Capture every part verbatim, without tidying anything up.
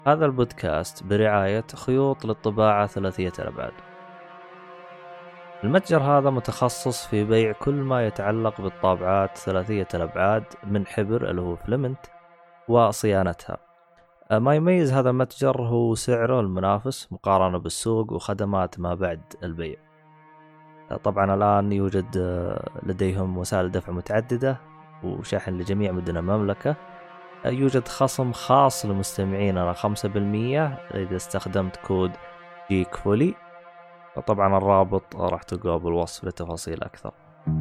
هذا البودكاست برعاية خيوط للطباعة ثلاثية الأبعاد. المتجر هذا متخصص في بيع كل ما يتعلق بالطابعات ثلاثية الأبعاد من حبر اللي هو فلمنت وصيانتها. ما يميز هذا المتجر هو سعره المنافس مقارنة بالسوق وخدمات ما بعد البيع. طبعا الآن يوجد لديهم وسائل دفع متعددة وشحن لجميع مدن المملكة. يوجد خصم خاص لمستمعيننا خمسة بالمية إذا استخدمت كود جيك فولي. طبعا الرابط راح تلقاه بالوصف لتفاصيل أكثر.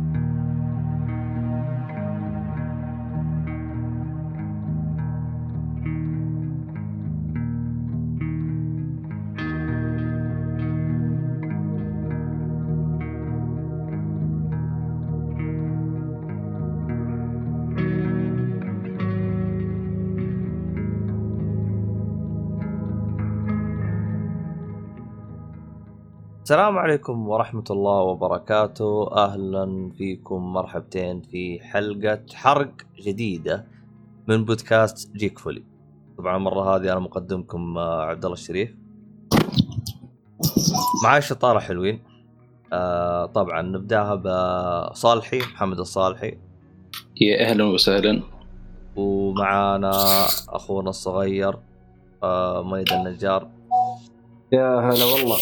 السلام عليكم ورحمة الله وبركاته. أهلا فيكم، مرحبتين في حلقة حرق جديدة من بودكاست جيك فولي. طبعا المرة هذه أنا مقدمكم عبد الله الشريف، معاي شطارة حلوين. آه طبعا نبداها بصالحي محمد الصالحي. يا أهلا وسهلا. ومعانا أخونا الصغير آه ميد النجار. يا هلا والله.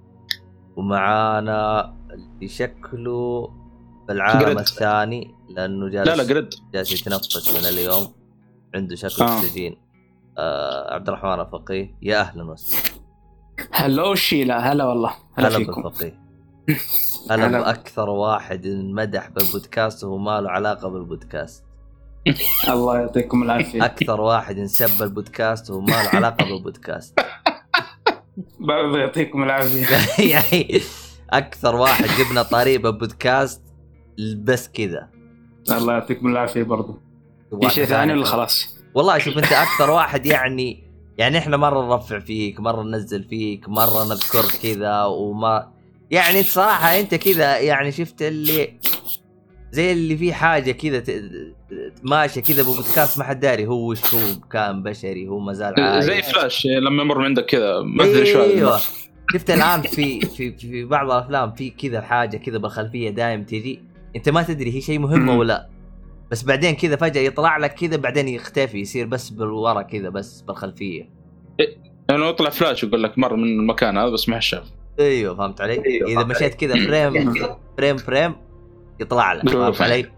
ومعانا يشكلوا بالعالم جرد. الثاني لأنه جالس لا لا جرد جالس يتنفس من اليوم، عنده شكل آه. أكسجين. آه عبد الرحمن الفقيه، يا أهلا وسهلا. هلا وشيلا. هلا والله. هلا, هلا فيكم. بالفقيه. هلا بأكثر واحد مدح بالبودكاست وهو ما له علاقة بالبودكاست. الله يعطيكم العافية. أكثر واحد نسب البودكاست وهو ما له علاقة بالبودكاست. الله يعطيكم العافية. يعني أكثر واحد جبنا طريق بالبودكاست بس كذا. الله يعطيكم العافية برضو. في واحد شيء ثاني ولا ثاني. خلاص؟ والله شوف أنت أكثر واحد يعني يعني إحنا مرة نرفع فيك، مرة ننزل فيك، مرة نذكر كذا وما يعني صراحة أنت كذا يعني شفت اللي زي اللي فيه حاجة كذا ت- ماشية كذا ببودكاست ما حد داري هو وش هو، كائن بشري هو مازال عايش زي فلاش لما يمر من عندك كذا ما أدري شو هذا. ايوه شفت الان في في في بعض الافلام في كذا حاجه كذا بالخلفيه دائم تجي، انت ما تدري هي شيء مهم ولا لا، بس بعدين كذا فجاه يطلع لك كذا بعدين يختفي يصير بس بالورا كذا بس بالخلفيه. يعني يطلع فلاش ويقول لك مر من المكان هذا بس ما حشاف. ايوه فهمت علي. اذا مشيت كذا فريم فريم فريم يطلع لك، فهمت علي.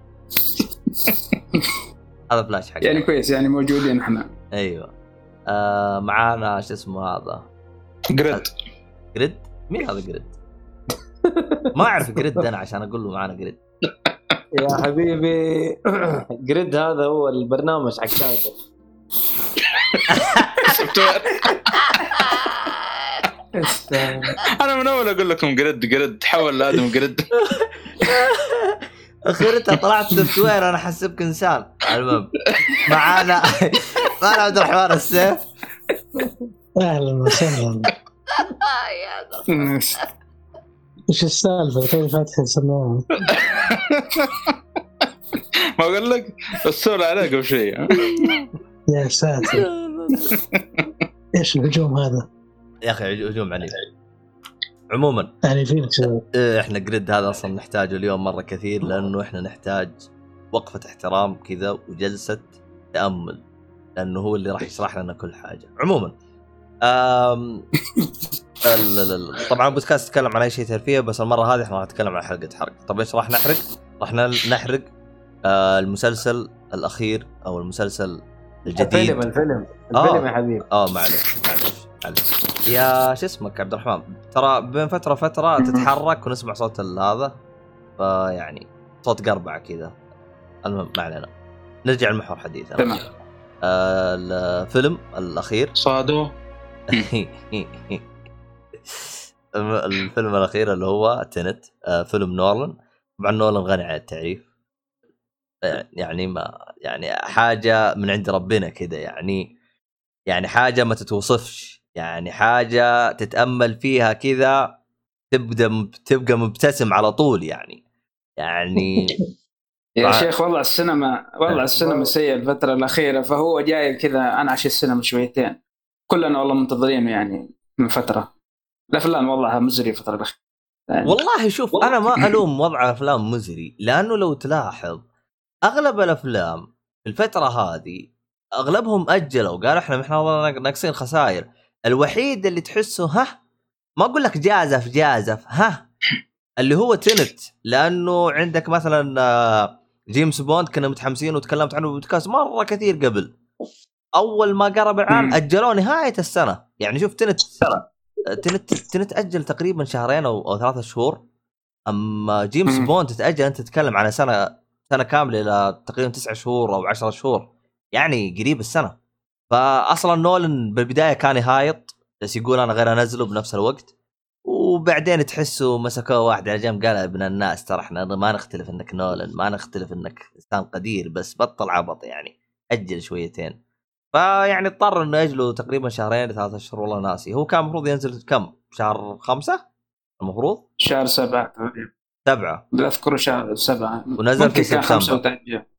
هذا فلاش حق يعني كويس، يعني موجودين احنا. ايوه. آه معانا شو اسمه هذا جريد. جريد. مين هذا جريد؟ ما اعرف جريد انا عشان اقول له معانا جريد. يا حبيبي جريد هذا هو البرنامج حق شايبر. أنا من أول أقول لكم جريد جريد تحول لآدم جريد. اخيرتها طلعت سوفت وير، انا حسبك انسان. المهم معانا معانا عبد الرحمن السيف. اهلا وسهلا. ايش السالفه كيف فاتح السماعه؟ ما أقول لك السؤال عليك بشيء. يا ساتر ايش الهجوم هذا يا اخي هجوم عنيف. عموما يعني فينك احنا جريد هذا اصلا نحتاجه اليوم مره كثير، لانه احنا نحتاج وقفه احترام كذا وجلسه تامل، لانه هو اللي راح يشرح لنا كل حاجه. عموما أم... طبعا البودكاست يتكلم عن اي شيء ترفيه، بس المره هذه احنا راح نتكلم عن حلقه حرق. طب ايش راح نحرق؟ راح نحرق آه المسلسل الاخير او المسلسل الجديد. الفيلم الفيلم الفيلم يا حبيبي. اه معلش معلش معلش يا شو اسمك عبد الرحمن، ترى بين فتره فتره تتحرك ونسمع صوت هذا، فيعني صوت قربعه كذا. المهم ما علينا، نرجع لمحور حديثنا. تمام. آه الفيلم الاخير صادو. الفيلم الاخير اللي هو تنت، آه فيلم نولان. طبعا نولان غني عن التعريف، يعني ما يعني حاجه من عند ربنا كده، يعني يعني حاجه ما تتوصفش، يعني حاجه تتامل فيها كذا تبدا تبقى مبتسم على طول. يعني يعني يا شيخ والله السينما والله السينما سيئة الفترة الأخيرة، فهو جاي كذا أنا عشان السينما شويتين. كلنا والله منتظرين يعني من فترة. الأفلام وضعها مزري فترة الأخيرة يعني. والله شوف والله. أنا ما ألوم وضع أفلام مزري، لأنه لو تلاحظ أغلب الأفلام في الفترة هذه أغلبهم أجلوا، قالوا إحنا إحنا ناقصين خسائر. الوحيد اللي تحسه ها ما أقول لك جازف جازف ها اللي هو تنت، لأنه عندك مثلا جيمس بوند كنا متحمسين وتكلمت عنه بودكاست مرة كثير قبل، أول ما قرب العام أجلوا نهاية السنة. يعني شوف تنت تنت تنت أجل تقريبا شهرين أو, أو ثلاثة شهور، أما جيمس بوند تتأجل أنت تتكلم على سنة سنة كاملة إلى تقريبا تسعة شهور أو عشرة شهور، يعني قريب السنة. فأصلا نولن بالبداية كان يهايط بس يقول أنا غير أنزله بنفس الوقت، وبعدين تحسه مسكوه واحد على جنب قال ابن الناس ترى احنا ما نختلف انك نولن، ما نختلف انك انسان قدير، بس بطل عبط يعني اجل شويتين. فيعني اضطر انه يجلوا تقريبا شهرين ثلاثة اشهر، والله ناسي. هو كان المفروض ينزل كم شهر خمسة، المفروض شهر سبعة سبعة لا اذكر شهر سبعة ونزل في سبتمبر.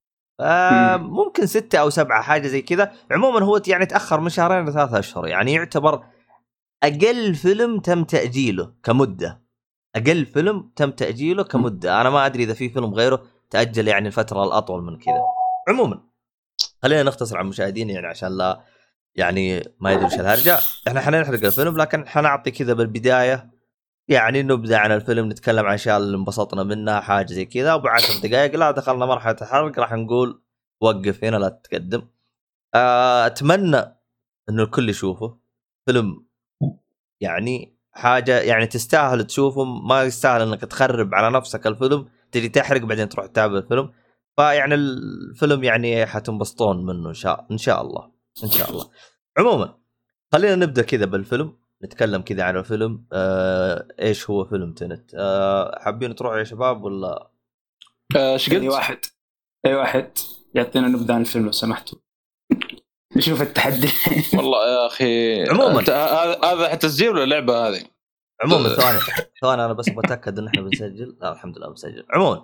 آه ممكن ستة او سبعة حاجة زي كذا. عموما هو يعني تأخر من شهرين لثلاثة اشهر، يعني يعتبر أقل فيلم تم تأجيله كمدة، أقل فيلم تم تأجيله كمدة. أنا ما أدري إذا في فيلم غيره تأجل يعني الفترة الأطول من كذا. عموما خلينا نختصر على المشاهدين يعني عشان لا يعني ما يدري ايش الهرجة. احنا حنحرق الفيلم، لكن حنعطي كذا بالبداية يعني نبدأ عن الفيلم، نتكلم عن الأشياء اللي انبسطنا منها حاجة زي كذا، وبعشر دقائق لا دخلنا مرحلة الحرق راح نقول وقف هنا لا تتقدم. أتمنى إنه الكل يشوفه، فيلم يعني حاجة يعني تستاهل تشوفه، ما يستاهل انك تخرب على نفسك الفيلم تجي تحرق بعدين تروح تتابع الفيلم. فيعني الفيلم يعني حتنبسطون منه ان شاء ان شاء الله ان شاء الله. عموما خلينا نبدا كذا بالفيلم، نتكلم كذا عن الفيلم. آه ايش هو فيلم تنت؟ آه حابين تروحوا يا شباب ولا ايش قلت؟ اي واحد اي واحد يعطينا نبدا عن الفيلم لو سمحتوا نشوف التحدي. والله يا اخي عموما هذا تسجيل ولا لعبه هذه؟ عموما ثواني ثواني انا بس بتاكد ان احنا بنسجل. لا الحمد لله بنسجل. عموما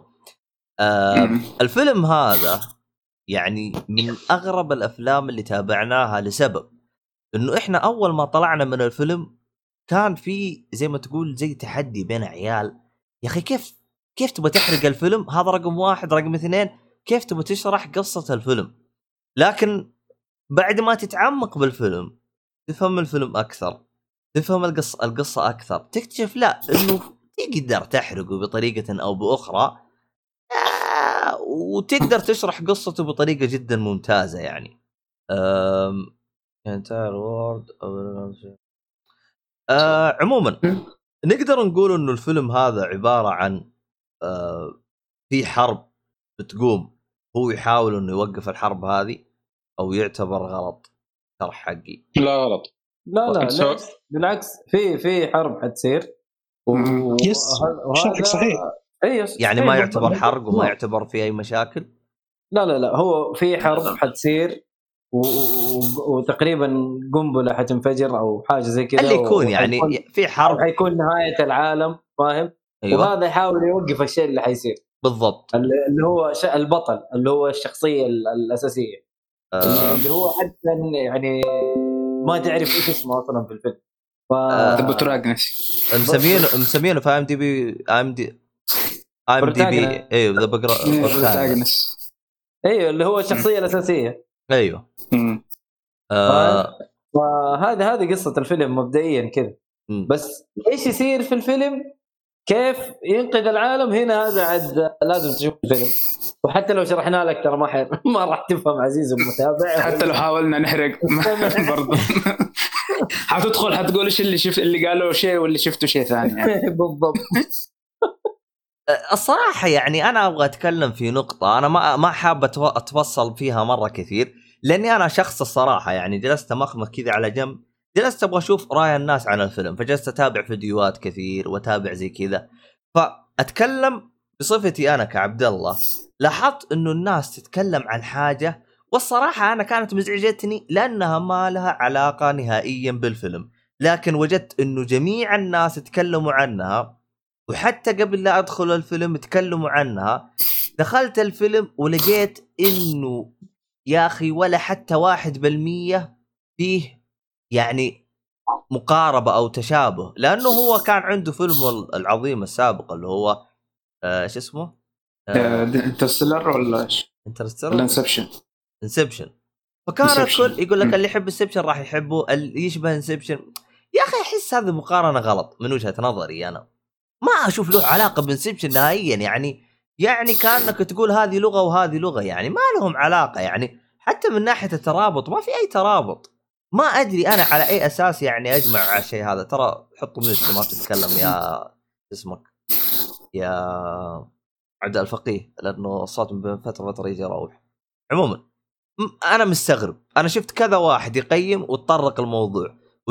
آه الفيلم هذا يعني من اغرب الافلام اللي تابعناها لسبب انه احنا اول ما طلعنا من الفيلم كان في زي ما تقول زي تحدي بين عيال. يا اخي كيف كيف تبغى تحرق الفيلم هذا؟ رقم واحد. رقم اثنين كيف تبغى تشرح قصة الفيلم؟ لكن بعد ما تتعمق بالفيلم تفهم الفيلم أكثر، تفهم القصة القصة أكثر، تكتشف لا إنه تقدر تحرقه بطريقة أو بأخرى، آه وتقدر تشرح قصته بطريقة جدا ممتازة. يعني أم... entire world آه عموما نقدر نقول إنه الفيلم هذا عبارة عن آه في حرب بتقوم، هو يحاول إنه يوقف الحرب هذه أو يعتبر غلط شرح حقي؟ لا غلط لا لا, لا بالعكس في في حرب حتصير و... يس شرحك صحيح. اي يعني ما يعتبر حرق وما يعتبر في اي مشاكل. لا لا لا هو في حرب حتصير و... و... وتقريبا قنبله حتنفجر او حاجه زي كذا اللي يكون و... يعني في حرب حيكون نهايه العالم فاهم. أيوة. وهذا يحاول يوقف الشيء اللي حيصير بالضبط، اللي هو ش... البطل اللي هو الشخصيه الاساسيه آه. اللي هو حتى يعني ما تعرف ايش اسمه اصلا في الفيلم. ف ذا بروتاغونست مسمينه مسمينه في ام دي بي ام دي ام دي بي ايوه ذا بروتاغونست ايوه اللي هو الشخصيه الاساسيه. ايوه آه. وهذا هذه قصه الفيلم مبدئيا كذا. بس ايش يصير في الفيلم كيف ينقذ العالم هنا هذا عاد لازم تشوف الفيلم. وحتى لو شرحنا لك ترى ما حي... ما راح تفهم عزيز المتابع. حتى لو حاولنا نحرق برضه حتدخل حتقول ايش اللي شفت اللي قالوا شيء واللي شفته شيء ثاني يعني. بالضبط. الصراحه يعني انا ابغى اتكلم في نقطه انا ما ما حابه اتوصل فيها مره كثير، لاني انا شخص الصراحه يعني جلست مخمخ كذا على جنب، جلست ابغى اشوف راي الناس عن الفيلم، فجلست اتابع فيديوهات كثير واتابع زي كذا. فاتكلم بصفتي انا كعبد الله، لاحظت انه الناس تتكلم عن حاجه والصراحه انا كانت مزعجتني لانها ما لها علاقه نهائيا بالفيلم، لكن وجدت انه جميع الناس تكلموا عنها، وحتى قبل لا ادخل الفيلم تكلموا عنها. دخلت الفيلم ولقيت انه يا اخي ولا حتى واحد بالمية فيه يعني مقاربه او تشابه، لانه هو كان عنده فيلم العظيم السابق اللي هو آه شو اسمه آه انترستيلر ولا ايش؟ انترستيلر انسبشن انسبشن فكان الكل يقول لك اللي يحب انسبشن راح يحبه اللي يشبه انسبشن. يا اخي احس هذه مقارنه غلط من وجهه نظري، انا ما اشوف له علاقه بانسبشن نهائيا. يعني يعني كانك تقول هذه لغه وهذه لغه، يعني ما لهم علاقه. يعني حتى من ناحيه الترابط ما في اي ترابط. ما ادري انا على اي اساس يعني اجمع على الشيء هذا. ترى حطوا ميوت ما تتكلم يا اسمك يا عبد الفقيه، لانه الصوت من فتره فتره يجي يروح. عموما انا مستغرب، انا شفت كذا واحد يقيم وتطرق الموضوع،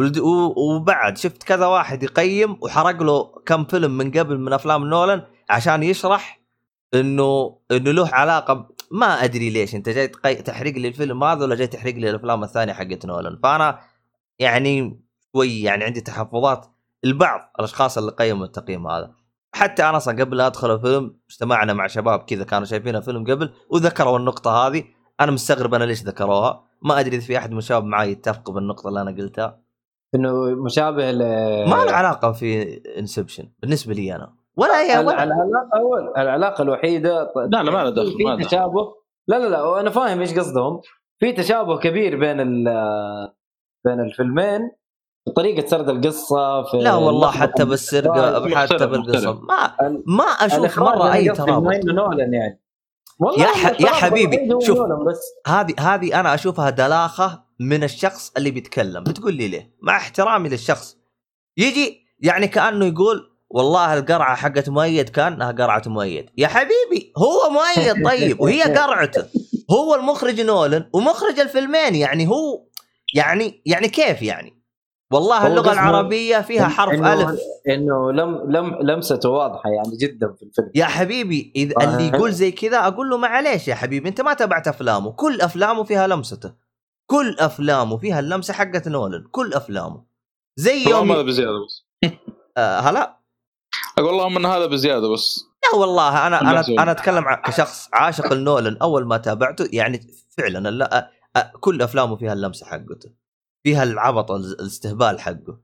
وبعد شفت كذا واحد يقيم وحرق له كم فيلم من قبل من افلام نولان عشان يشرح انه انه له علاقه ب... ما ادري ليش انت جاي تقي... تحرق لي الفيلم هذا ولا جاي تحرق لي الافلام الثانيه حقت نولان. فانا يعني شوي يعني عندي تحفظات البعض الاشخاص اللي قيموا التقييم هذا. حتى انا اصلا قبل لا ادخل الفيلم اجتمعنا مع شباب كذا كانوا شايفين الفيلم قبل وذكروا النقطه هذه. انا مستغرب انا ليش ذكروها، ما ادري اذا في احد من الشباب معي يتفق بالنقطه اللي انا قلتها انه مشابه ل... ما له علاقه في انسبشن بالنسبه لي انا ولا هي ولا العلاقه اول العلاقه الوحيده. لا لا ما له دخل، ما في تشابه. لا لا لا انا فاهم ايش قصدهم. في تشابه كبير بين ال... بين الفيلمين، طريقه سرد القصه في لا والله حتى بالسرقه حتى بالقصه ما ما اشوف مره اي ترابط يعني. يا ح... يا حبيبي شوف هذه هذه انا اشوفها دلاخه من الشخص اللي بيتكلم. بتقول لي ليه؟ مع احترامي للشخص يجي يعني كانه يقول والله القرعه حقت مؤيد كانها قرعه مؤيد. يا حبيبي هو مؤيد طيب وهي قرعته، هو المخرج نولان ومخرج الفيلمين. يعني هو يعني يعني كيف يعني والله اللغه العربيه فيها حرف إنه الف انه لم لم لمسته واضحه يعني جدا في الفيلم. يا حبيبي اذا آه. اللي يقول زي كذا اقول له معليش يا حبيبي انت ما تابعت افلامه. كل افلامه فيها لمسته، كل افلامه فيها اللمسه حقت نولان، كل افلامه زي يوم هذا بزياده بس آه هلا اقول اللهم ان هذا بزياده بس. لا والله انا انا انا اتكلم كشخص عاشق النولان. اول ما تابعته يعني فعلا لا كل افلامه فيها اللمسه حقته، فيها العبط الاستهبال حقه.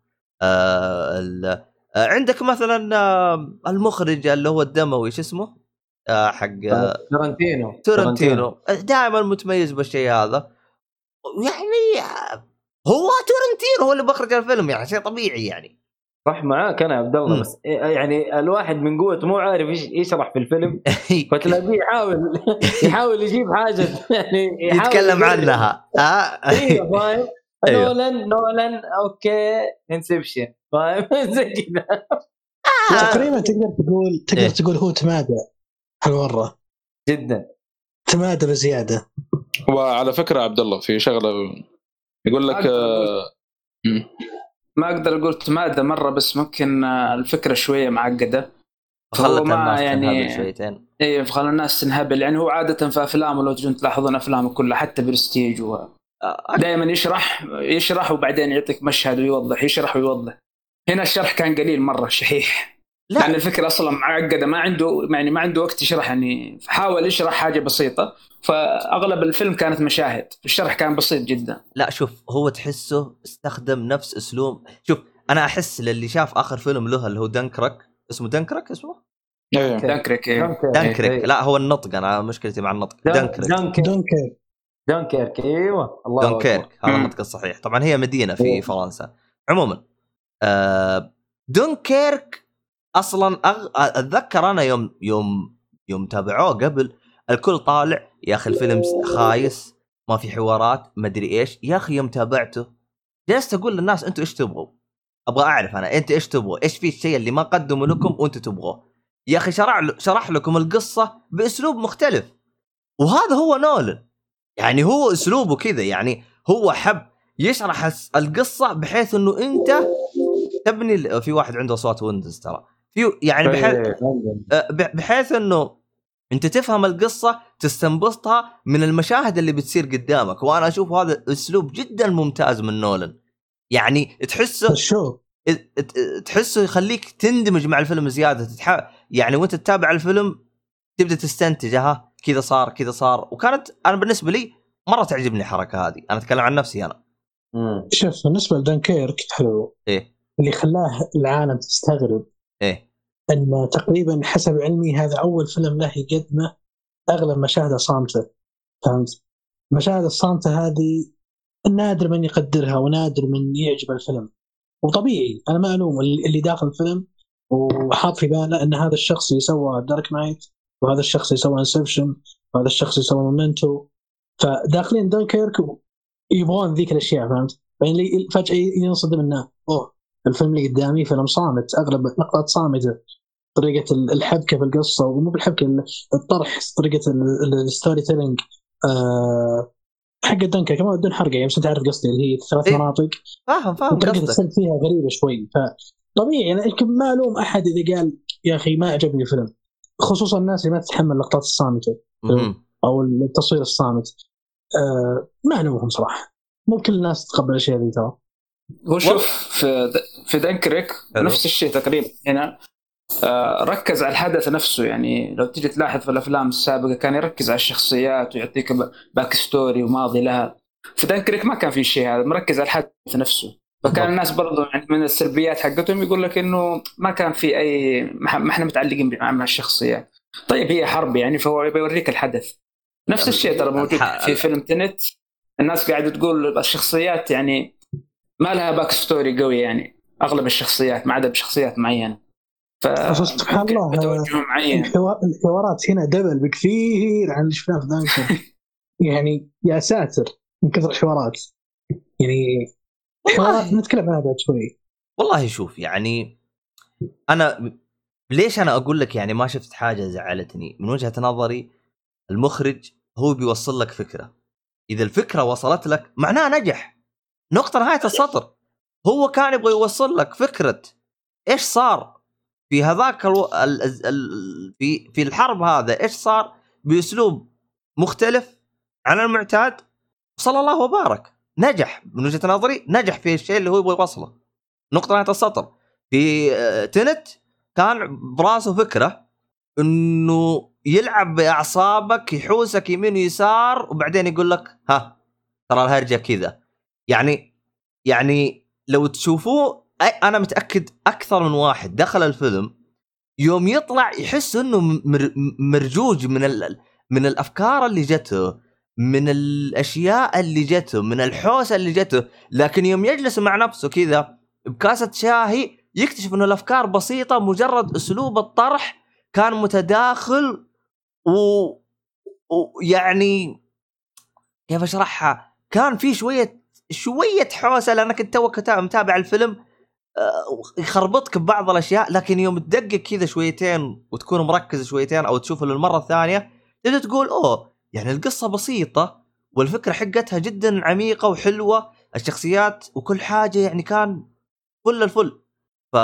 آه عندك مثلا آه المخرج اللي هو الدموي شو اسمه آه حق آه تورنتينو تورنتينو دائما متميز بالشيء هذا. يعني هو تورنتينو هو اللي بخرج الفيلم يعني شيء طبيعي يعني. صح معاك انا عبد الله، بس يعني الواحد من قوته مو عارف ايش يشرح في الفيلم فتلاقيه يحاول يحاول يجيب حاجه يعني يتكلم عنها. اه ايوه فاهم. نولان نولان اوكي انسبشن فاهم زي كذا. تقريبا تقدر تقول تقدر تقول هو تمادى هالمره جدا، تمادى بزياده. وعلى فكره عبد الله في شغله يقول لك آه ما اقدر اقول تمادى مره، بس ممكن الفكره شويه معقده خلت الناس يعني شويتين. ايه خلى الناس تنهبل. يعني هو عاده في افلامه لو تجون تلاحظون افلامه كلها حتى برستيج و دائما يشرح يشرح وبعدين يعطيك مشهد ويوضح، يشرح ويوضح. هنا الشرح كان قليل مره شحيح، لأن يعني الفكره اصلا معقده، ما عنده يعني ما عنده وقت يشرح. يعني حاول يشرح حاجه بسيطه، فاغلب الفيلم كانت مشاهد، الشرح كان بسيط جدا. لا شوف هو تحسه استخدم نفس اسلوب. شوف انا احس للي شاف اخر فيلم له اللي هو دنكرك، اسمه دنكرك اسمه دنكرك دنكرك لا هو النطق، انا مشكلتي مع النطق. دنكرك دنكرك دنكرك ايوه الله دنكرك هذا النطق الصحيح. طبعا هي مدينه في فرنسا. عموما آه دنكرك اصلا أغ... اتذكر انا يوم يوم يوم تابعوه قبل الكل طالع يا اخي الفيلم خايس ما في حوارات ما ادري ايش. يا اخي يوم تابعته جلست اقول للناس انتوا ايش تبغوا، ابغى اعرف انا انت ايش تبغوا، ايش في الشيء اللي ما قدموا لكم وانتوا تبغوه. يا اخي شرح شرح لكم القصه باسلوب مختلف، وهذا هو نولان. يعني هو اسلوبه كذا، يعني هو حب يشرح القصه بحيث انه انت تبني. في واحد عنده صوت ويندوز ترى في يعني بحيث بحيث انه انت تفهم القصه تستنبطها من المشاهد اللي بتصير قدامك. وانا اشوف هذا اسلوب جدا ممتاز من نولان. يعني تحسه شو تحسه يخليك تندمج مع الفيلم زياده. تتح... يعني وانت تتابع الفيلم تبدا تستنتج ها كذا صار كذا صار. وكانت انا بالنسبه لي مره تعجبني الحركه هذه. انا اتكلم عن نفسي انا شوف بالنسبه لدنكيرك حلو ايه اللي خلاه العالم تستغرب ايه ان تقريبا حسب علمي هذا اول فيلم له يقدمه اغلب مشاهده صامته. فهمت؟ مشاهد الصامته هذه نادر من يقدرها ونادر من يعجب الفيلم. وطبيعي انا ما الوم اللي داخل الفيلم وحاط في باله ان هذا الشخص يسوى دارك نايت وهذا الشخص يسوى انسبشن وهذا الشخص يسوى مومنتو. فداخلين دنكيرك يبغون ذيك الاشياء. فهمت؟ يعني فجاه ينصدم انه اوه الفيلم اللي قدامي فيلم صامت اغلب نقاط صامته. طريقه الحبكه في القصه ومو بالحبكه الطرح طريقه الستوري تيلينج آه حق دنكيرك كمان بدون حرقه يعني بس انت عارف قصدي اللي هي ثلاث إيه؟ مناطق. فاهم فاهم قصدك السرد فيها غريبه شوي. فطبيعي يعني ما الوم احد اذا قال يا اخي ما عجبني الفيلم خصوصا الناس اللي ما تتحمل اللقطات الصامته او التصوير الصامت. آه ما الومهم صراحه. مو كل الناس تتقبل الاشياء ذي ترى. وشوف في في دنكريك نفس الشيء تقريبا هنا. آه ركز على الحدث نفسه. يعني لو تيجي تلاحظ في الافلام السابقه كان يركز على الشخصيات ويعطيك باك ستوري وماضي لها. في دنكريك ما كان في شيء هذا مركز على الحدث نفسه. فكان الناس برضو من السلبيات حقتهم يقول لك انه ما كان في اي ما احنا متعلقين مع الشخصيات. طيب هي حرب يعني فهو بيوريك الحدث. نفس الشيء ترى موجود في فيلم تنت. الناس قاعده تقول الشخصيات يعني ما لها باك ستوري قوي يعني اغلب الشخصيات ما عدا بشخصيات معينه. سبحان الله الحوارات هنا دبل بكثير عن اللي شفناه في دانكر. يعني يا ساتر من كثر الحوارات يعني حوارات نتكلم عنها بعد شوي. والله شوف يعني انا ليش انا اقول لك يعني ما شفت حاجه زعلتني من وجهه نظري. المخرج هو بيوصل لك فكره. اذا الفكره وصلت لك معناه نجح. نقطه نهايه السطر. هو كان يبغى يوصل لك فكره ايش صار في هذاك الو... ال... ال... في في الحرب هذا ايش صار باسلوب مختلف عن المعتاد. صلى الله وبارك نجح من وجهة نظري. نجح في الشيء اللي هو يبغى يوصله. نقطة نهاية السطر. في تنت كان براسه فكرة انه يلعب باعصابك يحوسك يمين ويسار وبعدين يقول لك ها ترى الهرجة كذا. يعني يعني لو تشوفوه انا متأكد اكثر من واحد دخل الفيلم يوم يطلع يحس انه مرجوج من ال... من الافكار اللي جته من الاشياء اللي جته من الحوسه اللي جته. لكن يوم يجلس مع نفسه كذا بكاسه شاهي يكتشف انه الافكار بسيطه مجرد اسلوب الطرح كان متداخل ويعني و... كيف اشرحها كان في شويه شويه حوسه لانك انت توك متابع الفيلم يخربطك ببعض الاشياء. لكن يوم تدقق كذا شويتين وتكون مركز شويتين او تشوفه للمره الثانيه تبدا تقول اوه يعني القصه بسيطه والفكره حقتها جدا عميقه وحلوه. الشخصيات وكل حاجه يعني كان فل الفل. ف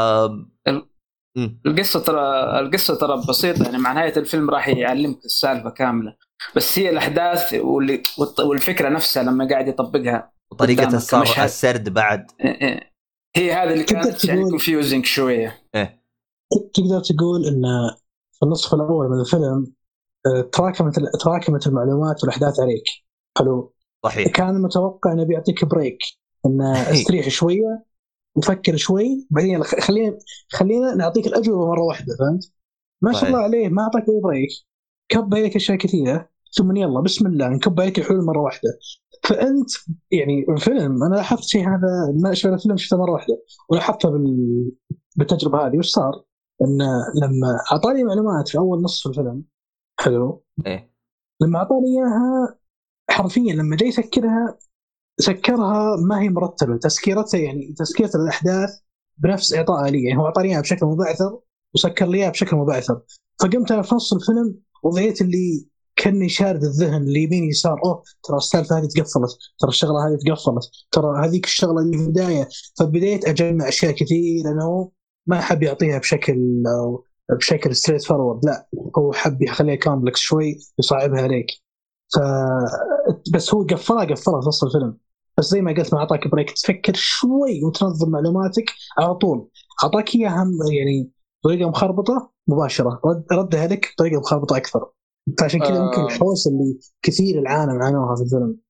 القصه ترى القصه ترى بسيطه يعني مع نهايه الفيلم راح يعلمك السالفه كامله. بس هي الاحداث واللي والفكره نفسها لما قاعد يطبقها وطريقه السرد السرد بعد هي هذا اللي كانت يعني كونفيوزنج شويه. ايه تقدر تقول ان في النصف الاول من الفيلم تراكمت تراكمت المعلومات والاحداث عليك. حلو صحيح. كان متوقع انه بيعطيك بريك ان استريح شويه وفكر شوي بعدين خلينا خلينا نعطيك الاجوبه مره واحده. فهمت؟ ما شاء الله عليه ما اعطاك اي بريك. كب عليك اشياء كثيره ثم يلا بسم الله نكب عليك الحلول مره واحده. فانت يعني الفيلم انا لاحظت شيء هذا ما شفت الفيلم شفته مره واحده ولاحظته بال... بالتجربه هذه. وش صار ان لما اعطاني معلومات في اول نص الفيلم حلو ايه لما اعطاني اياها حرفيا لما جاي يسكرها سكرها ما هي مرتبه تسكيرتها يعني تسكيره الاحداث بنفس اعطائها لي. يعني هو اعطاني اياها بشكل مبعثر وسكر لي اياها بشكل مبعثر. فقمت انا في نص الفيلم وضعيت اللي كني شارد الذهن اليمين يسار اوه ترى السالفه هذه تقفلت ترى الشغله هذه تقفلت ترى هذيك الشغله اللي في البدايه. فبديت اجمع اشياء كثير لانه ما حب يعطيها بشكل بشكل ستريت فورورد. لا هو حب يخليها كومبلكس شوي يصعبها عليك. ف بس هو قفلها قفلها في نص الفيلم. بس زي ما قلت ما اعطاك بريك تفكر شوي وتنظم معلوماتك على طول. اعطاك اياها يعني طريقه مخربطه مباشره رد ردها لك بطريقه مخربطه اكثر. فعشان كذا ممكن الحوسه اللي كثير العالم عانوها في الفيلم.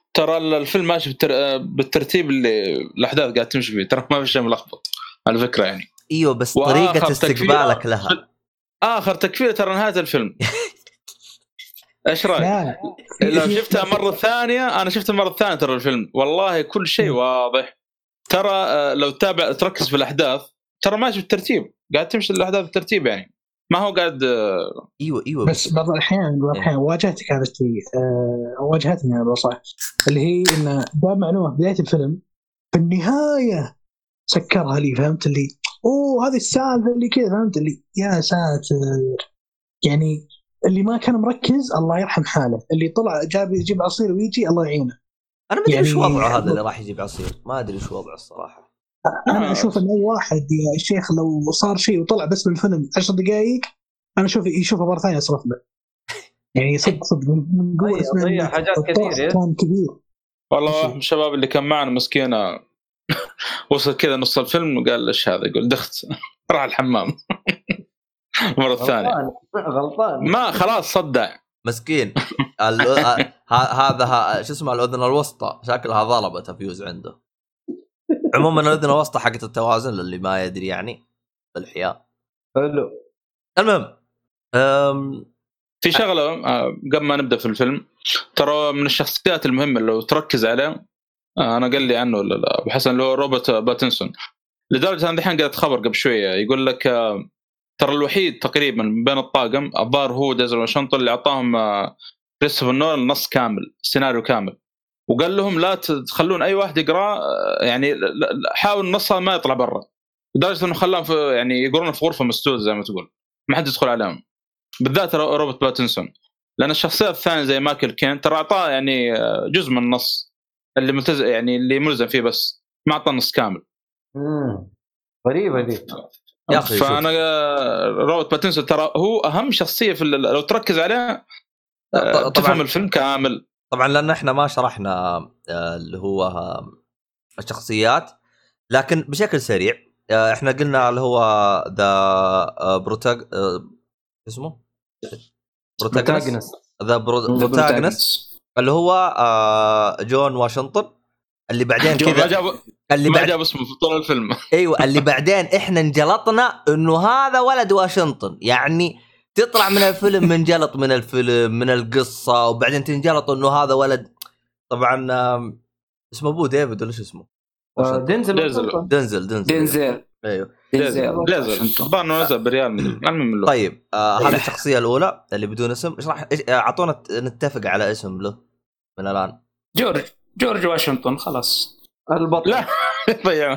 ترى الفيلم ماشي بالتر... بالترتيب اللي الاحداث قاعد تمشي فيه، ترى ما في شيء ملخبط على فكره يعني. ايوه بس طريقه استقبالك لها اخر تكفيره ترى نهايه الفيلم. ايش رايك لو شفتها مره ثانيه؟ انا شفتها مره ثانيه ترى الفيلم والله كل شيء واضح. ترى لو تتابع تركز في الاحداث ترى ماشي بالترتيب، قاعد تمشي الاحداث بالترتيب يعني، ما هو قاعد. ايوه ايوه بس بعض الاحيان بعض الاحيان واجهتك هذا الشيء، أه واجهتني هذا صح، اللي هي ان باب معلومه بدايه الفيلم في النهايه سكرها لي، فهمت اللي اوه هذه السالفه اللي كذا، فهمت اللي يا ساتر يعني. اللي ما كان مركز الله يرحم حاله، اللي طلع جاب يجيب عصير ويجي الله يعينه. انا ما ادري ايش يعني وضعه هذا اللي راح يجيب عصير، ما ادري ايش وضعه الصراحه. انا اشوف ان اي واحد يا شيخ لو صار شيء وطلع بس من الفيلم عشر دقائق انا اشوف يشوفه مره ثانيه اصرف له يعني صدق صدق من قوه اسمه حاجات كثير كان كبير والله. من الشباب اللي كان معنا مسكينه وصل كذا نص الفيلم وقال ايش هذا، يقول دخت راح الحمام مرة ثانية. غلطان ما خلاص صدع مسكين. هذا شو اسمه الأذن الوسطى شكلها ضربت فيوز عنده. عموما الأذن الوسطى حقت التوازن للي ما يدري يعني الحياة. حلو. المهم أم... في شغلة قبل ما نبدأ في الفيلم، ترى من الشخصيات المهمة لو تركز عليه، أنا قال لي عنه ولا لا أبو حسن، لو روبرت باتنسون، لدرجة أن الحين قاعد خبر قبل شوية يقول لك ترى الوحيد تقريبا من بين الطاقم الظاهر هو ديزل واشنطن اللي أعطاهم كريستوفر نولان نص كامل، سيناريو كامل، وقال لهم لا تخلون أي واحد يقرأ، يعني حاول النص ما يطلع برا، لدرجة أنه خلاهم في يعني يقرون في غرفة مسدودة زي ما تقول، ما حد يدخل عليهم، بالذات روبرت باتنسون، لأن الشخصيات الثانية زي مايكل كين ترى أعطاه يعني جزء من النص اللي ملتزم يعني اللي ملزم فيه، بس ما أعطاه النص كامل. امم غريبة دي يا أخي. فأنا روبرت باتنسون ترى هو أهم شخصية في لو تركز عليه تفهم الفيلم كامل. طبعا لأن إحنا ما شرحنا اللي هو الشخصيات، لكن بشكل سريع إحنا قلنا اللي هو ذا بروتاغ اسمه بروتاغنس ذا بروتاغنس اللي هو جون واشنطن، اللي بعدين كذا اللي بعد جاب اسمه في طول الفيلم. ايوه اللي بعدين احنا انجلطنا انه هذا ولد واشنطن، يعني تطلع من الفيلم منجلط من الفيلم من القصه، وبعدين تنجلط انه هذا ولد. طبعا اسمه ابو ديفيد ولا ايش اسمه؟ دينزل دينزل دينزل دينزل ايوه دينزل دينزل ظنوا نزل بريال من. طيب آه هذه الشخصيه الاولى اللي بدون اسم، ايش راح اعطونا نتفق على اسم له من الان؟ جورج جورج واشنطن خلاص البطل. لا طيب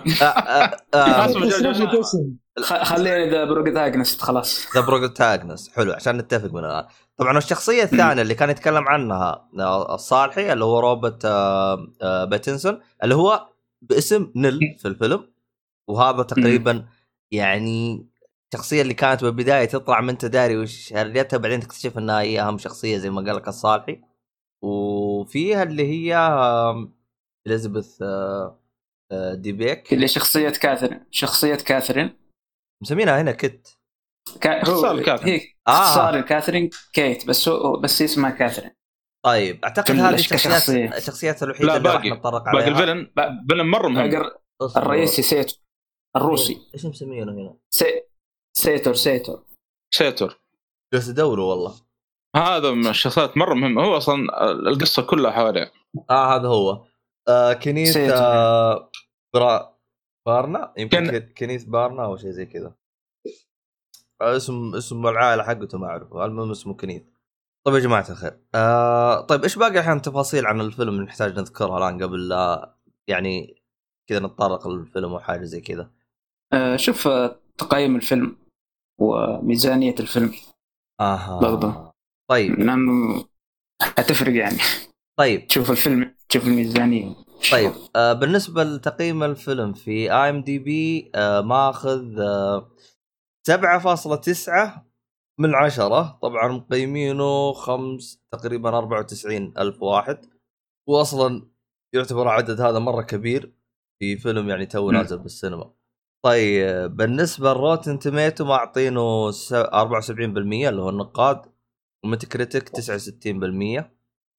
خليني ذا بروتاغنست خلاص. ذا بروتاغنست حلو عشان نتفق من الان. طبعا الشخصيه الثانيه اللي كان يتكلم عنها الصالحي اللي هو روبرت باتنسون اللي هو باسم نيل في الفيلم، وهذا تقريبا يعني الشخصيه اللي كانت بالبدايه تطلع من تداري وش هرجتها، بعدين تكتشف انها هي اهم شخصيه زي ما قال لك الصالحي. وفيها اللي هي إليزابيث ديبيك اللي شخصية كاثرين، شخصية كاثرين مسمينها هنا كت كا... هو هيك اختصار آه. كاثرين كيت، بس هو بس اسمها كاثرين. طيب اعتقد هذه الشخصيات الشخصيات الوحيدة اللي راح نتطرق عليها. باقي الفيلن فيلن مرة مهم. الرئيسي سيتو الروسي، ايش مسمينه هنا؟ سي... سيتور سيتور سيتور بس دوره والله. هذا من الشخصيات مرة مهمة، هو أصلا القصة كلها حواليه. آه هذا هو آه كنيث آه برا بارنا يمكن كن... كنيث بارنا أو شيء زي كذا، اسم اسم العائلة حقته ما أعرفه، المهم اسمه كنيث. طيب يا جماعة الخير آه طيب إيش باقي الحين تفاصيل عن الفيلم نحتاج نذكرها الآن قبل لا يعني كذا نتطرق للفيلم وحاجة زي كذا؟ آه شوف تقييم الفيلم وميزانية الفيلم. آها برضه طيب لأنه هتفرق يعني. طيب تشوف الفيلم تشوف الميزانية. طيب آه بالنسبة لتقييم الفيلم في آي إم دي بي آه ماخذ آه سبعة فاصلة تسعة من عشرة. طبعا مقيمينه خمس تقريبا أربعة وتسعين ألف واحد، وأصلا يعتبر عدد هذا مرة كبير في فيلم يعني تو نازل بالسينما. طيب بالنسبة لروتن توميتو معطينه أربعة وسبعين بالمية اللي هو النقاد، وميتاكريتيك تسعة وستين بالمية.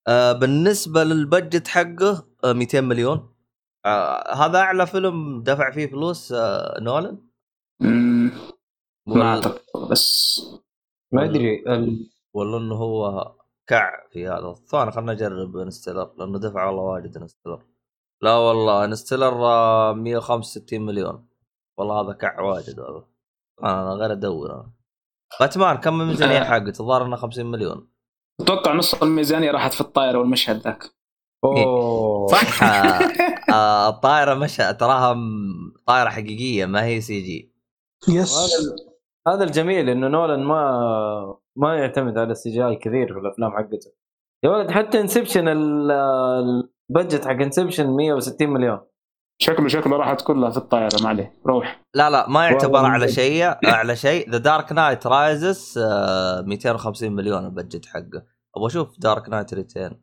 آه بالنسبه للبجت حقه آه مئتين مليون. آه هذا اعلى فيلم دفع فيه فلوس آه نولان. امم ولا- ما اعتقد بس ما ادري ال... ولا انه هو كع في هذا. ثاني خلنا نجرب انستيلر لانه دفع والله واجد انستيلر. لا والله انستيلر آه، مئة وخمسة وستين مليون. والله هذا كع واجد هذا. انا غير ادور انا. باتمان كم الميزانيه آه. حقته؟ الظاهر انه خمسين مليون. اتوقع نص الميزانيه راحت في الطائره والمشهد ذاك. اوه صح. آه، الطائره مشى تراها م- طائره حقيقيه ما هي سي جي. يس هذا ال- هذا الجميل انه نولان ما ما يعتمد على السي جي كثير في الافلام حقته يا ولد. حتى انسبشن البادجت حق انسبشن مئة وستين مليون. شكله شكله راحت كلها في الطائره. ما عليه روح. لا لا ما يعتبر والله على من- شيء. اعلى شيء ذا دارك نايت رايزس مئتين وخمسين مليون البادجت حقه. ابغى اشوف دارك نايت ريتين.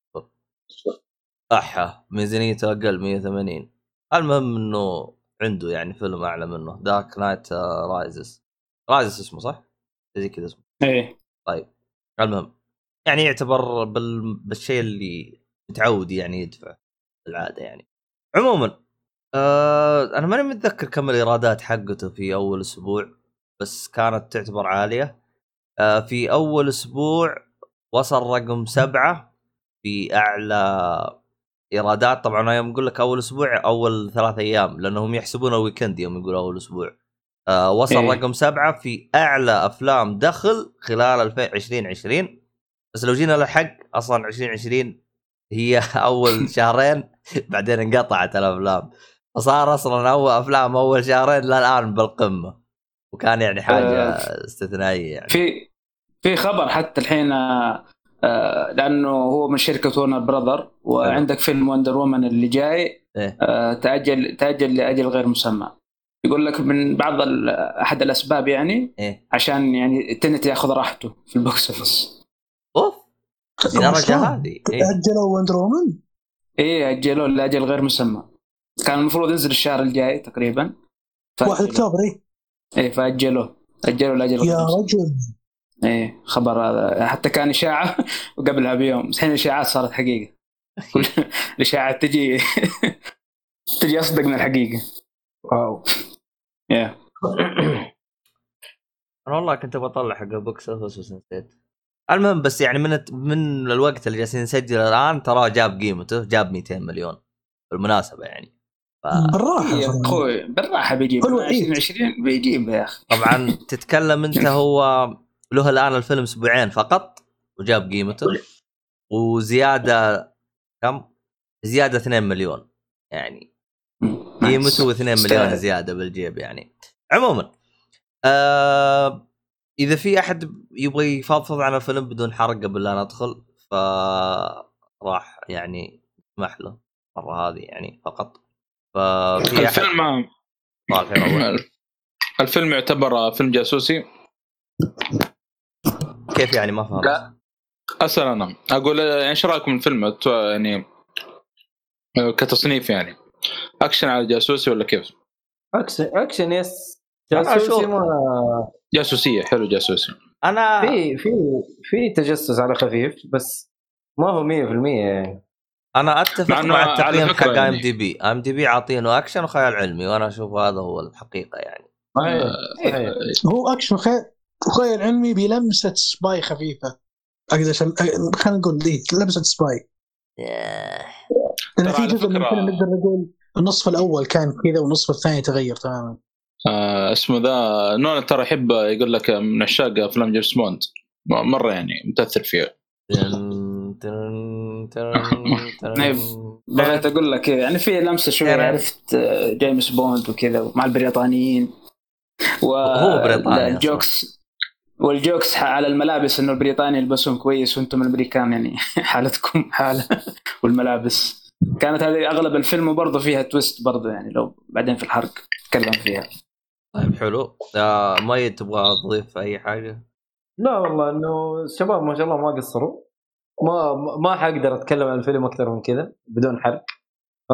احا ميزانيته اقل مئة وثمانين. المهم انه عنده يعني فيلم اعلى منه دارك نايت رايزس. رايزس اسمه صح زي كذا اسمه. ايه طيب المهم يعني يعتبر بال... بالشيء اللي متعود يعني يدفع العاده يعني. عموما آه انا ماني متذكر كم الايرادات حقته في اول اسبوع بس كانت تعتبر عاليه. آه في اول اسبوع وصل رقم سبعة في اعلى ايرادات. طبعا انا يوم اقول لك اول اسبوع اول ثلاث ايام لانهم يحسبون الويكند يوم يقولوا اول اسبوع. آه وصل إيه. رقم سبعة في اعلى افلام دخل خلال ألفين وعشرين. بس لو جينا للحق اصلا عشرين عشرين هي اول شهرين بعدين انقطعت الافلام فصار اصلا اول افلام اول شهرين للان بالقمه وكان يعني حاجه آه، استثنائيه يعني. في في خبر حتى الحين آه، آه، لانه هو من شركه ورنر براذر وعندك فيلم وندر وومن اللي جاي إيه؟ آه، تاجل تاجل لاجل غير مسمى. يقول لك من بعض ال- احد الاسباب يعني إيه؟ عشان يعني تنت ياخذ راحته في البوكس اوفيس. اوف درجه هذه. إيه؟ اجلوا وندر وومن. ايه اجلوه لاجل غير مسمى. كان المفروض ينزل الشهر الجاي تقريبا. واحد اكتوبر. ايه ايه فاجلوه اجلوا لاجل غير يا مسمى. رجل ايه خبر هذا حتى كان اشاعه وقبلها بيوم بس الحين الاشاعات صارت حقيقه. الاشاعات تجي تجي اصدق من الحقيقه. واو يا انا والله كنت بطلع حق البوكس اوفيس بس نسيت. المهم بس يعني من من الوقت اللي جالسين نسجل الان ترى جاب قيمته جاب مئتين مليون بالمناسبه يعني. ف... بالراحه يا اخوي بالراحه بيجيب حلو عيد. عشرين عشرين بيجيب يا اخي. طبعا تتكلم انت هو له الان الفيلم اسبوعين فقط وجاب قيمته وزياده كم زياده اثنين مليون يعني قيمته اثنين مليون زياده بالجيب يعني. عموما آه اذا في احد يبغى يفضفض عن الفيلم بدون حرق قبل لا ندخل فراح يعني اسمح له مره هذه يعني فقط. ففي احد الفيلم طالع الفيلم يعتبر فيلم جاسوسي. كيف يعني ما فهمت؟ لا أسأل أنا أقول يعني إيش رأيكم الفيلم يعني كتصنيف يعني أكشن على جاسوسي ولا كيف؟ اكشن اكشن يس أنا جاسوسي أشوف- ما جاسوسية حلو جاسوسي. انا في في في تجسس على خفيف بس ما هو مية بالمية يعني. انا اتفق مع إنه مع على التقييم فكرة حق يعني. ام دي بي ام دي بي عاطينه اكشن وخيال علمي وانا اشوف هذا هو الحقيقه يعني. صحيح صحيح. هو اكشن خير خيال علمي بلمسه سباي خفيفه. اقدر أشل... أ- خلينا نقول دي لمسه سباي. لان ترى في على جزء من فكرة- الفيلم نقدر نقول النصف الاول كان كذا والنصف الثاني تغير تماما. آه اسمه ذا نولان ترى يحب يقول لك من عشاق أفلام جيمس بوند مرة يعني متأثر فيها. تن- تن- تن- تن- نايف. بغيت اقول لك يعني في لمسه شويه يعني- عرفت جيمس بوند وكذا مع البريطانيين هو بريطاني والجوكس والجوكس على الملابس انه البريطاني يلبسون كويس وانتم الامريكان يعني حالتكم حاله والملابس كانت هذه اغلب الفيلم وبرضه فيها تويست برضه يعني لو بعدين في الحرق تكلم فيها. طيب حلو. آه ما تبغى تضيف اي حاجه؟ لا والله انه الشباب ما شاء الله ما قصروا. ما ما حقدر اتكلم عن الفيلم اكثر من كذا بدون حرق. ف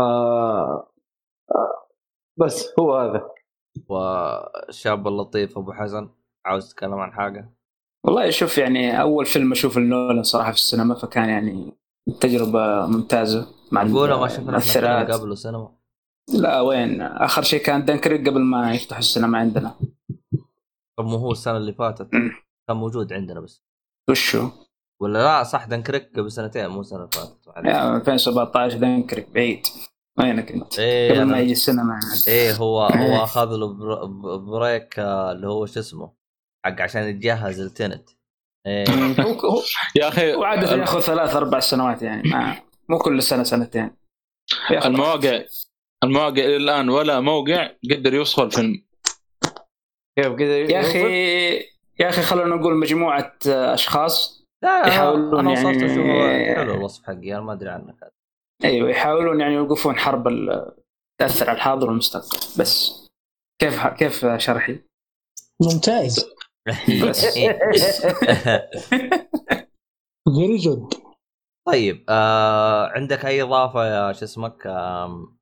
بس هو هذا. والشاب اللطيف ابو حسن عاوز تتكلم عن حاجه؟ والله شوف يعني اول فيلم اشوف النولان صراحه في السينما فكان يعني تجربة ممتازة مع نقولها ما شفنا المؤثرات. احنا قبل سينما. لا وين آخر شيء كان دنكريك قبل ما يفتح السينما عندنا. طب مو هو السنة اللي فاتت كان موجود عندنا بس وشو ولا لا؟ صح دنكريك قبل سنتين مو سنة فاتت. يا ألفين وسبعة عشر دنكريك بعيد. وينك انت؟ إيه قبل ما أنا... يجي السينما. ايه هو هو اخذ له بر... بريك اللي هو شو اسمه حق عشان يتجهز التنت. ايه يا اخي وعادة ياخذ ثلاث اربع سنوات يعني ما مو كل سنة سنتين. المواقع المواقع الى الان ولا موقع قدر يوصل فيلم. كيف كذا يا اخي يا اخي خلونا نقول مجموعة اشخاص يحاولون انا يعني وصلت اشوف حلو الوصف حقي انا ما ادري عنك. ايوه يحاولون يعني يوقفون حرب تاثر على الحاضر والمستقبل. بس كيف كيف شرحي ممتاز فيري جود. طيب آه عندك اي اضافه يا شو اسمك آه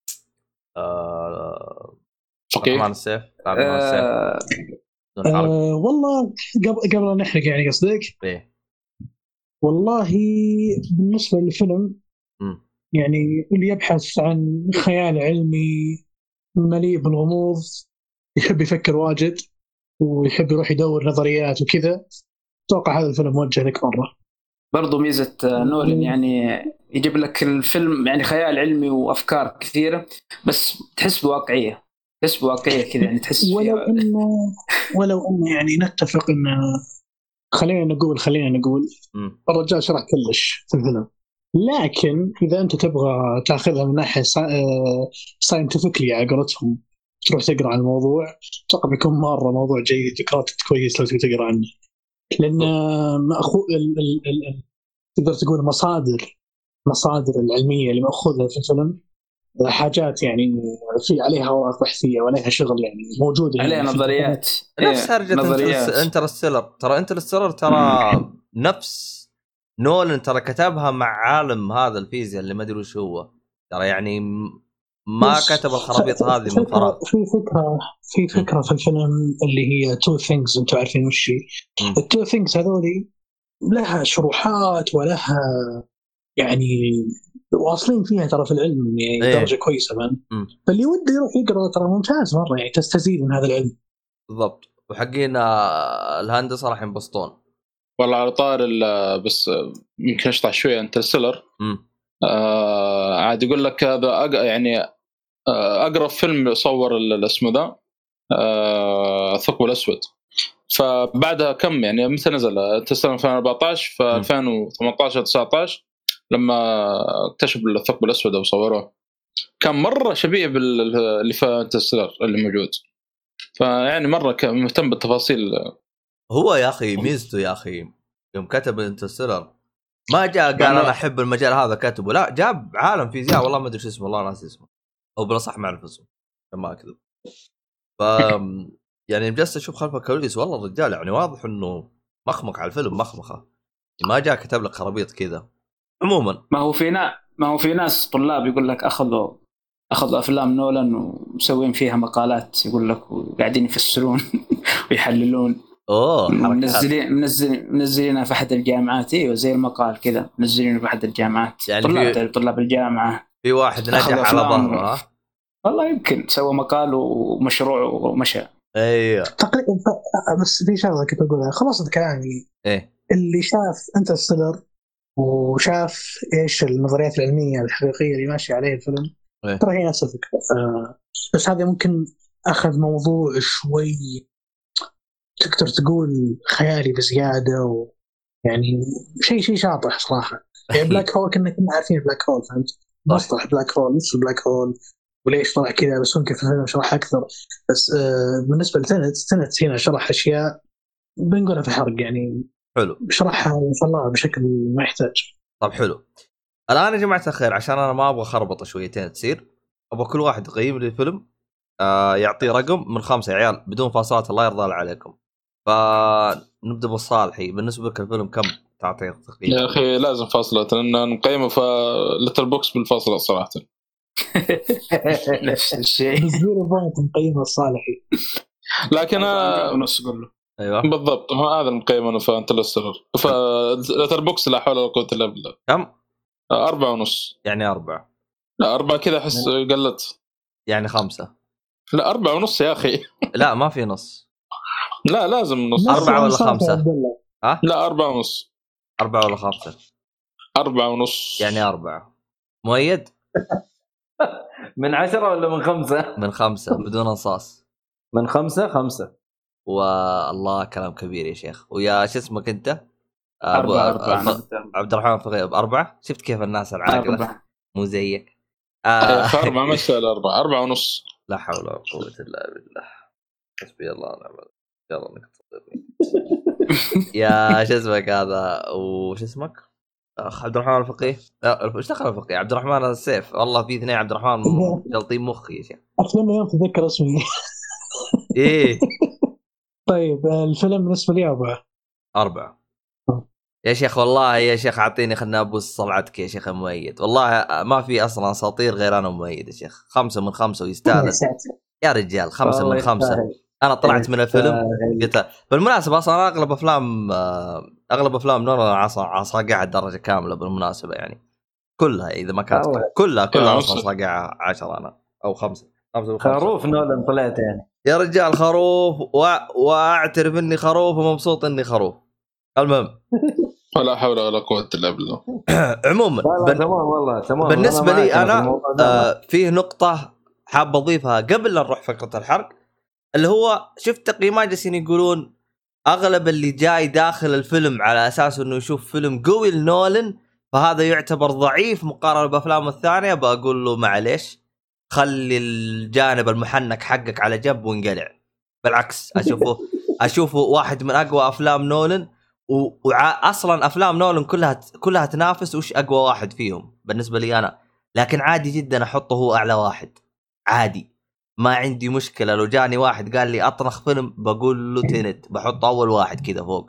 آه عثمان السيف عثمان آه السيف آه والله قبل قبل أن نحرق يعني قصدك إيه؟ والله بالنسبة للفيلم م. يعني اللي يبحث عن خيال علمي مليء بالغموض يحب يفكر واجد ويحب يروح يدور نظريات وكذا أتوقع هذا الفيلم موجه لك مرة. برضو ميزة نولان يعني يجيب لك الفيلم يعني خيال علمي وأفكار كثيرة بس تحس بواقعية تحس بواقعية كذا يعني تحس ولو إنه ولو إنه يعني نتفق إنه خلينا نقول خلينا نقول م. الرجال شرح كلش في الفيلم. لكن إذا أنت تبغى تأخذها من ناحية ساينتفكلي على قولتهم تروح تقرأ عن الموضوع أتوقع بيكون مرة موضوع جيد تقرأ كويس لو تقرأ عنه لأن مأخوذ ال ال ال تقدر تقول مصادر مصادر العلمية اللي مأخوذها في الفيلم حاجات يعني في عليها أوراق بحثية وعليها شغل يعني موجودة عليها يعني نظريات نفس هرجة انترستيلر. ترى انترستيلر ترى نفس نولان ترى كتبها مع عالم هذا الفيزياء اللي ما ادري وش هو ترى يعني ما كتب الخرابيط هذه من فراغ. في فكرة في فكرة في الفيلم اللي هي two things انتم عارفين وش هي التو things هذولي لها شروحات ولها يعني واصلين فيها ترى في العلم يعني إيه؟ درجة كويسة من فاللي وده يروح يقرأ ترى ممتاز مرة يعني تستزيد من هذا العلم بالضبط. وحقين الهندسة راح ينبسطون والله على طار بس يمكن اشطح شوية انترستيلر آه عاد يقول لك هذا أق... يعني آه أقرب فيلم صور الاسم ذا آه الثقب الأسود. فبعدها كم يعني متى نزل انترستيلر ألفين وأربعة عشر في ألفين وثمانية عشر تسعة عشر لما اكتشفوا الثقب الأسود وصوروه كان مرة شبيه باللي في انترستيلر اللي موجود. فيعني مرة مهتم بالتفاصيل هو يا أخي ميزته يا أخي يوم كتب انترستيلر ما جاء قال أنا أحب المجال هذا كاتبه لا جاب عالم فيزياء والله ما أدري شو اسمه والله ناسي اسمه أو بلا صح ما أعرف اسمه ما أكذب. ف يعني جلست أشوف خلف الكواليس والله الرجال يعني واضح إنه مخمخ على الفيلم مخمخة ما جاء كتب لك خرابيط كذا. عموما ما هو في ناس ما هو في ناس طلاب يقول لك أخذوا أخذوا أفلام نولان ومسوين فيها مقالات يقول لك وقاعدين يفسرون ويحللون اوه منزلين منزلين منزلينها في احد الجامعات ايوه زي المقال كذا منزلينه في احد الجامعات يعني طلاب في... طلاب الجامعه في واحد نجح على ظهره ها والله يمكن سوى مقال ومشروع ومشى ايوه تقريبا. بس في شغله كنت اقولها خلاص كلامي ايه اللي شاف انترستيلر وشاف ايش النظريات العلميه الحقيقيه اللي ماشي عليه الفيلم إيه؟ ترى هي نفس الفكره آه بس هذا ممكن اخذ موضوع شوي تقدر تقول خيالي بزيادة ويعني شيء شيء شاطح صراحة. يعني بلاك هول كنا كنا عارفين بلاك هول فهمت مصطلح بلاك هول نفس البلاك هول وليش طلع كذا بس ممكن في الفيلم شرح أكثر. بس آه بالنسبة لتنت تنت هنا شرح أشياء بنقولها في حرق يعني حلو شرحها إن شاء الله بشكل ما يحتاج. طب حلو الآن يا جماعة الخير عشان أنا ما أبغى خربطة شويتين تصير أبغى كل واحد يقيم لي الفيلم آه يعطي رقم من خمسة يا عيال بدون فاصلات الله يرضى عليكم. فنبدأ بالصالحي بالنسبة لك الفيلم كم تعطيه تقييم؟ يا أخي لازم فاصلة لأن نقيمه في لتر بوكس بالفاصلة صراحة. نفس الشيء بالزيرو بوينت نقيمه الصالحي لكن نص قول له أيوة بالضبط هذا المقيم أنا في انترستيلر فلتر بوكس لا حول ولا قوة إلا بالله كم؟ أربعة ونص. يعني أربعة. لا أربعة كذا أحس قلت. يعني خمسة. لا أربعة ونص يا أخي. لا ما في نص. لا لازم نص. أربعة ولا خمسة؟ ها؟ لا أربعة ونص. أربعة ولا خمسة؟ أربعة ونص. يعني أربعة. مؤيد؟ من عشرة ولا من خمسة؟ من خمسة بدون انصاص. من خمسة خمسة. والله كلام كبير يا شيخ. ويا شو اسمك أنت؟ أربعة أربعة. عبد الرحمن فغيب أربعة. شفت كيف الناس العاقلة أربعة. مو زيك. آه. أربعة مسألة أربعة أربعة ونص. لا حول ولا قوة إلا بالله. حسبي الله ونعم الوكيل. يلا انك تصدقني. يا شو اسمك هذا وش اسمك؟ اخ عبد الرحمن الفقيه. ايش دخل الفقيه؟ عبد الرحمن السيف. والله في اثنين عبد الرحمن جلطين مخي يا شيخ. اتمنى يوم تذكر اسمي. ايه. طيب الفيلم بالنسبه لي أربعة. أربعة يا شيخ. والله يا شيخ اعطيني خلنا ابوس صلعتك يا شيخ مؤيد. والله ما في اصلا اساطير غير انا مؤيد يا شيخ. خمسة من خمسة ويستاهل يا رجال. خمسة من خمسة. انا طلعت من الفيلم قلت. بالمناسبة اصلا اغلب افلام اغلب افلام نولان عصا صاقعة درجة كاملة بالمناسبة يعني كلها اذا ما كانت كلها كلها اصلا صاقعة عشرة انا او خمسة. خمسة خروف نولان طلعت يعني يا رجال خروف و... واعترف اني خروف ومبسوط اني خروف. المهم ولا حول ولا قوة الا بالله. عموما بن... تمام والله تمام. بالنسبة لي انا آه فيه نقطة حاب اضيفها قبل لا نروح فقرة الحرق اللي هو شفت تقييمات جالسين يقولون اغلب اللي جاي داخل الفيلم على اساس انه يشوف فيلم قوي لنولان فهذا يعتبر ضعيف مقارنة بافلامه الثانية. بقول له معليش خلي الجانب المحنك حقك على جنب وانقلع. بالعكس اشوفه اشوفه واحد من اقوى افلام نولان واصلا افلام نولان كلها كلها تنافس وش اقوى واحد فيهم بالنسبة لي انا. لكن عادي جدا احطه هو اعلى واحد عادي ما عندي مشكلة. لو جاني واحد قال لي أطرخ فيلم بقول له تينت بحط أول واحد كذا فوق.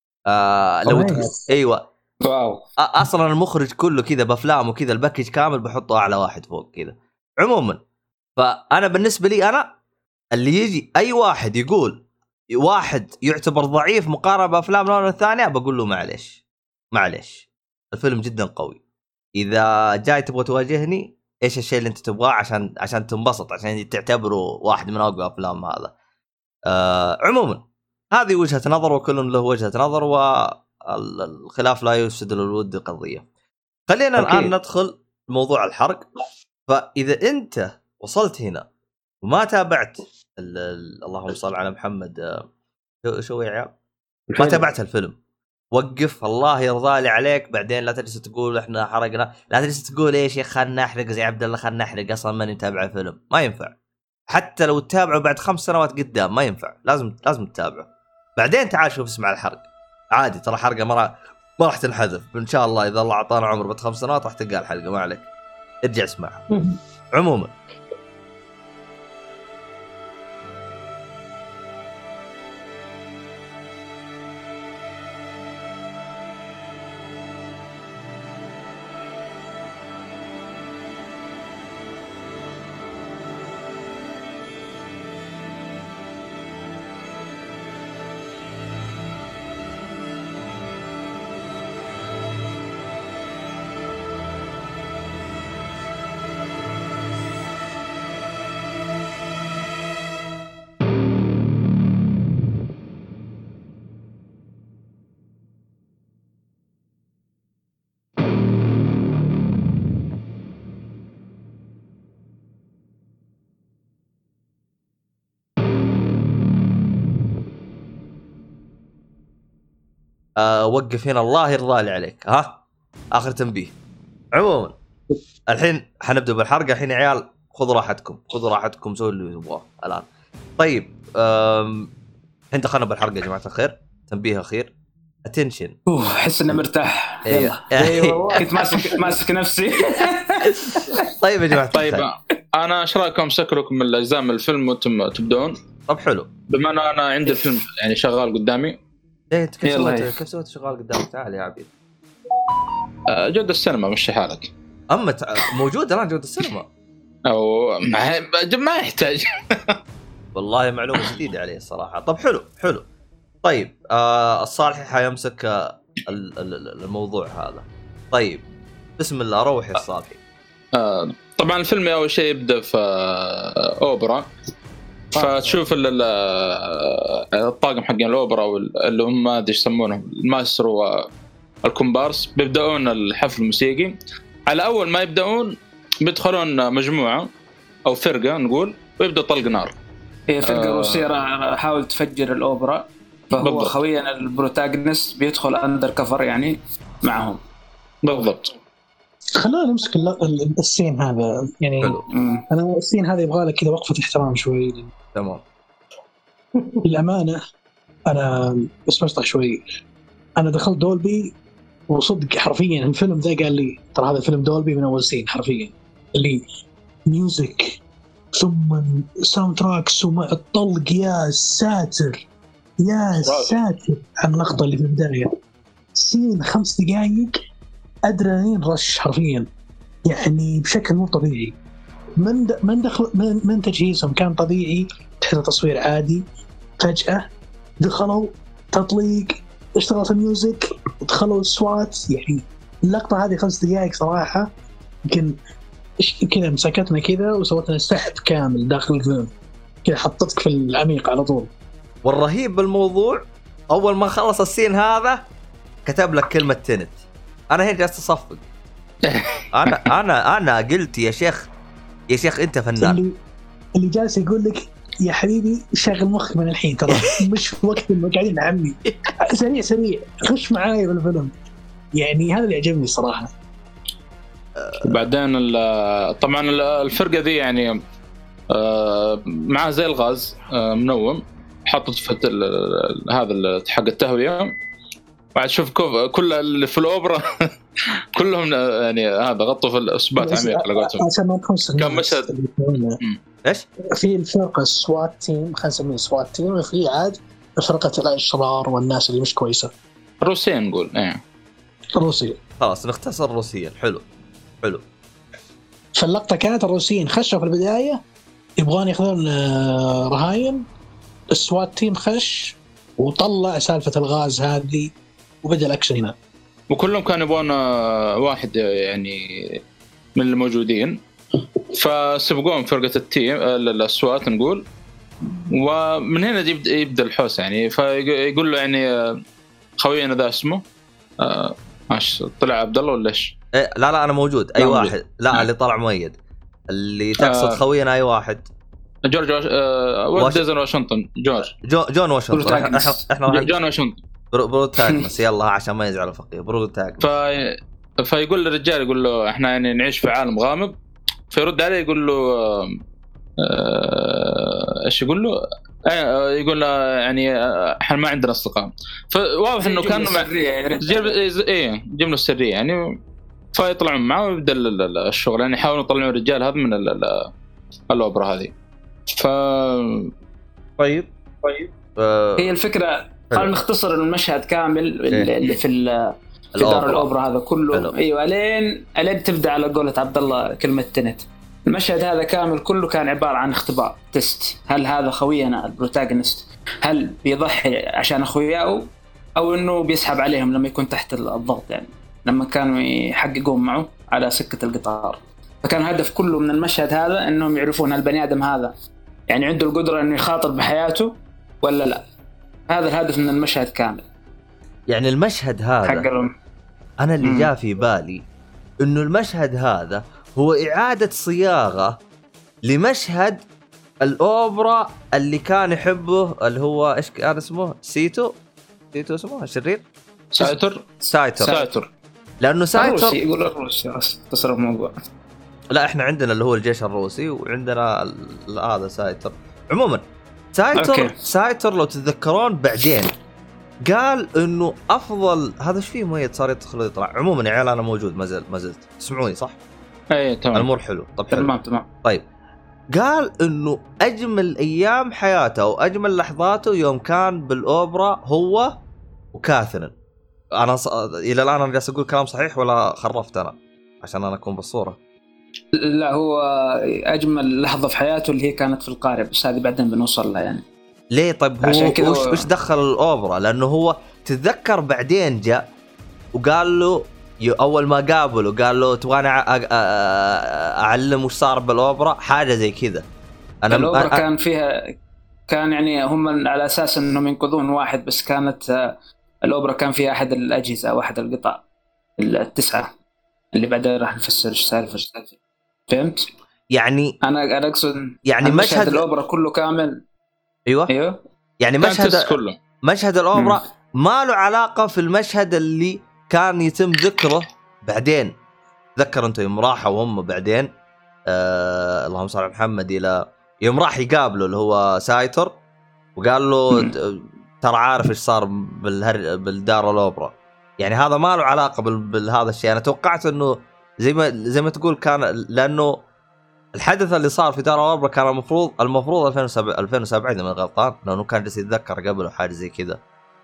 آه لو تق... أيوة واو. أصلا المخرج كله كذا بأفلامه كذا الباكج كامل بحطه أعلى واحد فوق كذا. عموما فأنا بالنسبة لي أنا اللي يجي أي واحد يقول واحد يعتبر ضعيف مقارنة بأفلام نولان الثانية بقول له معلش معلش الفيلم جدا قوي. إذا جاي تبغى تواجهني ايش الشيء اللي انت تبغاه عشان عشان تنبسط عشان تعتبره واحد من اقوى افلام هذا. آه عموما هذه وجهة نظر وكل له وجهة نظر والخلاف لا يفسد للود قضية. خلينا الان ندخل موضوع الحرق. فاذا انت وصلت هنا وما تابعت اللهم صل على محمد آه شو يا عيال ما تابعت الفيلم وقف الله يرضى لي عليك. بعدين لا تجلس تقول احنا حرقنا. لا تجلس تقول ايش يا خلنا نحرق زي عبد الله خلنا نحرق اصلا ماني متابع الفيلم. ما ينفع حتى لو تتابعه بعد خمس سنوات قدام ما ينفع. لازم لازم تتابعه بعدين تعال شوف اسمع الحرق عادي. ترى حرقه مرة ما راح تنحذف ان شاء الله. اذا الله اعطانا عمر بعد خمس سنوات راح تلقى الحلقه ما عليك ارجع اسمعها. عموما أه وقف هنا الله يرضى لي عليك. ها آخر تنبيه. عموما الحين حنبدأ بالحرقة. الحين يا عيال خذوا راحتكم خذوا راحتكم سووا اللي تبغاه الآن. طيب الحين دخلنا بالحرقة يا جماعة الخير. تنبيه أخير اتنشن. اوه احس اني مرتاح. يلا ايوه كنت ماسك ماسك نفسي. طيب يا جماعة طيب انا ايش رايكم سكركم من الاجزاء من الفيلم وانتم تبدون؟ طب حلو. بما انا انا عندي الفيلم يعني شغال قدامي. ايه انت كيف سويت كيف سويت شغال قدامك؟ تعال يا عبيد. أه جودة السينما مشي حالك. اما تع... موجود الان جودة السينما او ما ما يحتاج. والله معلومة جديدة عليه الصراحة. طب حلو حلو. طيب آه الصالحي حيمسك آه الموضوع هذا. طيب بسم الله روحي الصالحي. آه طبعا الفيلم اول شيء يبدا في اوبرا، فتشوف الطاقم حقين الاوبرا اللي هم ما ادري يسمونهم المايسترو والكومبارس بيبداون الحفل الموسيقي. على اول ما يبداون بيدخلون مجموعه او فرقه نقول ويبدا طلق نار. هي فرقه آه روسيه حاول تفجر الاوبرا، فهو بالضبط. خوينا البروتاغونست بيدخل اندر كفر يعني معهم. بالضبط. خلونا نمسك السين هذا يعني حلو. انا السين هذا يبغى لك كذا وقفه احترام شوي. تمام. الامانه انا بس بشطح شوي. انا دخلت دولبي وصدق حرفيا الفيلم ذا قال لي ترى هذا الفيلم دولبي من اول سين حرفيا، اللي ميوزك ثم ساوند تراكس ومع الطلق. يا ساتر يا ساتر عن اللقطه اللي في البدايه، سين خمس دقائق ادرينالين رش حرفيا يعني بشكل مو طبيعي. من د... من دخل من, من تجهيزهم كان طبيعي، تحت تصوير عادي، فجأة دخلوا تطليق، اشتغلت الميوزك، دخلوا السوات. يعني اللقطة هذه خمس دقائق صراحة يمكن كذا مسكتنا كذا وسوتنا سحب كامل داخل الفيلم كذا، حطتك في العميق على طول. والرهيب بالموضوع أول ما خلص السين هذا كتب لك كلمة تنت. أنا هنا جالس أصفق. أنا أنا أنا قلت يا شيخ يا شيخ أنت فنان. اللي, اللي جالس يقول لك يا حبيبي شغل مخك من الحين، ترى مش وقت المقعدين عمي، سريع سريع خش معاي بالفيلم. يعني هذا اللي عجبني صراحة. وبعدين طبعا الفرقة ذي يعني معها زي الغاز منوم حطت في هذا حق التهوية. بعد شوف كل اللي في الأوبرا كلهم يعني هذا غطوا في الأسبات عميق على قولتهم. كان مشهد إيش في الفرقة السوات تيم، خلينا نسميه سوات تيم، وفي عاد فرقة الأشرار والناس اللي مش كويسة الروسيين نقول إيه الروسيين. خلاص نختصر الروسيين. حلو حلو. فاللقطة كانت الروسيين خشوا في البداية يبغون ياخذون رهاين، السوات تيم خش وطلع سالفة الغاز هذه وبدأ الأكشن هنا. وكلهم كانوا يبغون واحد يعني من الموجودين، فسبقون فرقة التيم السوات نقول. ومن هنا يبدأ الحوس يعني. فيقول له يعني خوينا ذا اسمه ماش طلع عبد الله ولا ايش؟ إيه لا لا انا موجود. اي واحد موجود. لا نعم. اللي طلع مؤيد اللي تقصد آه خوينا اي واحد. جورج آه واش... واشنطن جورج جو... جون واشنطن. احنا احنا جون واشنطن بروتاغونست يلا عشان ما يزعل فقيه بروتاغونست. ف... فيقول للرجال يقول له احنا يعني نعيش في عالم غامض. فيرد عليه يقول له ايش آه... يقول له آه... يقول له يعني احنا ما عندنا اصدقاء. فواضح انه كانوا مع جيب ايه جمله سريه يعني. فيطلعون معه ويبدا الشغل يعني يحاولوا يطلعوا الرجال هذا من الأوبرا هذه. ف طيب طيب آه... هي الفكره خلينا نختصر المشهد كامل اللي في في دار الأوبرا هذا كله. حلو. ايوه الين الين تبدا على قولة عبد الله كلمه تنت. المشهد هذا كامل كله كان عباره عن اختبار تست. هل هذا خوينا البروتاغونست هل بيضحي عشان اخوياه او انه بيسحب عليهم لما يكون تحت الضغط، يعني لما كانوا يحققون معه على سكة القطار. فكان الهدف كله من المشهد هذا انهم يعرفون هل البني ادم هذا يعني عنده القدرة انه يخاطر بحياته ولا لا. هذا الهدف من المشهد كامل. يعني المشهد هذا انا اللي جاء في بالي انه المشهد هذا هو اعادة صياغة لمشهد الأوبرا اللي كان يحبه اللي هو ايش كان اسمه سيتو سيتو اسمه الشرير سايتر سايتر سايتر لأنه سايتر يقول الروسي تصرف موضوع. لا احنا عندنا اللي هو الجيش الروسي وعندنا هذا سايتر. عموما سايتر أوكي. سايتر لو تتذكرون بعدين قال انه افضل هذا ايش فيه ميت صار يدخل يطلع. عموما يا عيال انا موجود ما زلت ما زلت تسمعوني صح؟ اي تمام الامور حلو. طب حلو. تمام تمام. طيب قال انه اجمل ايام حياته واجمل لحظاته يوم كان بالاوبرا هو وكاثرين. انا ص... الى الان انا جالس اقول كلام صحيح ولا خرفت انا عشان انا اكون بالصوره؟ لا هو اجمل لحظه في حياته اللي هي كانت في القارب، بس هذه بعدين بنوصل لها يعني. ليه طيب هو وش, وش دخل الاوبرا؟ لانه هو تتذكر بعدين جاء وقال له اول ما قابله قال له تبغاني اعلم وش صار بالاوبرا، حاجه زي كذا. انا الاوبرا أ... كان فيها كان يعني هم على اساس انهم ينقذون واحد، بس كانت الاوبرا كان فيها احد الاجهزه واحد القطع التسعه اللي بعدين راح نفسر ايش سالفه سالفه فهمت يعني. انا انا اقصد يعني مشهد, مشهد الاوبرا كله كامل. ايوه ايوه يعني مشهد كله. مشهد الاوبرا ما له علاقه في المشهد اللي كان يتم ذكره بعدين. تذكر انت يوم راحوا وهم بعدين آه اللهم صل على محمد الى يوم راح يقابله اللي هو سايتر وقال له ترى عارف ايش صار بالهر... بالدار الاوبرا. يعني هذا ما له علاقه بال... بهذا الشيء. انا توقعت انه زي ما زي ما تقول كان لانه الحدث اللي صار في دار الاوبرا كان المفروض المفروض ألفين وسبعة ألفين وسبعة اذا ما غلطان، لانه كان جالس يتذكر قبله حاجه زي كذا.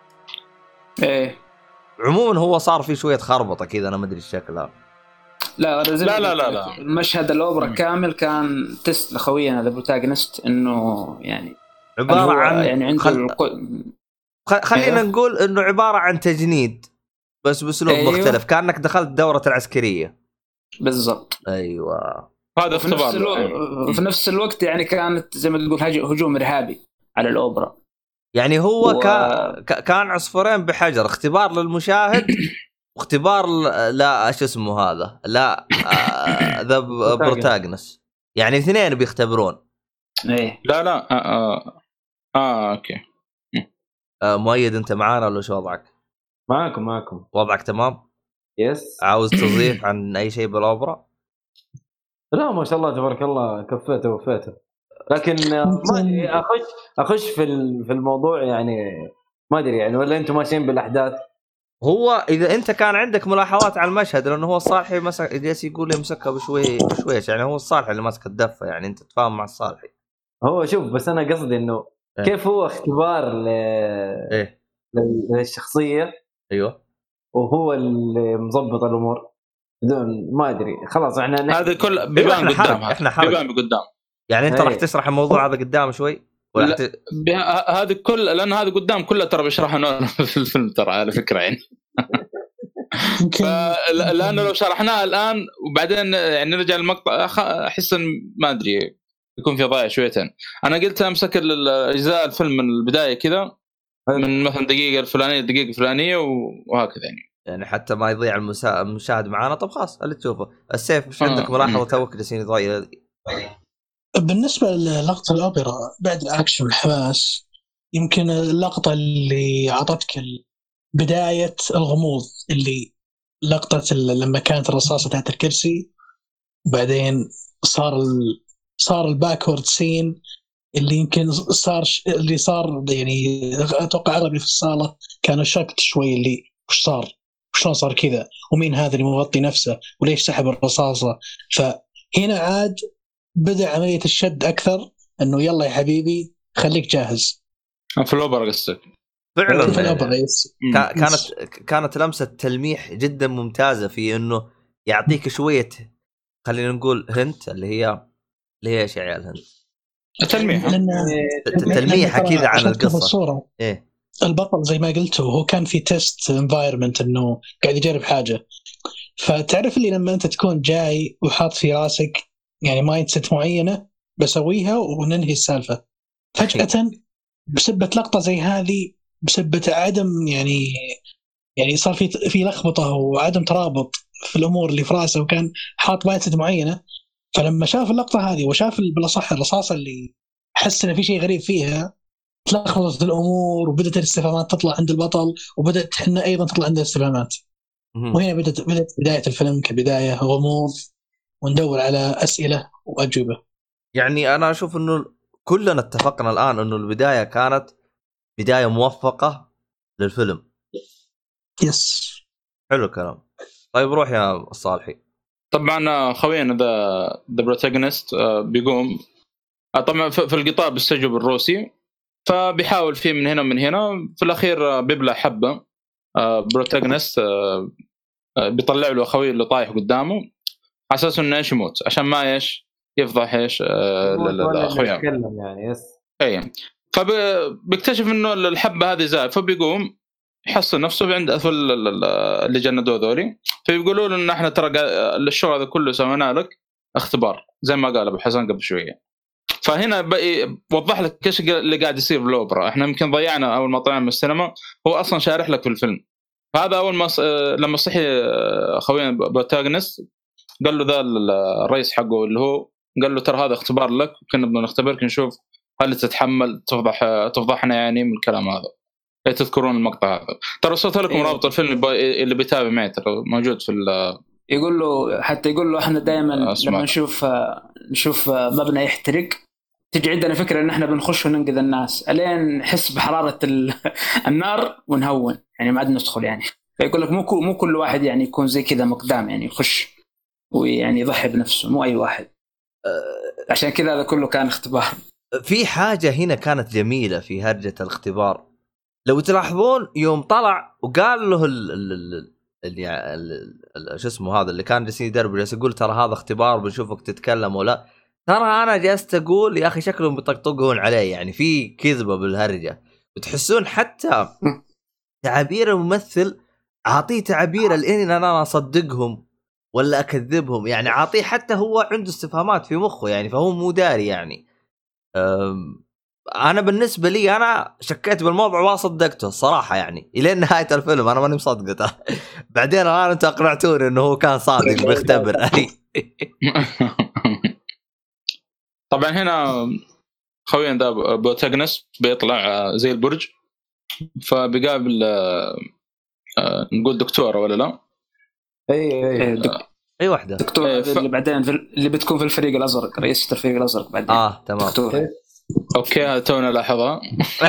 ايه عموما هو صار في شويه خربطه كذا، انا ما ادري شكلها. لا لا لا لا, لا. المشهد الاوبرا م. كامل كان تست لخوينا ذا بروتاغونست انه يعني عباره عن يعني عنده خل... القو... خلينا أيوه. نقول انه عباره عن تجنيد بس باسلوب أيوه. مختلف، كانك دخلت دوره العسكريه بالضبط. ايوه هذا في نفس, الو... في نفس الوقت يعني كانت زي ما تقول هجوم ارهابي على الاوبرا. يعني هو و... كان كان عصفورين بحجر، اختبار للمشاهد واختبار لا ايش اسمه هذا لا ذا بروتاغونست، يعني اثنين بيختبرون. ايه لا لا اه, آه. آه اوكي آه مؤيد انت معانا ولا شو وضعك؟ معاكم معاكم وضعك تمام؟ يس. عاوز تضيف عن اي شيء بالاوبرا؟ لا ما شاء الله تبارك الله كفيته وفيته، لكن ما اخش اخش في في الموضوع يعني ما ادري يعني ولا انتم ماشيين بالاحداث. هو اذا انت كان عندك ملاحظات على المشهد لانه هو الصالحي مسك جالس يقول لي مسكها بشوي بشويش، يعني هو الصالحي اللي ماسك الدفه، يعني انت تتفاهم مع الصالحي. هو شوف بس انا قصدي انه إيه؟ كيف هو اختبار ل ايه للشخصيه ايوه وهو اللي مضبط الامور بدون ما ادري. خلاص احنا هذا كل بيبان قدام، احنا حرق بيبان قدام. يعني انت راح تشرح الموضوع هذا قدام شوي ولا ت... هذا كل لان هذا قدام كله ترى بيشرحه في الفيلم ترى على فكره يعني لانه لو شرحناها الان وبعدين يعني نرجع المقطع احس ان ما ادري يكون في ضايع شويتين. انا قلت امسك الاجزاء الفيلم من البدايه كذا من مثلا دقيقه الفلانيه الدقيقه الفلانيه وهكذا يعني يعني حتى ما يضيع المسا... المشاهد معانا. طب خلاص اللي تشوفه. السيف مش عندك ملاحظه توك جالسين يضيع؟ بالنسبه للقطه الاوبرا بعد الاكشن والحماس، يمكن اللقطه اللي اعطتك بدايه الغموض اللي لقطه لما كانت الرصاصه تحت الكرسي وبعدين صار ال... صار الباكورد سين اللي يمكن صار اللي صار يعني اتوقع اغلب في الصاله كانوا شكت شوي اللي وش صار وشلون صار كذا ومين هذا اللي مغطي نفسه وليش سحب الرصاصه. فهنا عاد بدأ عملية الشد أكثر إنه يلا يا حبيبي خليك جاهز. في الأوبرا قصدك؟ فعلا في الأوبرا يس. كانت كانت لمسة تلميح جدا ممتازة في إنه يعطيك شوية خلينا نقول هنت اللي هي اللي هي إيش يا عيال هنت؟ تلميح تلميح كذا عن القصة. الصورة. إيه البطل زي ما قلته هو كان في تيست انفايرمنت إنه قاعد يجرب حاجة، فتعرف اللي لما أنت تكون جاي وحاط في راسك يعني مايند سيت معينة بسويها وننهي السالفة، فجأة بسبة لقطة زي هذه بسبة عدم يعني يعني صار في في لخبطة وعدم ترابط في الأمور اللي في راسه وكان حاط مايند سيت معينة، فلما شاف اللقطة هذه وشاف بالأصح الرصاصة اللي حس إن في شيء غريب فيها تلخبطت الأمور وبدأت الاستفهامات تطلع عند البطل وبدأت إحنا أيضا تطلع عند الاستفهامات. وهنا بدأت بدأت بداية الفيلم كبداية غموض وندور على أسئلة وأجوبة. يعني أنا أشوف إنه كلنا اتفقنا الآن إنه البداية كانت بداية موفقة للفيلم. يس حلو الكلام. طيب روح يا الصالحي. طبعا خوينا ذا ذا بروتاغونست بيقوم طبعا في القطار بالسجن الروسي، فبيحاول فيه من هنا ومن هنا، في الأخير بيبلع حبة بروتاغونست بيطلع له خويه اللي طايح قدامه على اساس انه ايش يموت عشان ما ايش يفضح ايش اخويا يتكلم يعني يس اي. فبيكتشف انه الحبه هذه زائفه، فبيقوم يحصل نفسه عند اللي جندوه ذولي، فيقولوا له ان احنا ترى الشغل هذا كله سوينا لك اختبار زي ما قال ابو حسن قبل شويه. فهنا وضح لك ايش اللي قاعد يصير في الاوبرا. احنا يمكن ضيعنا اول ما طلعنا من السينما، هو اصلا شارح لك في الفيلم. هذا اول ما ص... لما صحي خوينا بروتاغونست قال له ذا الرئيس حقه اللي هو قال له ترى هذا اختبار لك، كنا بدنا نختبرك نشوف هل تتحمل تفضح تفضحنا يعني من الكلام هذا. تذكرون المقطع هذا؟ ترى صوت لكم إيه. رابط الفيلم اللي بيتابع معي ترى موجود في يقول له حتى يقول له احنا دائما لما نشوف نشوف مبنى يحترق تجي عندنا فكره ان احنا بنخش وننقذ الناس الين نحس بحراره النار ونهون يعني ما عاد ندخل يعني. فيقول لك مو مو كل واحد يعني يكون زي كذا مقدام يعني يخش ويعني يضحي بنفسه، مو اي واحد. عشان كذا هذا كله كان اختبار. في حاجه هنا كانت جميله في هرجه الاختبار، لو تلاحظون يوم طلع وقال له ال ال ال شو اسمه هذا اللي كان جالس يدرب جالس يقول ترى هذا اختبار بنشوفك تتكلم ولا، ترى انا جالس اقول يا اخي شكلهم بيطقطقون عليه يعني في كذبه بالهرجه. بتحسون حتى تعابير الممثل عاطيه تعابير الان انا اصدقهم ولا اكذبهم يعني، عاطيه حتى هو عنده استفهامات في مخه يعني، فهو مو داري يعني. انا بالنسبه لي انا شكيت بالموضوع وصدقته الصراحه يعني الى نهايه الفيلم انا ماني مصدقته. بعدين انا انتوا اقنعتوني انه هو كان صادق بيختبر. طبعا هنا خوينا ده بروتاغونست بيطلع زي البرج، فبيقابل نقول دكتوره ولا لا؟ اي اي دك... اي واحده دكتور إيه ف... اللي بعدين في... اللي بتكون في الفريق الازرق، رئيسة الفريق الازرق بعدين. اه تمام دكتور. اوكي هذا تونا لاحظها.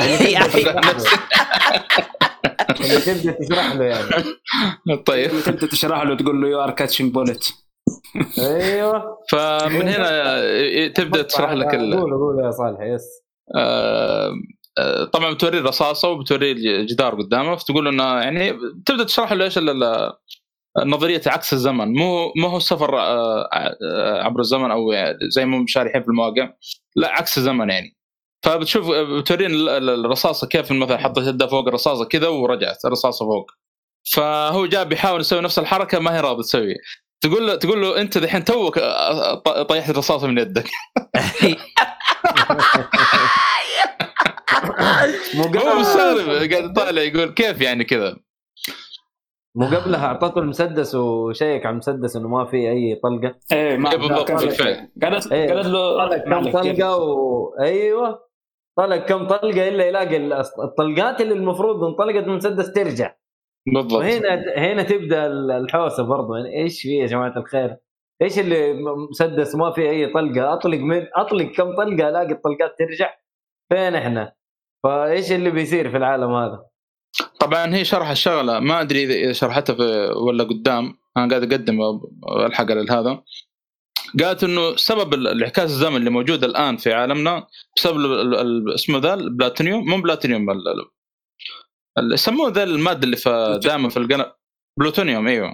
اللي تبدا تشرح له يعني. طيب تبدا تشرح له تقول له يو ار كاتشنج بوليت. ايوه فمن هنا تبدا تشرح لك ال قول قول يا صالح. يس آه طبعا بتوري الرصاصه وبتوري الجدار قدامه، فتقول انه يعني تبدا تشرح له ايش نظريه عكس الزمن، مو مو هو السفر عبر الزمن او زي ما مشارحين في المواقع، لا عكس الزمن يعني. فبتشوف بتورين الرصاصه كيف مثلا حطت يده فوق الرصاصه كذا ورجعت الرصاصه فوق، فهو جاب بيحاول يسوي نفس الحركه ما هي راضي تسوي. تقول له تقول له انت الحين توك طيحت الرصاصه من يدك. مو قبل مستغرب قاعد طالع يقول كيف يعني كذا. مو قبلها اعطته المسدس وشيك على المسدس انه ما في اي طلقه. ايه ما بالضبط بالفعل قالت قالت له كم طلقه و... ايوه طلق كم طلقه الا يلاقي الطلقات اللي المفروض انطلقت من المسدس ترجع بالضبط. وهنا هنا تبدا الحوسه برضه يعني ايش في يا جماعه الخير، ايش اللي مسدس ما في اي طلقه، اطلق من اطلق كم طلقه الاقي الطلقات ترجع، فين احنا؟ فايش اللي بيصير في العالم هذا؟ طبعا هي شرح الشغله ما ادري اذا شرحتها في ولا قدام، انا قاعد اقدم الحلقه لهذا. قالت انه سبب الانعكاس الزمن اللي موجود الان في عالمنا بسبب اسمه ذا البلاتينيوم، مو بلاتينيوم اللي يسموه ذا الماده اللي في دائما في القناه بلوتونيوم. ايوه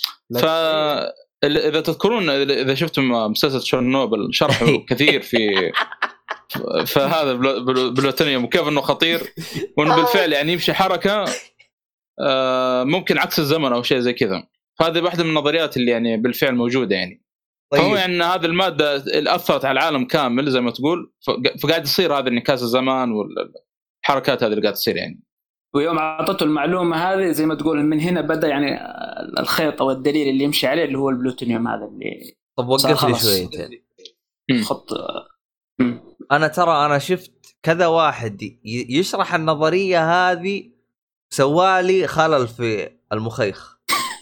فاذا تذكرون اذا شفتم مسلسل تشيرنوبل شرحوا كثير في فهذا بلوتونيوم وكيف انه خطير وانه بالفعل يعني يمشي حركه ممكن عكس الزمن او شيء زي كذا. فهذه واحده من النظريات اللي يعني بالفعل موجوده يعني. طيب. فهو يعني هذه الماده اللي اثرت على العالم كامل زي ما تقول، فقاعد يصير هذا انعكاس الزمان والحركات هذه اللي قاعد تصير يعني. ويوم اعطته المعلومه هذه زي ما تقول من هنا بدا يعني الخيط او الدليل اللي يمشي عليه اللي هو البلوتونيوم هذا اللي. طب وقف لي شويتين خط. انا ترى انا شفت كذا واحد يشرح النظريه هذه سوالي خلل في المخيخ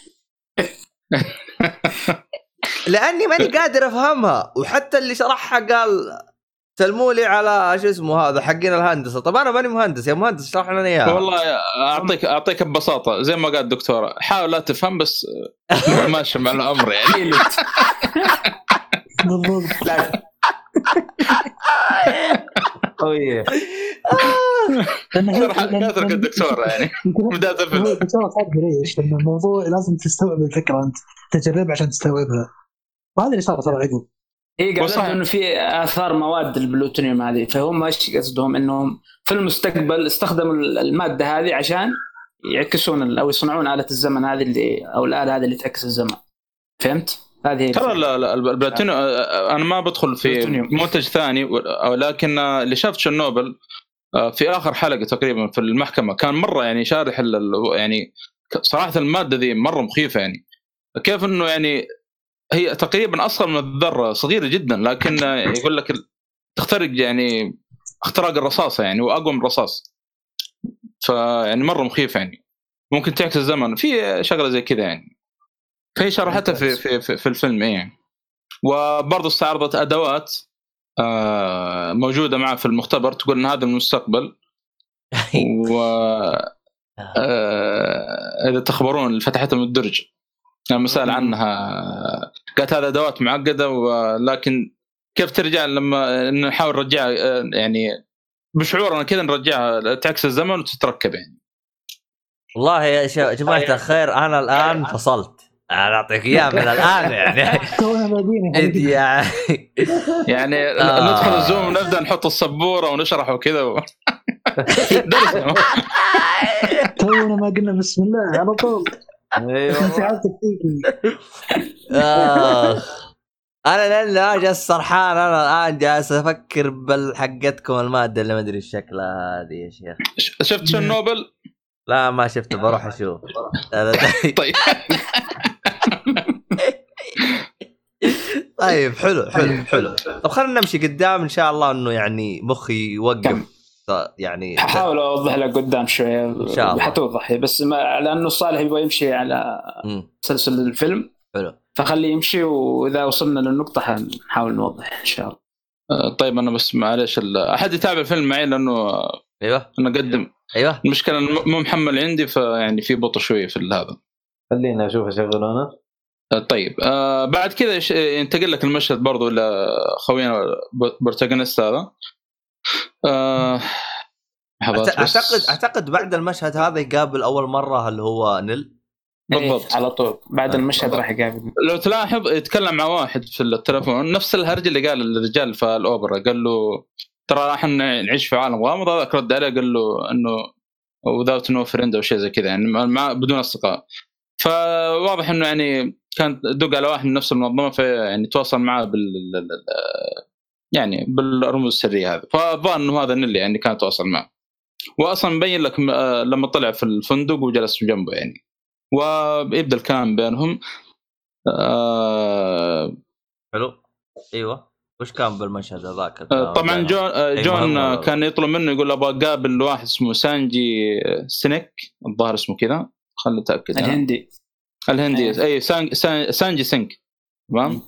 لاني ماني قادر افهمها، وحتى اللي شرحها قال سلمولي على شو اسمه هذا حقين الهندسه. طب انا ماني مهندس يا مهندس اشرح لنا اياها. والله اعطيك اعطيك ببساطه زي ما قال الدكتوره، حاول لا تفهم بس ماشي مع الامر يعني. بالضبط. قوية. شرح كثرك الدكتورة يعني بداية الفيلم. الدكتورة صار قريش لأن الموضوع لازم تستوعب الفكرة أنت تجرب عشان تستوعبها، وهذا اللي صار صار عقب. إيه قالوا إنه في آثار مواد البلوتونيوم هذه، فهم إيش قصدهم إنهم في المستقبل استخدموا المادة هذه عشان يعكسون او يصنعون آلة الزمن هذه اللي او الآلة هذه اللي تعكس الزمن. فهمت؟ هذه ترى البلاتينيوم انا ما بدخل في منتج ثاني، ولكن اللي شفت شيرنوبل في اخر حلقه تقريبا في المحكمه كان مره يعني شارح يعني صراحه الماده ذي مره مخيفه، يعني كيف انه يعني هي تقريبا اصغر من الذره، صغيره جدا، لكن يقول لك تخترق يعني اختراق الرصاصه يعني واقوى من الرصاص، فيعني مره مخيفه يعني ممكن تعكس الزمن في شغله زي كذا يعني. فهي شرحتها في في في, في الفيلم يعني. وبرضه استعرضت ادوات آه موجوده معه في المختبر تقول ان هذا المستقبل و آه اذا تخبرون اللي فتحتها من الدرج مسألة عنها، قالت هذا ادوات معقده، ولكن كيف ترجع لما نحاول نرجعها يعني بشعورنا كذا نرجعها تعكس الزمن وتتركب يعني. والله يا جماعه الخير انا الان فصلت، انا اعطيك اياه من الان يعني يعني يعني ندخل الزوم ونبدا نحط السبوره ونشرح وكذا و... تونا ما قلنا بسم الله على طول. ايوه انا لا جالس سرحان، انا الان جالس افكر بالحقتكم الماده اللي ما ادري شكلها هذه يا شيخ. شفت شيرنوبل؟ لا ما شفته، بروح اشوف. طيب طيب حلو حلو حلو. طب خلينا نمشي قدام ان شاء الله، انه يعني مخي يوقف يعني. حاول اوضح لك قدام شويه ان شاء الله حتوضح، بس ما لانه صالح يبغى يمشي على سلسله الفيلم حلو، فخليه يمشي واذا وصلنا للنقطه حنحاول نوضح ان شاء الله. طيب انا بس معلش احد يتابع الفيلم معي لانه ايوه انا اقدم. ايوه المشكله مو محمل عندي فيعني في بطء شويه في هذا. خلينا اشوف اشغلونه. طيب آه بعد كذا ينتقل لك المشهد برضو لخوينا بروتاغونيست هذا. آه اعتقد اعتقد بعد المشهد هذا يقابل اول مره اللي هو نيل بالضبط على طول بعد المشهد راح يقابل. لو تلاحظ يتكلم مع واحد في التلفون نفس الهرج اللي قال الرجال في الأوبرا، قال له ترى احنا نعيش في عالم غامض، هذا رد عليه قال له انه without no friend او شيء زي كذا يعني مع بدون اصدقاء. فواضح انه يعني كان دق على واحد من نفس المنظمه في يعني تواصل معه بال يعني بالرموز السريه هذه، فظن انه هذا اللي يعني كان تواصل معه. واصلا مبين لك لما طلع في الفندق وجلس جنبه يعني، ويبدا الكلام بينهم. آه حلو ايوه. وش كان بالمشهد هذاك؟ طبعا جون جون كان يطلب منه يقول ابغى اقابل واحد اسمه سانجي سينك الظاهر اسمه كذا، خلنا نتاكد. الهندي الهندي اي سانج سانجي سينك تمام.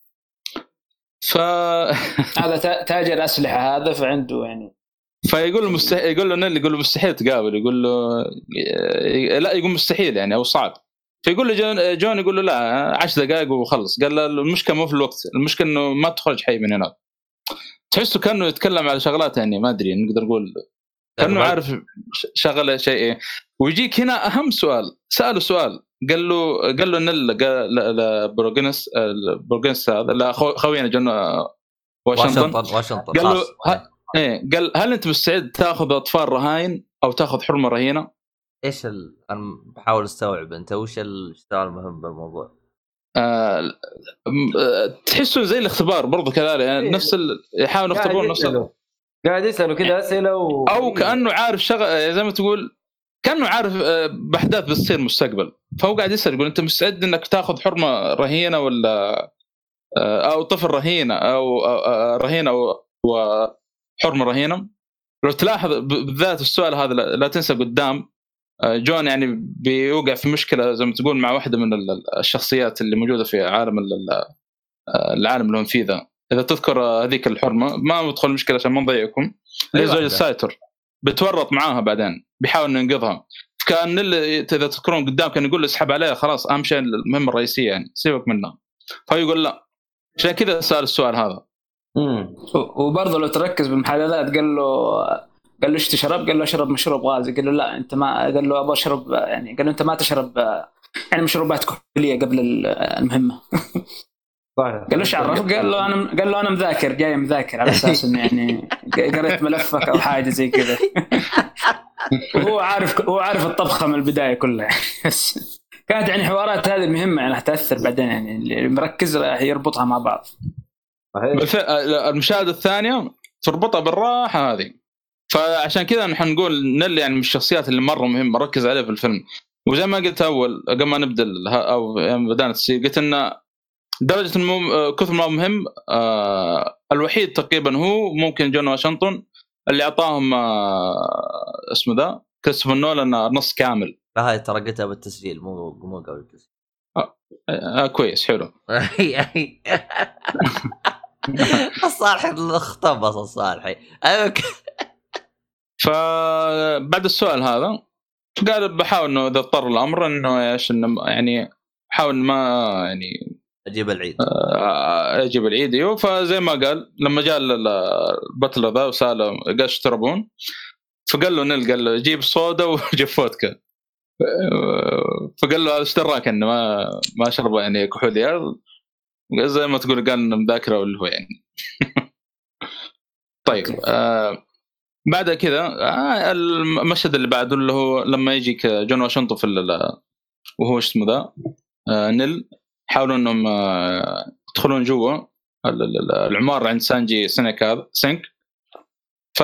ف هذا تاجر اسلحه هذا فعنده يعني. فيقول له مستحيل، يقول له نيل يقول له مستحيل تقابل، يقول له لا يقول مستحيل يعني او صعب. فيقول له جون, جون يقول له لا عشر دقائق وخلص. قال له المشكله مو في الوقت، المشكله انه ما تخرج حي من هناك. تحسه كانه يتكلم على شغلات يعني ما ادري نقدر نقول كانه عارف شغله شيء. ويجيك هنا اهم سؤال ساله سؤال قال له قال له نيل قال بروغنس بروغنس هذا لا خوينا جون واشنطن واشنطن قال له ايه قال هل انت مستعد تاخذ اطفال رهاين او تاخذ حرمه رهينه؟ ايش ال... انا بحاول استوعب انت وش الاشتغال المهم بالموضوع. آه... تحسوا زي الاختبار برضو كذلك يعني نفس ال... يحاولوا يختبرون نفسه، قاعد يسالوا كذا اسئله و... او كانه عارف شغل زي ما تقول كانه عارف باحداث بتصير مستقبل. فهو قاعد يسال يقول انت مستعد انك تاخذ حرمه رهينه ولا او طفل رهينه او رهينه او حرمه رهينه؟ لو تلاحظ بالذات السؤال هذا لا تنسى قدام جون يعني بيوقع في مشكله زي ما تقول مع واحده من الشخصيات اللي موجوده في عالم العالم اللي هم فيه ذا. اذا تذكر هذيك الحرمه ما ندخل مشكله عشان ما نضيعكم، زوج السايتر بتورط معاها بعدين بيحاول انه ينقذها. كان اللي اذا تذكرون قدام كان يقول له اسحب عليها خلاص اهم شيء المهمه الرئيسيه يعني سيبك منها. فيقول لا، عشان كذا سأل السؤال هذا. امم وبرضه لو تركز بالمحادثات قال له قال له ايش تشرب؟ قال له اشرب مشروب غازي. قال له لا انت ما، قال له ابغى اشرب يعني، قال له انت ما تشرب يعني مشروبات كحوليه قبل المهمه. قال له ايش عرفك؟ قال له انا قال له انا مذاكر جاي مذاكر على اساس انه يعني قريت ملفك او حاجه زي كذا. وهو عارف هو عارف الطبخه من البدايه كلها. كانت يعني حوارات هذه مهمه يعني هتاثر بعدين، يعني اللي مركز راح يربطها مع بعض. المشاهده الثانيه تربطها بالراحه هذه، فعشان كذا نحن نقول نل يعني من الشخصيات اللي مره مهمه ركز عليها في الفيلم. وزي ما قلت اول قبل ما نبدا او يعني بدأنا التسجيل قلت ان درجه المم... كثر ما مهم آه الوحيد تقريبا هو ممكن جون واشنطن اللي اعطاهم آه اسمه ذا كريستوفر نولان نص كامل. هاي ترى قلتها بالتسجيل مو مو قبل التسجيل. آه. آه كويس حلو. الصالحي اختبص الصالحي. فبعد السؤال هذا قال بحاول انه اذا اضطر الامر انه ايش انه يعني حاول ما يعني اجيب العيد اجيب العيد ايوه. فزي ما قال لما جاء البطل ذا وساله قال اشتربون، فقال له نل قال له جيب صودا وجيب فودكا، فقال له هذا اشتراك انه ما ما شرب يعني كحوليات زي ما تقول قال مذاكره ولا هو يعني. طيب آه بعد كذا آه المشهد اللي بعده اللي هو لما يجيك جون واشنطن في وهو اسمه ذا آه نل حاولوا انهم آه يدخلون جوا العمارة عند سانجي سينك هذا سينك، ف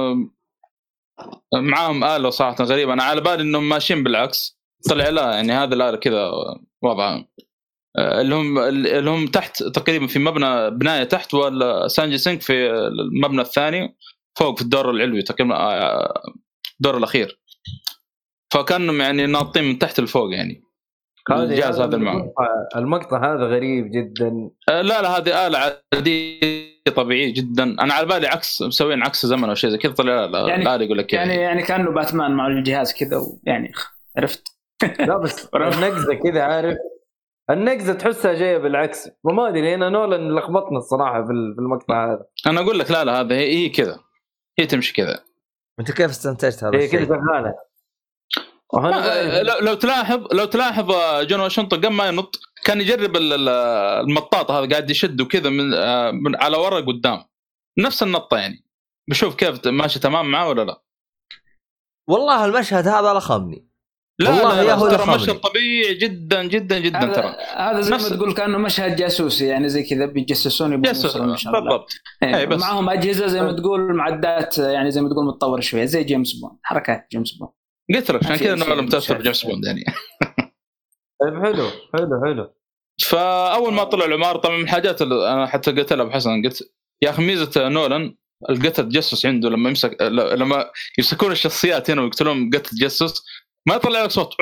معاهم آلة صراحة غريبة. أنا على بالي إنهم ماشيين بالعكس، طلع لا يعني هذا الآلة كذا وضعهم آه اللي هم اللي هم تحت تقريبا في مبنى بناية تحت، ولا سانجي سينك في المبنى الثاني فوق في الدور العلوي تقريبا آه الدور الأخير، فكانوا يعني ناطين من تحت لفوق يعني. الجهاز هذا المقطع المقطع هذا غريب جدا. آه لا لا هذه آلة عادية طبيعية جدا. أنا على بالي عكس مسوين عكس زمن أو شيء زي كذا، طلع لا يعني لا يقول لك يعني يعني كأنه باتمان مع الجهاز كذا يعني عرفت. لا بس النقزة كذا عارف النقزة تحسها جاية بالعكس، وما أدري هنا نولان لخبطنا الصراحة في المقطع هذا. أنا أقول لك لا لا هذا هي, هي كذا هي تمشي كذا. أنت كيف استنتجت هذا الشيء؟ هي كذا شغالة. لو, لو تلاحظ لو تلاحظ جون واشنطن قبل ما ينط كان يجرب المطاط هذا قاعد يشد وكذا من, من على ورا قدام نفس النطة يعني، بشوف كيف ماشي تمام معه ولا لا. والله المشهد هذا لخمني. لا والله لا لا ترى مشهد طبيعي جدا جدا جدا. هذا ترى هذا زي ما تقول كانه مشهد جاسوسي يعني زي كذا بيجسسون بالضبط يعني معهم أجهزة زي ما تقول معدات يعني زي ما تقول متطور شوية زي جيمس بوند، حركات جيمس بوند. قلت لك عشان كذا انه متاثر بجيمس بوند يعني. طيب حلو حلو حلو. فاول ما طلع العمار طبعا من الحاجات اللي انا حتى قلت له ابو حسن قلت يا اخي ميزه نولان القتل تجسس عنده لما يمسك لما يمسكون الشخصيات هنا ويقتلون قتل تجسس ما يطلع لك صوت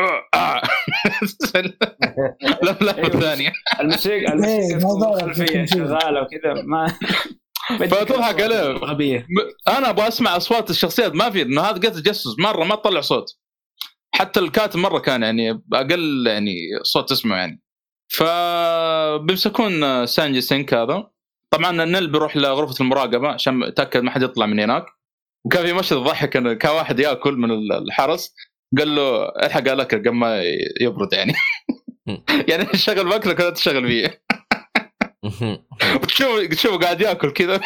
لا لا الثانيه الموسيقى الموسيقى الخلفيه شغاله وكذا ما فتضحك عليه غبيه. انا ابغى اسمع اصوات الشخصيات ما في انه هذا قتل تجسس مره ما تطلع صوت، حتى الكاتب مره كان يعني اقل يعني صوت تسمع يعني. فبيمسكون سانجي سينك هذا طبعا نل بيروح لغرفه المراقبه عشان يتاكد ما حد يطلع من هناك، وكان في مشهد ضحك انه كان واحد ياكل من الحرس قال له الحق لك قبل ما يبرد يعني. يعني الشغل باكله كذا تشغل فيه شوف شوف قاعد ياكل كذا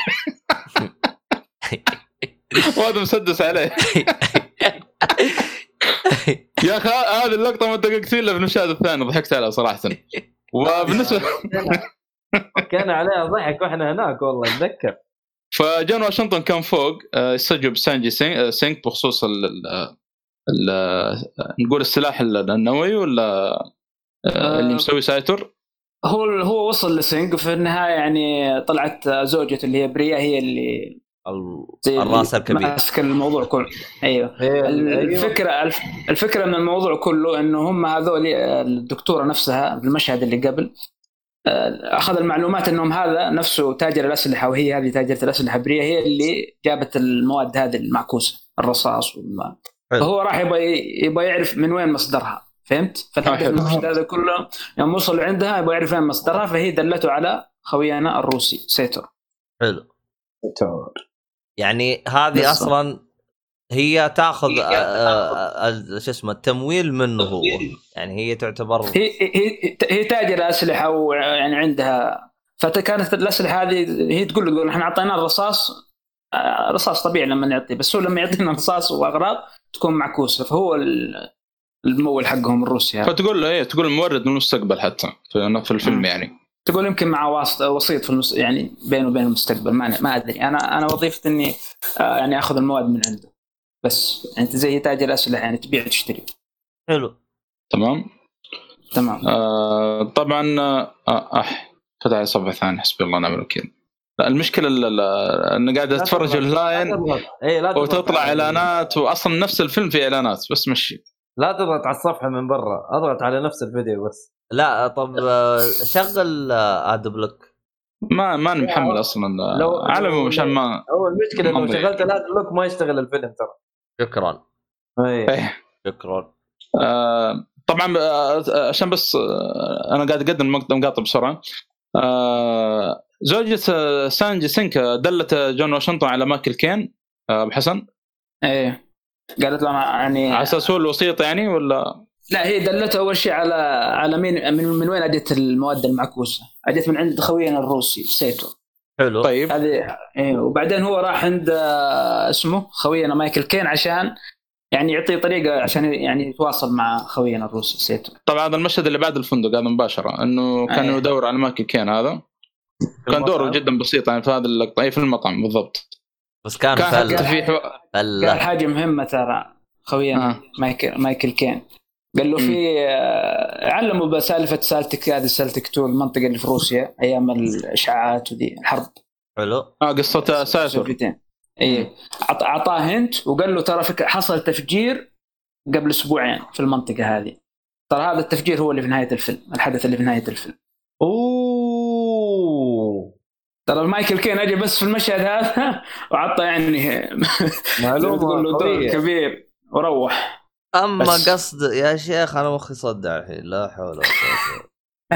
وهذا مسدس عليه. يا اخي هذه اللقطه ما دققت فيها في المشهد الثاني ضحكت عليها صراحه. وبالنسبه كان عليها ضحك واحنا هناك والله اتذكر. فجون واشنطن كان فوق يستجوب سانجي سينك بخصوص ال نقول السلاح النووي ولا اللي مسوي سايتر. هو هو وصل لسينك في النهايه يعني طلعت زوجته اللي هي بريا هي اللي الراس الكبير ماسك الموضوع كله. ايوه الفكره الفكره من الموضوع كله انه هم هذول الدكتوره نفسها في المشهد اللي قبل اخذ المعلومات انهم هذا نفسه تاجر الاسلحه وهي هذه تاجره الاسلحه بريا هي اللي جابت المواد هذه المعكوسه الرصاص والماء، فهو راح يبغى يبغى يعرف من وين مصدرها. فهمت؟ فالمشهد هذا كله يوم وصل عندها يبغى يعرف وين مصدرها، فهي دلته على خوينا الروسي سيتور. حلو يعني هذه اصلا هي تاخذ شو اسمه التمويل منه هو يعني هي تعتبر هي هي, هي تاجر اسلحه ويعني عندها، فكانت الاسلحه هذه هي تقول له تقول احنا اعطينا الرصاص رصاص طبيعي لما نعطي، بس هو لما يعطينا رصاص واغراض تكون معكوسه، فهو الممول حقهم الروسي هذا. فتقول له ايه تقول المورد من المستقبل حتى في في الفيلم. م. يعني تقول يمكن مع واسط وسيط في المس... يعني بينه وبين المستقبل، ما ما ادري. انا انا وظيفتي اني آه يعني اخذ المواد من عنده بس. انت زي تاجر اسلحه يعني تبيع تشتري. حلو تمام تمام. آه طبعا آه آه فتح صفحه ثانيه حسبي الله ونعم الوكيل. المشكله ان قاعد اتفرج اونلاين وتطلع اعلانات واصلا نفس الفيلم فيه اعلانات بس مشي. لا تضغط على الصفحه من برا، اضغط على نفس الفيديو بس. لا طب شغل اد بلوك. ما ما محمل اصلا علم مشان ما هو المشكله لو شغلت الاد بلوك ما يشتغل الفيلم ترى. شكرا ايه شكرا. آه طبعا آه عشان بس آه انا قاعد اقدم مقاطع بسرعه. آه زوجة سانجي سينكا دلت جون واشنطن على مايكل كين ابو حسن. ايه قالت له يعني على اساس هو الوسيط يعني ولا لا؟ هي دلته اول شيء على على مين من, من وين اجت المواد المعكوسه؟ اجت من عند خوينا الروسي سيتو. حلو طيب هذه ايه. وبعدين هو راح عند اسمه خوينا مايكل كين عشان يعني يعطيه طريقه عشان يعني يتواصل مع خوينا الروسي سيتو. طبعا هذا المشهد اللي بعد الفندق هذا مباشره انه كان يدور على مايكل كين. هذا كان دوره جدا بسيط يعني في هذا اللقطه في المطعم بالضبط. بس كان فل في حو... قال حاجه مهمه ترى خوينا آه. مايكل مايكل كين قال له في علموا بسالفه سالتك هذه سالتك تو المنطقه اللي في روسيا ايام الاشعاعات ودي الحرب. حلو. اه قصه ساتور. اي اعطاه هنت وقال له ترى فكره حصل تفجير قبل اسبوعين في المنطقه هذه. ترى هذا التفجير هو اللي في نهايه الفيلم، الحدث اللي في نهايه الفيلم. اوه ترى مايكل كين اجى بس في المشهد هذا وعطى يعني معلومه كبير وروح. اما بس. قصد يا شيخ انا مخي صدع الحين لا حول ولا قوه.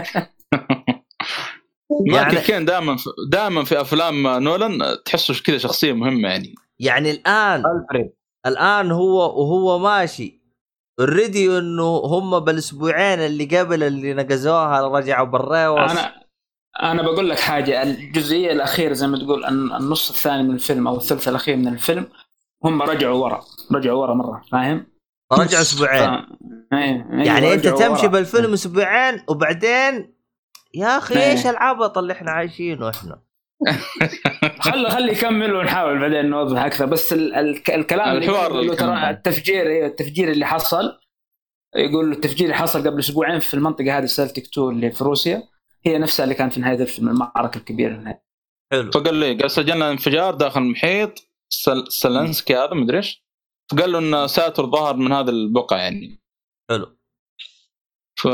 مايكل كين دائما دائما في افلام نولان تحسه كذا شخصيه مهمه يعني. يعني الان ألفريد. الان هو وهو ماشي اوريدي انه هم بالاسبوعين اللي قبل اللي نقزوها رجعوا بالريوس. انا انا بقول لك حاجه، الجزئيه الاخيره زي ما تقول النص الثاني من الفيلم او الثلث الاخير من الفيلم هم رجعوا ورا رجعوا ورا مره فاهم. رجعوا اسبوعين ف... يعني انت تمشي بالفيلم اسبوعين وبعدين يا اخي ايش العبط اللي احنا عايشينه احنا. خلي خلي يكمل ونحاول بعدين نوضح اكثر. بس ال... ال... الكلام اللي ترى التفجير ايه التفجير اللي حصل يقول له التفجير اللي حصل قبل اسبوعين في المنطقه هذه سالتك تو اللي في روسيا هي نفسها اللي كانت في نهايه الفيلم المعركه الكبيره هنا. حلو. فقال لي قال سجلنا انفجار داخل المحيط سل... سلنسكي هذا مدري ايش. فقال له ان ساتر ظهر من هذا البقعه يعني. حلو. ف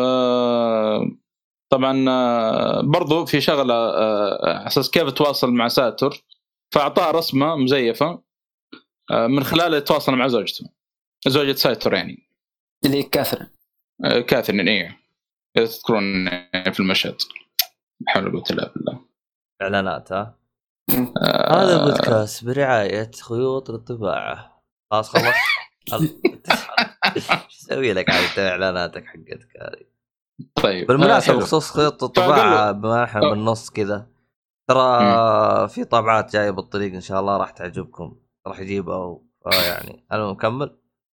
طبعا برضو في شغله اساس كيف تواصل مع ساتر فاعطاه رسمه مزيفه من خلالها يتواصل مع زوجته زوجة ساتر يعني اللي هي كاثرين. كاثرين ايه تذكرون في المشهد. حاول قلت له بالله اعلانات ها. آه هذا بودكاست برعايه خيوط للطباعه. خلاص خلص. ايش اسوي لك على اعلاناتك حقتك هذه؟ طيب بالمناسبه بخصوص خيوط الطباعه بما احنا بالنص كذا ترى م. في طبعات جايه بالطريق ان شاء الله راح تعجبكم راح يجيبها يعني. انا مكمل.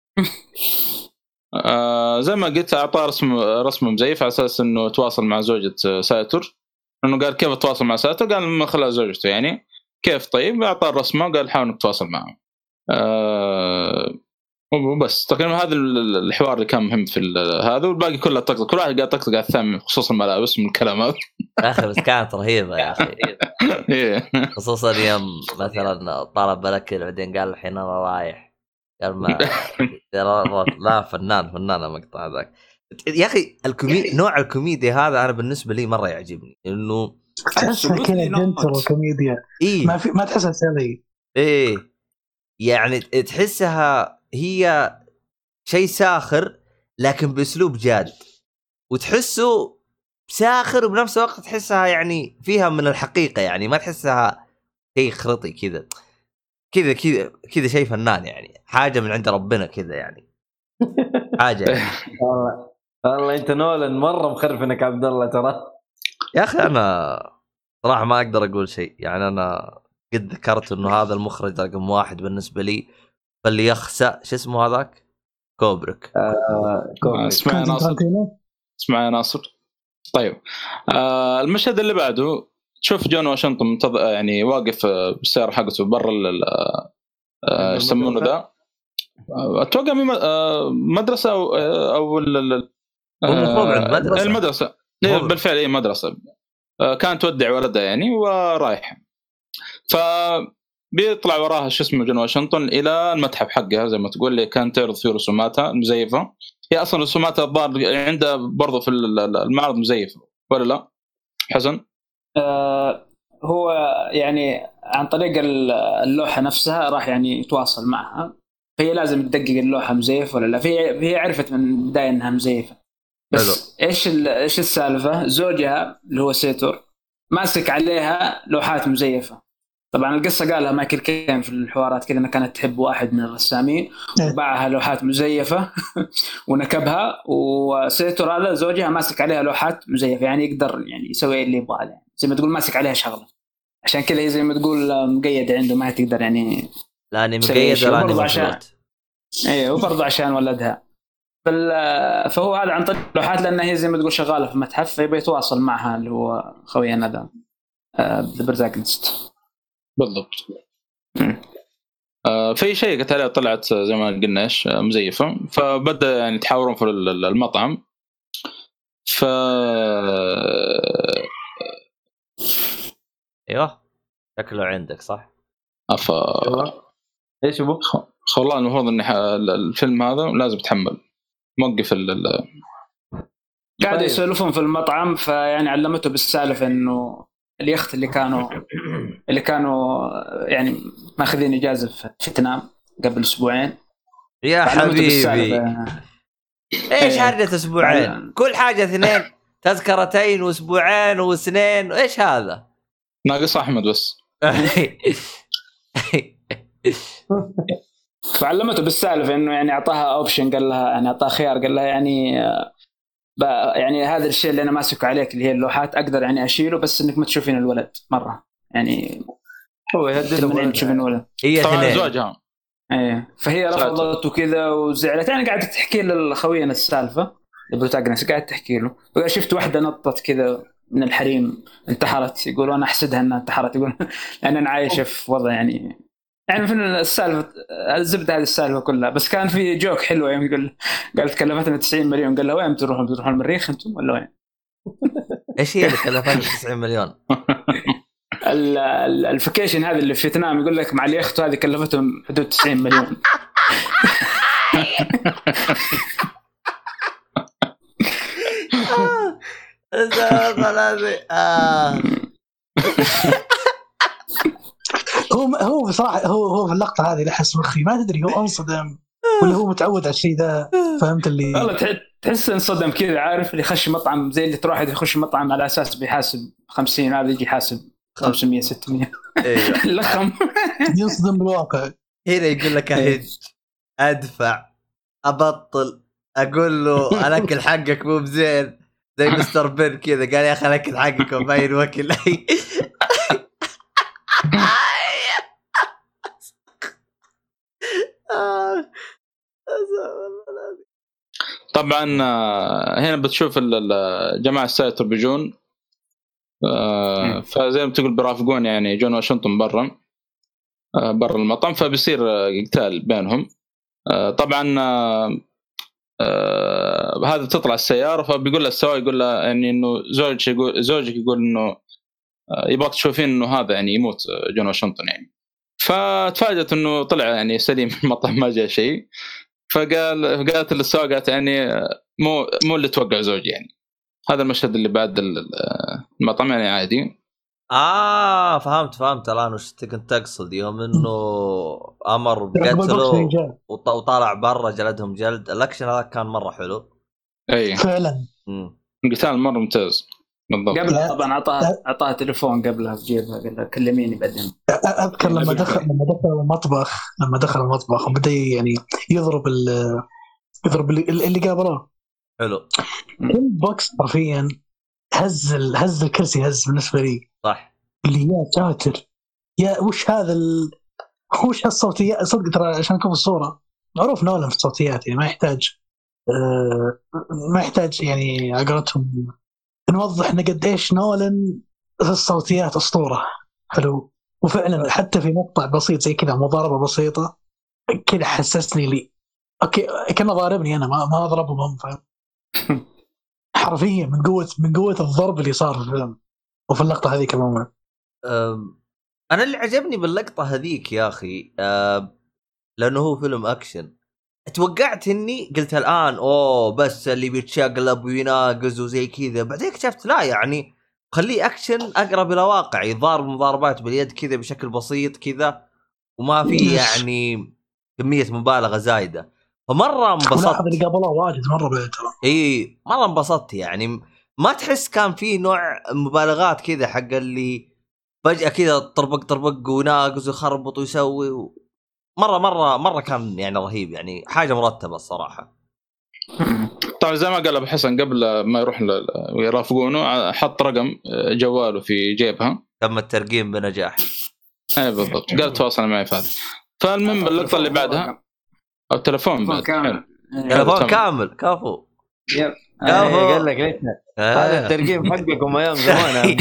آه زي ما قلت اعطاه رسم رسم مزيف على اساس انه يتواصل مع زوجة ساتر. انه قال كيف اتواصل مع ساتر قال من خلال زوجته يعني كيف. طيب اعطاه الرسمه وقال حاول نتواصل معه. آه وبس تقريبا هذا الحوار اللي كان مهم في هذا والباقي كله طقطق. كل واحد قاعد طقطق على الثاني خصوصا الملابس من الكلامات يا اخي. بس كانت رهيبه يا اخي. خصوصا يوم مثلا طلب الاكل بعدين قال الحين انا رايح قال ما لا فنان فنان المقطع هذاك يا اخي. الكوميديا نوع الكوميديا هذا انا بالنسبه لي مره يعجبني انه تحسها كذا جنتر وكوميديا. إيه؟ ما في ما تحسها سلي. ايه يعني تحسها هي شيء ساخر لكن باسلوب جاد وتحسه ساخر وبنفس الوقت تحسها يعني فيها من الحقيقه يعني ما تحسها شيء خرطي كذا كذا كذا كذا شيء فنان يعني حاجه من عند ربنا كذا يعني حاجه يعني. والله والله انت نولان مره مخرفنك عبد الله ترى يا اخي. انا صراحه ما اقدر اقول شيء يعني. انا قد ذكرت انه هذا المخرج رقم واحد بالنسبه لي اللي يخسأ شو اسمه هذاك كوبريك. آه كوبريك. اسمع ناصر اسمع ناصر طيب آه المشهد اللي بعده تشوف جون واشنطن منتظ... يعني واقف بالسيارة حقته برا ايش يسمونه ذا اتوقع مدرسة او او المدرسة بالفعل اي مدرسة كانت تودع ولدها يعني ورايح فبيطلع وراها شو اسمه جون واشنطن الى المتحف حقها زي ما تقول لي كانت تعرض فيه رسوماتها مزيفة. هي اصلا رسوماتها الظاهر عندها برضو في المعرض مزيفة ولا لا حسن؟ آه هو يعني عن طريق اللوحة نفسها راح يعني يتواصل معها فهي لازم تدقق اللوحة مزيفة ولا لا. فهي هي عرفت من البداية انها مزيفة بس هلو. ايش ايش السالفة زوجها اللي هو سيتور ماسك عليها لوحات مزيفة. طبعا القصة قالها مايكل كين في الحوارات كذا انها كانت تحب واحد من الرسامين وباعها لوحات مزيفة ونكبها وسيتور هذا زوجها ماسك عليها لوحات مزيفة يعني يقدر يعني يسوي اللي يبغاه يعني زي ما تقول ماسك عليها شغلة عشان كذا هي زي ما تقول مقيد عنده ما تقدر يعني لاني مقيد لاني مشروط ايوه وبرضه عشان ولدها فهو هذا عن طريق لوحات لأنها هي زي ما تقول شغالة في متحف فيبي يتواصل معها اللي هو خوينا ذا ذا برزاكنست بالضبط. آه في شيء قلت عليه طلعت زي ما قلنا ايش مزيفة فبدأ يعني يتحاورون في المطعم ف ايوه شكله عندك صح افا ايش ابو والله المفروض ان الفيلم هذا لازم تحمل موقف ال قاعد يسولفون في المطعم فيعني علمته بالسالفة انه اليخت اللي كانوا اللي كانوا يعني ماخذين اجازه في فيتنام قبل اسبوعين يا حبيبي ايش هرجة اسبوعين كل حاجه اثنين تذكرتين واسبوعين وسنين ايش هذا ناقص احمد بس فعلمته بالسالفه انه يعني اعطاها اوبشن قال لها يعني اعطاها خيار قال لها يعني يعني هذا الشيء اللي انا ماسك عليك اللي هي اللوحات اقدر يعني اشيله بس انك ما تشوفين الولد مره يعني هو يهدد من تشوفين الولد هي طبعا زوجها ايه فهي رفضت وكذا وزعلت يعني قاعده تحكي للخوينا السالفه البروتاغونست قاعده تحكي له وقال شفت واحده نطت كذا من الحريم انتحرت يقول انا احسدها انها انتحرت يقول لان انا عايشه في وضع يعني يعني في السالفه الزبده هذه السالفه كلها بس كان في جوك حلو يوم يقول قال تكلفتنا تسعين مليون قال له وين تروحون تروحون المريخ انتم ولا وين ايش هي اللي كلفتنا تسعين مليون الفيكيشن هذا اللي في فيتنام يقول لك مع اليخت هذه كلفتهم حدود تسعين مليون هو هو بصراحه هو هو في اللقطه هذه لحس مخي ما تدري هو انصدم ولا هو متعود على الشيء ذا فهمت اللي والله تحس انصدم كذا عارف اللي يخش مطعم زي اللي تروح يخش مطعم على اساس بيحاسب خمسين هذا يجي يحاسب خمسمية ستمية ايوه لخم ينصدم بالواقع. هنا يقول لك اهج ادفع ابطل اقول له انا اكل حقك مو بزين زي مستر بن كذا قال يا اخي اكل حقك وما ينوكل اي طبعا هنا بتشوف الجماعه السايتر بيجون فزي ما تقول برافقون يعني جون واشنطن برا برا المطعم فبيصير قتال بينهم. طبعا هذا تطلع السياره فبيقول له السواق يقول له يعني انه زوجك يقول زوجك يقول انه يبغى تشوفين انه هذا يعني يموت جون واشنطن يعني فتفاجأت انه طلع يعني سليم في المطعم ما جاء شيء فقال قالت للسواق قالت يعني مو مو اللي توقع زوجي يعني. هذا المشهد اللي بعد المطعم يعني عادي. اه فهمت فهمت الان وش كنت تقصد يوم انه امر بقتله وطالع برا جلدهم جلد. الاكشن هذا كان مره حلو اي فعلا القتال مره ممتاز بالضبط. قبل طبعا اعطاه اعطاه تليفون قبلها في جيبها قال له كلميني بعدين. اذكر لما دخل لما دخل المطبخ لما دخل المطبخ وبدا يعني يضرب ال يضرب اللي قابله حلو كل بوكس حرفيا هز ال... هز الكرسي هز بالنسبه لي صح اللي يا ساتر يا وش هذا ال... خوش هالصوتيات صدق ترى عشان نكون الصورة معروف نولان في الصوتيات يعني ما يحتاج آه ما يحتاج يعني عقلتهم نوضح إن قد إيش نولان في الصوتيات أسطورة. حلو. وفعلا حتى في مقطع بسيط زي كذا مضاربة بسيطة كذا حسسني لي أوكي كأنه ضاربني أنا ما ما أضربه هم فاهم حرفيا من قوة من قوة الضرب اللي صار في الفيلم وفي اللقطة هذه كمان. أنا اللي عجبني باللقطة هذيك يا أخي أه لأنه هو فيلم أكشن توقعت إني قلت الآن أوه بس اللي بيتشقلب ويناقز وزي كذا بعدين اكتشفت لا يعني خليه أكشن أقرب إلى واقع يضارب مضاربات باليد كذا بشكل بسيط كذا وما في يعني كمية مبالغة زايدة فمرة انبسطت. لاحظ اللي قابله واجد مرة بعد ترى اي مرة انبسطت يعني ما تحس كان في نوع مبالغات كذا حق اللي فجأة كذا طربق طربق وناقز ويخربط ويسوي و... مرة مرة مرة كان يعني رهيب يعني حاجة مرتبة الصراحة. طبعا زي ما قال أبو حسن قبل ما يروح ويرافقونه حط رقم جواله في جيبها تم الترقيم بنجاح. اي بالضبط قال تواصل معي فهد. فالمهم اللقطة اللي بعدها او تلفون بعد كامل تلفون كامل كفو يب كفو قال لك ليش هذا الترقيم حقكم ايام زمان يا عبد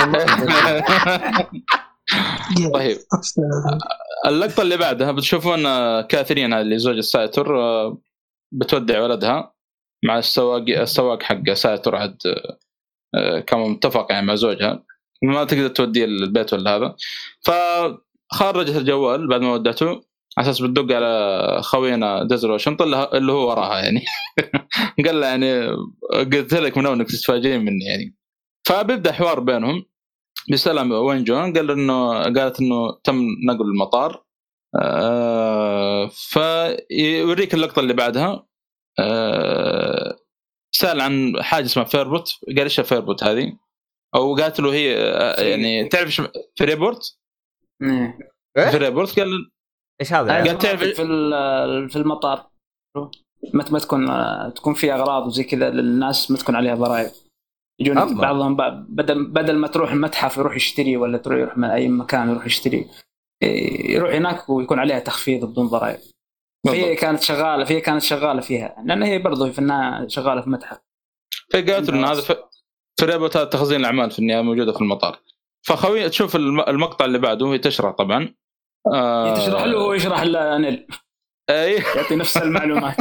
الله. طيب اللقطة اللي بعدها بتشوفون كاثرين اللي زوج السايتر بتودع ولدها مع السواق السواق حق سايتر عاد كان متفق يعني مع زوجها ما تقدر تودي البيت ولا هذا فخرجت الجوال بعد ما ودته على اساس بتدق على خوينا ديزل واشنطن اللي هو وراها يعني قال له يعني قلت لك من اول انك تتفاجئين مني يعني. فبيبدا حوار بينهم بسلام وين جون قال انه قالت انه تم نقل المطار آه فيوريك اللقطه اللي بعدها آه سأل عن حاجه اسمها فيربوت قال ايش فيربوت هذه او قالت له هي يعني تعرف ايش فريبورت فريبورت قال ايش هذا قال تعرف في في المطار متى ما تكون تكون في اغراض وزي كذا للناس ما تكون عليها ضرائب يجون بعضهم بدل بدل ما تروح المتحف يروح يشتري ولا تروح يروح من اي مكان يروح يشتري يروح هناك ويكون عليها تخفيض بدون ضرائب. فهي كانت شغاله فهي كانت شغاله فيها لان هي برضه فنانه شغاله في متحف فقالت ان هذا في ريبوت تخزين الاعمال في النهايه موجوده في المطار. فخوي تشوف المقطع اللي بعده هي تشرح طبعا آه تشرح له ويشرح لنيل اي يعطي نفس المعلومات.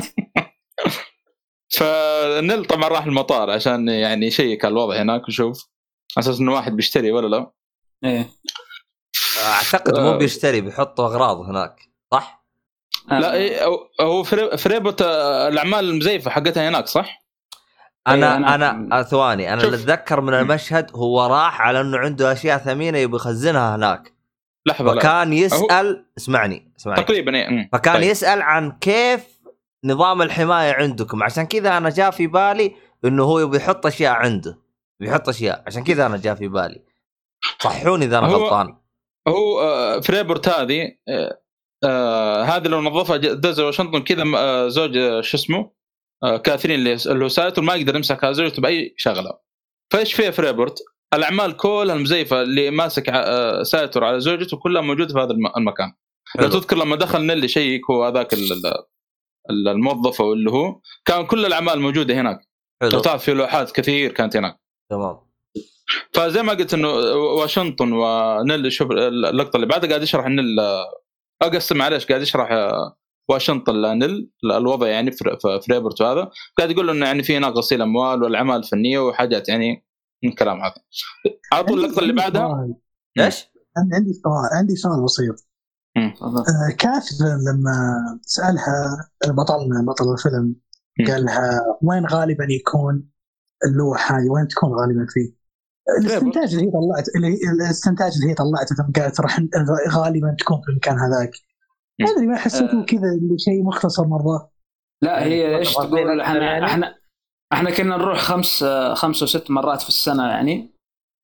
فنيل طبعا راح المطار عشان يعني يشيك الوضع هناك ويشوف اساس انه واحد بيشتري ولا لا. ايه اعتقد مو بيشتري بيحطوا اغراض هناك صح؟ لا إيه هو فريبوت الاعمال المزيفه حقتها هناك صح؟ انا انا, أنا ثواني انا اللي اتذكر من المشهد هو راح على انه عنده اشياء ثمينه يبي يخزنها هناك. لحظه فكان يسال اسمعني اسمعني تقريبا ايه فكان طيب. يسال عن كيف نظام الحمايه عندكم عشان كذا انا جاء في بالي انه هو يبي يحط اشياء عنده بيحط اشياء عشان كذا انا جاء في بالي صحوني اذا انا غلطان. هو آه فريبورت هذه آه آه هذا لو نظفها دزل واشنطن كذا آه زوج آه شو اسمه آه كاثرين اللي هو سايتر ما يقدر يمسك زوجته باي شغله. فايش فيها فريبورت الاعمال كلها المزيفه اللي ماسك آه سايتر على زوجته كلها موجوده في هذا المكان. لو تذكر لما دخل نيلي شيء هو هذاك الموظف او اللي هو كان كل الاعمال موجوده هناك. تعرف في لوحات كثير كانت هناك. تمام. فزي ما قلت انه واشنطن ونيل شوف اللقطه اللي بعدها قاعد يشرح ان اقسم معلش قاعد يشرح واشنطن لنيل الوضع يعني في فريبورت هذا قاعد يقول له انه يعني في هناك غسيل اموال والاعمال الفنيه وحاجات يعني من الكلام هذا. عطوا اللقطه اللي بعدها ايش عندي سؤال عندي سؤال بسيط. آه كاثر لما سالها بطلنا بطل الفيلم قال لها وين غالبا يكون اللوحه وين تكون غالبا فيه الاستنتاج اللي هي طلعت اللي الاستنتاج اللي هي طلعته ثم قالت راح غالبا تكون في المكان هذاك. ما ادري ما حسيته كذا شيء مختصر مره. لا هي ايش تقول احنا احنا احنا كنا نروح خمس خمس وست مرات في السنه يعني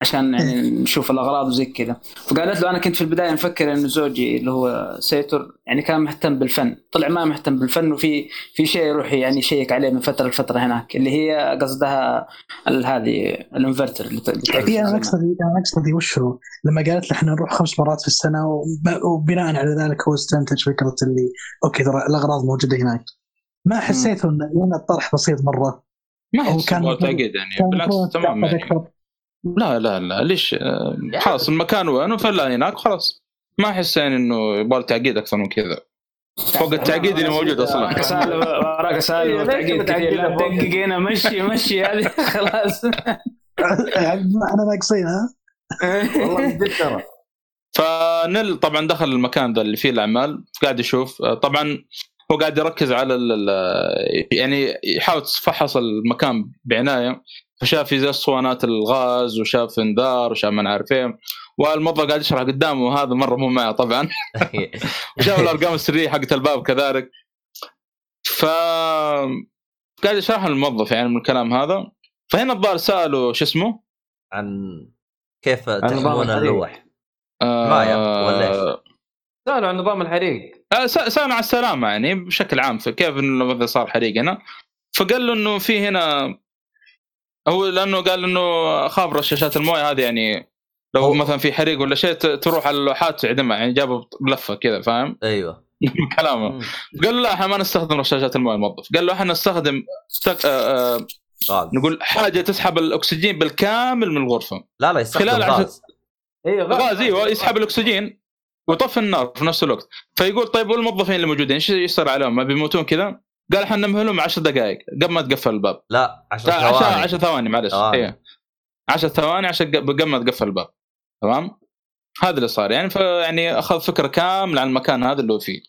عشان يعني نشوف الأغراض وزي كذا. فقالت له أنا كنت في البداية مفكر إنه زوجي اللي هو سيتور يعني كان مهتم بالفن، طلع ما مهتم بالفن، وفي في شيء يروح يعني شيك عليه من فترة لفترة هناك اللي هي قصدها هذه الانفرتر اللي هي أنا أقصد أنا أقصد وش هو لما قالت له إحنا نروح خمس مرات في السنة وبناء على ذلك هو استنتج فكرة اللي أوكي ترى الأغراض موجودة هناك. ما حسيت إن هنا الطرح بسيط مرة، ما هو كان تعقيد يعني بالعكس تمام يعني. لا لا لا ليش خلاص المكان وين فلا هناك خلاص، ما أحس يعني إنه يبغى تعقيد أكثر من كذا فوق التعقيد اللي موجود أصلا. وراك سالفة وراك سالفة تعقيد كثير، دقيقين مشي مشي هذه خلاص. أنا ناقصين ها والله جد ترى. فنل طبعا دخل المكان ذا اللي فيه الأعمال قاعد يشوف، طبعا هو قاعد يركز على يعني يحاول يفحص المكان بعناية، فشاف في زي اسطوانات الغاز وشاف انذار وشاف ما نعرف ايه، والموظف قاعد يشرح قدامه وهذا مره مو معه طبعا وشاف الارقام السريه حقت الباب كذلك. ف قاعد يشرح الموظف يعني من الكلام هذا. فهنا الظاهر ساله شو اسمه عن كيف تحمون اللوح آه ما ولا ساله عن نظام الحريق. آه ساله على السلامه يعني بشكل عام في كيف انه صار حريق هنا. فقال له انه في هنا هو لانه قال انه خاف رشاشات المويه هذه يعني لو أوه. مثلا في حريق ولا شيء تروح على اللوحات تعدمها يعني جابوا بلفه كذا فاهم. ايوه كلامه. قال له لا احنا ما نستخدم رشاشات المويه الموظف. قال له احنا نستخدم استك... آآ آآ نقول حاجه تسحب الاكسجين بالكامل من الغرفه. لا لا يستخدم خلال غاز عشر... ايوه غاز ايوه يسحب الاكسجين ويطفي النار في نفس الوقت. فيقول طيب والموظفين اللي موجودين ايش يصير عليهم ما بيموتون كذا؟ قال احنا نمهلهم عشر دقائق قبل ما تقفل الباب. لا عشر ثواني عشر ثواني معلش ايه عشر ثواني عشان قبل ما تقفل الباب. تمام هذا اللي صار يعني. فيعني اخذ فكره كامله عن المكان هذا اللي هو فيه.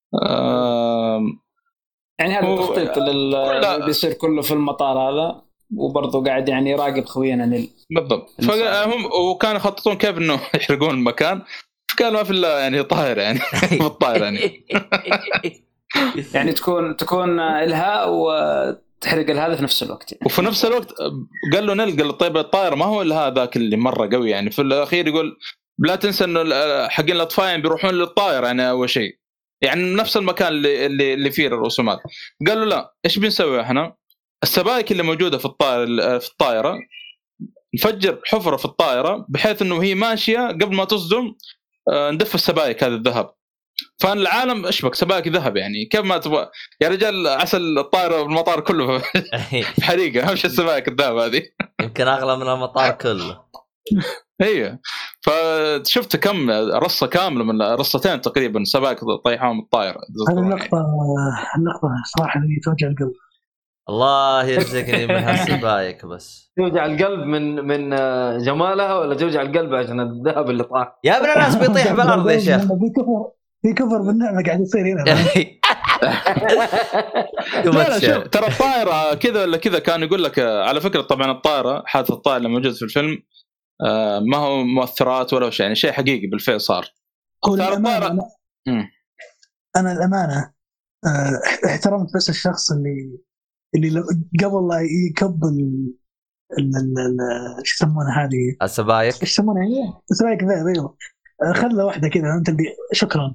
آم... يعني هذا التخطيط اللي بيصير كله في المطار هذا، وبرضه قاعد يعني يراقب خوينا نل بالضبط. فهم وكانوا يخططون كيف انه يحرقون المكان. كان ما في الا يعني طاير يعني بالطاير يعني يعني تكون تكون الها وتحرق الهذا في نفس الوقت يعني. وفي نفس الوقت قال له نلقى الطيب الطائر ما هو الها ذاك اللي مره قوي يعني. في الاخير يقول لا تنسى انه حقين الاطفاء بيروحون للطائر يعني اول شيء يعني نفس المكان اللي اللي, اللي فيه الرسومات. قال له لا ايش بنسوي احنا السبائك اللي موجوده في الطائر في الطائره نفجر حفره في الطائره بحيث انه هي ماشيه قبل ما تصدم ندف السبائك هذا الذهب. فالعالم اشبك سبائك ذهب يعني كيف ما تبغى يا رجال عسل الطائره والمطار كله في حريقه مش السبائك الذهب هذه يمكن اغلى من المطار كله. هي فشفت كم رصه كامله من رصتين تقريبا سبائك طيحهم الطائره. هذه النقطه النقطه صراحه اللي توجع القلب. الله يرزقني من هالسبايك بس توجع القلب من من جمالها ولا توجع القلب عشان الذهب اللي طاح؟ يا ابن الناس بيطيح بالارض يا شيخ. في كفر بالنعمه قاعد يصير هنا. لا شوف ترى الطائره كذا ولا كذا كان يقول لك على فكره طبعا الطائره حادث الطائره اللي موجود في الفيلم ما هو مؤثرات ولا شيء يعني شيء حقيقي بالفعل صار. ترى الطائره أنا, انا الامانه احترمت بس الشخص اللي اللي قبل لا يكب ال ايش يسمونها هذه السبايك ايش يسمونها هي السبايك ذا ايوه خلى واحده كذا انت اللي شكرا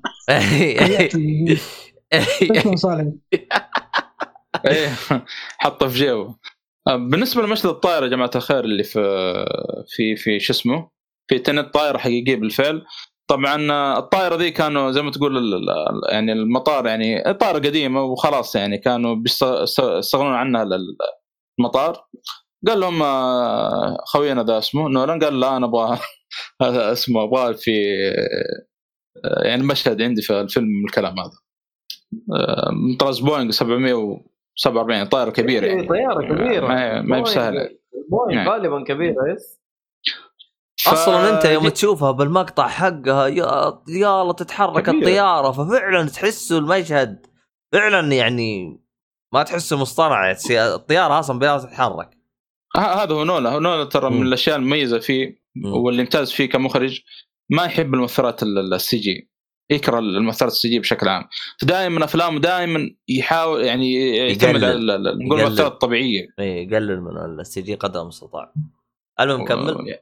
شكرا صالح ايه حطه في جيبه. بالنسبه لمشهد الطائره يا جماعه الخير اللي في في في شو اسمه في تنت طائره حقيقيه بالفعل. طبعا الطائره ذي كانوا زي ما تقول يعني المطار يعني طائره قديمه وخلاص يعني كانوا بيستغنون عنها للمطار. قال لهم خوينا ذا اسمه نولان قال لا انا ابغى هذا اسمه ابغى في يعني مشهد عندي في الفيلم الكلام هذا. مطرز بوينغ سبعمية وسبعة وأربعين طائره كبيره يعني طياره كبيره ما هي بسهله بوينغ غالبا كبيره يس. ف... اصلا انت يوم تشوفها بالمقطع حقها يا يلا تتحرك كبيرة. الطياره ففعلا تحسوا المشهد فعلا يعني ما تحسه مصطنع الطياره اصلا بلا تتحرك. هذا هو نولا. نولا ترى من الاشياء المميزه فيه واللي يمتاز فيه كمخرج ما يحب المؤثرات السي جي يكره المؤثرات السي جي بشكل عام. فدائما افلامه دائما يحاول يعني يعتمد على نقول المؤثرات الطبيعيه اي يقلل من السي جي قدر المستطاع. المهم كمل.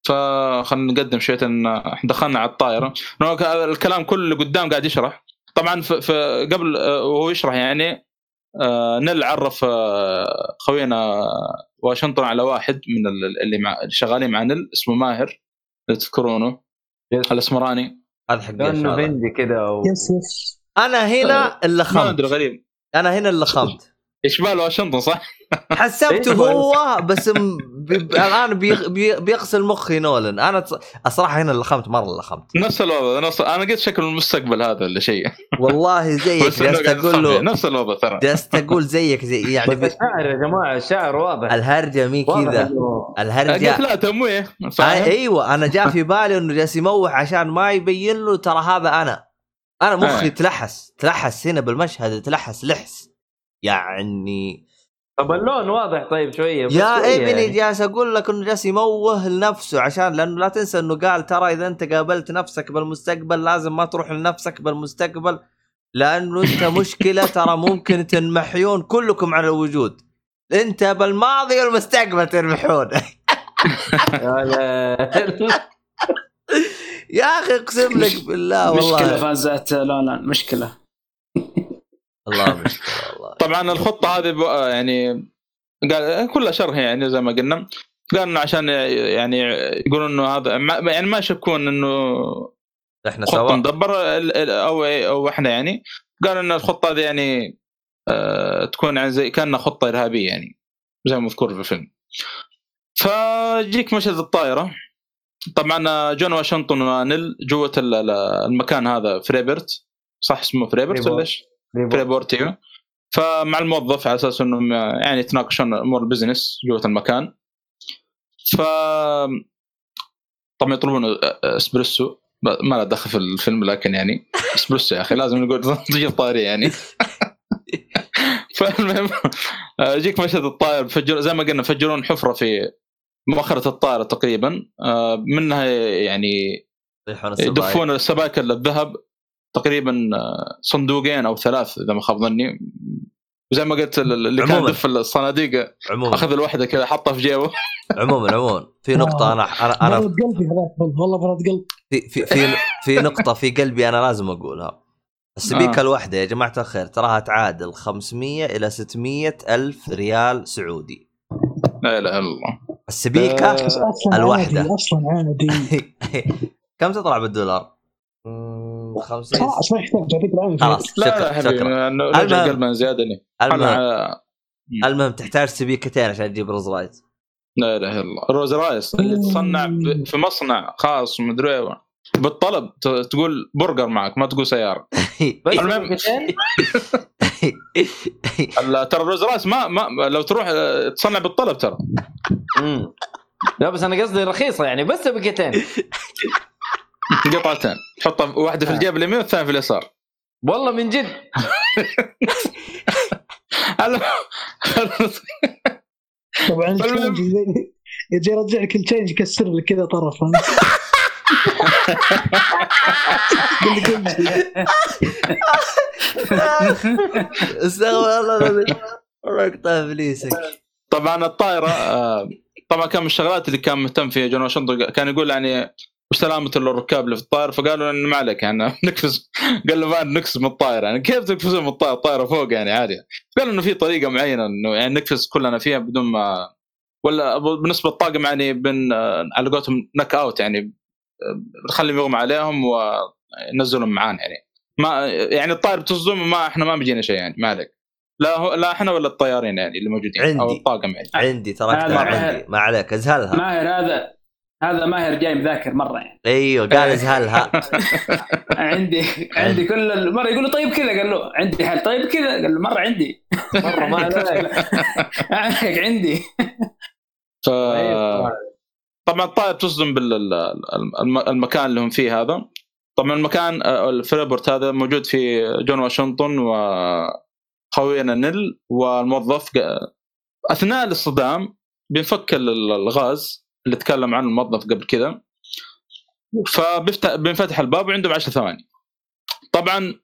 فخلنا نقدم شويه ان دخلنا على الطائره. الكلام كله قدام قاعد يشرح طبعا في قبل وهو يشرح يعني نل عرف خوينا واشنطن على واحد من اللي مع شغالين مع نل اسمه ماهر اللي تذكرونه الاسمراني هذا حق انه بندي كده و... يس يس انا هنا اللي خمت ما ادري غريب انا هنا اللي خمت يشبه له واشنطن صح. حسبته هو بس م... بي... الان بي... بي... بيغسل مخي نولن. انا الصراحه هنا اللي خمت مره اللي خمت نفس الوضع نفس... انا قلت شكل المستقبل هذا ولا شيء والله زيك جالس اقول له نفس الوضع ترى جالس اقول زيك زي يعني بس الشعر يا جماعه الشعر واضح الهرجه مي كذا الهرجه لا تمويه آه ايوه انا جاء في بالي انه جالس يموح عشان ما يبين له ترى هذا انا انا مخي تلحس تلحس هنا بالمشهد تلحس لحس يعني. طب اللون واضح طيب شويه يا ابني يعني. جالس اقول لك انه جالس يموه لنفسه عشان لانه لا تنسى انه قال ترى اذا انت قابلت نفسك بالمستقبل لازم ما تروح لنفسك بالمستقبل لانه انت مشكله ترى ممكن تنمحيون كلكم على الوجود انت بالماضي والمستقبل تنمحون. يا اخي اقسم لك بالله والله مشكله فازت لا مشكله الله مشكله والله. طبعا الخطه هذه يعني قال كلها شرح يعني زي ما قلنا قالنا عشان يعني يقولون انه هذا يعني ما يشكون انه احنا سوا ندبر او او احنا يعني قالوا ان الخطه هذه يعني آه تكون يعني زي كانها خطه ارهابيه يعني زي ما مذكور في الفيلم. فجيك مشهد الطائره طبعا جون واشنطن ونيل جوه المكان هذا فريبرت صح اسمه فريبرت ولا ايش فريبورت ايوه. فمع الموظف على اساس انهم يعني يتناقشون امور البزنس جوه المكان. ف طبعا يطلبون اسبريسو ما له دخل في الفيلم لكن يعني اسبريسو يا اخي لازم نقول تجي طاري يعني. فالمهم يجيك مشهد الطائر فجر زي ما قلنا فجرون حفره في مؤخرة الطائرة تقريبا منها يعني يدفون السبائك الذهب تقريبا صندوقين او ثلاث اذا ما خاب ظني وزي ما قلت اللي كان يدف الصناديق اخذ الواحده كذا حطها في جيبه. عموما عموما في نقطه انا انا انا قلبي والله برد قلب في في في في نقطه في قلبي انا لازم اقولها. السبيكه آه. الواحده يا جماعه الخير تراها تعادل خمسمية الى ستمية الف ريال سعودي. لا اله الا الله. السبيكه أه الواحده اصلا عادي. كم تطلع بالدولار؟ خمسين خلاص ما يحتاج هذيك العام. خلاص شكرا شكرا رجع قلبنا زياده لي. المهم المهم تحتاج سبيكتين عشان تجيب روز رايس. لا اله الا الله. روز رايس اللي تصنع في مصنع خاص ومدري بالطلب تقول برجر معك ما تقول سياره. المهم ترى روز رايس ما, ما لو تروح تصنع بالطلب ترى. امم لا بس انا قصدي رخيصه يعني بس سبيكتين قطعتين تحطها واحده في الجيب اليمين والثانيه في اليسار. والله من جد. طبعا يجي يرجع لك التشينج يكسر لك كذا طرف. استغفر الله العظيم رقطه ابليسك. طبعا الطائره طبعا كان من الشغلات اللي كان مهتم فيها جون واشنطن كان يقول يعني وسلامة الركاب اللي في الطائرة فقالوا إن ما عليك يعني نكفز قال له ما نكفز من الطائرة يعني كيف تكفزون من الطائرة الطائرة فوق يعني عادي. قالوا إنه في طريقة معينة إنه يعني نكفز كلنا فيها بدون ما ولا بالنسبة للطاقم يعني بن على قولتهم نك أوت يعني نخليهم يغمى عليهم وننزلهم معانا يعني ما يعني الطائرة بتصدم ما إحنا ما بيجينا شيء يعني ما عليك لا هو لا إحنا ولا الطيارين يعني اللي موجودين عندي. أو الطاقم يعني عندي تراك عندي ما عليك ازهلها. ماهر هذا هذا ماهر جاي مذاكر مره يعني. ايوه قال ازهلها. عندي عندي كل مره يقول له طيب كذا قال له عندي حل طيب كذا قال له مره عندي مره ما عليك عندي. ف طبعا الطائرة تصدم بالمكان اللي هم فيه هذا. طبعا المكان الفريبورت هذا موجود في جون واشنطن وخوينا نيل والموظف. اثناء الاصطدام بينفك الغاز اللي تكلم عنه الموظف قبل كذا فبيفتح بينفتح الباب وعندهم عشر ثواني. طبعا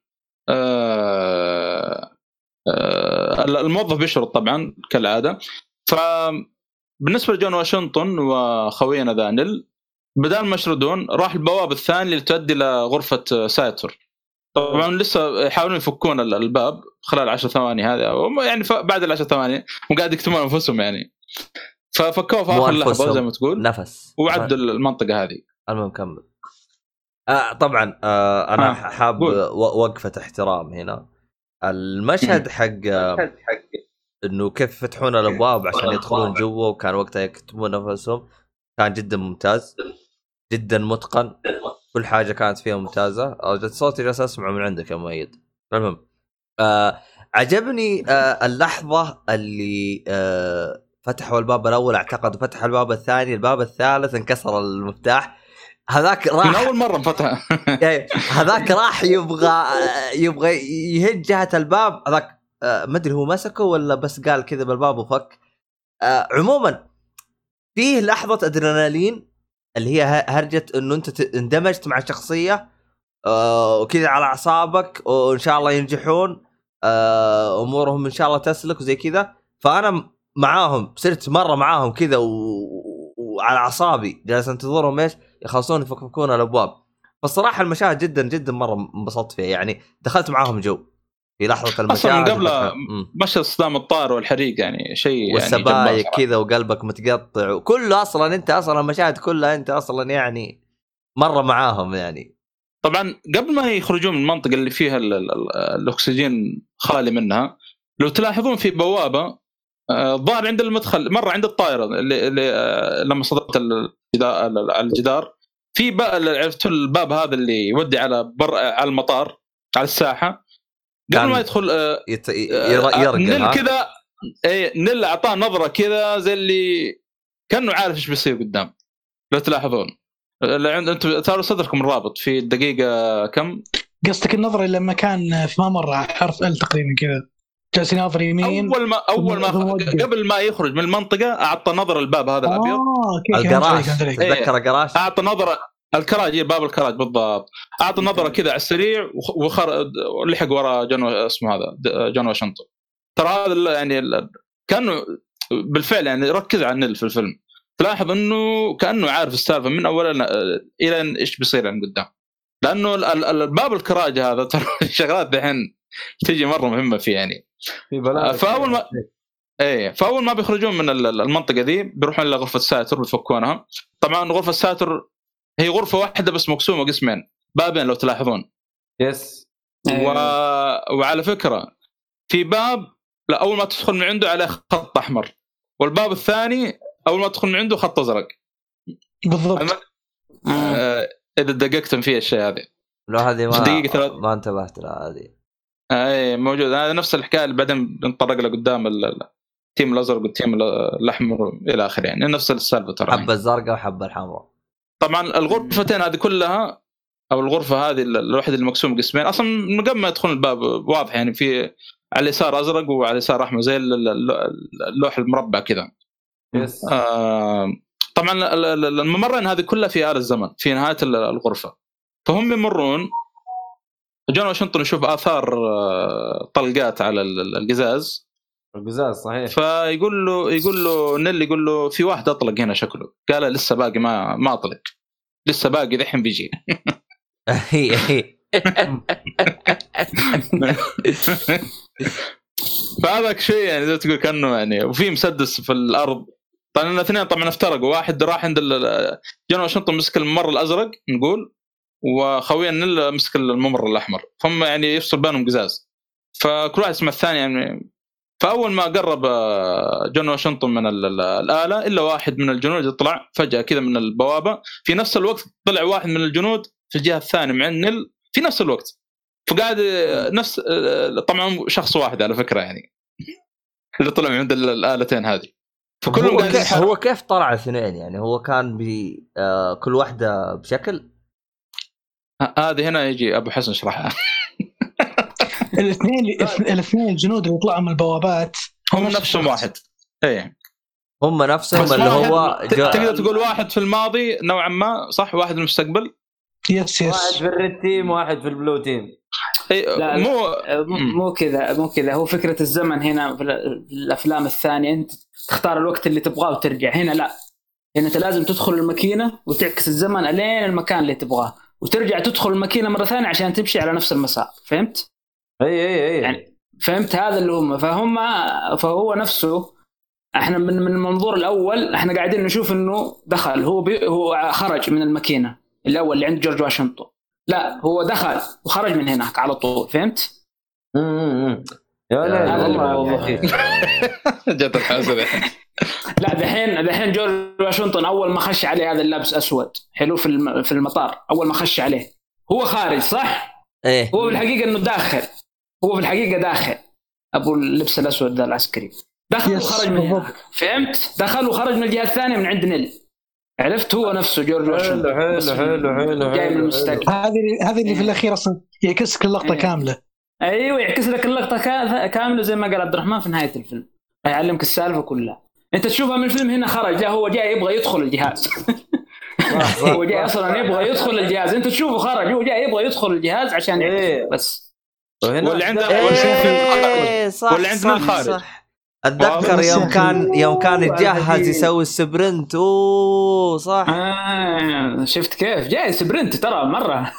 آه آه الموظف بيشرط طبعا كالعاده. فبالنسبه لجون واشنطن وخوينا دانيل بدال ما يشردون راح البوابه الثانيه اللي تؤدي لغرفه ساتر. طبعا لسه يحاولون يفكون الباب خلال عشر ثواني هذا يعني بعد العشر ثواني وقاعد يكتمون انفسهم يعني ففكوا في اخر لحظه زي ما تقول نفس وعدوا المنطقه هذه. المهم كمل. آه طبعا آه انا آه. حاب وقفه احترام هنا. المشهد حق آه انه كيف يفتحون الابواب عشان يدخلون جوا وكان وقتها يكتمون نفسهم كان جدا ممتاز جدا متقن. كل حاجه كانت فيها ممتازه. صوتي جالس اسمعه من عندك يا مؤيد. المهم آه عجبني آه اللحظه اللي آه فتحوا الباب الاول اعتقد فتح الباب الثاني الباب الثالث انكسر المفتاح. هذاك راح من اول مره فتح هذاك راح يبغى يبغى يهج جهه الباب. هذاك آه ما ادري هو مسكه ولا بس قال كذا بالباب وفك. آه عموما فيه لحظه ادرينالين اللي هي هرجة انه انت اندمجت مع شخصيه آه وكذا على اعصابك وان شاء الله ينجحون آه امورهم ان شاء الله تسلك وزي كذا. فانا معاهم صرت مره معاهم كذا وعلى اعصابي جالس انتظرهم ايش يخلصون يفكفكون الابواب. فالصراحه المشاهد جدا جدا مره انبسطت فيها يعني دخلت معاهم جو في لحظه المشاهد. اصلا قبل مشهد صدام الطائر والحريق يعني شيء والسبايك يعني كذا وقلبك متقطع وكله اصلا انت اصلا المشاهد كلها انت اصلا يعني مره معاهم يعني. طبعا قبل ما يخرجون من المنطقه اللي فيها ال ال ال الاكسجين خالي منها لو تلاحظون في بوابه الظاهر عند المدخل مره عند الطائره اللي, اللي لما صدمت الجدار في عرفت الباب هذا اللي يودي على بر على المطار على الساحه قبل ما يدخل يت... يرقل كذا اي نيل اعطاه نظره كذا زي اللي كانه عارف ايش بيصير قدام. لو تلاحظون انتم صاروا صدركم رابط في الدقيقه كم قصدك النظره لما كان في ما مره حرف ال تقريبا كذا جالس يناظر يمين اول ما اول ما قبل ما يخرج من المنطقه اعطى نظره الباب هذا الابيض آه الجراج تذكر الجراج اعطى نظره الكراج باب الكراج بالضبط اعطى نظره كذا على السريع وخر لحق ورا جون اسمه هذا جون واشنطن. ترى هذا يعني كانه بالفعل يعني ركز على النيل في الفيلم تلاحظ انه كانه عارف السالفه من اول الى ايش بيصير عن قدام لانه الباب الكراج هذا ترى شغلات دحين تيجي مره مهمه فيه يعني في بلاغ. فاول ما ايه فاول ما بيخرجون من المنطقه دي بيروحون لغرفه ساتر بيفكونها. طبعا غرفه ساتر هي غرفه واحده بس مقسومه قسمين بابين لو تلاحظون. يس و... وعلى فكره في باب لا اول ما تدخل من عنده عليه خط احمر والباب الثاني اول ما تدخل من عنده خط ازرق بالضبط. أما... آه... اذا دققتم فيه الشيء هذا لو هذه ما دقيقة ما انتبهت لها هذه اي موجود. هذا نفس الحكايه اللي بعدين نطرق له قدام التيم الازرق والتيم الاحمر الى اخره يعني نفس السالفه ترى حبه الزرقاء وحبه الحمراء. طبعا الغرفتين هذه كلها او الغرفه هذه الواحده المقسوم قسمين اصلا من قبل ما يدخل الباب واضح يعني في على اليسار ازرق وعلى اليسار احمر زي اللوح المربع كذا. يس آه طبعا الممرين هذه كلها في آل الزمن في نهايه الغرفه فهم يمرون. جون واشنطن يشوف آثار طلقات على القزاز القزاز صحيح فيقول له يقول له نيل يقول له في واحد أطلق هنا شكله قال لسه باقي ما ما أطلق لسه باقي دحين بيجي. فهذاك شيء يعني زي تقول كأنه يعني وفي مسدس في الأرض. طبعا الاثنين طبعا افترقوا واحد راح عند جون واشنطن مسك الممر الأزرق نقول وخويا نيل مسك الممر الأحمر هم يعني يفصل بينهم قزاز فكل واحد اسمه الثاني يعني. فأول ما قرب جون واشنطن من الآلة إلا واحد من الجنود يطلع فجأة كذا من البوابة في نفس الوقت طلع واحد من الجنود في الجهة الثانية مع نيل في نفس الوقت فقاعد نفس طبعا شخص واحد على فكرة يعني اللي طلع من عند الآلتين هذه. فكلهم هو, كيف هو كيف طلع اثنين يعني هو كان بكل واحدة بشكل هذه هنا يجي أبو حسن شرحها. الاثنين الاثنين الجنود اللي يطلعوا من البوابات هم نفسهم واحد ايه هم نفسهم اللي هو تقدر تقول واحد في الماضي نوعا ما صح واحد في المستقبل يس يس واحد في الريد تيم واحد في البلو تيم. لا مو مو كذا مو كذا هو فكرة الزمن هنا في الأفلام الثانية أنت تختار الوقت اللي تبغاه وترجع. هنا لا يعني انت لازم تدخل الماكينه وتعكس الزمن الين المكان اللي تبغاه وترجع تدخل الماكينه مره ثانيه عشان تمشي على نفس المسار. فهمت؟ اي اي اي يعني فهمت هذا اللي هم فهم فهو نفسه. احنا من من المنظور الاول احنا قاعدين نشوف انه دخل هو بي هو خرج من الماكينه الاول اللي عند جورج واشنطن. لا هو دخل وخرج من هناك على طول. فهمت؟ امم يا لا هذا اللي والله جت الحاسه. لا دحين دحين جورج واشنطن اول ما خش عليه هذا اللبس اسود حلو في الم... في المطار. اول ما خش عليه هو خارج صح؟ ايه هو بالحقيقه انه داخل. هو في الحقيقه داخل ابو اللبس الاسود ذا العسكري دخل وخرج من هناك. فهمت؟ دخل وخرج من الجهه الثانيه من عند نيل. عرفت؟ هو نفسه جورج واشنطن حلو حلو حلو جاي من المستقبل. هذه هذه اللي في الاخير اصلا يعكسك اللقطه إيه. كامله. ايوه يعكس لك اللقطه كامله زي ما قال عبد الرحمن في نهايه الفيلم. يعلمك السالفه كلها. انت تشوفها من الفيلم هنا خرج. لا هو جاي يبغى يدخل الجهاز. هو جاي اصلا يبغى يدخل الجهاز. انت تشوفه خرج هو جاي يبغى يدخل الجهاز عشان إيه. بس. واللي عنده إيه صح واللي عندنا الخارج. اتذكر يوم كان يوم كان يتجهز يسوي السبرنت. اوه صح. آه شفت كيف جاي سبرنت ترى مره.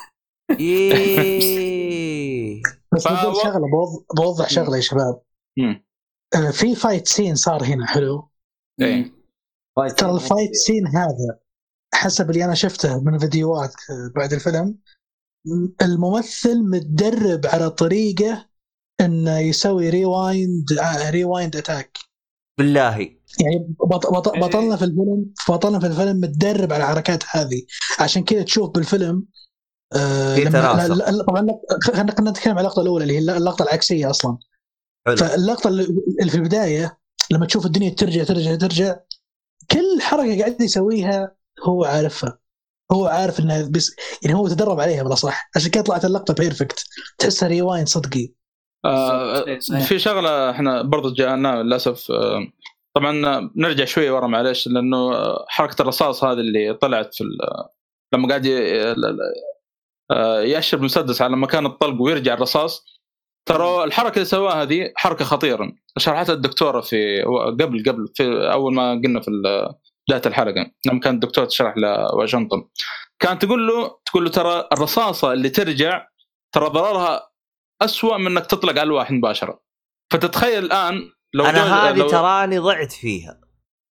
ايه بس بدي شغله بوضح شغله يا شباب. آه في فايت سين صار هنا حلو. ايه ترى الفايت سين هذا حسب اللي انا شفته من فيديوهات بعد الفيلم الممثل متدرب على طريقه انه يسوي ريوايند ريوايند اتاك. بالله يعني بطلنا في الفيلم بطلنا في الفيلم متدرب على الحركات هذه. عشان كذا تشوف بالفيلم آه لما طبعا خلينا نتكلم عن اللقطه الاولى اللي هي اللقطه العكسيه اصلا. حلو. فاللقطه اللي في البدايه لما تشوف الدنيا ترجع ترجع ترجع كل حركه قاعد يسويها هو عارفها. هو عارف انها بس يعني هو تدرب عليها بلا صح. عشان كده طلعت اللقطه بيرفكت تحسها ريواين صدقي. آه في شغله احنا برضو جاءنا للاسف. آه طبعا نرجع شويه ورا معلش لانه حركه الرصاص هذه اللي طلعت في لما قاعد يأشر بمسدس على مكان الطلق ويرجع الرصاص. ترى الحركه اللي سواها هذه حركه خطيره شرحتها الدكتوره في قبل قبل في اول ما قلنا في بدايه الحلقه لما كان الدكتور تشرح لواشنطن كانت تقول له تقول له ترى الرصاصه اللي ترجع ترى ضررها أسوأ من انك تطلق على الواحد مباشره. فتتخيل الان لو انا هذه لو... تراني ضعت فيها.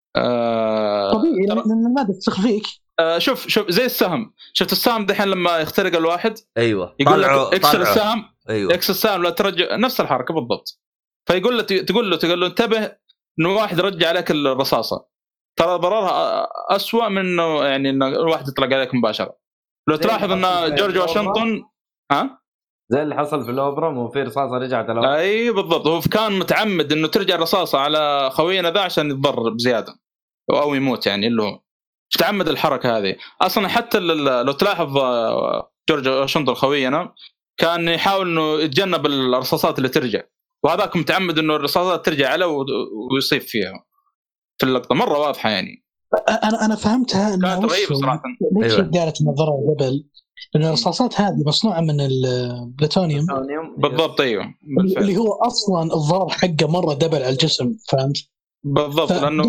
آه... طبيعي لان الماده تسخ فيك. آه شوف شوف زي السهم. شفت السهم دحين لما يخترق الواحد ايوه يقول لك اكسر السهم. ايوه اكسر السهم لا ترجع نفس الحركه بالضبط. فيقول له تقول له تقول له انتبه انه واحد رجع عليك الرصاصه ترى ضررها أسوأ من انه يعني انه الواحد يطلق عليك مباشره. لو تلاحظ ان جورج واشنطن ها زي اللي حصل في الاوبرا مو في رصاصه رجعت على اي بالضبط. هو كان متعمد انه ترجع الرصاصه على خوينا ذا عشان يتضرر بزياده او يموت يعني اللي هو تعمد الحركه هذه اصلا. حتى لو تلاحظ جورج واشنطن خوينا كان يحاول انه يتجنب الرصاصات اللي ترجع وهذاك متعمد انه الرصاصات ترجع عليه ويصيب فيها في اللقطه مره واضحه يعني. انا انا فهمتها كانت رهيبه صراحه. ليش أيوة. قالت النظره قبل لان الرصاصات هذه مصنوعه من البلوتونيوم بالضبط. ايوه بالفعل. اللي هو اصلا الضرر حقه مره دبل على الجسم. فهمت بالضبط لانه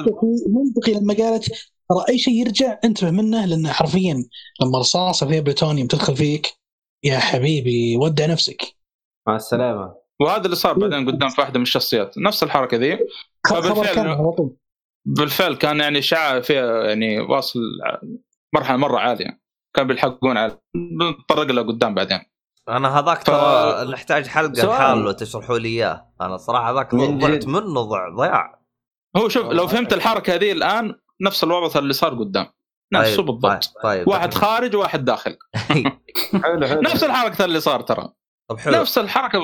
منطقي لما قالت ترى اي شيء يرجع انتبه منه لان حرفيا لما رصاصه فيها بلوتونيوم تدخل فيك يا حبيبي ودع نفسك مع السلامه. وهذا اللي صار بعدين قدام في واحده من الشخصيات نفس الحركه ذي. بالفعل بالفعل كان يعني اشعاع فيها يعني واصل مرحله مره عاليه كان بيلحقون على نطرق له قدام بعدين. انا هذاك ترى ف... نحتاج حلقه لحاله تشرحوا لي اياه. انا صراحه هذاك ضعت منه ضع ضياع. هو شوف لو فهمت الحركه هذه الان نفس الوضع اللي صار قدام نفسه طيب بالضبط. طيب طيب واحد طيب. خارج وواحد داخل. حلو حلو نفس الحركه اللي صار ترى نفس الحركه.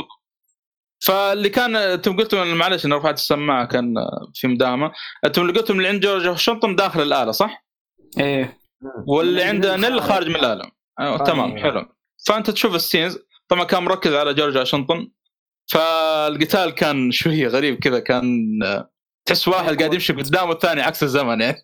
فاللي كان انتم قلتوا معلش انا رفعت السماعه كان في مداهمه. انتم اللي قلتم اللي عند جورج واشنطن داخل الاله صح؟ ايه. واللي عنده نيل خارج من الاله. أيوة. تمام حلو. فانت تشوف السينز طبعا كان مركز على جورج واشنطن. فالقتال كان شويه غريب كذا كان تحس واحد قاعد يمشي قدام والثاني عكس الزمن يعني.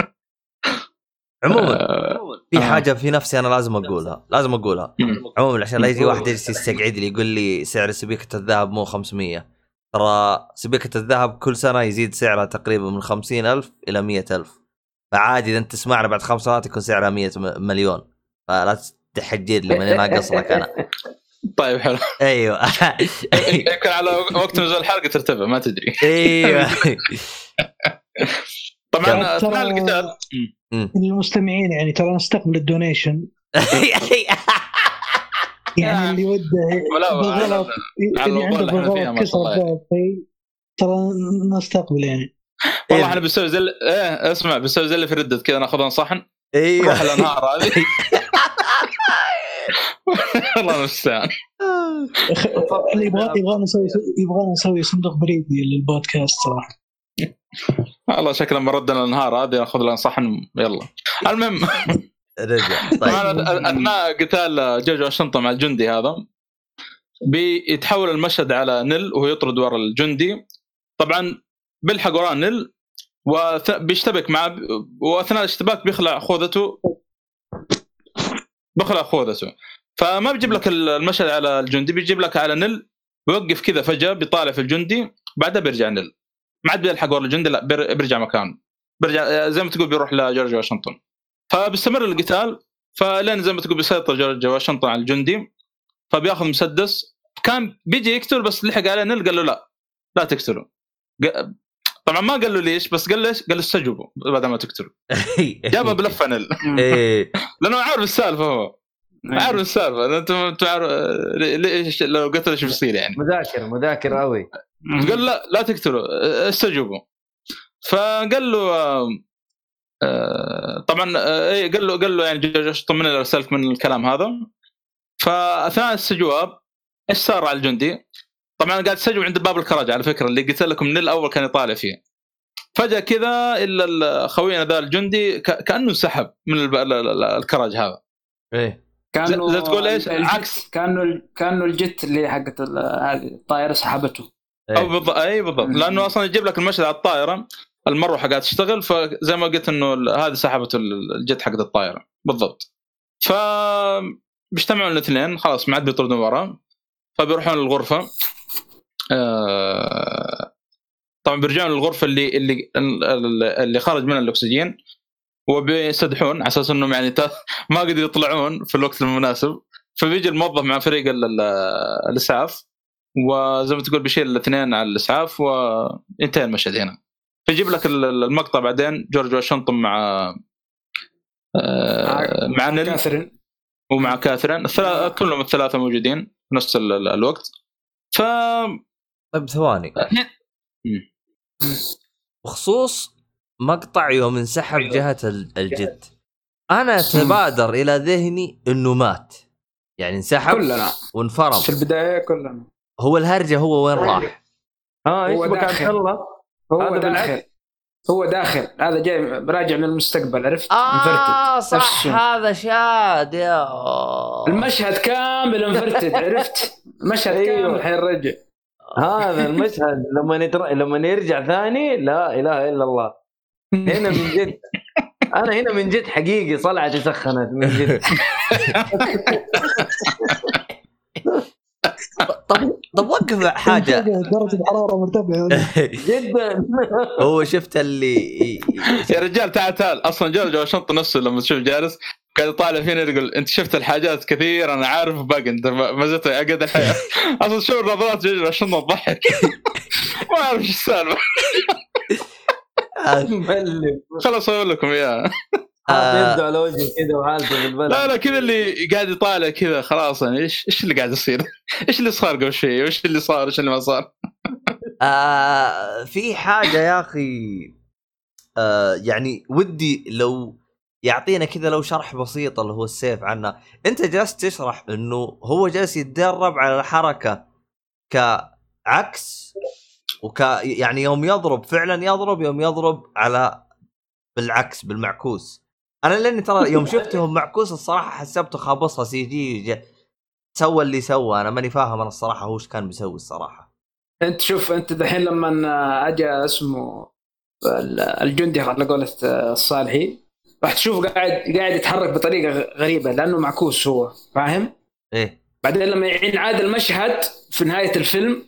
عموما في حاجه في نفسي انا لازم اقولها لازم اقولها عموما عشان لا يجي واحد يجلس يستقعد لي يقول لي سعر سبيكه الذهب مو خمسمية. ترى سبيكه الذهب كل سنه يزيد سعرها تقريبا من خمسين ألف الى مية ألف. فعادي اذا انت تسمعنا بعد خمس سنوات يكون سعرها مية مليون، فلا تحجر لي من ناقص لك انا. طيب حلو. ايوه يمكن على وقت نزول الحلقه ترتفع ما تدري. ايوه طبعا اثناء القتال المستمعين يعني ترى نستقبل الدونيشن يعني اللي وده بالغلط اللي عنده بالغلط كسر باب ترى نستقبل يعني. والله احنا بنسوي زي ايه اسمع بنسوي زي اللي في ردة كذا ناخذها صحن ايوه نروح الانهار هذه. والله مستعان. اللي يبغى يبغى نسوي يبغى نسوي صندوق بريدي للبودكاست صراحه. والله شكله مردنا الانهار هذه ناخذ لنا صحن يلا. المهم رجع. طيب اثناء قتال جورج واشنطن مع الجندي هذا بيتحول المشهد على نيل وهو يطرد ورا الجندي. طبعا بيلحق وراه نيل وبيشتبك معه واثناء الاشتباك بيخلع خوذته بيخلع خوذته فما بيجيب لك المشهد على الجندي بيجيب لك على نيل بيوقف كذا فجأة بيطالع في الجندي بعدها بيرجع نيل ما عاد بيلحق ورا الجندي لا بيرجع مكانه بيرجع زي ما تقول بيروح لجورج واشنطن فبيستمر القتال فلين زي ما تقول بيسيطر جورج واشنطن على الجندي فبياخذ مسدس كان بيجي يقتل بس لحق على نيل قال له لا لا تقتله طبعا ما قال له ليش بس قال ليش قال استجوبه بعد ما تقتله جابه بلفه نيل لانه عارف السالفه هو عارف السالفه انت انت عارف ليش لو قتل ايش بيصير يعني مذاكر مذاكر قوي قال لا لا تقتله استجوبه فقال له طبعا اي قال له قال له يعني جورج طمني لو سالك من الكلام هذا فاثناء الاستجواب ايش صار على الجندي طبعا قاعد يستجوب عند باب الكراج على فكره اللي قلت لكم من الاول كان يطالع فيه فجاه كذا الا خوينا ذا الجندي كانه سحب من الكراج هذا ايه كانه زي تقول ايش عكس كانه كانه الجت اللي حقت هذه الطائره سحبته إيه؟ او بالضبط اي بالضبط لانه اصلا يجيب لك المشهد على الطائره المروحه قاعده تشتغل فزي ما قلت انه هذه سحبته الجت حقت الطائره بالضبط ف بيجتمعوا الاثنين خلاص ما عاد بيطردون وراه فبيروحون للغرفه آه... طبعا بيرجعون للغرفه اللي اللي اللي خرج منها الاكسجين وبيستدحون على اساس انهم يعني ما قدروا يطلعون في الوقت المناسب فبيجي الموظف مع فريق الاسعاف وزي ما تقول بيشيل الاثنين على الاسعاف وانتهى المشهد هنا فيجيب لك المقطع بعدين جورج واشنطن مع آه... مع نيل ومع كاثرين الثلاثة كلهم الثلاثة موجودين في نفس الوقت ف طيب ثواني بخصوص مقطع يوم انسحب جهة الجد أنا تبادر إلى ذهني إنه مات يعني انسحب كلنا وانفرم في البداية كلنا هو الهرجة هو وين راح ها ايش بكان الله هو داخل هو داخل هذا جاي راجع من المستقبل عرفت آه صح هذا شاد يا المشهد كامل انفرتد عرفت المشهد أيوه. كامل حيرجع هذا المشهد لما يتر... لما يرجع ثاني لا اله الا الله هنا من جد انا هنا من جد حقيقي صلعتي سخنت من جد طب طب وقف حاجه درجه الحراره مرتفعه جدا هو شفت اللي يا رجال تعال تعال اصلا جورج واشنطن نفسه لما تشوف جالس قاعد يطالع فينا يقول انت شفت الحاجات كثير انا عارف باقي انت ما زلت اقعد الحياه اصلا شوف نظرات جورج واشنطن تضحك ما اعرف ايش السالفه خلاص اقول لكم اياها يبدو على وجهه كذا وحالته بالبلد لا لا كذا اللي قاعد يطالع كذا خلاص يعني ايش ايش اللي قاعد يصير ايش اللي صار قبل شوي وايش اللي صار ايش اللي ما صار آه في حاجه يا اخي آه يعني ودي لو يعطينا كذا لو شرح بسيط اللي هو السيف عنه انت جالس تشرح انه هو جالس يتدرب على الحركه كعكس وك يعني يوم يضرب فعلا يضرب يوم يضرب على بالعكس بالمعكوس انا لاني ترى يوم شفتهم معكوس الصراحه حسبته خابصها سي جي سوى اللي سوى انا ماني فاهم انا الصراحه هو ايش كان بيسوي الصراحه انت شوف انت دحين لما اجى اسمه الجندي على قولة الصالحي راح تشوف قاعد قاعد يتحرك بطريقه غريبه لانه معكوس هو فاهم ايه بعدين لما ينعاد المشهد في نهايه الفيلم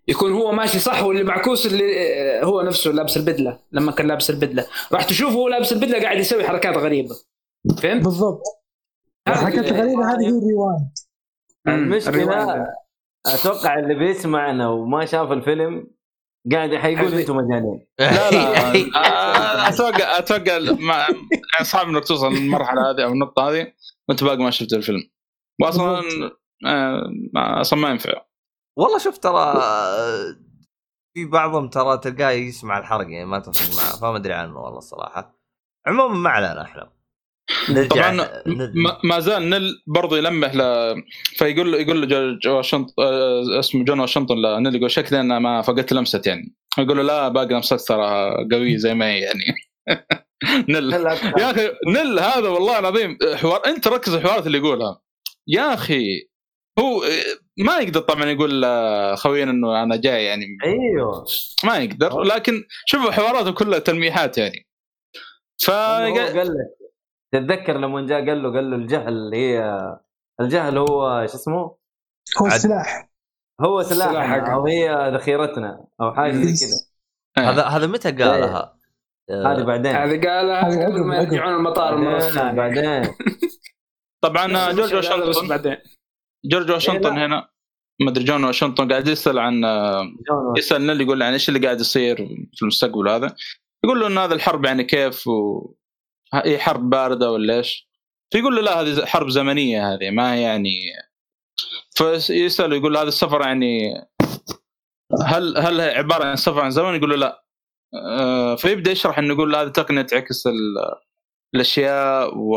يكون هو ماشي صح واللي معكوس اللي هو نفسه لابس البدله لما كان لابس البدله راح تشوفه هو لابس البدله قاعد يسوي حركات غريبه فهمت بالضبط الحركات الغريبه هذه هي الريوايند. المشكله اتوقع اللي بيسمعنا وما شاف الفيلم قاعد حيقول انتم مجانين. لا لا اتوقع اتوقع ما صعب انك توصل للمرحله هذه او النقطه هذه وانت باقي ما شفت الفيلم واصلا ما اصلا ما ينفع. والله شفت ترى في بعضهم ترى تلقاه يسمع الحرق يعني ما تفهم معه فما ادري عنه والله الصراحه. عموما ما علينا احنا طبعا ما, ما زال نل برضه يلمح له فيقول له يقول له جورج واشنطن اسمه جون واشنطن لا نل يقول شكلي انا ما فقدت لمسه يعني يقول له لا باقي لمسك ترى قوي زي ما هي يعني. نل يا اخي نل هذا والله العظيم حوار انت ركز الحوارات اللي يقولها يا اخي هو ما يقدر طبعا يقول خوينا انه انا جاي يعني ايوه ما يقدر لكن شوفوا حواراته كلها تلميحات يعني. فقال له تتذكر لما جاء قال له قال له الجهل هي الجهل هو ايش اسمه هو السلاح هو سلاح او هي ذخيرتنا او حاجه زي كذا. هذا هذا متى قالها؟ هذه بعدين هذه قالها قبل ما يرجعون المطار المره الثانيه بعدين. طبعا جورج واشنطن بعدين جورج واشنطن هنا ما ادري جون واشنطن قاعد يسال عن يسال نيل يقول عن ايش اللي قاعد يصير في المستقبل هذا يقول له ان هذا الحرب يعني كيف و هي حرب باردة ولا إيش؟ فيقول له لا هذه حرب زمنية هذه ما يعني. فيسأله يقول هذا السفر يعني هل هل عبارة عن سفر عن زمن؟ يقول له لا. فيبدأ يشرح إنه يقول هذه تقنية تعكس الأشياء و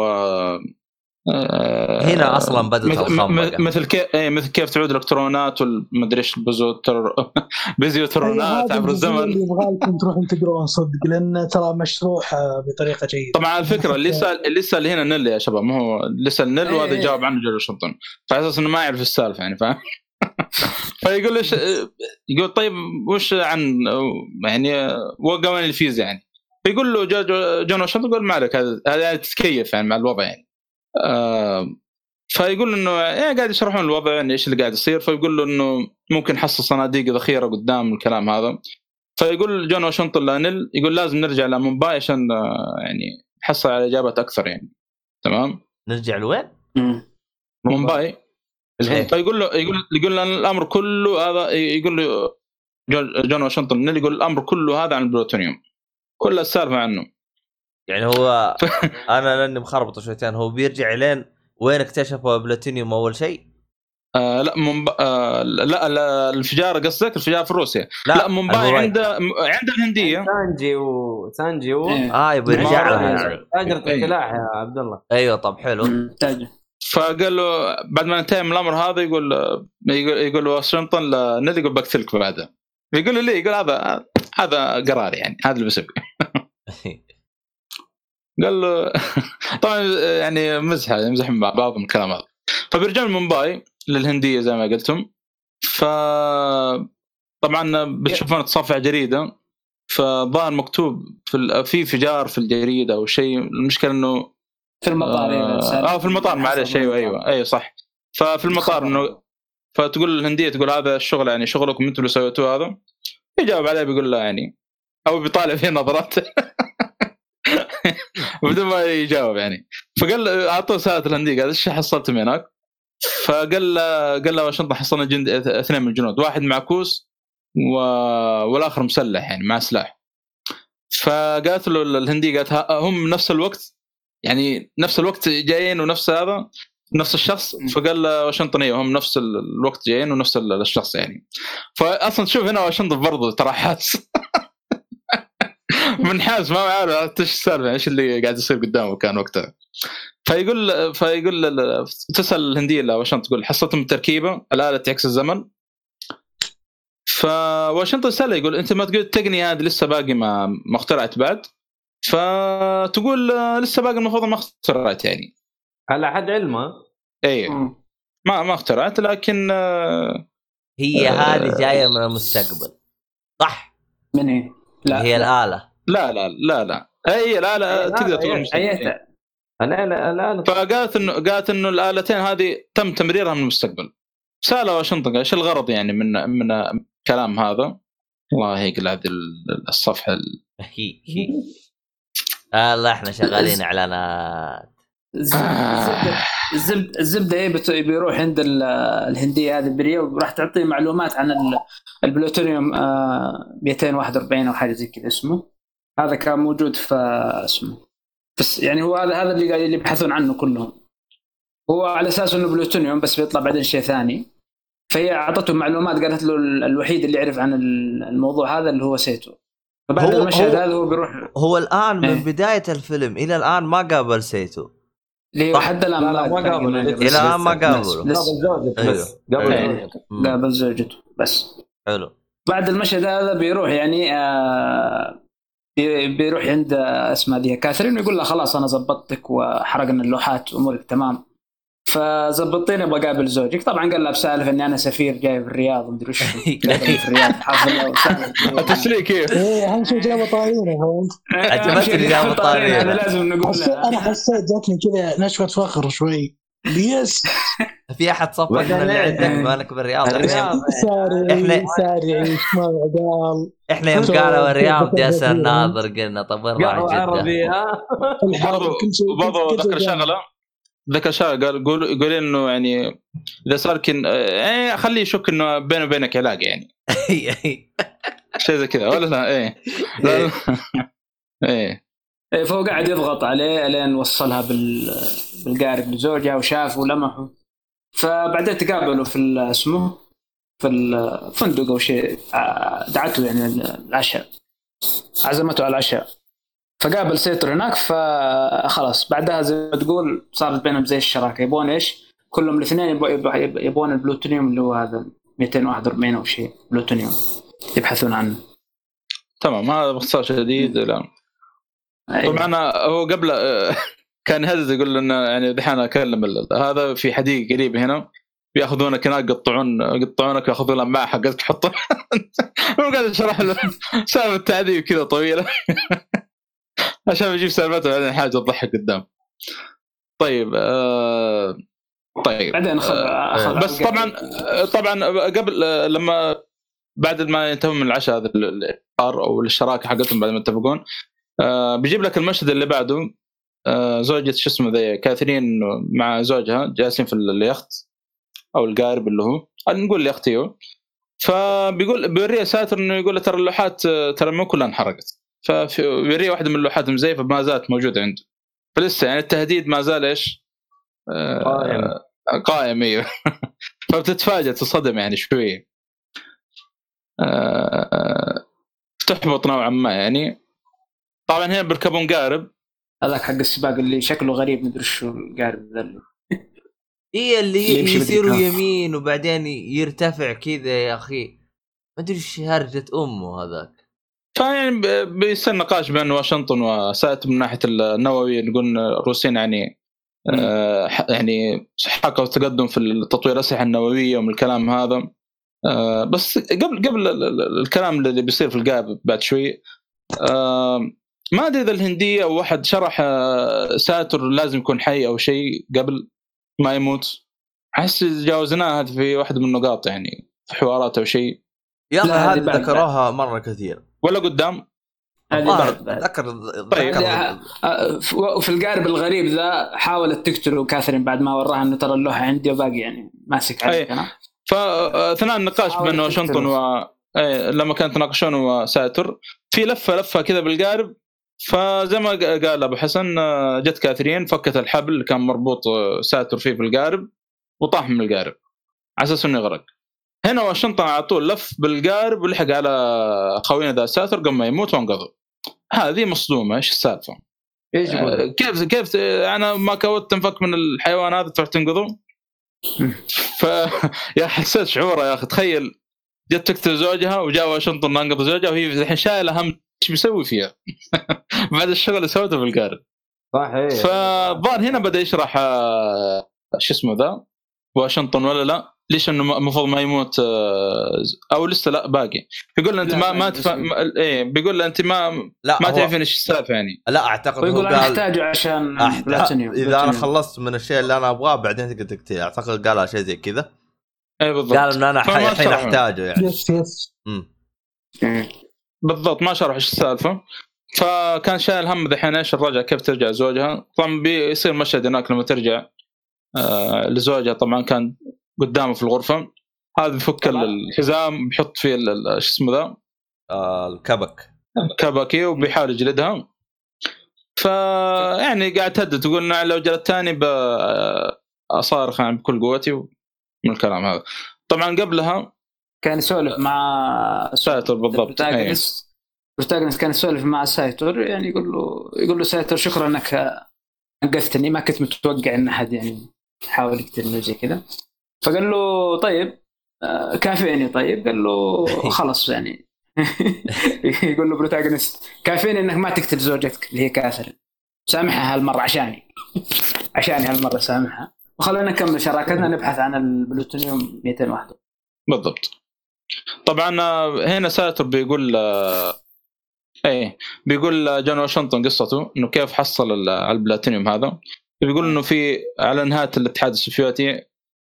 هنا أصلاً بدأت الخنبقة مثل كيف مثل كيف تعود الإلكترونات والمدري إيش البزوتر بزيوترونات عبر الزمن. يبغالكم تروحون تقرون صدق لأن ترى مشروح بطريقة جيدة. طبعا الفكرة اللي سأل اللي سأل هنا نيل يا شباب ما هو لسه نيل وهذا جاوب عنه جورج واشنطن فأساس إنه ما يعرف السالفة يعني فاهم. فيقول ليش يقول طيب وش عن يعني وقوانين الفيزياء يعني فيقول له جون واشنطن يقول ما عليك هذا هذا تتكيف يعني مع الوضع يعني. آه فيقول انه يعني قاعد يشرحون الوضع يعني ايش اللي قاعد يصير فيقول له انه ممكن حصل صناديق ذخيره قدام الكلام هذا. فيقول جون واشنطن لانيل يقول لازم نرجع لمومباي عشان يعني نحصل على اجابات اكثر يعني. تمام نرجع لوين؟ مومباي الهند. فيقول له يقول يقول له الامر كله هذا يقول له جون واشنطن نيل يقول الامر كله هذا عن البلوتونيوم كل السالفه عنه يعني هو انا لاني مخربط شويتين هو بيرجع لين وين اكتشفوا بلاتينيوم اول شيء؟ آه لا منب... آه لا, لا الانفجار قصدك الانفجار في روسيا لا, لا مومباي عند عند الهنديه سانجي وسانجي و... اه يبغى يرجع لها يعني تاجر السلاح يا عبد الله. ايوه طب حلو. فقال له بعد ما انتهى من الامر هذا يقول يقول, يقول واشنطن لنادي يقول بقتلك بعدها. يقول له ليه؟ يقول هذا هذا قرار يعني هذا اللي بسويه. قال له طبعا يعني مزحه يمزح مع بعض من الكلام هذا. فبيرجع من مومباي للهنديه زي ما قلتم. ف طبعا بتشوفون تصفح جريده فظاهر مكتوب في في انفجار في الجريده او شيء. المشكله انه في المطار اه, آه في المطار معلش ايوه ايوه ايوه صح. ففي المطار انه فتقول الهنديه تقول هذا الشغل يعني شغلكم انتم اللي سويتوه هذا. يجاوب عليه بيقول لا يعني او بيطالع فيه نظرات بدون ما يجاوب يعني. فقال اعطوه سالفه الهنديه قال ايش حصلت من هناك؟ فقال قال له واشنطن حصلنا جند اثنين من الجنود واحد معكوس و... والاخر مسلح يعني مع سلاح. فقالت له الهنديه قالت هم نفس الوقت يعني نفس الوقت جايين ونفس هذا نفس الشخص. فقال واشنطن ايوه هم نفس الوقت جايين ونفس الشخص يعني. فاصلا تشوف هنا واشنطن برضه ترى حاس من حاس ما عارف ايش السالفه ايش اللي قاعد يصير قدامه كان وقتها. فيقول فيقول تسال الهنديه لا واشنطن تقول حصلتم التركيبه الاله تعكس الزمن. فواشنطن سأله يقول انت ما تقول التقنيه هذه لسه باقي ما ما اخترعت بعد. فتقول لسه باقي المفروض ما اخترعت يعني على حد علمه اي ما ما اخترعت لكن هي هذه جايه من المستقبل صح؟ من هي؟ لا هي الاله لا لا لا لا هي الاله تقدر تقول ايتها الاله الاله. فقالت انه قالت انه الالتين هذه تم تمريرها من المستقبل. سأله واشنطن ايش الغرض يعني من من كلام هذا الله يقلع هذه الصفحه هي هي الله احنا شغالين اعلانات. الزبده الزبده الزبده ايه بيروح عند الهنديه هذه بريا وراح تعطيه معلومات عن البلوتونيوم مئتين وواحد وأربعين او حاجه زي كذا اسمه. هذا كان موجود في اسمه بس يعني هو هذا هذا اللي قاعد اللي يبحثون عنه كلهم. هو على اساس انه بلوتونيوم بس بيطلع بعدين شيء ثاني. فهي اعطته معلومات قالت له الوحيد اللي يعرف عن الموضوع هذا اللي هو سيتو. فبعد المشهد هذا هو بيروح. هو الان من ايه؟ بدايه الفيلم الى الان ما قابل سيتو لحد الان ما قابل الى الان ما قابل قابل زوجته بس قابل قابل زوجته بس. حلو. بعد المشهد هذا بيروح يعني آه بيروح عند اسمها دي كاثرين ويقول لها خلاص انا زبطتك وحرقنا اللوحات امورك تمام فزبطيني ابغى اقابل زوجك. طبعا قال لها بسالف اني انا سفير جاي في الرياض مدري وش في الرياض حافل التسليك كيف ايه اهم شيء جاب طارينا هو عجبتني جاب طارينا. هذا لازم نقول انا حسيت جاتني كذا نشوه فخر شوي بيس. في احد صفق من اللي عندك مالك بالرياض؟ احنا احنا ساري ما عقال احنا يوم قالوا الرياض ياسر الناظر قلنا طب وين راح جده؟ عربي ها برضو ذكر شغله ذكر شغله قال قول يقول انه يعني اذا صار كن ايه خليه يشك انه بينه وبينك علاقه يعني شيء زي كذا ولا لا؟ ايه لا ايه فهو قاعد يضغط عليه لين وصلها بال بالقارب لزوجها وشافه ولمحه. فبعدين تقابلوا في اسمه في الفندق او شيء دعته يعني العشاء عزمته على العشاء فقابل سيتر هناك. فخلاص بعدها زي ما تقول صارت بينهم زي الشراكه يبون ايش كلهم الاثنين يبون البلوتونيوم اللي هو هذا مئتين وواحد وأربعين او شيء بلوتونيوم يبحثون عنه. تمام هذا باختصار شديد. لا طبعا هو قبل كان هذا يقول لنا يعني دحين اكلم هذا في حديقه قريبه هنا بياخذونك هناك يقطعون يقطعونك ياخذون لماعه حقتك تحطها. مو قاعد اشرح له سالفه التعذيب كذا طويله عشان يجيب سالفته بعدين حاجه تضحك قدام. طيب آه طيب بعدين أخذ آه بس طبعا طبعا قبل لما بعد ما ينتهوا من العشاء هذا الإقرار او الشراكه حقتهم بعد ما يتفقون آه بيجيب لك المشهد اللي بعده. آه زوجة شو اسمه ذي كاثرين مع زوجها جالسين في اليخت او القارب اللي هو نقول اليخت ايوه. فبيقول بيوريه ساتر انه يقول له ترى اللوحات ترى مو كلها انحرقت. فبيوريه واحده من اللوحات مزيفه ما زالت موجوده عنده. فلسه يعني التهديد ما زال ايش آه قائم قائم ايوه. فبتتفاجئ تصدم يعني شويه آه تحبط نوعا ما يعني. طبعا هنا بيركبون قارب هذاك حق السباق اللي شكله غريب مدري شو القارب ذا ايه اللي يصيروا يمين وبعدين يرتفع كذا يا اخي ما ادري ايش هرجه امه هذاك. فيعني بيصير نقاش بين واشنطن وسات من ناحيه النووي نقول الروسيين يعني آه يعني حققوا تقدم في التطوير الاسلحه النوويه ومن الكلام هذا. آه بس قبل قبل الكلام اللي بيصير في القارب بعد شوي آه ما ادري اذا الهنديه او واحد شرح ساتر لازم يكون حي او شيء قبل ما يموت. احس جاوزناها هذه في واحد من النقاط يعني في حوارات او شيء. يا اخي هذه ذكروها مره كثير ولا قدام هذه ذكر طيب وفي القارب الغريب ذا حاولت تقتله كاثرين بعد ما وراها انه ترى اللوحه عندي وباقي يعني ماسك عليها. فاثناء النقاش بين واشنطن و ايه لما كانت تناقشون وساتر في لفه لفه كذا بالقارب. فزي ما قال ابو حسن جت كاثرين فكت الحبل اللي كان مربوط ساتر فيه في القارب وطاح من القارب على اساس انه يغرق. هنا واشنطن على طول لف بالقارب ولحق على خوينا ذا ساتر قبل ما يموت وانقذوا. هذه مصدومه ايش السالفه؟ ايش يقول كيف كيف انا ما كودت تنفك من الحيوان هذا تروح تنقذه؟ ف يا حسيت شعوره يا اخي. تخيل جت تقتل زوجها وجاء واشنطن انقذ زوجها وهي الحين شايله هم ايش بيسوي فيها بعد الشغل اللي سوته بالقارب. صحيح. فالظاهر هنا بدا يشرح شو اسمه ذا واشنطن ولا لا ليش انه المفروض ما يموت او لسه لا باقي. يقول له انت ما ما تف... ايه بيقول له انت ما ما تعرفين ايش السالفه يعني. لا اعتقد هو قال احتاجه عشان أحت... اذا انا خلصت من الشيء اللي انا ابغاه بعدين تقدر تقتل. اعتقد قالها شيء زي كذا اي بالضبط. قال ان انا الحين احتاجه يعني. يس يس امم بالضبط ما شرح ايش السالفه. فكان شايل هم ذحين ايش الرجعه كيف ترجع زوجها. طبعا بيصير مشهد هناك لما ترجع آه لزوجها طبعا كان قدامه في الغرفه. هذا بيفك الحزام بيحط فيه ايش اسمه ذا آه الكبك كبكي وبيحاول يجلدها. فيعني قاعد تهدد تقول لو جلدتني بأصارخ يعني بكل قوتي من الكلام هذا. طبعا قبلها كان يسولف مع سايتور بالضبط. بروتاغونست كان يسولف مع سايتور يعني يقول له يقول له سايتور شكرا انك انقذتني ما كنت متوقع ان احد يعني يحاول يقتلني زي كذا. فقال له طيب كافيني. طيب قال له خلص يعني يقول له بروتاغونست كافيني انك ما تقتل زوجتك اللي هي كاثرين سامحها هالمره عشاني عشاني هالمره سامحها وخلينا نكمل شراكتنا نبحث عن البلوتونيوم مئتين وواحد. بالضبط. طبعا هنا ساتر بيقول ايه بيقول جون واشنطن قصته انه كيف حصل على البلاتينيوم هذا. بيقول انه في على نهايه الاتحاد السوفيتي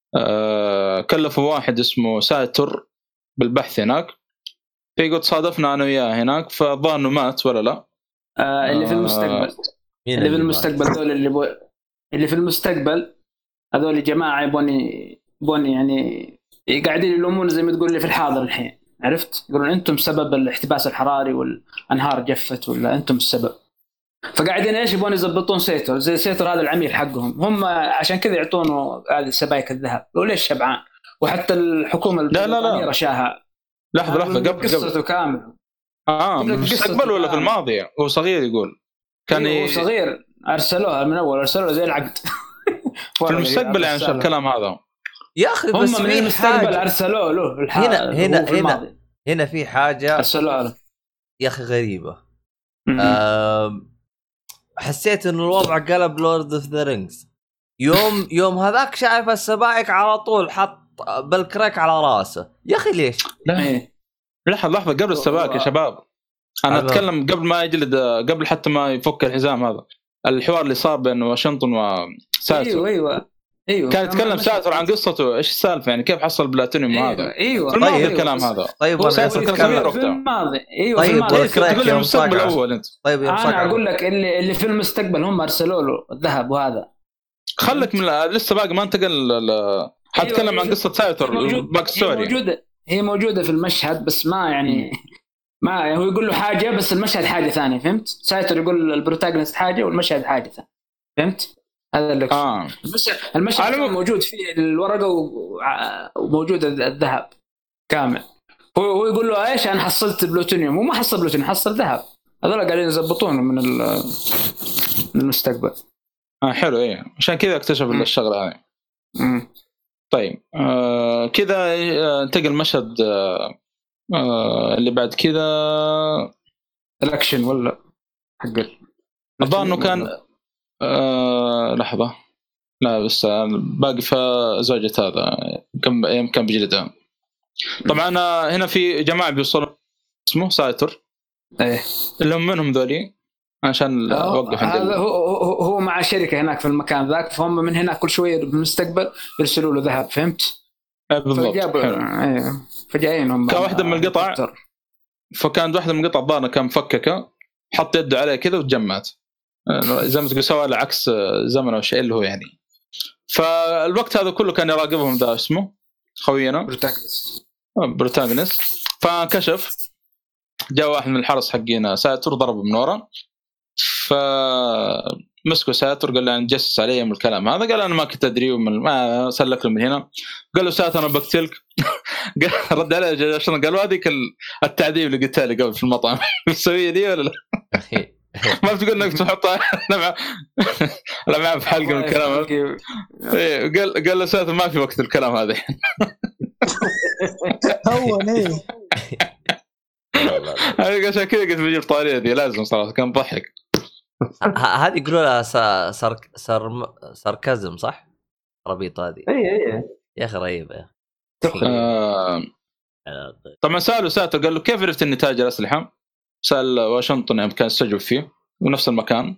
آه كلفوا واحد اسمه ساتر بالبحث هناك. فيقول تصادفنا انا وياه هناك فظن انه مات ولا لا. آه اللي في المستقبل مين اللي في المستقبل دول اللي بو... اللي في المستقبل هذول جماعه يبوني يبوني يعني قاعدين يلومون زي ما تقول لي في الحاضر الحين عرفت يقولون انتم سبب الاحتباس الحراري والانهار جفت ولا انتم السبب. فقاعدين ايش يبون يضبطون سيتر زي سيتر هذا العميل حقهم هم عشان كذا يعطونه هذه سبائك الذهب. وليش شبعان وحتى الحكومه البريطانيه رشاها. لحظه لحظه قبل قصته كامل اه مستقبل ولا في الماضي؟ هو صغير يقول كان هو صغير ارسلوه من اول ارسلوه زي العقد في المستقبل يعني شو الكلام هذا يا اخي بس هم من المستقبل ارسلوه له الح... هنا هنا هنا هنا في حاجه ارسلوه له يا اخي غريبه. أه... حسيت انه الوضع قلب لورد اوف ذا رينجز يوم يوم هذاك شايف السبائك على طول حط بالكريك على راسه يا اخي ليش؟ لا إيه؟ لحظه لحظه قبل السبائك يا شباب انا أبقى. اتكلم قبل ما يجلد قبل حتى ما يفك الحزام هذا الحوار اللي صار بين واشنطن وساتر. ايوه ايوه ايوه كان يتكلم ساتر عن قصته ايش السالفه يعني كيف حصل بلاتينيوم أيوة. هذا ايوه في الماضي أيوة. الكلام هذا طيب ساتر كان في الماضي ايوه طيب في الماضي تقول لي المستقبل الاول انت. طيب انا اقول لك اللي اللي في المستقبل هم ارسلوا له الذهب وهذا خلك من لسه باقي ما انتقل حتكلم أيوة. عن قصه ساتر باك ستوري موجوده هي موجوده في المشهد بس ما يعني ما هو يقول له حاجه بس المشهد حاجه ثانيه فهمت. سايتر يقول البروتاغونست حاجه والمشهد حاجه ثانيه فهمت. هذا اللي آه. المشهد المشهد موجود فيه الورقه وموجود الذهب كامل. هو يقول له ايش انا حصلت بلوتونيوم وما حصل بلوتونيوم حصل ذهب. هذول قاعدين يضبطونه من المستقبل. اه حلو ايه عشان كذا اكتشف الشغله هذه. طيب آه كذا انتقل المشهد آه آه اللي بعد كذا الاكشن ولا حق الظاهر انه كان آه لحظه لا بس باقي فزوجة هذا كم ايام كان بجلدها. طبعا هنا في جماعه بيوصلوا اسمه سايتر ايه اللي هم منهم ذولي عشان اوقف هذا هو هو مع شركه هناك في المكان ذاك فهم من هناك كل شويه بالمستقبل يرسلوا له ذهب فهمت. بالضبط ايوه فجايين هم كان واحده من القطع أكتر. فكانت واحده من القطع ضانه كان مفككه حط يده عليه كذا وتجمعت زي ما تقول سوى له عكس زمن او شيء اللي هو يعني. فالوقت هذا كله كان يراقبهم ذا اسمه خوينا بروتاغونست بروتاغونست. فكشف جاء واحد من الحرس حقينا ساتر ضربه من ورا فمسكوا ساتر قال له أنا جسس علي من الكلام هذا. قال أنا ما كنت أدري ومن ما سلك له من هنا. قال له ساتر أنا بقتلك. رد عليه عشان قالوا هذيك التعذيب اللي قلتها لي قبل في المطعم السوية دي ولا لا ما بتقول انك تحطها انا لا ما في حلقه من الكلام ايه قال قال له ساتر ما في وقت الكلام هذا هو ليه هذه عشان كذا قلت بجيب طاريه دي لازم صراحه كان ضحك. هذه يقولوا لها سار سار ساركازم صح ربيط هذه اي اي يا اخي رهيبه. آه طبعا سالوا ساتر قال له كيف عرفت اني تاجر اسلحه؟ سال واشنطن يوم كان استجوب فيه ونفس المكان.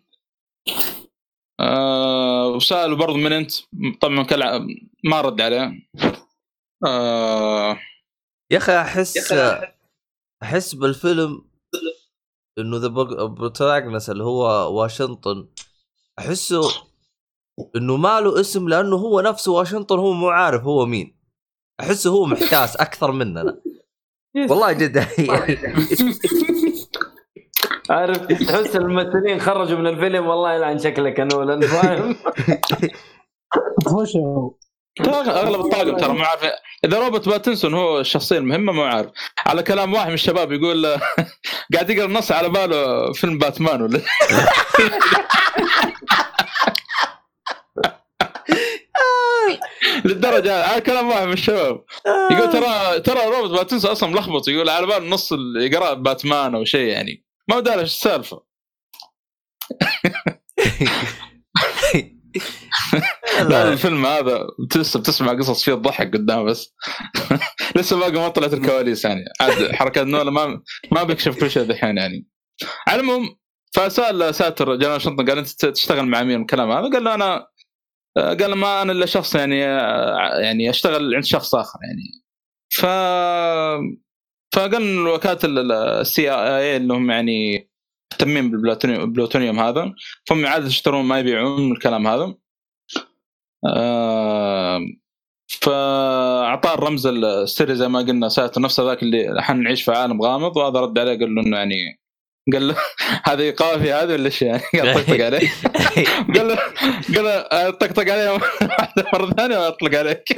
آه وسالوا برضو من انت؟ طبعا كلا ما رد عليه آه... يا اخي احس احس بالفيلم انه ذا بروتاغونست اللي هو واشنطن، احسه انه ما له اسم لانه هو نفسه واشنطن، هو مو عارف هو مين. احسه هو محتاس اكثر مننا والله جد. عارف تحس الممثلين خرجوا من الفيلم والله يلعن شكلك يا نولان، فاهم؟ اغلب الطاقم ترى ما عارف اذا روبرت باتنسون هو الشخصيه المهمه، ما عارف. على كلام واحد من الشباب يقول قاعد يقرا النص على باله فيلم باتمان ولا للدرجه. على كلام واحد من الشباب يقول ترى ترى روبرت باتنسون اصلا ملخبط، يقول على باله النص اللي يقرا باتمان او شيء، يعني ما داري ايش السالفه. لا الفيلم هذا لسه بتسمع قصص فيه الضحك قدام بس. لسه باقي ما طلعت الكواليس يعني. عاد حركات نولا ما ما بيكشف كل شيء دحين يعني. على العموم فسأل ساتر جلال واشنطن قال انت تشتغل مع مين الكلام هذا؟ قال له انا قال ما انا الا شخص يعني يعني اشتغل عند شخص اخر يعني. ف فقال وكاله السي اي انهم يعني مهتمين بالبلوتونيوم هذا، فهم عاده يشترون ما يبيعون الكلام هذا. آه فاعطاه الرمز السري زي ما قلنا ساتر نفسه ذاك اللي احنا نعيش في عالم غامض، وهذا رد عليه قال له انه يعني قال له هذه قافي هذا ولا شيء يعني. قال طقطق عليه قال له قال له طقطق عليه مره ثانيه واطلق عليك.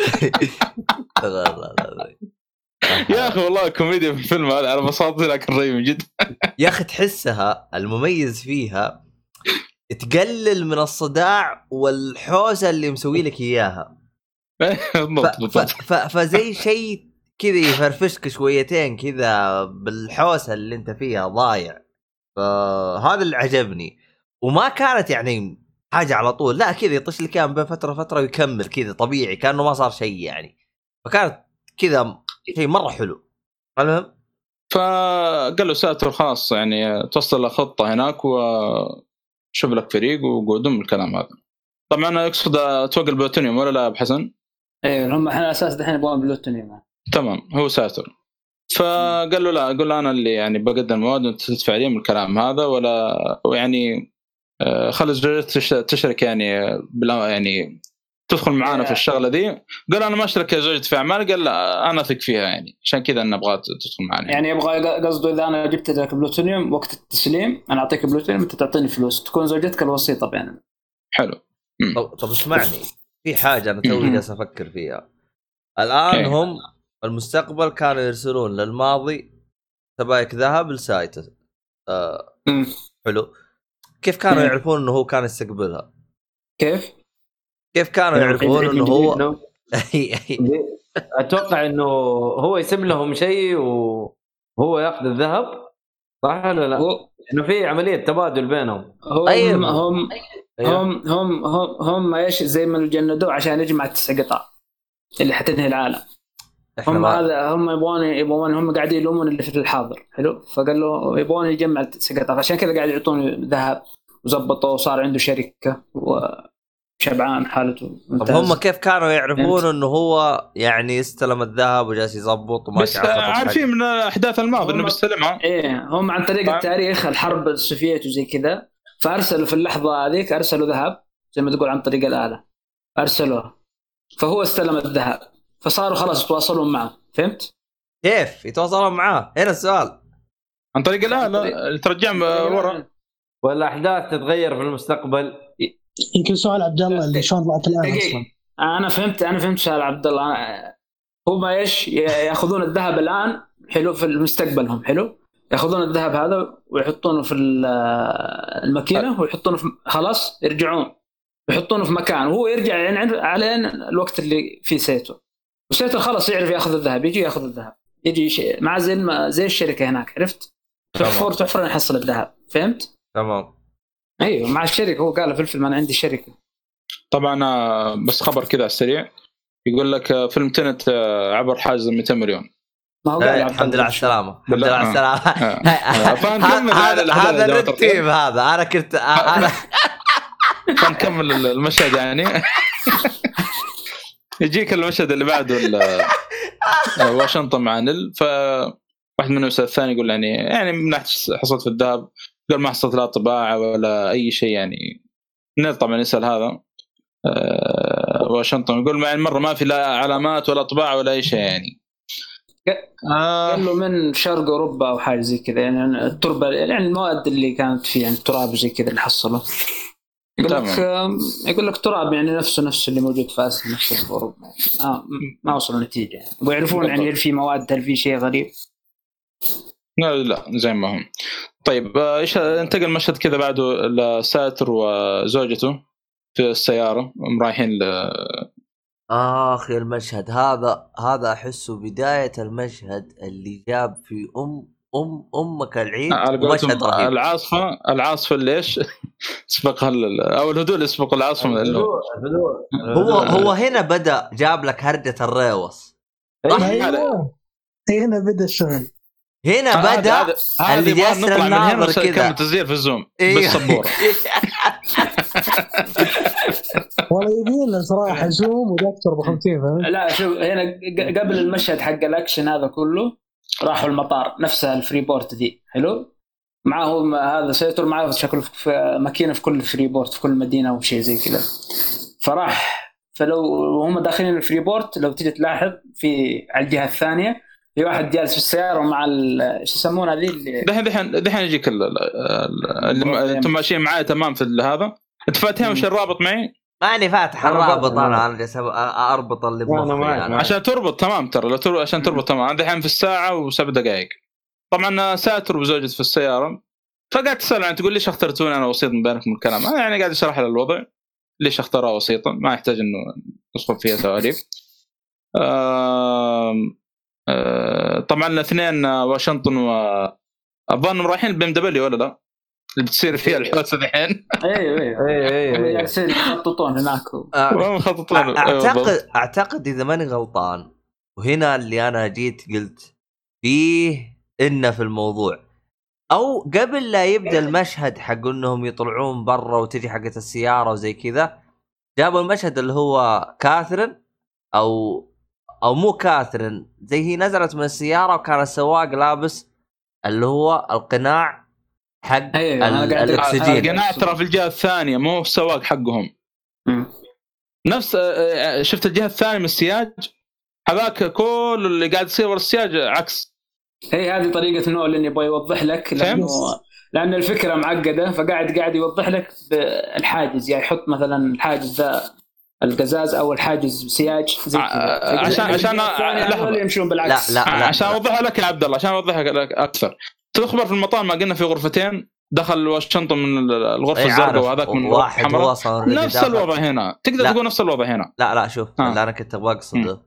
يا اخي والله كوميديا في الفيلم هذا على بساطه لكن رهيب جدا. يا اخي تحسها المميز فيها تقلل من الصداع والحوسه اللي مسوي لك اياها. ف... ف... فزي شيء كذا يفرفشك شويتين كذا بالحوسه اللي انت فيها ضايع. فهذا اللي عجبني، وما كانت يعني حاجه على طول، لا كذا يطش لك كان بين فتره فتره ويكمل كذا طبيعي كانه ما صار شيء يعني. فكانت كذا شيء مره حلو. المهم فقال له ساتر خلاص يعني توصل لخطه هناك وشوف لك فريق وقودم الكلام هذا. طبعا انا اقصد توقع البلوتونيوم ولا لا بحسن؟ ايه هم احنا اساس دحين نبغى بلوتونيوم. تمام هو ساتر. فقال له لا قال له انا اللي يعني بقدم مواد وانت تدفع لي من الكلام هذا ولا يعني خلص زوجتي تشرك يعني بلا يعني تدخل معانا في الشغله دي. قال انا ما اشترك يا زوجتي في اعمال. قال لا انا اثق فيها يعني عشان كذا انا ابغى تدخل معنا يعني يبغى قصده اذا انا جبت لك بلوتونيوم وقت التسليم انا اعطيك بلوتونيوم انت تعطيني فلوس تكون زوجتك الوسيطه بيننا. حلو. طب, طب اسمعني في حاجه انا توي جالس افكر فيها الان. هم المستقبل كانوا يرسلون للماضي سبائك ذهب لسايته. آه حلو. كيف كانوا يعرفون انه هو كان يستقبلها؟ كيف كيف كانوا يعرفون انه هو اتوقع انه هو يسم لهم شيء وهو ياخذ الذهب صح ولا لا؟ انه في عمليه تبادل بينهم. طيب هم هم هم هم هم, هم ايش زي ما الجندوا عشان يجمع التسع قطع اللي حتنهي العالم. هم هذا هم يبغون يبغون هم قاعدين يلومون اللي في الحاضر. حلو. فقال له يبغون يجمع التسع قطع عشان كذا قاعد يعطون ذهب وزبطوا وصار عنده شركه وشبعان حالته. طب هم كيف كانوا يعرفون انه هو يعني يستلم الذهب وجالس يضبط وماشي على خطط؟ عارفين من احداث الماضي انه بيستلمها. ايه هم عن طريق التاريخ الحرب السوفيتي وزي كذا فارسلوا في اللحظه هذيك ارسلوا ذهب زي ما تقول عن طريق الاله ارسلوه فهو استلم الذهب فصاروا خلاص يتواصلون معه. فهمت كيف يتواصلون معاه؟ هنا السؤال. عن طريق الاله ترجع ورا ولا احداث تتغير في المستقبل؟ يمكن سؤال عبد الله اللي شلون طلعت الآن اصلا. انا فهمت انا فهمت سؤال عبد الله. هم ايش ياخذون الذهب الان حلو في المستقبلهم. حلو. ياخذون الذهب هذا ويحطونه في الماكينه ويحطونه في خلاص يرجعون يحطونه في مكان وهو يرجع يعني على الوقت اللي فيه سيتو وسيتو خلاص يعرف ياخذ الذهب يجي ياخذ الذهب يجي مع زي زي الشركه هناك. عرفت تحفر تحفر يحصل الذهب. فهمت تمام. ايوه مع الشركه. هو قال في الفيلم انا عندي شركه. طبعا بس خبر كذا على السريع يقول لك فيلم تنت عبر حاجز مئتين مليون. ما هو الحمد لله على السلامه. الحمد لله على السلامه. هذا هذا الترتيب هذا انا كنت انا فنكمل المشهد يعني. يجيك المشهد اللي بعده واشنطن مع نيل. ف واحد منهم يسأل الثاني يقول يعني يعني من ناحيه حصلت في الذهب، قال ما حصلت لا طباعه ولا اي شيء. يعني نيل طبعا يسأل هذا أه واشنطن يقول يعني مره ما في لا علامات ولا طباعه ولا اي شيء. يعني آه قال له من شرق اوروبا او حاجه زي كذا، يعني التربه يعني المواد اللي كانت فيه يعني التراب زي كذا اللي حصله. يقول لك يقول لك تراب يعني نفسه نفس اللي موجود في اسيا نفسه في اوروبا. آه ما وصلوا نتيجه يعني. ويعرفون يعني هل في مواد هل في شيء غريب. لا لا زي ما هم. طيب ايش انتقل مشهد كذا بعده لساتر وزوجته في السياره رايحين ل اخ يا المشهد هذا هذا احسه بدايه المشهد اللي جاب في ام ام امك العيد. مشهد رهيب. العاصفه العاصفه ليش سبق هل او الهدوء اللي سبق العاصفه. الهدوء هو هو هنا بدا جاب لك هرجه الريوس. ايوه هنا بدا الشغل. هنا بدا اللي ياسر الناظر كذا كم تسجيل في الزوم بالسبوره. والله يبين صراحه زوم ودكتور بخمسين. لا شوف هنا قبل المشهد حق الاكشن هذا كله راحوا المطار نفسها الفريبورت دي حلو معه هذا سيطر معه شكله في ماكينه في كل فريبورت في كل مدينه او شيء زي كذا. فراح فلو هم داخلين الفريبورت لو تيجي تلاحظ في على الجهه الثانيه في واحد جالس في السياره مع ايش يسمونه ذي اللي دحين دحين دحين يجيك اللي انتم ماشيين معايا تمام في هذا. انت فاتحين وش الرابط معي؟ ماني فاتح الرابط. انا انا جالس اربط اللي بمخي يعني. عشان تربط تمام ترى لو تربط عشان تربط تمام. انا دحين في الساعه وسبع دقائق. طبعا ساتر وزوجته في السياره فقاعد تسال عن تقول ليش اخترتوني انا وسيط من بينكم الكلام. انا يعني قاعد اشرح له الوضع ليش اختاره وسيطا ما يحتاج انه ندخل فيها سواليف. طبعا الاثنين واشنطن واظن رايحين بام دبليو ولا لا اللي بتصير فيها الحوسه الحين. ايوه ايوه ايوه يصير يخططون هناك. اعتقد اعتقد اذا ماني غلطان وهنا اللي انا جيت قلت فيه انه في الموضوع او قبل لا يبدا المشهد حق انهم يطلعون برا وتجي حقه السياره وزي كذا جابوا المشهد اللي هو كاثرين او او مو كاثرين زي هي نزلت من السياره وكان السواق لابس اللي هو القناع حق أيوة الاكسجين. القناع ترى في الجهه الثانيه مو في السواق حقهم. م. نفس شفت الجهه الثانيه من السياج هذاك كل اللي قاعد يصير ورا السياج عكس. هي هذه طريقه نول اللي يبغى يوضح لك لانه لان الفكره معقده فقاعد قاعد يوضح لك بالحاجز يعني يحط مثلا الحاجز ذا القزاز او الحاجز سياج زي كذا عشان عشان لحظه يمشون بالعكس. لا لا, لا عشان اوضح لك يا عبد الله عشان اوضح لك اكثر. تخبر في المطار ما قلنا في غرفتين دخل واشنطن من الغرفه الزرقاء وهذاك من الغرفه الحمراء نفس الوضع هنا. تقدر تقول نفس الوضع هنا. لا لا شوف آه. اللي انا كنت ابغى اقصده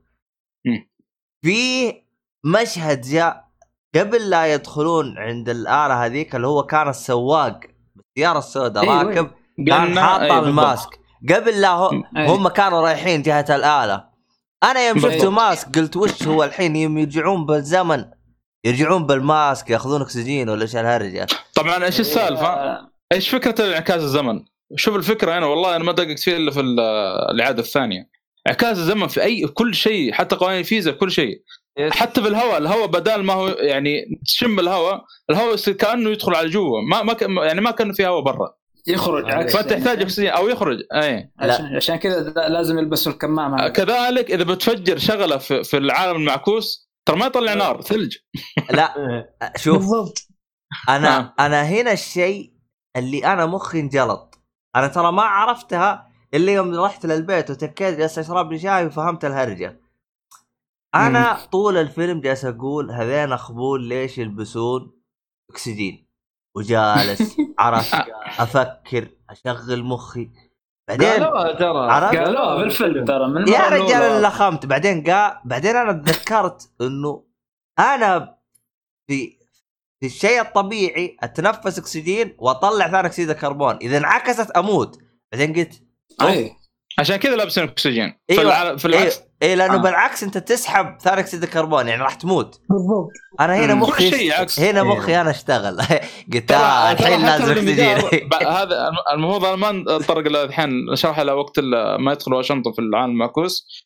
في مشهد جاء قبل لا يدخلون عند الآلة هذيك اللي هو كان السواق بالسيارة السوداء أيوة راكب كان حاط أيوة الماسك قبل لا هو أيوة. هم كانوا رايحين جهة الآلة. أنا يوم شفته ماسك قلت وش هو الحين يرجعون بالزمن يرجعون بالماسك يأخذون أكسجين ولا إيش الهرجة. طبعا إيش السالفة إيش فكرة انعكاس الزمن. شوف الفكرة أنا والله أنا ما دققت فيه إلا في الإعادة الثانية. انعكاس الزمن في أي كل شيء حتى قوانين الفيزياء كل شيء حتى بالهواء. الهواء بدال ما هو يعني تشم الهواء الهواء يصير كأنه يدخل على جوا ما ما يعني ما كان في هواء برا يخرج عكس فتحتاج أكسجين أو يخرج أي عشان, عشان كذا لازم يلبسوا الكمامة. كذلك إذا بتفجر شغلة في, في العالم المعكوس ترى ما يطلع نار ثلج. لا شوف أنا أنا هنا الشيء اللي أنا مخي انجلط. أنا ترى ما عرفتها اللي يوم رحت للبيت وتكيت جالس أشرب لي شاي وفهمت الهرجة. أنا مم. طول الفيلم جالس أقول هذين أخبول ليش يلبسون أكسجين وجالس عرفت أفكر أشغل مخي بعدين قالوها ترى قالوها بالفيلم ترى من يا رجال اللي خمت بعدين قا بعدين أنا تذكرت إنه أنا في في الشيء الطبيعي أتنفس أكسجين وأطلع ثاني أكسيد الكربون إذا انعكست أموت. بعدين قلت أي عشان كذا لابسين أكسجين أيوة. في العكس أيوة. إيه لأنه آه. بالعكس أنت تسحب ثاني أكسيد الكربون يعني راح تموت بالضبط. أنا هنا مخي هنا مخي أنا اشتغل قلت الحين لازم أكسجين. هذا المفروض ما نطرق له الحين نشرح له وقت ما يدخل واشنطن في العالم المعكوس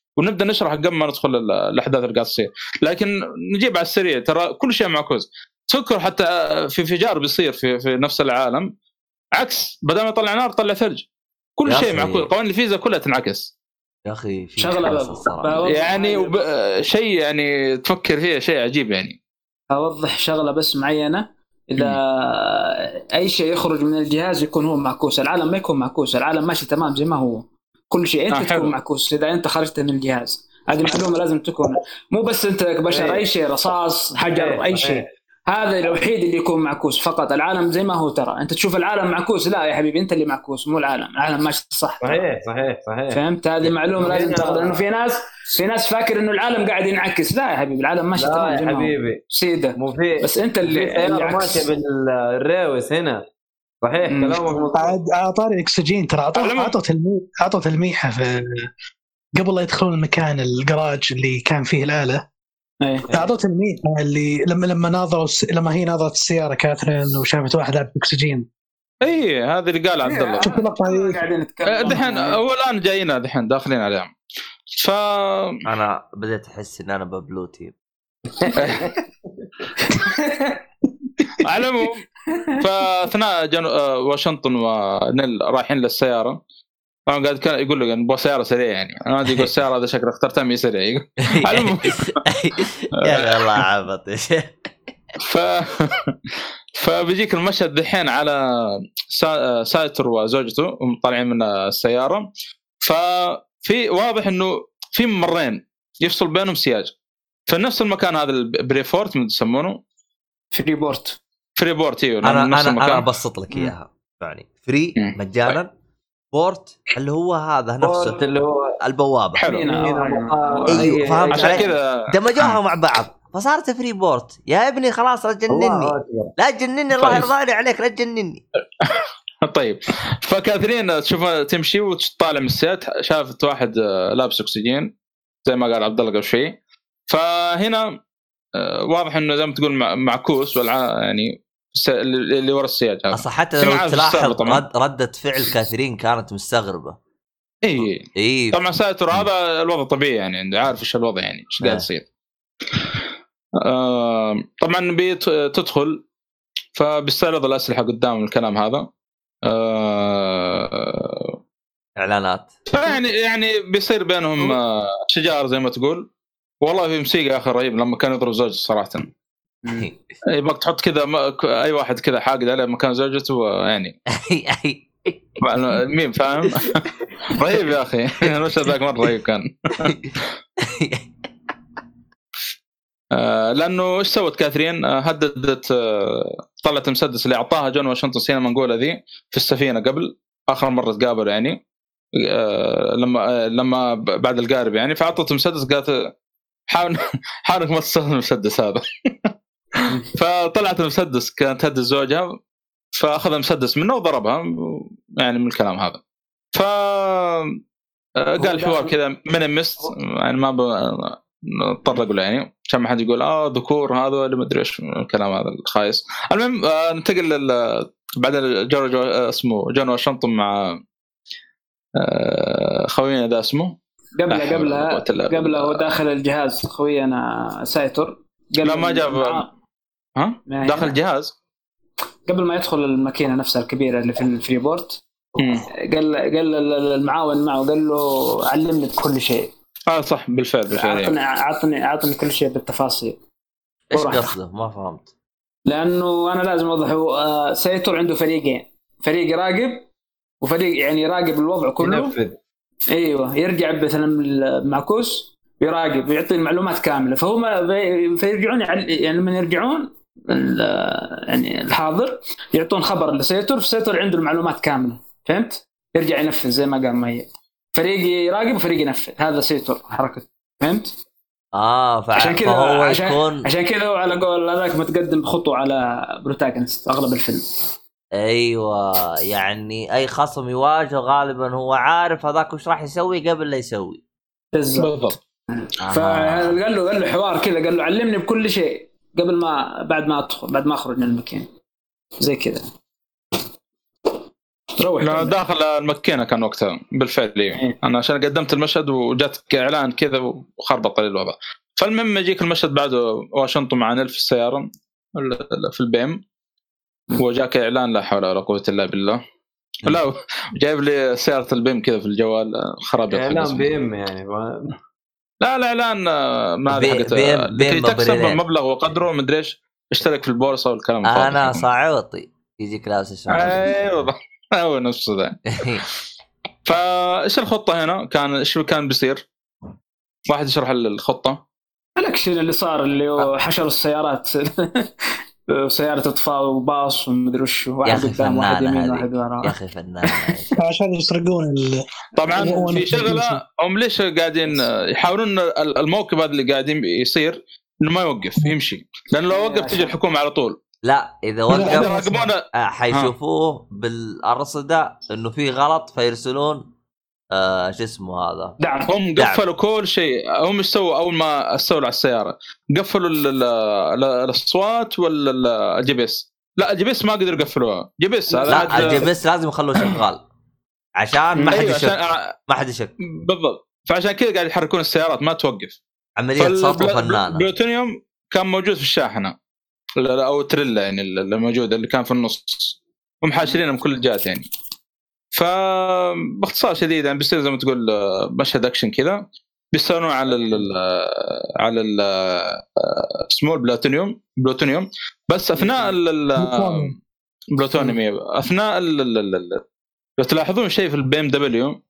ونبدا نشرح قبل ما ندخل الاحداث اللي قاعده تصير. لكن نجيب على السريع ترى كل شيء معكوس. تذكر حتى في انفجار بيصير في في نفس العالم عكس، بدل ما يطلع نار طلع ثلج، كل شيء معكوس، قوانين الفيزياء كلها تنعكس يا اخي. في شغله يعني وب... شيء يعني تفكر فيه شيء عجيب. يعني اوضح شغله بس معينه، اذا م. اي شيء يخرج من الجهاز يكون هو معكوس، العالم ما يكون معكوس، العالم ماشي تمام زي ما هو، كل شيء انت آه تكون معكوس اذا انت خرجت من الجهاز. هذه معلومه لازم تكون، مو بس انت كبشر، اي شيء رصاص حجر اي شيء، هذا الوحيد اللي يكون معكوس فقط. العالم زي ما هو، ترى انت تشوف العالم معكوس، لا يا حبيبي انت اللي معكوس مو العالم، العالم ماشي صح. صحيح صحيح صحيح. فهمت؟ هذه معلومه لازم تاخذها، لانه في ناس في ناس فاكر انه العالم قاعد ينعكس، لا يا حبيبي العالم ماشي تمام يا حبيبي سيده، مو في بس انت اللي, اللي ماشي بالريوس هنا. صحيح كلامك مظبوط. عاد طاري الاكسجين ترى عطوا تلميح عطوا تلميحه في قبل لا يدخلون المكان الجراج اللي كان فيه الآلة. أعطوا تلميحه اللي لما لما ناظروا لما هي ناظرت السيارة كاترين وشافت واحد لابس أكسجين. اي هذا اللي قال عبد الله. شوف اللقطة قاعدين نتكلم دحين هو الآن جاينا دحين داخلين عليهم. ف أنا بديت أحس إن أنا ببلوتي. على العموم فاثناء جن... واشنطن ونيل رايحين للسياره، انا قاعد كان يقول له نبغى سياره سريعه، يعني انا يقول السياره هذا شكله اخترتها مي سريع. على العموم يا الله عبط يا شيخ. ف فبيجيك المشهد دحين على سا... سايتر وزوجته وطالعين من السياره، ففي واضح انه في ممرين يفصل بينهم سياج في نفس المكان هذا البريفورت من يسمونه فريبورت. فريبورت ايوه. انا انا انا ابسط لك اياها يعني فري مجانا، بورت اللي هو هذا نفسه اللي هو البوابه. حلو. ايوه فهمت عشان كذا دمجوها مع بعض فصارت فري بورت. يا ابني خلاص لا تجنني لا تجنني الله يرضى عليك لا تجنني. طيب فكاثرين تشوف تمشي وتطالع من السيت، شافت واحد لابس اكسجين زي ما قال عبد الله قبل شوي، فهنا واضح انه زي ما تقول معكوس والع يعني اللي ورا السياج هذا. اصلا حتى لو تلاحظ رد ردة فعل كاثرين كانت مستغربة. اي اي طبعا ساتر هذا الوضع طبيعي يعني عارف ايش الوضع يعني ايش قاعد يصير. آه طبعا بتدخل فبيستعرض الاسلحه قدام الكلام هذا. آه اعلانات يعني يعني بيصير بينهم آه شجار زي ما تقول. والله في موسيقى اخر رهيب لما كان يضرب زوجته صراحه. يبغى تحط كذا اي واحد كذا حاقد على مكان زوجته يعني مين فاهم. رهيب يا اخي المشهد ذاك مره رهيب كان. لانه ايش سوت كاثرين؟ هددت طلعت مسدس اللي اعطاها جون واشنطن سينما منقوله ذي في السفينه قبل اخر مره تقابلوا يعني لما لما بعد القارب يعني، فاعطته مسدس قالت حاول حاولك ما تستخدم المسدس هذا. فطلعت المسدس كانت تهدد زوجها فاخذ المسدس منه وضربها يعني من الكلام هذا. ف قال الحوار كذا من مست يعني ما نطرق له يعني عشان ما حد يقول اه ذكور هذا اللي ما ادري ايش الكلام هذا الخايس. المهم آه ننتقل بعد جو, جو اسمه جون واشنطن مع آه خوينا ذا اسمه قبل قبل قبل هو داخل الجهاز خوينا سايتر لا ما جاب ها داخل الجهاز قبل ما يدخل الماكينه نفسها الكبيره اللي في الفريبورت. قال قال المعاون معه قال له علمني بكل شيء. اه صح بالفعل بالفعل اعطني اعطني اعطني كل شيء بالتفاصيل. ايش قصده ما فهمت؟ لانه انا لازم اوضح آه سايتر عنده فريقين، فريق يراقب وفريق يعني يراقب الوضع كله ينفذ. ايوه يرجع مثلا المعكوس يراقب ويعطي المعلومات كامله، فهم فيرجعون يعني لما يرجعون يعني الحاضر يعطون خبر لسيتر، فسيتر عنده المعلومات كامله فهمت، يرجع ينفذ زي ما قال مهي. فريق يراقب وفريق ينفذ، هذا سيتر حركه فهمت. اه عشان كذا هو عشان يكون عشان كذا على قول هذاك متقدم بخطوه على بروتاغونست اغلب الفيلم. ايوه يعني اي خصم يواجه غالبا هو عارف هذاك وش راح يسوي قبل لا يسوي بالضبط. فقال له قال له حوار كذا قال له علمني بكل شيء قبل ما بعد ما ادخل بعد ما اخرج من المكان زي كذا. روح لا داخل المكينه كان وقتها بالفعل إيه. انا عشان قدمت المشهد وجاتك اعلان كذا وخربط لي الوضع. فالمهم يجيك المشهد بعده واشنطن مع نيل في السياره في البيم وجاك اعلان لا حول ولا قوه الا بالله لا جايب لي سياره البيم كذا في الجوال خرابيط اعلان بيم يعني لا لا اعلان ما هذا حقته لكي تكسب مبلغ وقدره مدري ايش اشترك في البورصه والكلام الفاضي انا صاعوطي يجيك لابس الشعر ايوه هو نفسه ذا. فايش الخطه هنا كان ايش كان بيصير واحد يشرح الخطه الاكشن اللي صار اللي هو حشروا السيارات سياره اطفاء وباص ومدري وش واحد قدام واحد يمين واحد ورا يا اخي فنان عشان يسرقون ال... طبعا في شغله هم ليش قاعدين يحاولون الموقف هذا اللي قاعدين يصير انه ما يوقف يمشي لانه لو وقف تجي الحكومه على طول. لا اذا وقف حيشوفوه بالارصده انه في غلط فيرسلون آه شو اسمه هذا دعم. هم قفلوا كل شيء. هم سووا اول ما استولوا على السياره قفلوا الاصوات ولا الجي بي اس. لا الجي بي اس ما قدروا يقفلوها. جي بي اس لا الجي بي اس لازم يخلوه شغال عشان ما حد أيوة يشك عشان... ما حد يشك بالضبط. فعشان كذا قاعد يحركون السيارات ما توقف. عمليه صوت فنانه. بلوتونيوم كان موجود في الشاحنه او تريلا يعني اللي موجود اللي كان في النص هم حاشرينه من كل الجهات يعني. فباختصار شديد يعني بيصير زي ما تقول مشهد اكشن كذا بيستانوا على ال على ال اسمه بلاتونيوم بلوتونيوم بس اثناء البلوتونيوم اثناء لو تلاحظون شيء في البي ام دبليو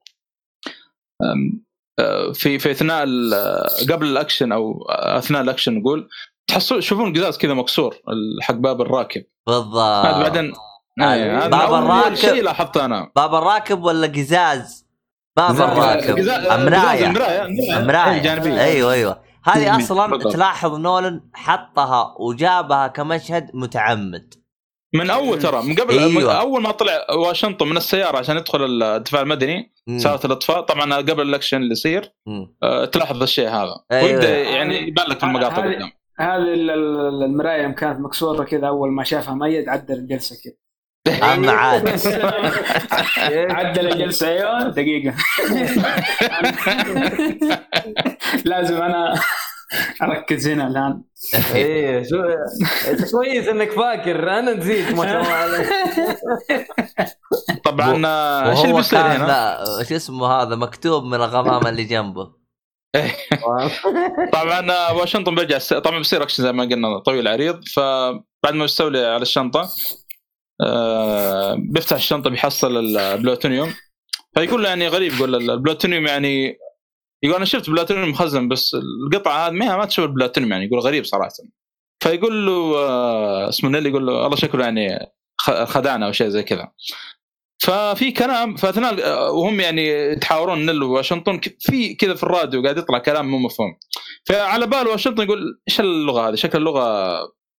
في في اثناء قبل الاكشن او اثناء الاكشن نقول تحصلون تشوفون قزاز كذا مكسور حق باب الراكب بالضبط. هذا بعدين آه باب الراكب شيء لاحظته انا باب الراكب ولا قزاز باب الراكب مرايه مرايه جانبيه. ايوه ايوه هذه اصلا بالضبط. تلاحظ نولان حطها وجابها كمشهد متعمد من اول ترى من قبل أيوة. اول ما طلع واشنطن من السياره عشان يدخل الدفاع المدني سياره الاطفاء طبعا قبل الاكشن اللي يصير أه تلاحظ الشيء هذا أيوة. ويبدا يعني يبان لك المقاطع قدام. هذه المرايه كانت مكسوره كذا اول ما شافها ميت عدل الجلسه كذا أما عاد عدل الجلسة أيوة دقيقة لازم أنا أركز هنا الآن. إيه شو كويس إنك فاكر أنا نسيت ما شاء الله. طبعا إيش اللي بيصير هنا؟ إيش اسمه هذا مكتوب من الغمامة اللي جنبه. طبعا واشنطن بيرجع طبعا بيصير أكشن زي ما قلنا طويل عريض. فبعد ما يستولي على الشنطة أه بيفتح الشنطة بيحصل البلوتونيوم فيقول له يعني غريب يقول البلوتونيوم يعني يقول أنا شفت بلوتونيوم مخزن بس القطعة هذه ما ما تشوف البلوتونيوم يعني يقول غريب صراحة. فيقول له أه اسمه نيل يقول له الله شكله يعني خدعنا أو شيء زي كذا. ففي كلام فاثناء وهم يعني يتحاورون نيل وواشنطن في كذا في الراديو قاعد يطلع كلام مو مفهوم. فعلى بال واشنطن يقول إيش اللغة هذه شكل اللغة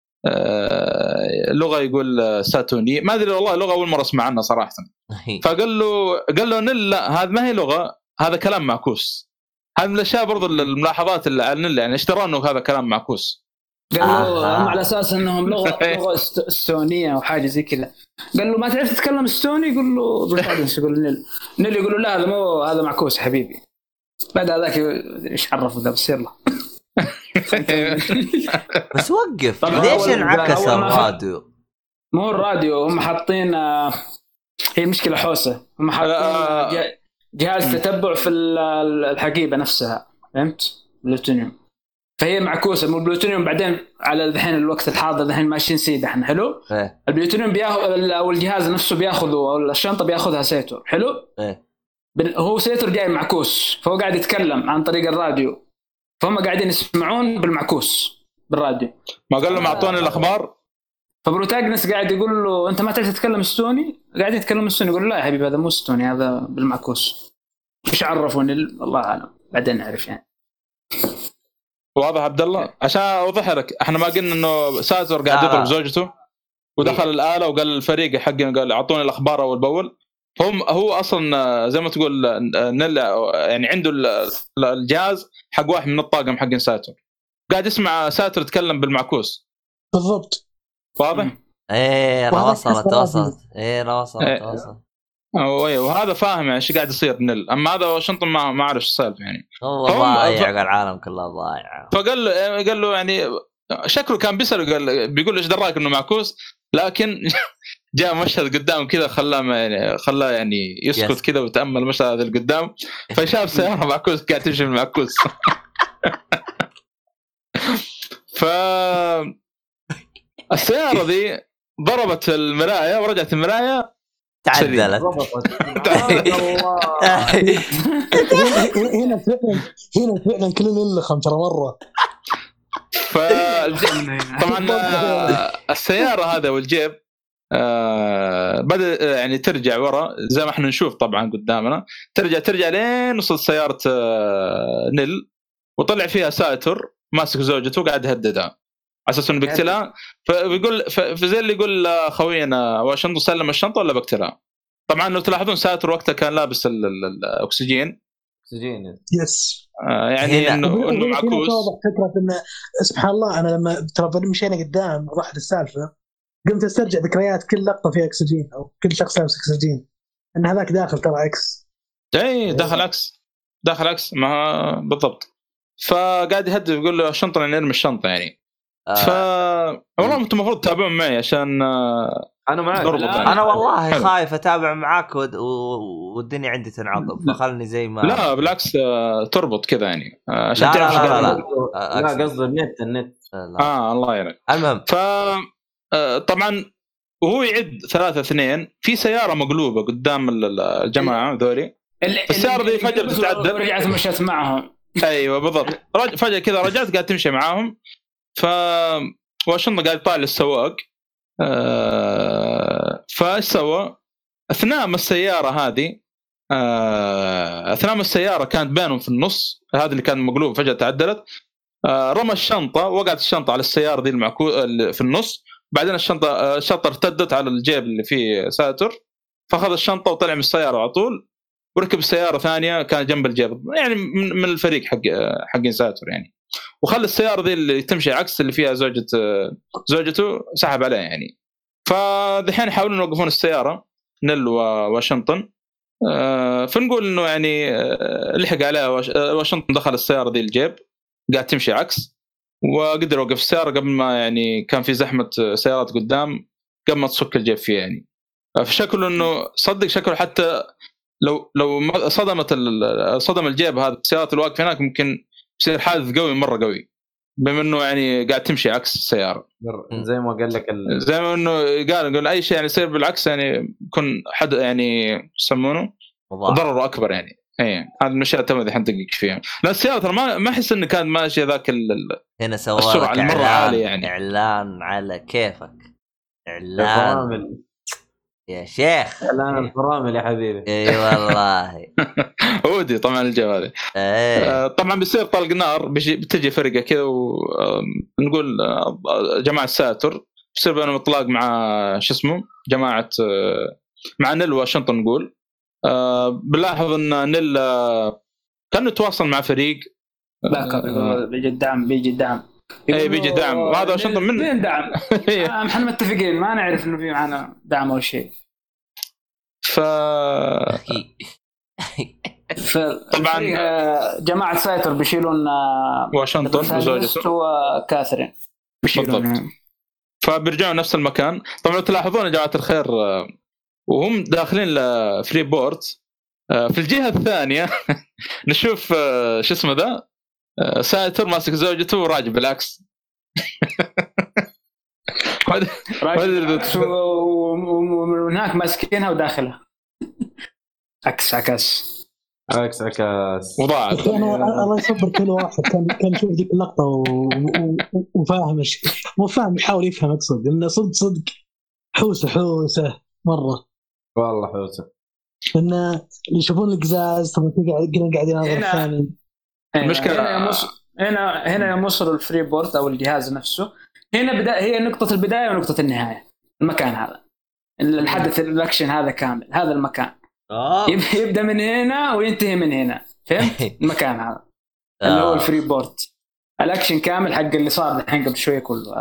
اللغه يقول ساتوني ما ادري والله لغه اول مره اسمع عنها صراحه. فقال له قال له نيل لا هذا ما هي لغه هذا كلام معكوس. هذا من الاشياء برضو الملاحظات اللي على نيل يعني اشتروا انه هذا كلام معكوس. قال له آه. على اساس انهم لغه لغه استونيه او حاجه زي كذا. قال له ما تعرف تتكلم استوني يقول له بالحدث يقول نيل نيل يقول له لا هذا مو هذا معكوس حبيبي. بعد هذاك ايش عرفوا ذا بصير له بس وقف ليش انعكس الراديو؟ مو الراديو هم حاطين هي مشكله حوسه هم حاطين جهاز تتبع في الحقيبه نفسها فهمت بلوتونيوم فهي معكوسه مو بلوتونيوم. بعدين على الحين الوقت الحاضر الحين ماشيين سيد احنا حلو إيه؟ البلوتونيوم بياخذ او الجهاز نفسه بياخذه او الشنطه بياخذها سيتور حلو إيه؟ هو سيتور جاي معكوس فهو قاعد يتكلم عن طريق الراديو فهم قاعدين يسمعون بالمعكوس بالراديو. ما قال له معطوني الأخبار فبروتاغنس قاعد يقول له أنت ما تعرف تتكلم استوني قاعد يتكلم استوني يقول له لا يا حبيبي هذا مو استوني هذا بالمعكوس. إيش عرفوني الله أعلم بعدين نعرف يعني. واضح عبد الله عشان أوضح لك إحنا ما قلنا إنه ساتور قاعد يضرب زوجته ودخل الآلة وقال الفريق حقنا قال أعطوني الأخبار أول بأول. هم هو اصلا زي ما تقول نل يعني عنده الجهاز حق واحد من الطاقم حق ساتور قاعد يسمع ساتور يتكلم بالمعكوس بالضبط واضح ايه وصلت وصلت ايه وصلت وصلت ايوه وهذا فاهم يعني ايش قاعد يصير نل. اما هذا واشنطن ما ما اعرف السالفه يعني والله ضايع ف... العالم كله ضايع. فقال له قال له يعني شكله كان بيسأل قال بيقول ايش دراك انه معكوس لكن جاء مشهد قدام كذا خلاه يعني خلاه يعني يسكت كذا وتأمل المشهد هذا اللي قدام فشاف سيارة معكوس قاعد تمشي بالمعكوس. ف السيارة ذي ضربت المراية ورجعت المراية تعدلت. هنا فعلا هنا فعلا كلنا نلخم ترى مرة. ف طبعا السيارة هذا والجيب آه بدأ يعني ترجع ورا زي ما احنا نشوف طبعا قدامنا ترجع ترجع لين وصلت سيارة آه نيل وطلع فيها ساتر ماسك زوجته وقاعد يهددها على اساس انه بيقتلها. فبيقول فزي اللي يقول خوينا واشنطن سلم الشنطه ولا بقتلها. طبعا لو تلاحظون ساتر وقتها كان لابس الاكسجين اكسجين يس آه يعني انه انه معكوس. فكره انه سبحان الله انا لما ترى مشينا قدام راحت السالفه قمت استرجع ذكريات كل لقطه فيها اكسجين او كل شخص لابس اكسجين ان هذاك داخل ترى اكس اي داخل اكس داخل اكس ما بالضبط. فقاعد يهدد يقول له الشنطه نرمي الشنطه يعني آه. ف والله انتم المفروض تتابعون معي عشان انا معك انا والله حلو. خايف اتابع معاك ود... والدنيا عندي تنعطب فخلني زي ما لا بالعكس تربط كذا يعني عشان لا تعرف لا لا, لا, لا. لا قصدي النت النت اه الله يعينك. المهم ف طبعا وهو يعد ثلاثة اثنين في سيارة مقلوبة قدام الجماعة ذولي السيارة دي فجأة بتتعدل ورجعت مشيت معهم. ايوه بالضبط رج... فجأة كذا رجعت قاعد تمشي معاهم. ف واشنطن قاعد يطالع السواق آه... فايش سوى اثناء ما السيارة هذه آه... اثناء ما السيارة كانت بينهم في النص هذه اللي كانت مقلوبة فجأة تعدلت آه... رمى الشنطة وقعت الشنطة على السيارة دي المعكو... في النص. بعدين الشنطة الشنطة ارتدت على الجيب اللي فيه ساتر فأخذ الشنطة وطلع من السيارة على طول وركب السيارة ثانية كان جنب الجيب يعني من الفريق حق حقين ساتر يعني وخلى السيارة ذي اللي تمشي عكس اللي فيها زوجة زوجته سحب عليها يعني. فذحين يحاولون يوقفون السيارة نيل وواشنطن فنقول إنه يعني لحق عليها واشنطن دخل السيارة ذي الجيب قاعد تمشي عكس وقدر يوقف السيارة قبل ما يعني كان في زحمة سيارات قدام قبل ما تصك الجيب فيه يعني. فشكله إنه صدق شكله حتى لو لو صدمت صدم الجيب هذا السيارات الواقفة هناك ممكن يصير حادث قوي مرة قوي بما إنه يعني قاعد تمشي عكس السيارة زي ما قال لك ال... زي ما إنه قال قال أي شيء يعني يصير بالعكس يعني يكون حد يعني يسمونه ضرره أكبر يعني. ايه هذا المشاهد تم ذي حندقق فيها. لا السيارة ما ما احس انه كان ماشي ذاك ال هنا سوى لك المرة عالية يعني اعلان على كيفك اعلان يا شيخ اعلان الفرامل يا حبيبي. اي والله ودي طبعا الجو هذا ايه. طبعا بيصير طلق نار بيجي بتجي فرقة كذا ونقول جماعة ساتر بيصير بينهم اطلاق مع شو اسمه جماعة مع نيل واشنطن نقول آه بنلاحظ ان نيل آه كان يتواصل مع فريق باك اب بيجي الدعم بيجي الدعم اي بيجي دعم وهذا واشنطن من وين دعم آه احنا متفقين ما نعرف انه في معنا دعم او شيء. ف طبعا جماعه سايتر بيشيلون واشنطن وزوجته وكاثرين بيشيلون فبيرجعوا نفس المكان. طبعا تلاحظون يا جماعه الخير وهم داخلين لفري بورت في الجهة الثانية نشوف شو اسمه ذا ساتر ماسك زوجته وراجع بالعكس ومن هناك ماسكينها وداخلها عكس عكس عكس عكس وضاعت. الله يصبر كل واحد كان كان يشوف ذيك اللقطة وفاهم مو فاهم يحاول يفهم أقصد إنه صدق صدق حوسة حوسة مرة والله حوسة إن اللي يشوفون القزاز طبعا قاعد قاعدين هذا الثاني. المشكلة هنا يمص... هنا هنا يمصر الفري بورت أو الجهاز نفسه هنا بدا هي نقطة البداية ونقطة النهاية المكان هذا الحدث الأكشن هذا كامل هذا المكان آه. يبدأ من هنا وينتهي من هنا فهمت المكان هذا اللي هو الفري بورت الأكشن كامل حق اللي صار الحين قبل شوية كله هذا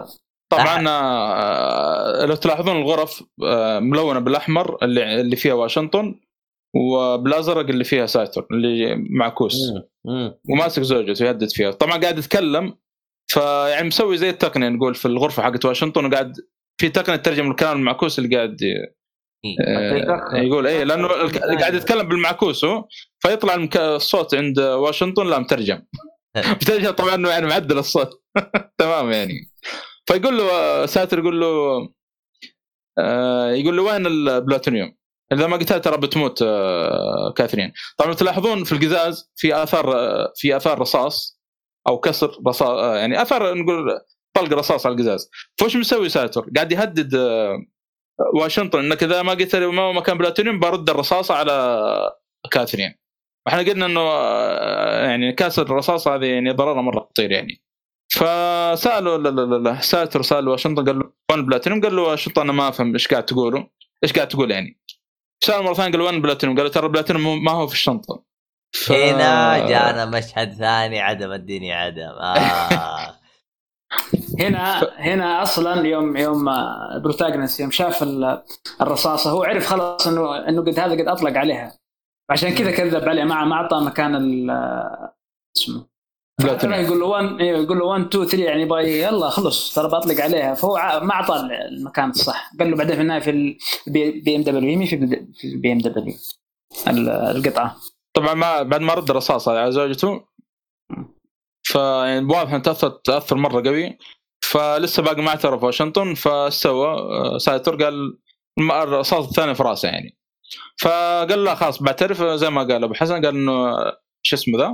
طبعا آه لو تلاحظون الغرف آه ملونه بالاحمر اللي اللي فيها واشنطن، وبالازرق اللي فيها ساتر اللي معكوس وماسك زوجته يهدد فيها. طبعا قاعد يتكلم فيعني مسوي زي التقنيه نقول في الغرفه حقت واشنطن، وقاعد في تقنيه ترجم الكلام المعكوس اللي قاعد آه يقول ايه، لانه قاعد يتكلم بالمعكوس هو، فيطلع الصوت عند واشنطن لا مترجم بترجم طبعا انه يعني معدل الصوت تمام يعني. فيقول له ساتر يقول له آه يقول له وين البلاتونيوم، اذا ما قتلت ترى بتموت آه كاثرين. طبعا تلاحظون في القزاز في اثار آه في اثار رصاص او كسر رصاص آه يعني اثار نقول طلق رصاص على القزاز. فوش مسوي ساتر؟ قاعد يهدد آه واشنطن انك اذا ما قتل وما مكان بلاتونيوم برد الرصاصه على كاثرين. احنا قلنا انه آه يعني كسر الرصاص هذه يعني ضررها مره خطير يعني. فسالوا لا لا لا ساتر سال واشنطن قال له وين بلاتينوم، قال له واشنطن انا ما افهم ايش قاعد تقولوا ايش قاعد تقول يعني. سال مره ثانيه قال وين بلاتينوم، قال له ترى بلاتينوم ما هو في الشنطه. ف... هنا جانا مشهد ثاني عدم الدنيا عدم آه. هنا ف... هنا اصلا يوم يوم بروتاغونست يوم شاف الرصاصه هو عرف خلاص انه انه قد هذا قد اطلق عليها، عشان كذا كذب عليه مع ما اعطى مكان ال اسمه يقول له واحد يقول له واحد اثنين ثلاثة يعني باي يلا خلص ترى بطلق عليها. فهو ما اعطى المكان الصح، قال له بعدين في النهايه في البي ام دبليو يمي في البي ام دبليو القطعه. طبعا ما بعد ما رد الرصاصه على زوجته فيعني واضح ان تاثر تاثر مره قوي، فلسه باقي ما اعترف واشنطن. فسوى ساتر قال الرصاصه الثانيه في راسه يعني، فقال له خلاص بعترف زي ما قال ابو حسن، قال انه شو اسمه ذا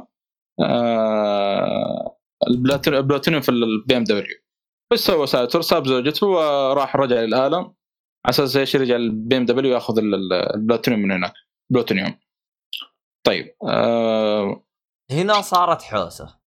آه البلاتينيوم في البي ام دبليو. بس سوى ساتر ساب زوجته وراح رجع للآلة على اساس ايش يرجع البي ام دبليو ياخذ البلاتينيوم من هناك بلاتينيوم. طيب آه هنا صارت حوسه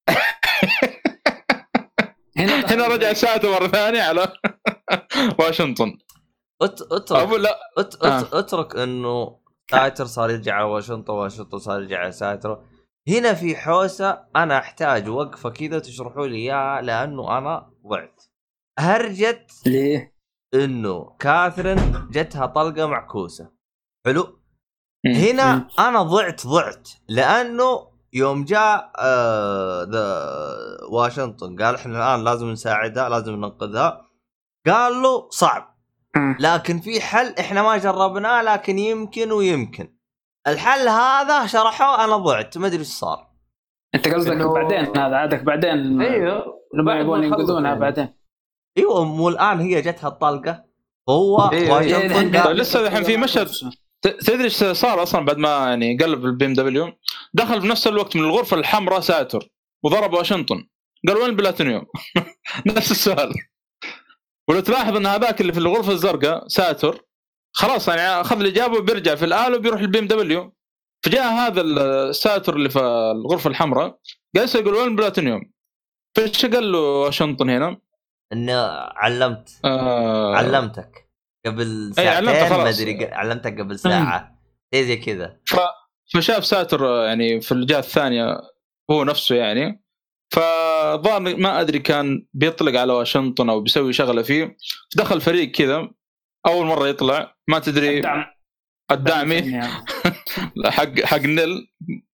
هنا هنا رجع ساتر مره ثانيه على واشنطن. أت... اترك لا أت... أت... آه. اترك انه ساتر صار يرجع على واشنطن واشنطن صار يرجع على ساتر. هنا في حوسه انا احتاج وقفه كذا تشرحوا لي اياها لانه انا ضعت. هرجت ليه انه كاثرين جتها طلقه معكوسه حلو. هنا انا ضعت ضعت لانه يوم جاء آه ذا واشنطن قال احنا الان لازم نساعدها لازم ننقذها، قال له صعب لكن في حل احنا ما جربناه لكن يمكن ويمكن. الحل هذا شرحوه انا ضعت ما ادري ايش صار. انت قصدك إنه... بعدين هذا عادك بعدين ايوه لما يبغون ينقذونها بعدين. ايوه مو الان هي جتها الطلقه هو إيه واشنطن إيه لسه الحين في مشهد تدري ايش صار اصلا بعد ما يعني قلب البي ام دبليو دخل في نفس الوقت من الغرفه الحمراء ساتر وضرب واشنطن قال وين البلاتينيوم نفس السؤال. ولو تلاحظ ان هذاك اللي في الغرفه الزرقاء ساتر خلاص يعني اخذ الاجابه وبيرجع في الآلة وبيروح البي ام دبليو. فجاء هذا الساتر اللي في الغرفه الحمراء قال يقول وين البلاتينيوم، فايش قال له واشنطن هنا انه علمت آه... علمتك قبل ساعتين ما ادري علمتك قبل ساعه زي كذا. ف... فشاف ساتر يعني في الجهه الثانيه هو نفسه يعني، فظهر ما ادري كان بيطلق على واشنطن او بيسوي شغله فيه. دخل فريق كذا اول مره يطلع ما تدري الدعم. الدعمي حق حق نيل،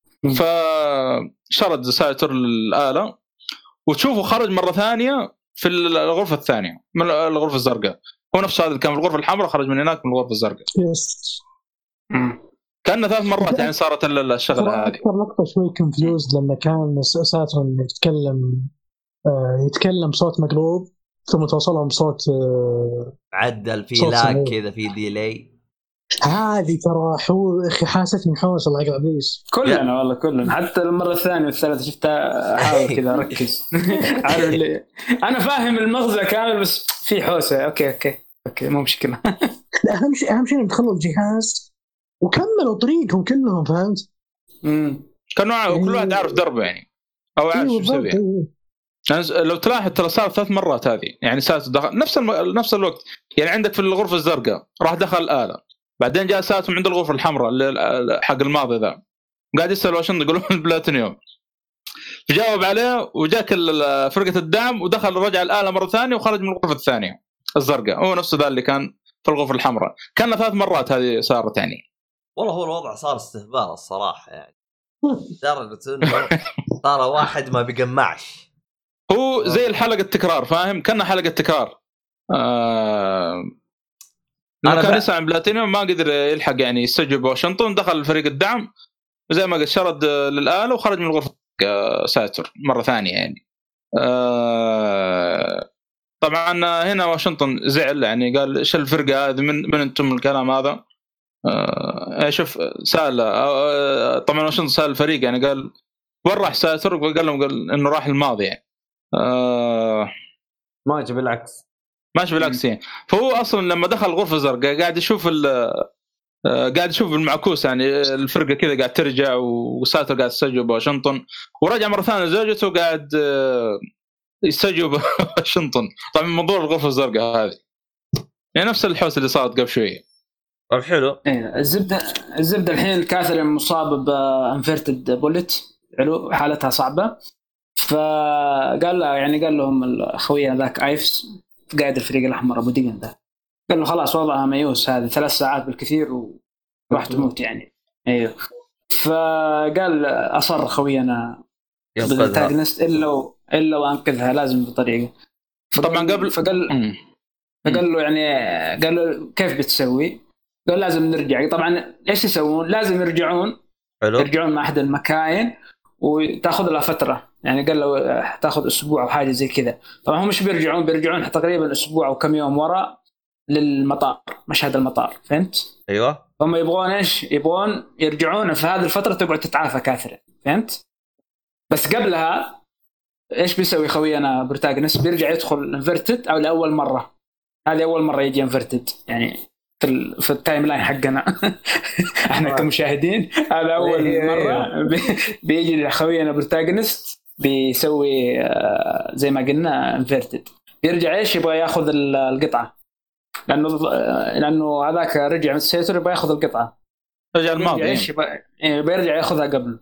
فشرد ساتر الآلة وتشوفه خرج مره ثانيه في الغرفه الثانيه من الغرفه الزرقاء. هو نفسه هذا اللي كان في الغرفه الحمراء خرج من هناك من الغرفه الزرقاء. يس كأنه ثلاث مرات يعني صارت الشغله هذه. اكثر نقطه شوي كونفيوز لما كان ساتر يتكلم آه يتكلم صوت مقلوب ثم توصلهم صوت آه عدل في لاج كذا في ديلي. هذه ترى حو حاستني حوس الله يقعديس كلنا والله كلنا حتى المره الثانيه والثالثه شفتها حاول كذا ركز عارف اللي انا فاهم المغزى كامل بس في حوسه. اوكي اوكي اوكي مو مشكله. لا اهم شيء اهم شيء دخلوا الجهاز وكملوا طريقهم كلهم فهمت. امم كانوا كل واحد عارف دربه يعني او عارف شو يسوي يعني. لو تلاحظ ترى صار ثلاث مرات هذه يعني سات دخل نفس الم... نفس الوقت يعني. عندك في الغرفه الزرقاء راح دخل الآلة، بعدين جاء سات من عند الغرفه الحمراء اللي حق الماضي ذا قاعد يسال واشنطن يقولون البلاتينيوم. فجاوب عليه وجاك فرقه الدعم ودخل رجع الآلة مره ثانيه وخرج من الغرفه الثانيه الزرقاء. هو نفسه ذا اللي كان في الغرفه الحمراء. كان ثلاث مرات هذه صارت يعني. والله هو الوضع صار استهبال الصراحه يعني درجه انه صار واحد ما بيجمعش. هو زي الحلقه التكرار فاهم كنا حلقه تكرار. آه... لما كان يسعى بلاتينيوم ما قدر يلحق يعني يستجوب واشنطن دخل فريق الدعم زي ما قلت شرد للآلة وخرج من الغرفة ساتر مرة ثانية يعني. آه... طبعا هنا واشنطن زعل يعني قال ايش الفرقة هذه من من انتم الكلام هذا. آه... شوف سأل آه... طبعا واشنطن سأل الفريق يعني قال وين راح ساتر وقال لهم قال انه راح الماضي يعني. آه... ماشي بالعكس ماشي بالعكس يعني. فهو اصلا لما دخل الغرفه الزرقاء قاعد يشوف قاعد يشوف بالمعكوس يعني الفرقه كذا قاعد ترجع وساتر قاعد يستجوب واشنطن ورجع مره ثانيه زوجته قاعد يستجوب واشنطن. طبعا موضوع الغرفه الزرقاء هذه يعني نفس الحوسه اللي صارت قبل شويه. طيب حلو. ايه الزبده الزبده الحين كاثرين مصابه بانفيرتد بولت حلو حالتها صعبه. فقال له يعني قال لهم الاخويه ذاك ايفس قاعد الفريق الاحمر ابو دقن ذا قال له خلاص وضعها ميؤوس هذه ثلاث ساعات بالكثير وراح تموت يعني. ايوه فقال اصر خوينا بالتاجنست الا الا وانقذها لازم بطريقه. طبعا قبل فقال فقال له يعني قال له كيف بتسوي؟ قال لازم نرجع. طبعا ايش يسوون؟ لازم يرجعون حلو. يرجعون مع احد المكاين وتاخذ لها فتره يعني قال له تاخذ اسبوع او حاجه زي كذا. طبعا هم مش بيرجعون بيرجعون تقريبا اسبوع او كم يوم ورا للمطار مشهد المطار فهمت. ايوه هم يبغون ايش يبغون يرجعون في هذه الفتره تقعد تتعافى كاثرين فهمت. بس قبلها ايش بيسوي خوينا بروتاغونست؟ بيرجع يدخل انفرتد او لاول مره. هذه اول مره يجي انفرتد يعني في ال... في التايم لاين حقنا احنا كمشاهدين هذا اول مره بيجي خوينا بروتاغونست بيسوي زي ما قلنا انفرتد. بيرجع ايش يبغى ياخذ القطعه لانه لانه هذاك رجع من السيتر يبغى ياخذ القطعه رجع الماضي ايش يبغى بيرجع ياخذها قبل.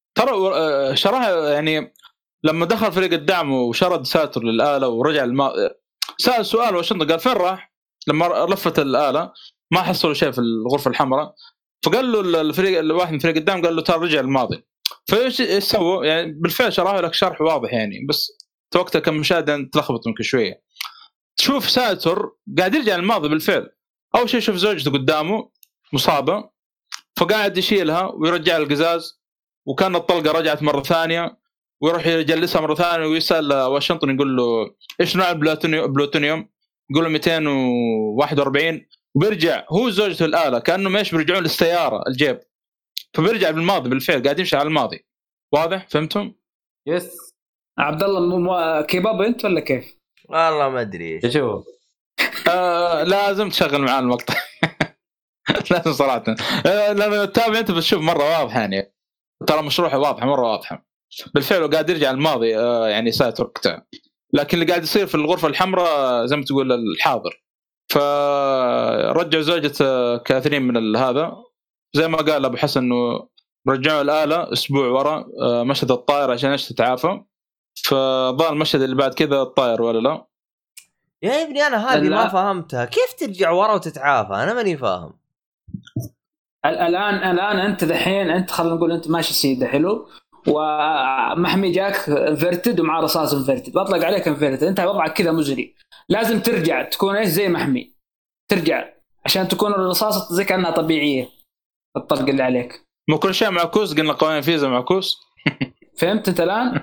ترى شرح يعني لما دخل فريق الدعم وشرد ساتر للآلة ورجع الماضي سأل سؤال واشنطن قال فين راح لما لفت الآلة ما حصلوا شيء في الغرفة الحمراء. فقال له الفريق الواحد من فريق الدعم قال له ترى رجع الماضي. فايش سووا يعني بالفعل شرح لك شرح واضح يعني بس وقتها كم مشاهد تلخبط منك شويه. تشوف ساتر قاعد يرجع الماضي بالفعل. اول شيء شوف زوجته قدامه مصابه فقاعد يشيلها ويرجع القزاز وكان الطلقه رجعت مره ثانيه ويروح يجلسها مره ثانيه ويسال واشنطن يقول له ايش نوع البلوتونيوم يقول له مئتين وواحد وأربعين وبيرجع هو زوجته الآلة كأنه ماشي بيرجعون للسيارة الجيب. فبيرجع بالماضي بالفعل قاعد يمشي على الماضي. واضح فهمتم؟ يس. عبد الله مو كيباب انت ولا كيف؟ والله ما ادري شوف آه لازم تشغل معاه المقطع لازم صراحة آه لما تتابع انت بتشوف مرة واضحة يعني ترى مشروعه واضحة مرة واضحة بالفعل قاعد يرجع الماضي آه يعني ساتر قطع. لكن اللي قاعد يصير في الغرفة الحمراء زي ما تقول الحاضر. فرجع زوجة كاثرين من هذا زي ما قال أبو حسن إنه رجعوا الآلة أسبوع ورا مشهد الطائر عشان إيش تتعافى. فظل المشهد اللي بعد كذا الطائر ولا لا يا ابني أنا هذه ما فهمتها كيف ترجع ورا وتتعافى أنا ماني فاهم. الآن الآن أنت دحين أنت خلينا نقول أنت ماشي سيدة حلو ومحمي جاك انفيرتد ومع رصاص انفيرتد بطلق عليك انفيرتد انت وضعك كذا مزري لازم ترجع تكون ايش زي محمي ترجع عشان تكون الرصاصه زي كانها طبيعيه الطلق اللي عليك مو كل شيء معكوس قلنا قوانين فيزا معكوس فهمت انت الان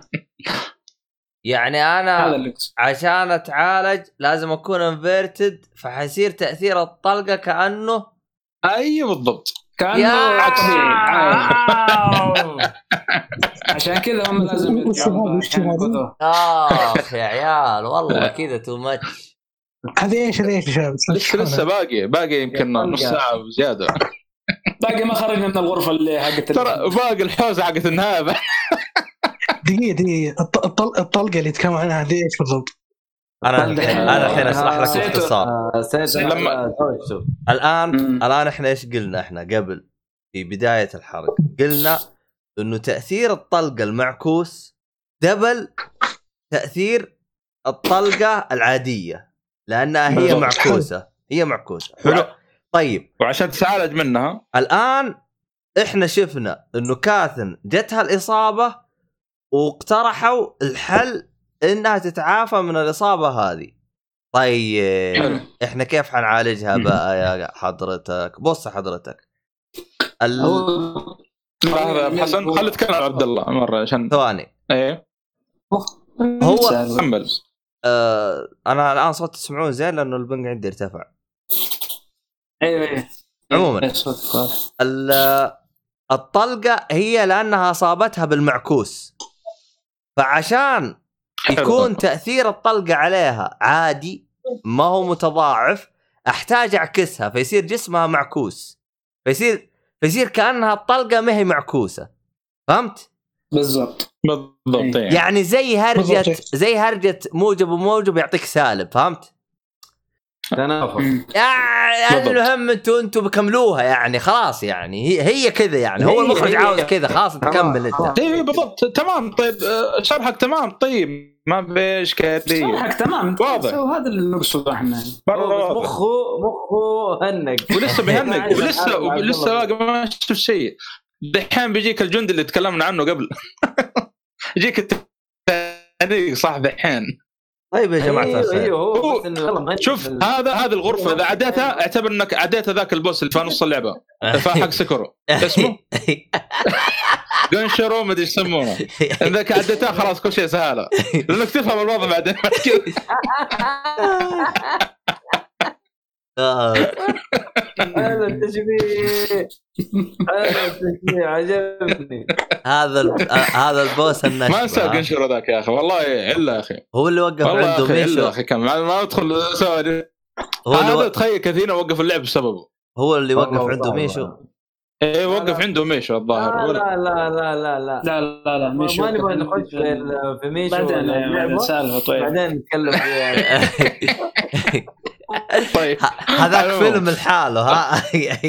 يعني انا عشان اتعالج لازم اكون انفيرتد فحيصير تاثير الطلقه كانه ايوه بالضبط كانه طبيعي عشان كذا هم لازم يرجعوا اخ يا عيال والله كذا تو ماتش. هذه ايش ليش يا شباب لسه لسه باقي باقي يمكن نص ساعه وزياده باقي ما خرجنا من الغرفه اللي حقت ترى باقي الحوزه حقت النهايه دقيقه دقيقه الطلقه اللي تكلم عنها هذه ايش بالضبط؟ انا انا الحين اشرح لك باختصار. لما الان الان احنا ايش قلنا احنا قبل في بدايه الحرق؟ قلنا انه تاثير الطلقه المعكوس دبل تاثير الطلقه العاديه لانها هي بالضبط. معكوسه هي معكوسه حلو. طيب وعشان تتعالج منها الان احنا شفنا انه كاثن جتها الاصابه واقترحوا الحل انها تتعافى من الاصابه هذه. طيب احنا كيف حنعالجها بقى يا حضرتك؟ بص حضرتك ال... هذا حسن خلي تكلم عبد الله مره عشان ثواني. ايه هو كمل. آه انا الان صوت تسمعون زين لانه البنج عندي ارتفع. ايوه ايوه عموما الطلقه هي لانها اصابتها بالمعكوس، فعشان يكون تاثير الطلقه عليها عادي ما هو متضاعف احتاج اعكسها فيصير جسمها معكوس، فيصير فيصير كانها الطلقه ما هي معكوسه. فهمت؟ بالضبط بالضبط. يعني زي هرجه زي هرجه موجب وموجب يعطيك سالب. فهمت؟ تنافر. يعني المهم انتوا انتوا بكملوها يعني خلاص يعني هي هي كذا يعني هو المخرج عاوز كذا خلاص تكمل انت. اي بالضبط تمام. طيب شرحك تمام. طيب ما بيش كاتي شرحك تمام واضح. وهذا اللي نقصده احنا مخه مخه هنق ولسه بيهنق ولسه ولسه باقي ما شفت شيء. دحين بيجيك الجندي اللي تكلمنا عنه قبل يجيك التاني صح دحين. طيب يا جماعه أيوه أيوه هو هو شوف هذا هذه الغرفه اذا عديتها اعتبر انك عديت ذاك البوس اللي في نص اللعبه فحق سكرو اسمه جنشرو ما ادري يسمونه. اذا عديتها خلاص كل شيء سهله لانك تفهم الوضع بعدين. هذا التشبيه هذا التشبيه عجبني. هذا هذا البوس النشبه ما انسى جنشرو ذاك يا اخي والله الا يا اخي هو اللي وقف عنده ميشو يا اخي كم ما ادخل سوي هذا تخيل كثير وقف اللعب بسببه. هو اللي وقف عنده ميشو. ايه وقف عنده ميشو الظاهر. لا لا لا لا لا لا لا لا ميشو ما نبغى نخش في ميشو بعدين سالفه. طيب بعدين نتكلم فيها. طيب هذاك فيلم الحاله ها.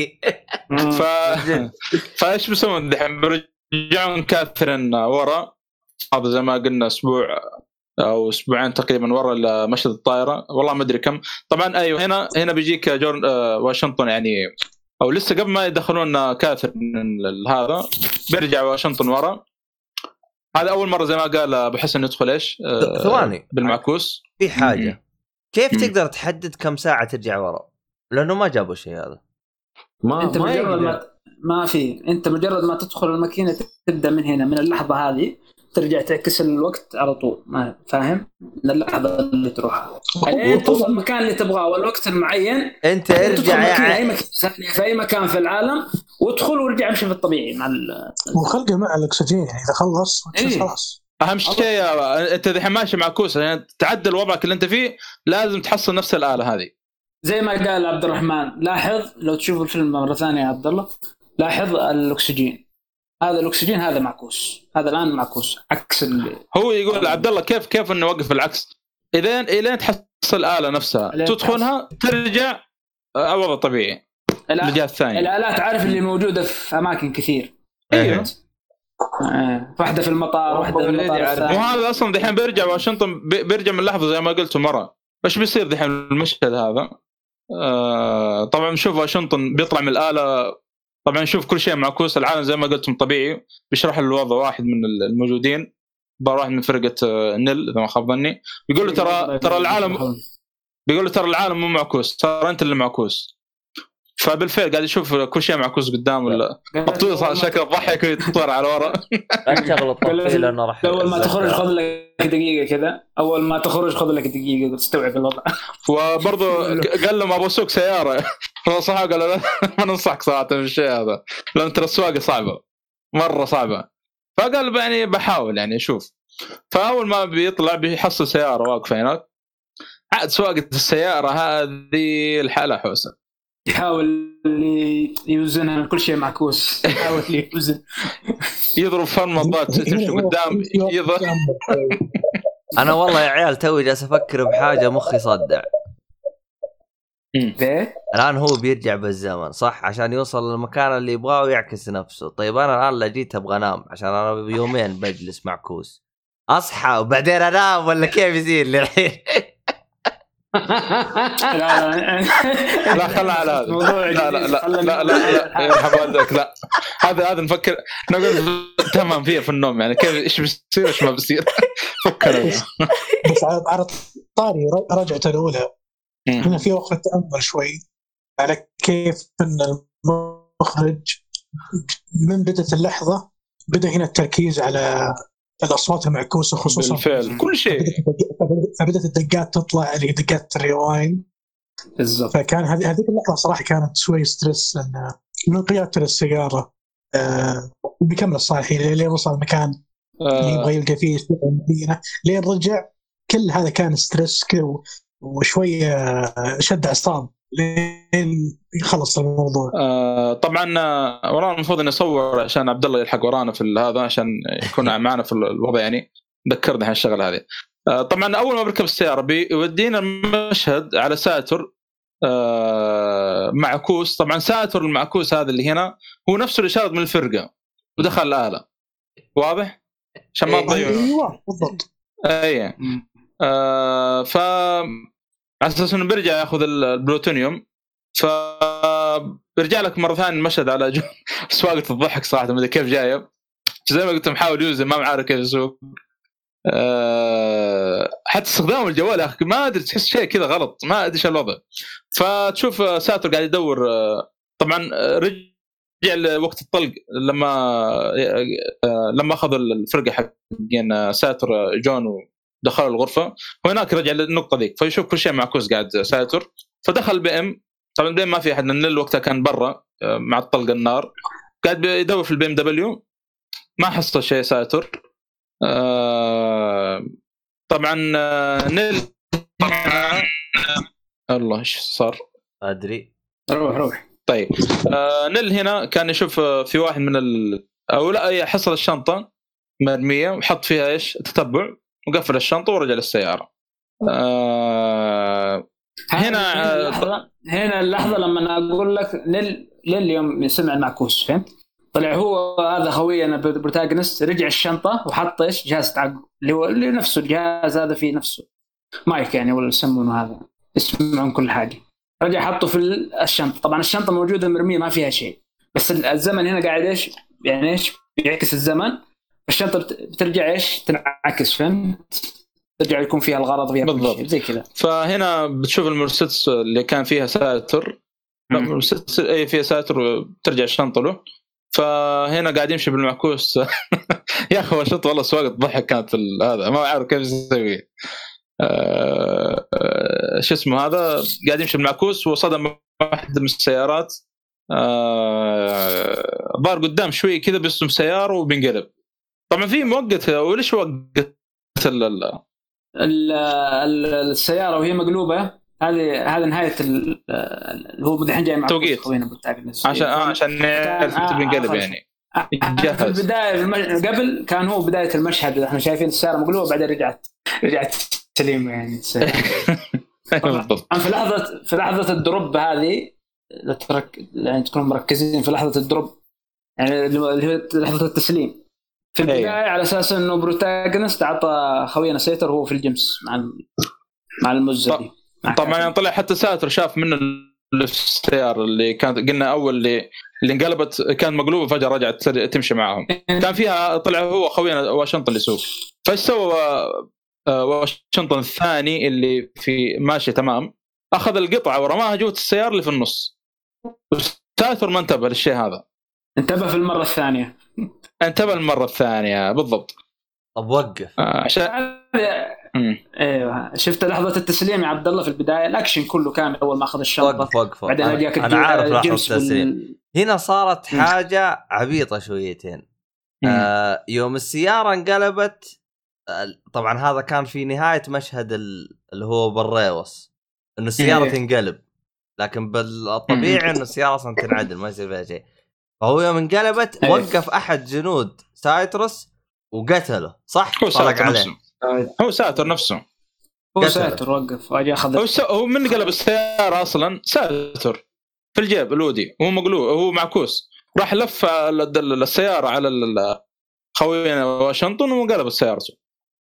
ف فايش بيسوون دحين؟ برجعون كاثرين ورا. هذا زي ما قلنا اسبوع او اسبوعين تقريبا ورا مشهد الطائره والله ما ادري كم. طبعا ايوه هنا هنا بيجيك جورن آه واشنطن يعني او لسه قبل ما يدخلون كاثرين هذا بيرجع واشنطن ورا. هذا اول مره زي ما قال ابو حسن يدخل ايش آه ثواني بالمعكوس. في حاجه م- كيف م- تقدر تحدد كم ساعه ترجع ورا لانه ما جابوا شيء هذا. ما انت ما مجرد ما ما في انت مجرد ما تدخل الماكينه تبدا من هنا من اللحظه هذه ترجع تعكس الوقت على طول. ما فاهم من اللحظه اللي تروحها يعني توصل المكان اللي تبغاه والوقت المعين انت ارجع يعني اي مكان في اي مكان في العالم وادخل وارجع امشي في الطبيعي مع وخلقه مع الاكسجين يعني اذا خلص إيه. خلاص. اهم شيء انت الحين ماشي معكوس يعني تعدل وضعك اللي انت فيه لازم تحصل نفس الاله هذه زي ما قال عبد الرحمن. لاحظ لو تشوف الفيلم مره ثانيه يا عبد الله لاحظ الاكسجين هذا الاكسجين هذا معكوس. هذا الان معكوس عكس اللي هو يقول عبد الله كيف كيف انه وقف بالعكس اذا الين تحصل الاله نفسها تدخلها ترجع وضع طبيعي الجهه الثانيه. الالات عارف اللي موجوده في اماكن كثير. ايوه آه. واحدة في المطار واحدة في المطار. وهذا اصلا دحين بيرجع واشنطن بيرجع من لحظه زي ما قلتوا مره. ايش بيصير دحين المشهد هذا؟ آه طبعا نشوف واشنطن بيطلع من الاله. طبعا نشوف كل شيء معكوس. العالم زي ما قلتم طبيعي. بيشرح الوضع واحد من الموجودين واحد من فرقه نيل اذا ما خاب ظني بيقول له ترى ترى العالم بيقول له ترى العالم مو معكوس ترى انت اللي معكوس. فبالفعل قاعد يشوف كل شيء معكوس قدام ولا مطوط شكله ضحك ويطير على ورا. اشغل التفصيل انا راح اول ما تخرج خذ لك دقيقه كذا. اول ما تخرج خذ لك دقيقه تستوعب الوضع. وبرضه قال له ما ابغى اسوق سياره فصح قال له ما ننصحك صراحه بالشيء هذا لان ترى السواقه صعبه مره صعبه. فقال يعني بحاول يعني اشوف. فاول ما بيطلع بيحصل سياره واقفه هناك. عاد سواقه السياره هذه الحاله حوسه. يحاول يوزنها كل شيء معكوس. يحاول يوزن يضرب فرمضات تمشي قدام يضرب. انا والله يا عيال توي جالس افكر بحاجه مخي صدع. ليه؟ الان هو بيرجع بالزمن صح عشان يوصل للمكان اللي يبغاه ويعكس نفسه. طيب انا الان لا جيت ابغى انام عشان انا بيومين بجلس معكوس اصحى وبعدين انام ولا كيف يصير للحين؟ لا لا خلها على هذا. لا لا لا لا لا يرحم والدك. لا هذا هذا نفكر نقول تمام فيه في النوم يعني كيف ايش بيصير ايش ما بيصير. فكر بس على طاري رجعت الاولى هنا في وقت تامل شوي على كيف ان المخرج من بدايه اللحظه بدا هنا التركيز على الاصوات المعكوسه خصوصا بالفعل كل شيء. بدات الدقات تطلع اللي دقات الريواين بالضبط. فكان هذه هذيك اللحظه صراحه كانت شوي ستريس لان من قيادته للسياره آه وبكمل الصالحين لين وصل المكان آه اللي يبغى يلقى فيه المدينه لين رجع كل هذا كان ستريس وشوي آه شد اعصاب لين يخلص الموضوع. آه طبعا ورانا المفروض انه يصور عشان عبد الله يلحق ورانا في هذا عشان يكون معنا في الوضع يعني ذكرنا عن الشغله هذه. آه طبعا اول ما بركب السياره بيودينا المشهد على ساتر آه معكوس. طبعا ساتر المعكوس هذا اللي هنا هو نفسه اللي شارد من الفرقه ودخل الاله واضح عشان ما تضيعوا. ايوه بالضبط. اي آه ف على اساس انه بيرجع ياخذ البلوتونيوم فبرجع لك مره ثانيه المشهد على جو سواقه الضحك صراحه ما ادري كيف جايه زي ما قلت محاول يوزن ما عارف كيف يسوق. أه حتى استخدام الجوال يا اخي ما ادري تحس شيء كذا غلط ما ادري ايش الوضع. فتشوف ساتر قاعد يدور طبعا رجع لوقت الطلق لما أه لما اخذ الفرقه حقين ساتر جون ودخلوا الغرفه وهناك رجع للنقطه ذيك فيشوف كل شيء معكوس قاعد ساتر فدخل بي ام. طبعا البي ام ما في احد من وقتها كان برا مع الطلق النار قاعد يدور في البي ام دبليو ما حصل شيء ساتر. آه طبعا نيل الله ايش صار ادري روح روح. طيب آه نيل هنا كان يشوف في واحد من ال... او لا حصل الشنطه مرميه وحط فيها ايش تتبع وقفل الشنطه ورجع للسياره. آه هنا اللحظة هنا اللحظه لما انا اقول لك نيل نيل يوم سمع المعكوس فهمت طلع هو هذا خوينا بروتاغونست رجع الشنطه وحط ايش جهاز تعقب اللي هو اللي نفسه الجهاز هذا فيه نفسه مايك يعني ولا يسمونه هذا يسمعون كل حاجه رجع حطه في الشنطه. طبعا الشنطه موجوده مرميه ما فيها شيء بس الزمن هنا قاعد ايش يعني ايش بيعكس الزمن الشنطه بترجع ايش تنعكس فهمت ترجع يكون فيها الغرض فيها بالضبط زي كذا. فهنا بتشوف المرسيدس اللي كان فيها ساتر المرسيدس اي فيها ساتر وترجع الشنطه له. فهنا قاعد يمشي بالمعكوس يا اخي شط والله سواقه ضحك كانت هذا ما اعرف كيف يسوي أه أه شو اسمه هذا قاعد يمشي بالمعكوس وصدم واحده من السيارات أه ضار قدام شوي كذا بيسلم سياره وبينقلب. طبعا في موقت وليش وقت ال السياره وهي مقلوبه هذه هذا نهايه اللي هو الحين جاي مع توقيت عشان عشان تبي نقلب يعني في البدايه قبل كان هو بدايه المشهد احنا شايفين السياره مقلوبه بعدين رجعت رجعت سليمه يعني بالضبط. في لحظه في لحظه الدروب هذه ترك يعني تكونوا مركزين في لحظه الدروب يعني اللي هي لحظه التسليم في البدايه أيه. على اساس انه بروتاغونست اعطى خوينا سيتر هو في الجيمس مع مع المزدي طبعا يعني طلع حتى ساتر شاف من السيارة اللي كانت قلنا أول اللي اللي انقلبت كانت مقلوبة فجأة رجعت تمشي معهم كان فيها طلع هو خوينا واشنطن اللي سوق فايش سوى واشنطن الثاني اللي في ماشي تمام أخذ القطعة ورماها جوة السيارة اللي في النص. ساتر ما انتبه للشيء هذا انتبه في المرة الثانية انتبه المرة الثانية بالضبط. طب وقف آه عشان ايوه شفت لحظه التسليم يا عبد الله في البدايه الاكشن كله كامل اول ما اخذ الشنطه وقف وقف بعدين اجاك انا عارف لحظه التسليم بال... هنا صارت حاجه عبيطه شويتين. آه يوم السياره انقلبت آه طبعا هذا كان في نهايه مشهد اللي هو بالريوس انه السياره تنقلب لكن بالطبيعي انه السياره اصلا تنعدل ما يصير فيها شيء. فهو يوم انقلبت وقف احد جنود سايترس وقتله صح طلق عليه هو ساتر نفسه هو ساتر وقف واجي اخذ هو, س... هو من قلب السياره اصلا ساتر في الجيب الودي هو مقلوب هو معكوس راح لف السياره على خوينا واشنطن وقلب السياره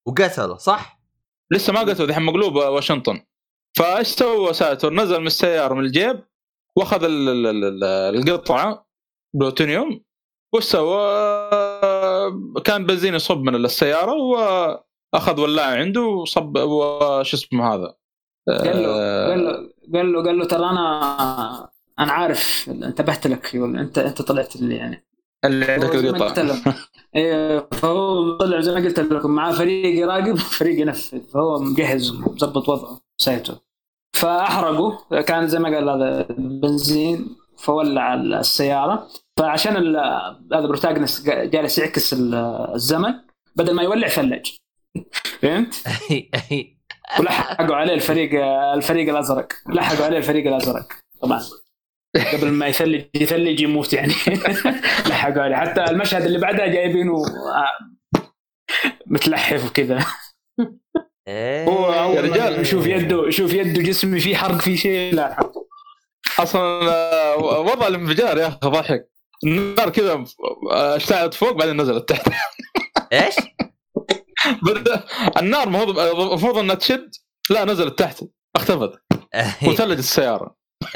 وقتله صح؟ لسه ما قتله، ذحين مقلوب واشنطن. فايش سوى ساتور؟ نزل من السياره من الجيب واخذ القطعه بلوتونيوم، وش سوى؟ كان بنزين يصب من السياره واخذ ولاعه عنده وصب وش اسمه هذا. قال له قال له قال له قال له ترى انا انا عارف انتبهت لك، يقول انت انت طلعت اللي يعني اللي عندك القطعه. ايه فهو طلع زي ما قلت لكم معاه فريق يراقب فريق ينفذ، فهو مجهز مظبط وضعه سايته. فاحرقوا، كان زي ما قال هذا بنزين فولع السياره. فعشان هذا بروتاغونست جالس يعكس الزمن، بدل ما يولع ثلج فهمت؟ ولحقوا عليه الفريق الفريق الازرق، لحقوا عليه الفريق الازرق طبعا قبل ما يثلج يثلج يموت يعني. لحقوا عليه. حتى المشهد اللي بعدها جايبينه متلحف وكذا. هو يا رجال يشوف يده يشوف يده جسمي فيه حرق في شيء، لا اصلا وضع الانفجار يا اخي ضحك. النار كذا اشتعلت فوق بعدين نزلت تحت. ايش؟ بدأ النار المفروض انها تشد، لا نزلت تحت اختفت وثلج السياره.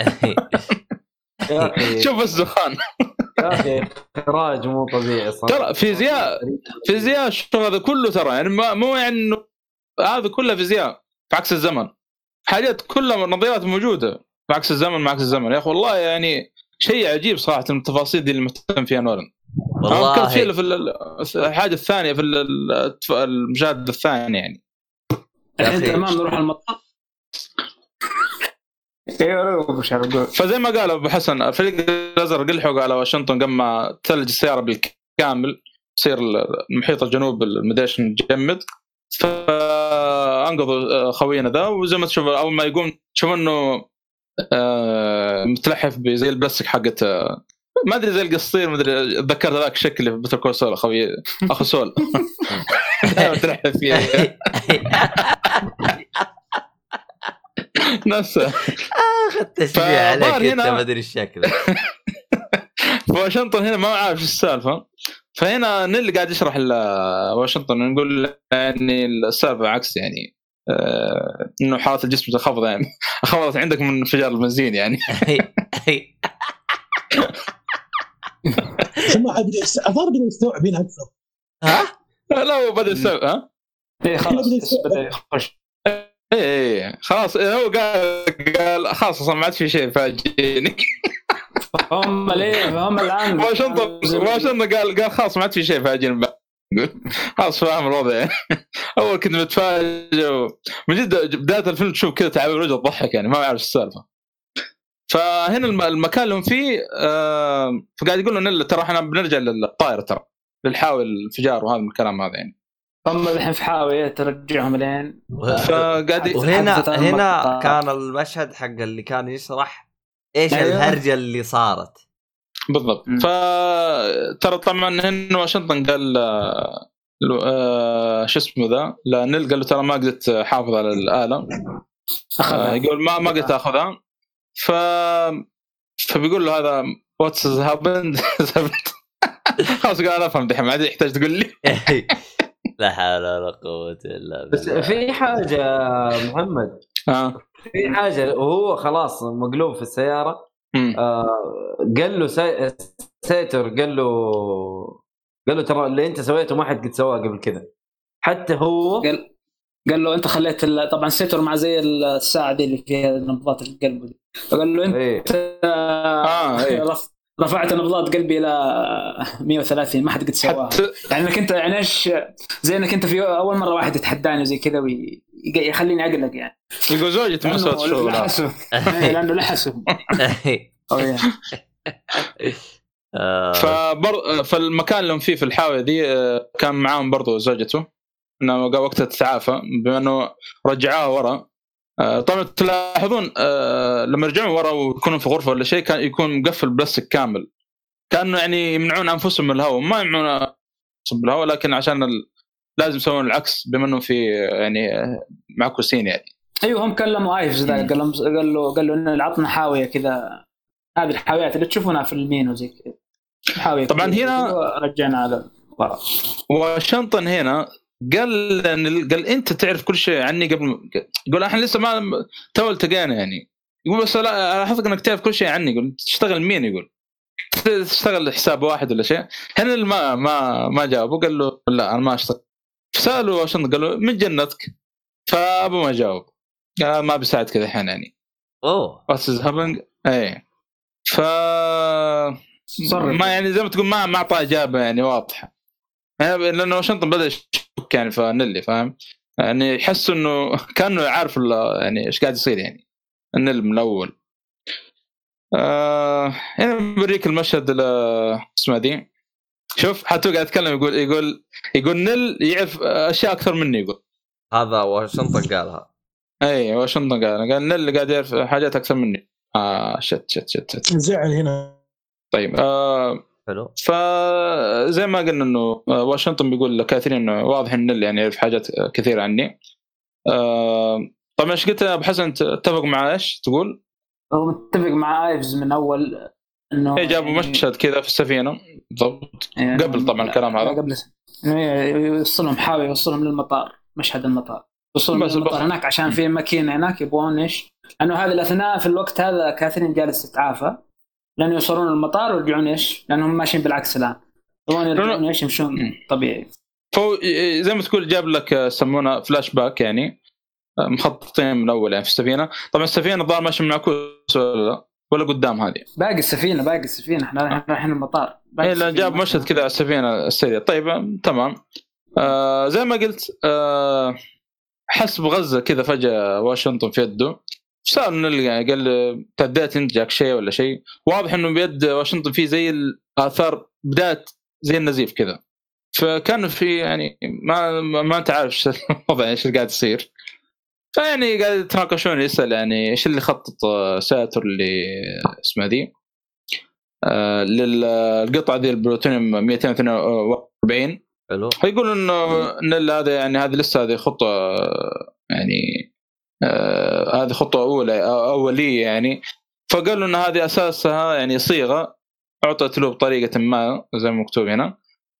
شوف الزخان يا اخي اخراج مو طبيعي صراحه. ترى فيزياء فيزياء الشغل هذا كله ترى يعني مو يعني انه هذا كله فيزياء في عكس الزمن، حاجات كلها نظريات موجوده في عكس الزمن مع عكس الزمن. يا اخي والله يعني شيء عجيب صراحه من التفاصيل دي اللي مهتم فيها نولان. والله كان في الحاجه الثانيه في المشاهد الثاني يعني انت تمام نروح المطار. فزي ما قال ابو حسن الفريق الازرق لحقوا على واشنطن قام تثلج السياره بالكامل، يصير المحيط الجنوب المديش مجمد. فانقذوا خوينا ذا، وزي ما تشوف اول ما يقوم تشوف انه متلحف بزي البلاستيك حقت ما ادري زي القصير، ما ادري اتذكر ذاك شكله في بتر كول سول اخوي اخو سول متلحف فيه نفسه. اخذت تشبيه عليك انت ما ادري الشكل. واشنطن هنا ما عارف ايش السالفه، فهنا نيل قاعد يشرح لواشنطن نقول يعني السالفه عكس يعني آه انه حاله الجسم تخفض يعني خفضت عندك من انفجار البنزين يعني. سمع بدي اظهر بدي يستوعبين اكثر. ها لا هو بدا يستوعب. ها ايه خلاص بدا يخش. ايه خلاص هو قال قال خلاص ما عاد في شيء فاجئني. هم ليه هم الان واشنطن واشنطن قال قال خلاص ما عاد في شيء فاجئني خلاص فاهم الوضع. اول كنت متفاجئ من جد بدايه الفيلم تشوف كذا تعابير وجه تضحك يعني ما اعرف السالفه. فهنا المكان اللي هم فيه آه فقاعد يقولوا ان ترى احنا بنرجع للطائره ترى للحاول الانفجار وهذا الكلام هذا يعني هم الحين في حاويه ترجعهم لين. فقاعد وهنا هنا كان المشهد حق اللي كان يشرح ايش أيوة. الهرجه اللي صارت بالضبط. فترى طبعا هنا واشنطن قال آه شو اسمه ذا لنيل قال له ترى ما قدرت حافظ على الآلة آه يقول ما ما قدرت اخذها. ف فبيقول له هذا واتس هابند. خلاص قال انا افهم دحين ما عاد يحتاج تقول لي. لا حول ولا قوه الا بالله. بس في حاجه محمد اه في حاجه وهو خلاص مقلوب في السياره آه قال له سي... سيتر قال له قال له ترى اللي انت سويته ما حد قد سواه قبل كذا. حتى هو قال قال له انت خليت ال... طبعا سيتر مع زي الساعه دي اللي فيها نبضات القلب دي، فقال له انت ايه. آه ايه. رفعت نبضات قلبي الى مية وثلاثين ما حد قد سواها. يعني انك انت يعني ايش زي انك انت في اول مره واحد يتحداني زي كذا ويخليني اقلق يعني يقول زوجتي ما سوت شغل لانه لحسه. فبر فالمكان اللي هم فيه في الحاويه دي كان معاهم برضو زوجته انه وقتها تتعافى بما انه رجعوها ورا. طبعا تلاحظون لما يرجعون ورا ويكونوا في غرفه ولا شيء كان يكون مقفل بلاستيك كامل كانوا يعني يمنعون انفسهم من الهواء. ما يمنعون انفسهم بالهواء لكن عشان ال... لازم يسوون العكس بما انه في يعني معكوسين يعني. ايوه هم كلموا ايفز ذا قال له قال له قال له ان العطنا حاويه كذا هذه الحاويات اللي تشوفونها في المين وزي كذا حاويه. طبعا هنا رجعنا على ورا. واشنطن هنا قال قال انت تعرف كل شيء عني قبل. يقول احنا لسه ما تو التقينا يعني. يقول بس لا احسك انك تعرف كل شيء عني. يقول تشتغل مين؟ يقول تشتغل حساب واحد ولا شيء. هنا ما ما ما جاوبه. قال له لا انا ما اشتغل. سالوا عشان قالوا من جنتك. فابو ما جاوب. قال ما بيساعد كذا الحين يعني. اوه واتس هابينج. اي ف ما يعني زي ما تقول ما ما اعطى اجابه يعني واضحه يعني. لانه واشنطن بدا يشك يعني فنلي فاهم يعني. يحس انه كانه عارف يعني ايش قاعد يصير يعني. النل من الاول. آه يعني بريك المشهد اسمه دي. شوف حتى قاعد يتكلم يقول يقول يقول نل يعرف اشياء اكثر مني. يقول هذا واشنطن قالها. اي واشنطن قال قال نل قاعد يعرف حاجات اكثر مني. اه شت شت شت, شت. زعل هنا. طيب آه حلو. فزي ما قلنا انه واشنطن بيقول لكاثرين انه واضح ان نل يعني يعرف حاجات كثيره عني. آه طبعا ايش قلت ابو حسن تتفق مع ايش تقول؟ هو متفق مع ايفز من اول انه ايه جابوا يعني مشهد كذا في السفينه بالضبط يعني قبل طبعا الكلام هذا قبل انه يوصلهم حاول يوصلهم للمطار. مشهد المطار وصلهم للمطار هناك عشان في ماكينه هناك يبغون ايش انه هذه الاثناء في الوقت هذا كاثرين جالس تتعافى لانه يوصلون المطار ويرجعون ايش لانهم ماشيين بالعكس الان يبغون يرجعون ايش يمشون طبيعي. فهو زي ما تقول جاب لك يسمونه فلاش باك يعني مخططين من اول يعني في السفينه. طبعا السفينه الظاهر ماشي معكوس ولا لا ولا قدام هذه باقي السفينه باقي السفينه احنا رايحين المطار. ايه لا جاب مشهد كذا على السفينه السريع. طيب تمام. آه زي ما قلت آه حسب غزه كذا فجاه واشنطن في يده صار نلقى قال تدات انت جاك شيء ولا شيء. واضح انه بيد واشنطن فيه زي الاثار بدات زي النزيف كذا. فكان في يعني ما ما انت عارف ايش الوضع ايش قاعد يصير. فيعني قاعد يتناقشون يسال يعني ايش اللي خطط ساتر اللي اسمها دي آه للقطعه ذي البلوتونيوم مئتين واثنين وأربعين. حلو. فيقولوا انه ان هذا يعني هذه لسه هذه خطه يعني آه هذه خطه اولى اوليه يعني. فقالوا ان هذه اساسها يعني صيغه اعطت له بطريقه ما زي ما مكتوب هنا.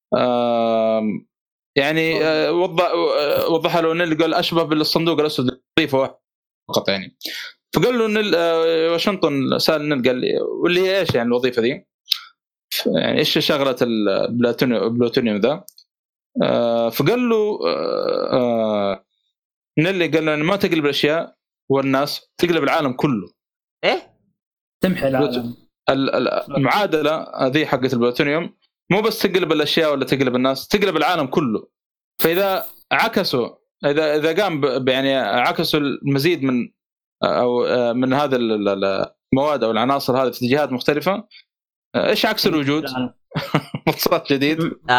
آه يعني آه وضح وضح له ان اللي قال اشبه بالصندوق الاسود وظيفه فقط يعني. فقال له ان آه واشنطن سال نل قال لي واللي هي ايش يعني الوظيفه دي يعني ايش شغله البلوتونيوم ذا. آه فقال له آه آه نيلي قال له ما تقلب الاشياء والناس تقلب العالم كله. ايه تمحي العالم. المعادله هذه حقت البلوتونيوم مو بس تقلب الاشياء ولا تقلب الناس تقلب العالم كله. فاذا عكسوا اذا اذا قام يعني عكسوا المزيد من او من هذا المواد او العناصر هذه في اتجاهات مختلفه ايش عكس الوجود؟ مصطلح جديد.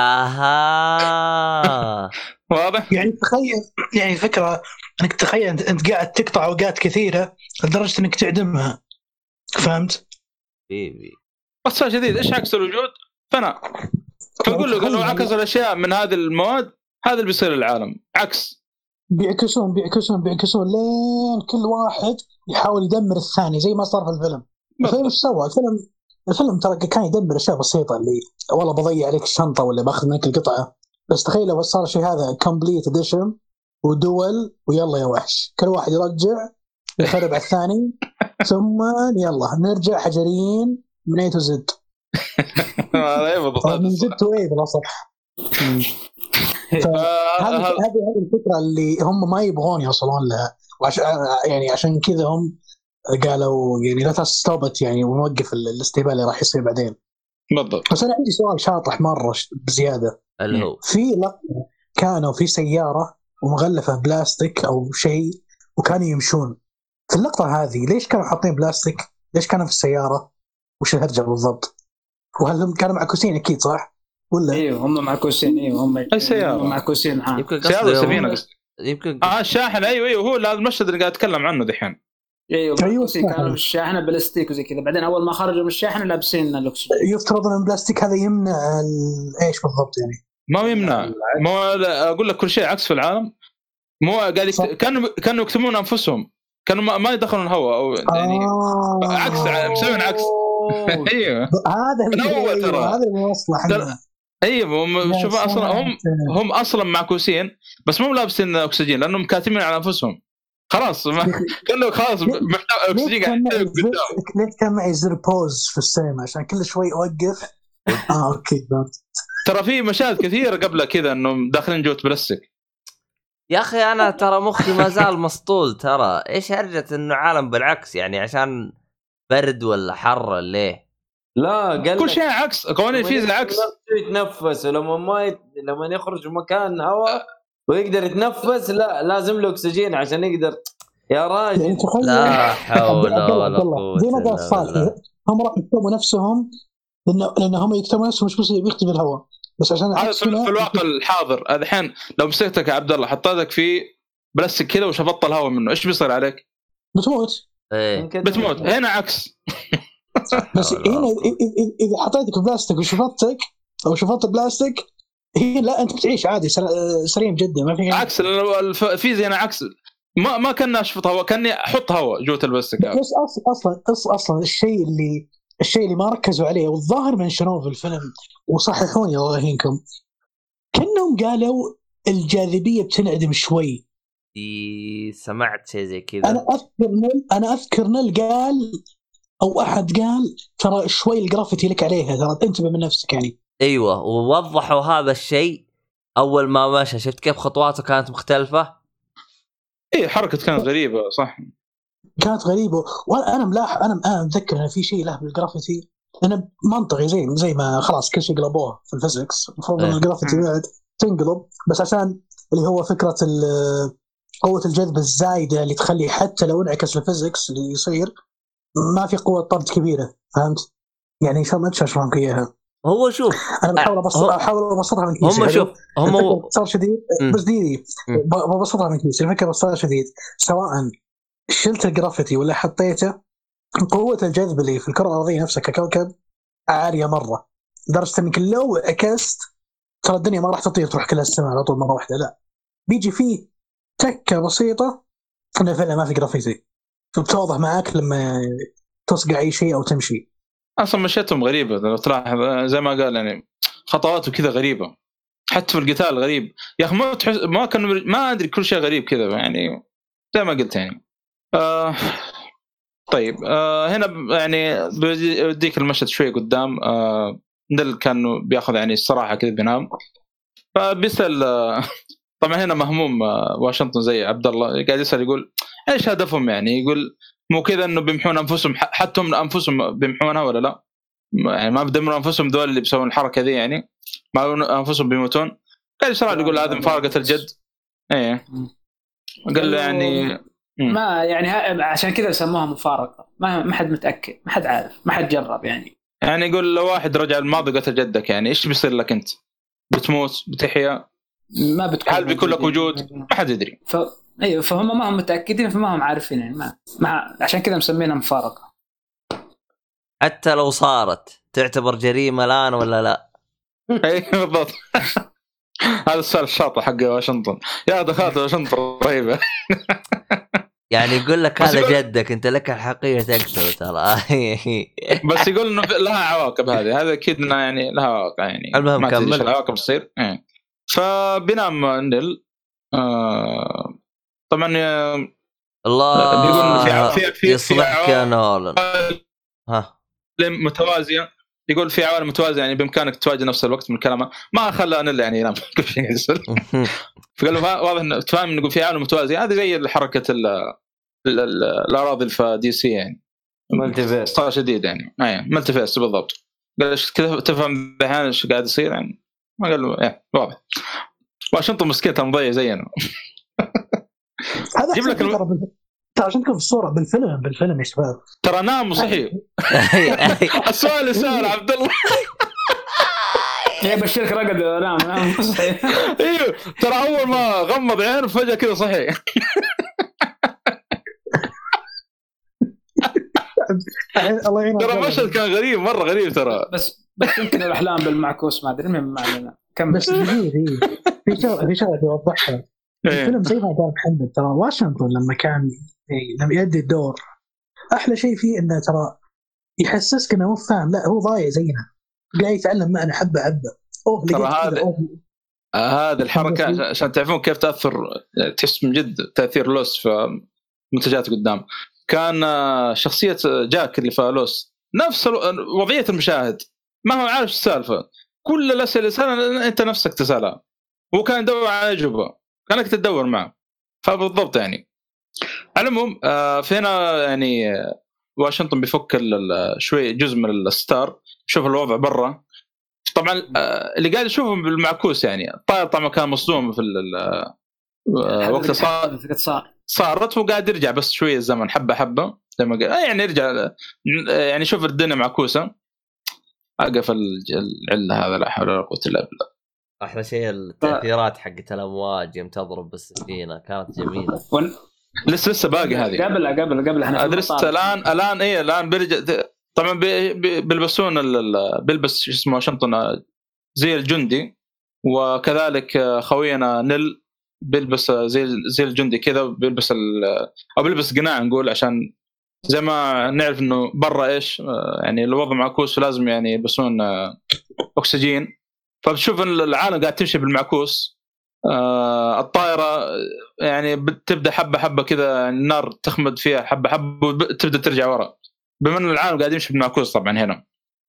اها واضح يعني تخيل يعني فكره انك تخيل انت قاعد تقطع اوقات كثيره لدرجه انك تعدمها. فهمت؟ بيبي مصطلح جديد ايش عكس الوجود؟ فانا فاقول له قالوا عكس الاشياء من هذه المواد هذا اللي بيصير للعالم عكس. بيعكسون بيعكسون بيعكسون لين كل واحد يحاول يدمر الثاني زي ما صار في الفيلم. الفيلم ايش سوى؟ الفيلم الفيلم ترى كان يدمر اشياء بسيطه اللي والله بضيع عليك الشنطه ولا باخذ منك القطعه. بس تخيل لو صار شيء هذا كومبليت اديشن ودول ويلا يا وحش كل واحد يرجع يخرب على الثاني ثم يلا نرجع حجرين من اي تو زد. من زد تو اي بالاصح. هذه هذه الفكره اللي هم ما يبغون يوصلون لها وعشان يعني عشان كذا هم قالوا يعني لا تستوبت يعني ونوقف الاستهبال اللي راح يصير بعدين. بالضبط. بس انا عندي سؤال شاطح مره بزياده. اللي هو في لقطه كانوا في سياره ومغلفه بلاستيك او شيء وكانوا يمشون في اللقطه هذه ليش كانوا حاطين بلاستيك؟ ليش كانوا في السياره؟ وش الهرجه بالضبط؟ وهل هم كانوا معكوسين اكيد صح ولا؟ ايوه هم معكوسين. ايوه هم اي سياره معكوسين. ها يمكن سياره سفينه قصدي. يمكن اه الشاحن ايوه ايوه هو هذا المشهد اللي قاعد اتكلم عنه دحين. ايوه معكوسين كانوا في الشاحنه بلاستيك وزي كذا. بعدين اول ما خرجوا من الشاحنه لابسين الاكسجين. يفترض ان البلاستيك هذا يمنع ايش بالضبط يعني؟ ما يمنع. مو اقول لك كل شيء عكس في العالم. مو قاعد يكت... كانوا كانوا يكتمون انفسهم كانوا ما, ما يدخلون الهواء او يعني آه عكس مسوين عكس. ايوه هذا اللي هذا المصلحه. ايوه هم شوف اصلا هم هم اصلا معكوسين بس مو لابسين اكسجين لانهم كاتمين على انفسهم خلاص كله خلاص محتاج اكسجين. ليه كان معي زر بوز في السينما عشان كل شوي اوقف. اه اوكي ترى في مشاهد كثيره قبل كذا انهم داخلين جوه بلاستيك. يا اخي انا ترى مخي ما زال مسطول. ترى ايش هرجة انه عالم بالعكس يعني عشان برد ولا حر ليه؟ لا قال كل شيء عكس قوانين الفيزياء عكس. يتنفس ولما ما يت... لما يخرج مكان هواء ويقدر يتنفس لا لازم له اكسجين عشان يقدر يا راجل. يعني لا حول ولا قوه زي ما قال صالح هم راح يكتبوا نفسهم لانه لان هم يكتبوا نفسهم مش بس بيكتب الهواء بس عشان هذا في الواقع الحاضر الحين لو مسكتك يا عبد الله حطيتك في بلاستيك كذا وشفطت الهواء منه ايش بيصير عليك؟ بتموت. ايه بتموت. هنا عكس. بس هنا اذا حطيتك بلاستيك وشفطتك او شفطت بلاستيك هي لا انت بتعيش عادي سليم جدا ما في عكس الفيزياء. هنا عكس ما ما كنا اشفط هواء كاني احط هواء جوه البلاستيك. بس اصلا اصلا اصلا الشيء اللي الشيء اللي ما ركزوا عليه والظاهر منشنوه في الفيلم وصححوني الله يهينكم كأنهم قالوا الجاذبية بتنعدم شوي. سمعت شيء زي كذا. أنا أذكر نل أنا أذكر نل قال أو أحد قال ترى شوي الجرافيتي لك عليها ترى انتبه من نفسك يعني. أيوة ووضحوا هذا الشيء أول ما ماشى شفت كيف خطواته كانت مختلفة. إيه حركة كانت غريبة صح كانت غريبة. وأنا ملاحظ أنا أنا متذكر إن في شيء له بالجرافيتي أنا منطقي زي زي ما خلاص كل شيء قلبوه في الفيزيكس المفروض إن الجرافيتي بعد تنقلب بس عشان اللي هو فكرة قوة الجذب الزايدة اللي تخلي حتى لو انعكس الفيزيكس اللي يصير ما في قوة طرد كبيرة فهمت يعني شو ما تشرحون إياها. هو شوف أنا بحاول أبسط أحاول أبسطها من كيسي. هم شوف هم صار شديد بس دي ببسطها من كيسي الفكرة صار شديد سواء شلت الجرافيتي ولا حطيته قوة الجذب اللي في الكرة الأرضية نفسها ككوكب عالية مرة لدرجة إنك لو عكست ترى الدنيا ما راح تطير تروح كلها السماء على طول مرة واحدة لا بيجي فيه تكة بسيطة إنه فعلا ما في جرافيتي بتوضح معاك لما تصقع أي شيء أو تمشي. أصلا مشيتهم غريبة لو تلاحظ زي ما قال يعني خطواته كذا غريبة حتى في القتال غريب يا أخي ما تحس ما كانوا ما أدري كل شيء غريب كذا يعني زي ما قلت يعني. آه طيب آه هنا يعني بديك المشهد شوي قدام آه نل كانوا بياخذ يعني الصراحة كذا بينام فبيسأل آه طبعا هنا مهموم آه واشنطن زي عبد الله قاعد يسأل يقول ايش هدفهم يعني يقول مو كذا انه بيمحون انفسهم حتى هم انفسهم بيمحونها ولا لا يعني ما بدمروا انفسهم دول اللي بيسوون الحركة ذي يعني ما انفسهم بيموتون قاعد يسأل يقول هذا مفارقة الجد ايه قال له يعني ما يعني عشان كذا سموها مفارقة ما ما حد متأكد ما حد عارف ما حد جرب يعني يعني يقول لو واحد رجع الماضي قتل جدك يعني ايش بيصير لك انت بتموت بتحيا ما بتكون هل بيكون لك وجود ما حد يدري ف... ايوه فهم ما هم متأكدين فما هم عارفين يعني ما, ما... عشان كذا مسمينها مفارقة. حتى لو صارت تعتبر جريمة الآن ولا لا؟ اي بالضبط. هذا السؤال الشاطئ حق واشنطن يا دخلت واشنطن رهيبة. يعني يقول لك هذا جدك انت لك الحقيقة تقتله ترى. بس يقول انه لها عواقب هذه هذا اكيد انه يعني لها عواقب يعني المهم كمل العواقب تصير يعني. فبنام نيل آه طبعا الله في في في يصلحك يا نولان ها متوازية يقول في عوالم متوازية يعني بإمكانك تواجه نفس الوقت من كلامه ما خلى نيل يعني ينام كل شيء يصير. فقال له واضح انه تفهم انه في عوالم متوازية هذه زي حركة الأراضي في دي سي يعني ملتفيس صار شديد يعني ايوه ملتفيس بالضبط. قال ايش كذا تفهم بحال ايش قاعد يصير يعني ما قال له ايه واضح واشنطن مسكينه مضيع زينا. هذا جيب لك الم... ترى عشان تكون في الصوره بالفيلم بالفيلم يا شباب ترى نام وصحي. السؤال سؤال عبد الله يا بشرك رقد نام نام صحي. ايوه ترى اول ما غمض عينه فجاه كذا صحي. الله يعينك. ترى مشهد كان غريب مرة غريب ترى. بس بس يمكن الأحلام بالمعكوس ما أدري المهم ما علينا. كم بس دقيقة في شغلة في شغلة بوضحها. الفيلم زي ما قال محمد ترى واشنطن لما كان لما يؤدي الدور أحلى شيء فيه إنه ترى يحسسك إنه مو فاهم لا هو ضايع زينا قاعد يتعلم معنا حبة حبة اوه ترى لقيت هذا كذا اوه هذه الحركه عشان تعرفون كيف تاثر، تحس من جد تاثير لوس في منتجات قدام. كان آه، شخصيه جاك اللي في لوس نفس الو- وضعيه المشاهد، ما هو عارف السالفه، كل الاسئله سنة انت نفسك تسالها، هو كان يدور على اجوبه كانك تدور معه. فبالضبط يعني على العموم آه، في هنا يعني آه، واشنطن بيفك ال- ال- شوي جزء من الستار، شوف الوضع برا. طبعا آه، اللي قاعد يشوفهم بالمعكوس يعني الطائر طبعا كان مصدوم في ال- آه، وقت صار صار صارت وقاعد يرجع بس شويه الزمن حبه حبه زي ما قال آه، يعني يرجع يعني شوف الدنيا معكوسه. اقف العله هذا لا حول ولا قوه الا بالله. احلى شيء التاثيرات حقت الامواج يوم تضرب بالسفينه كانت جميله. ون... لسه لسه باقي هذه قبل قبل قبل احنا ادرست الان الان ايه الان بيرجع طبعا بي بي بيلبسون بيلبس شو اسمه واشنطن زي الجندي، وكذلك خوينا نيل بيلبس زي زي الجندي كذا، بيلبس او بيلبس قناع نقول، عشان زي ما نعرف انه برا ايش يعني الوضع معكوس ولازم يعني يلبسون اكسجين. فبتشوف العالم قاعد تمشي بالمعكوس. آه الطائره يعني بتبدا حبه حبه كذا النار تخمد فيها حبه حبه وتبدا ترجع ورا، بما ان العالم قاعد يمشي بالمعكوس طبعا هنا.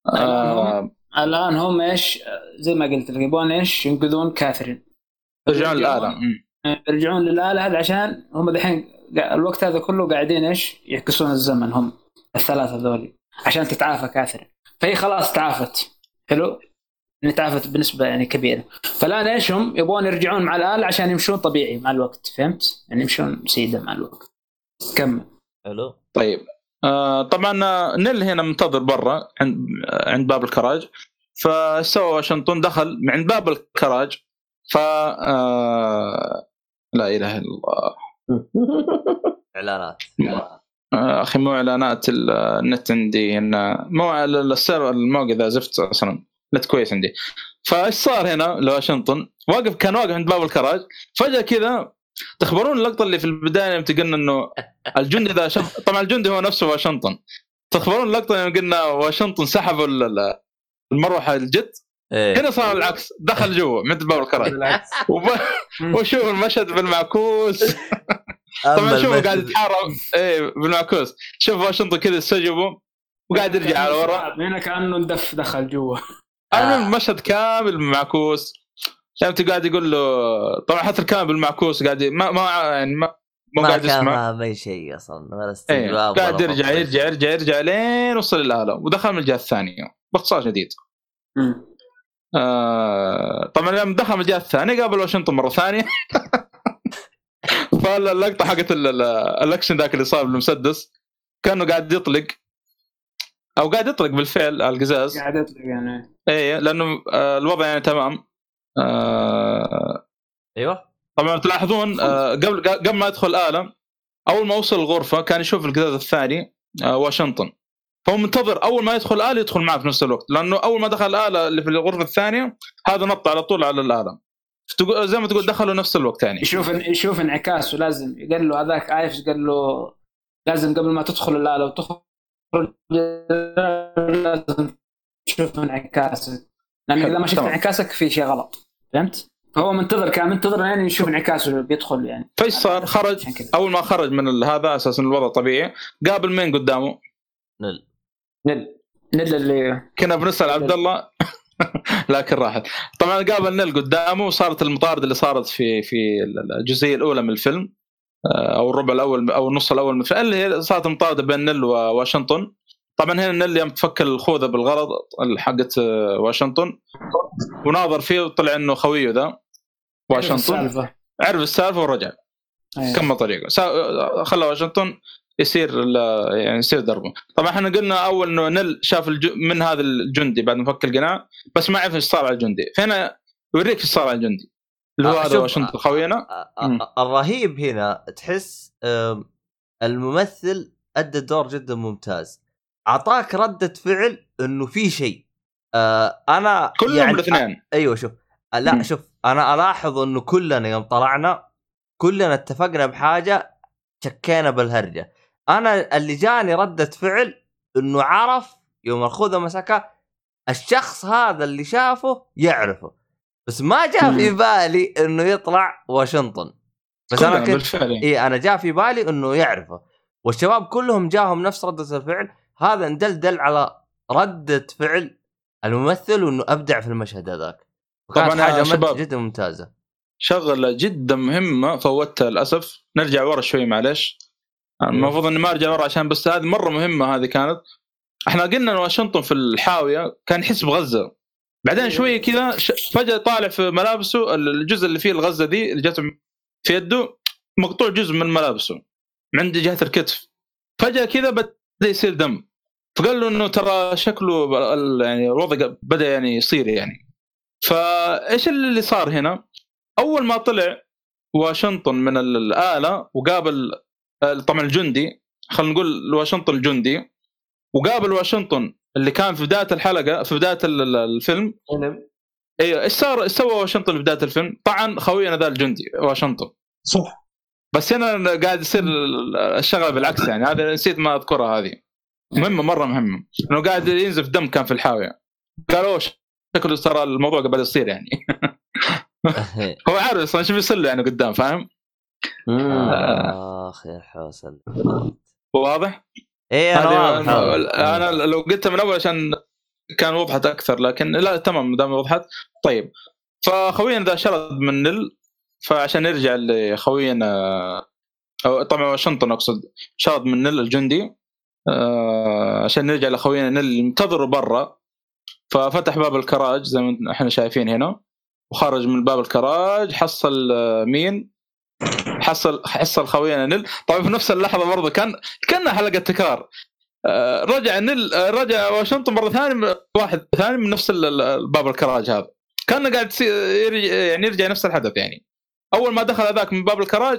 آه الان هم ايش زي ما قلت لك يبغون ايش ينقذون كاثرين، يرجعون للآلة، يرجعون للآلة هذا عشان هم دحين الوقت هذا كله قاعدين ايش يعكسون الزمن هم الثلاثه ذولي عشان تتعافى كاثرين. فهي خلاص تعافت، حلو ان تعافت بنسبه يعني كبيره. فالان ايش هم يبغون يرجعون مع الآلة عشان يمشون طبيعي مع الوقت، فهمت يعني يمشون سيده مع الوقت. كمل. حلو طيب آه طبعا نيل هنا منتظر برا عند عند باب الكراج، فسوى واشنطن دخل من عند باب الكراج ف آه لا اله الا الله اعلانات آه اخي مو اعلانات النت عندي هنا مو السيرفر الموقع ذا زفت اصلا نت كويس عندي. فايش صار هنا لواشنطن واقف كان واقف عند باب الكراج فجاه كذا تخبرون اللقطه اللي في البدايه يوم قلنا انه الجندي ذا شن... طبعا الجندي هو نفسه واشنطن. تخبرون اللقطه يوم قلنا واشنطن سحبوا المروحه الجت إيه. هنا صار العكس دخل جوا من باب الكراج وب... وشوف المشهد بالمعكوس طبعا شوفوا قاعد يتحارب ايه بالمعكوس، شوف واشنطن كذا استجوبوا وقاعد يرجع على ورا هنا كانه ندف دخل جوا آه. المشهد كامل بالمعكوس شفت قاعد يقول له طبعا حتى الكلام بالمعكوس قاعد ما ما يعني ما ما قاعد يسمع ما ما شيء اصلا ولا استجواب قاعد يرجع يرجع يرجع يرجع لين وصل للآلة ودخل من الجهه الثانيه باختصار شديد. آه طبعا لما دخل من الجهه الثانيه قابل واشنطن مره ثانيه فاللقطه حقت الاكشن ذاك اللي صار بالمسدس كانه قاعد يطلق او قاعد يطلق بالفعل على القزاز قاعد يطلق يعني ايه لانه آه الوضع يعني تمام. آه ايوه طبعا تلاحظون آه قبل قبل ما يدخل الآلة اول ما وصل الغرفه كان يشوف القزاز الثاني آه واشنطن، فهو منتظر اول ما يدخل الآلة يدخل معه في نفس الوقت، لانه اول ما دخل الآلة اللي في الغرفه الثانيه هذا نط على طول على الآلة زي ما تقول دخلوا نفس الوقت يعني. يشوف يشوف انعكاسه لازم قال له هذاك عايش قال له لازم قبل ما تدخل الآلة وتخرج لازم تشوف انعكاسك، لأن إذا ما شفت انعكاسك في شيء غلط، فهمت؟ فهو منتظر كان منتظر يعني يشوف انعكاسه بيدخل يعني. فايش صار خرج أول ما خرج من هذا أساسا الوضع طبيعي قابل مين قدامه؟ نل نل نل اللي كنا بنسأل عبد الله لكن راحت. طبعا قابل نيل قدامه وصارت المطارد اللي صارت في في الجزئيه الاولى من الفيلم او الربع الاول او النص الاول من الفيلم اللي هي صارت مطارده بين نيل وواشنطن. طبعا هنا نيل يوم تفك الخوذه بالغلط حقت واشنطن وناظر فيه وطلع انه خويه ذا واشنطن عرف السالفه ورجع كمل طريقه خلى واشنطن يصير يعني يصير دربه. طبعا احنا قلنا اول انه نل شاف الج... من هذا الجندي بعد ما فك القناع بس ما عرف ايش صار على الجندي، فهنا يوريك ايش صار على الجندي اللي هو هذا واشنطن خوينا. الرهيب هنا تحس الممثل ادى دور جدا ممتاز، اعطاك ردة فعل انه في شيء. انا كلهم يعني الاثنين ايوه شوف لا شوف انا الاحظ انه كلنا يوم طلعنا كلنا اتفقنا بحاجه شكينا بالهرجه. انا اللي جاني ردة فعل انه عرف يوم الخوذه مسكها الشخص هذا اللي شافه يعرفه، بس ما جاء في بالي انه يطلع واشنطن. بس انا كنت اي انا جاء في بالي انه يعرفه، والشباب كلهم جاهم نفس ردة الفعل. هذا ندلدل على ردة فعل الممثل وانه ابدع في المشهد هذاك. طبعا حاجه جدا ممتازه. شغله جدا مهمه فوتها للاسف. نرجع ورا شوي معلش، المفروض اني ما ارجع ورا عشان بس هذه مره مهمه. هذه كانت احنا قلنا ان واشنطن في الحاويه كان يحس بغزه، بعدين شويه كذا فجاه طالع في ملابسه الجزء اللي فيه الغزه دي اللي جت في يده مقطوع جزء من ملابسه عند جهه الكتف، فجاه كذا بدا يصير دم. فقال له انه ترى شكله يعني الوضع بدا يعني يصير يعني. فايش اللي صار هنا؟ اول ما طلع واشنطن من الآلة وقابل طبعا الجندي، خلينا نقول واشنطن الجندي، وقابل واشنطن اللي كان في بدايه الحلقه في بدايه الفيلم. ايوه ايش صار ايش سوى واشنطن في بدايه الفيلم؟ طبعا خوينا ذا الجندي واشنطن صح، بس هنا قاعد يصير الشغله بالعكس يعني. هذا نسيت ما اذكرها، هذه مهمه مره مهمه، انه قاعد ينزف دم كان في الحاويه. قالوا شكله ترى الموضوع قبل يصير يعني. هو عارف اصلا شو بيصير له يعني قدام، فاهم؟ اخ يا حوسل واضح؟ ايه انا انا لو قلت من اول عشان كان وضحت اكثر، لكن لا تمام دام وضحت. طيب فخوينا ذا شرد من نل، فعشان نرجع لخوينا او طبعا واشنطن اقصد شرد من نل الجندي عشان نرجع لخوينا نل ينتظروا برا. ففتح باب الكراج زي ما احنا شايفين هنا، وخرج من باب الكراج حصل مين؟ حصل حصل خوينا نل. طبعا في نفس اللحظه برضه كان كان حلقه تكرار. رجع نل رجع واشنطن مره ثانيه واحد ثاني من نفس الباب الكراج هذا، كان قاعد يعني يرجع نفس الحدث يعني. اول ما دخل هذاك من باب الكراج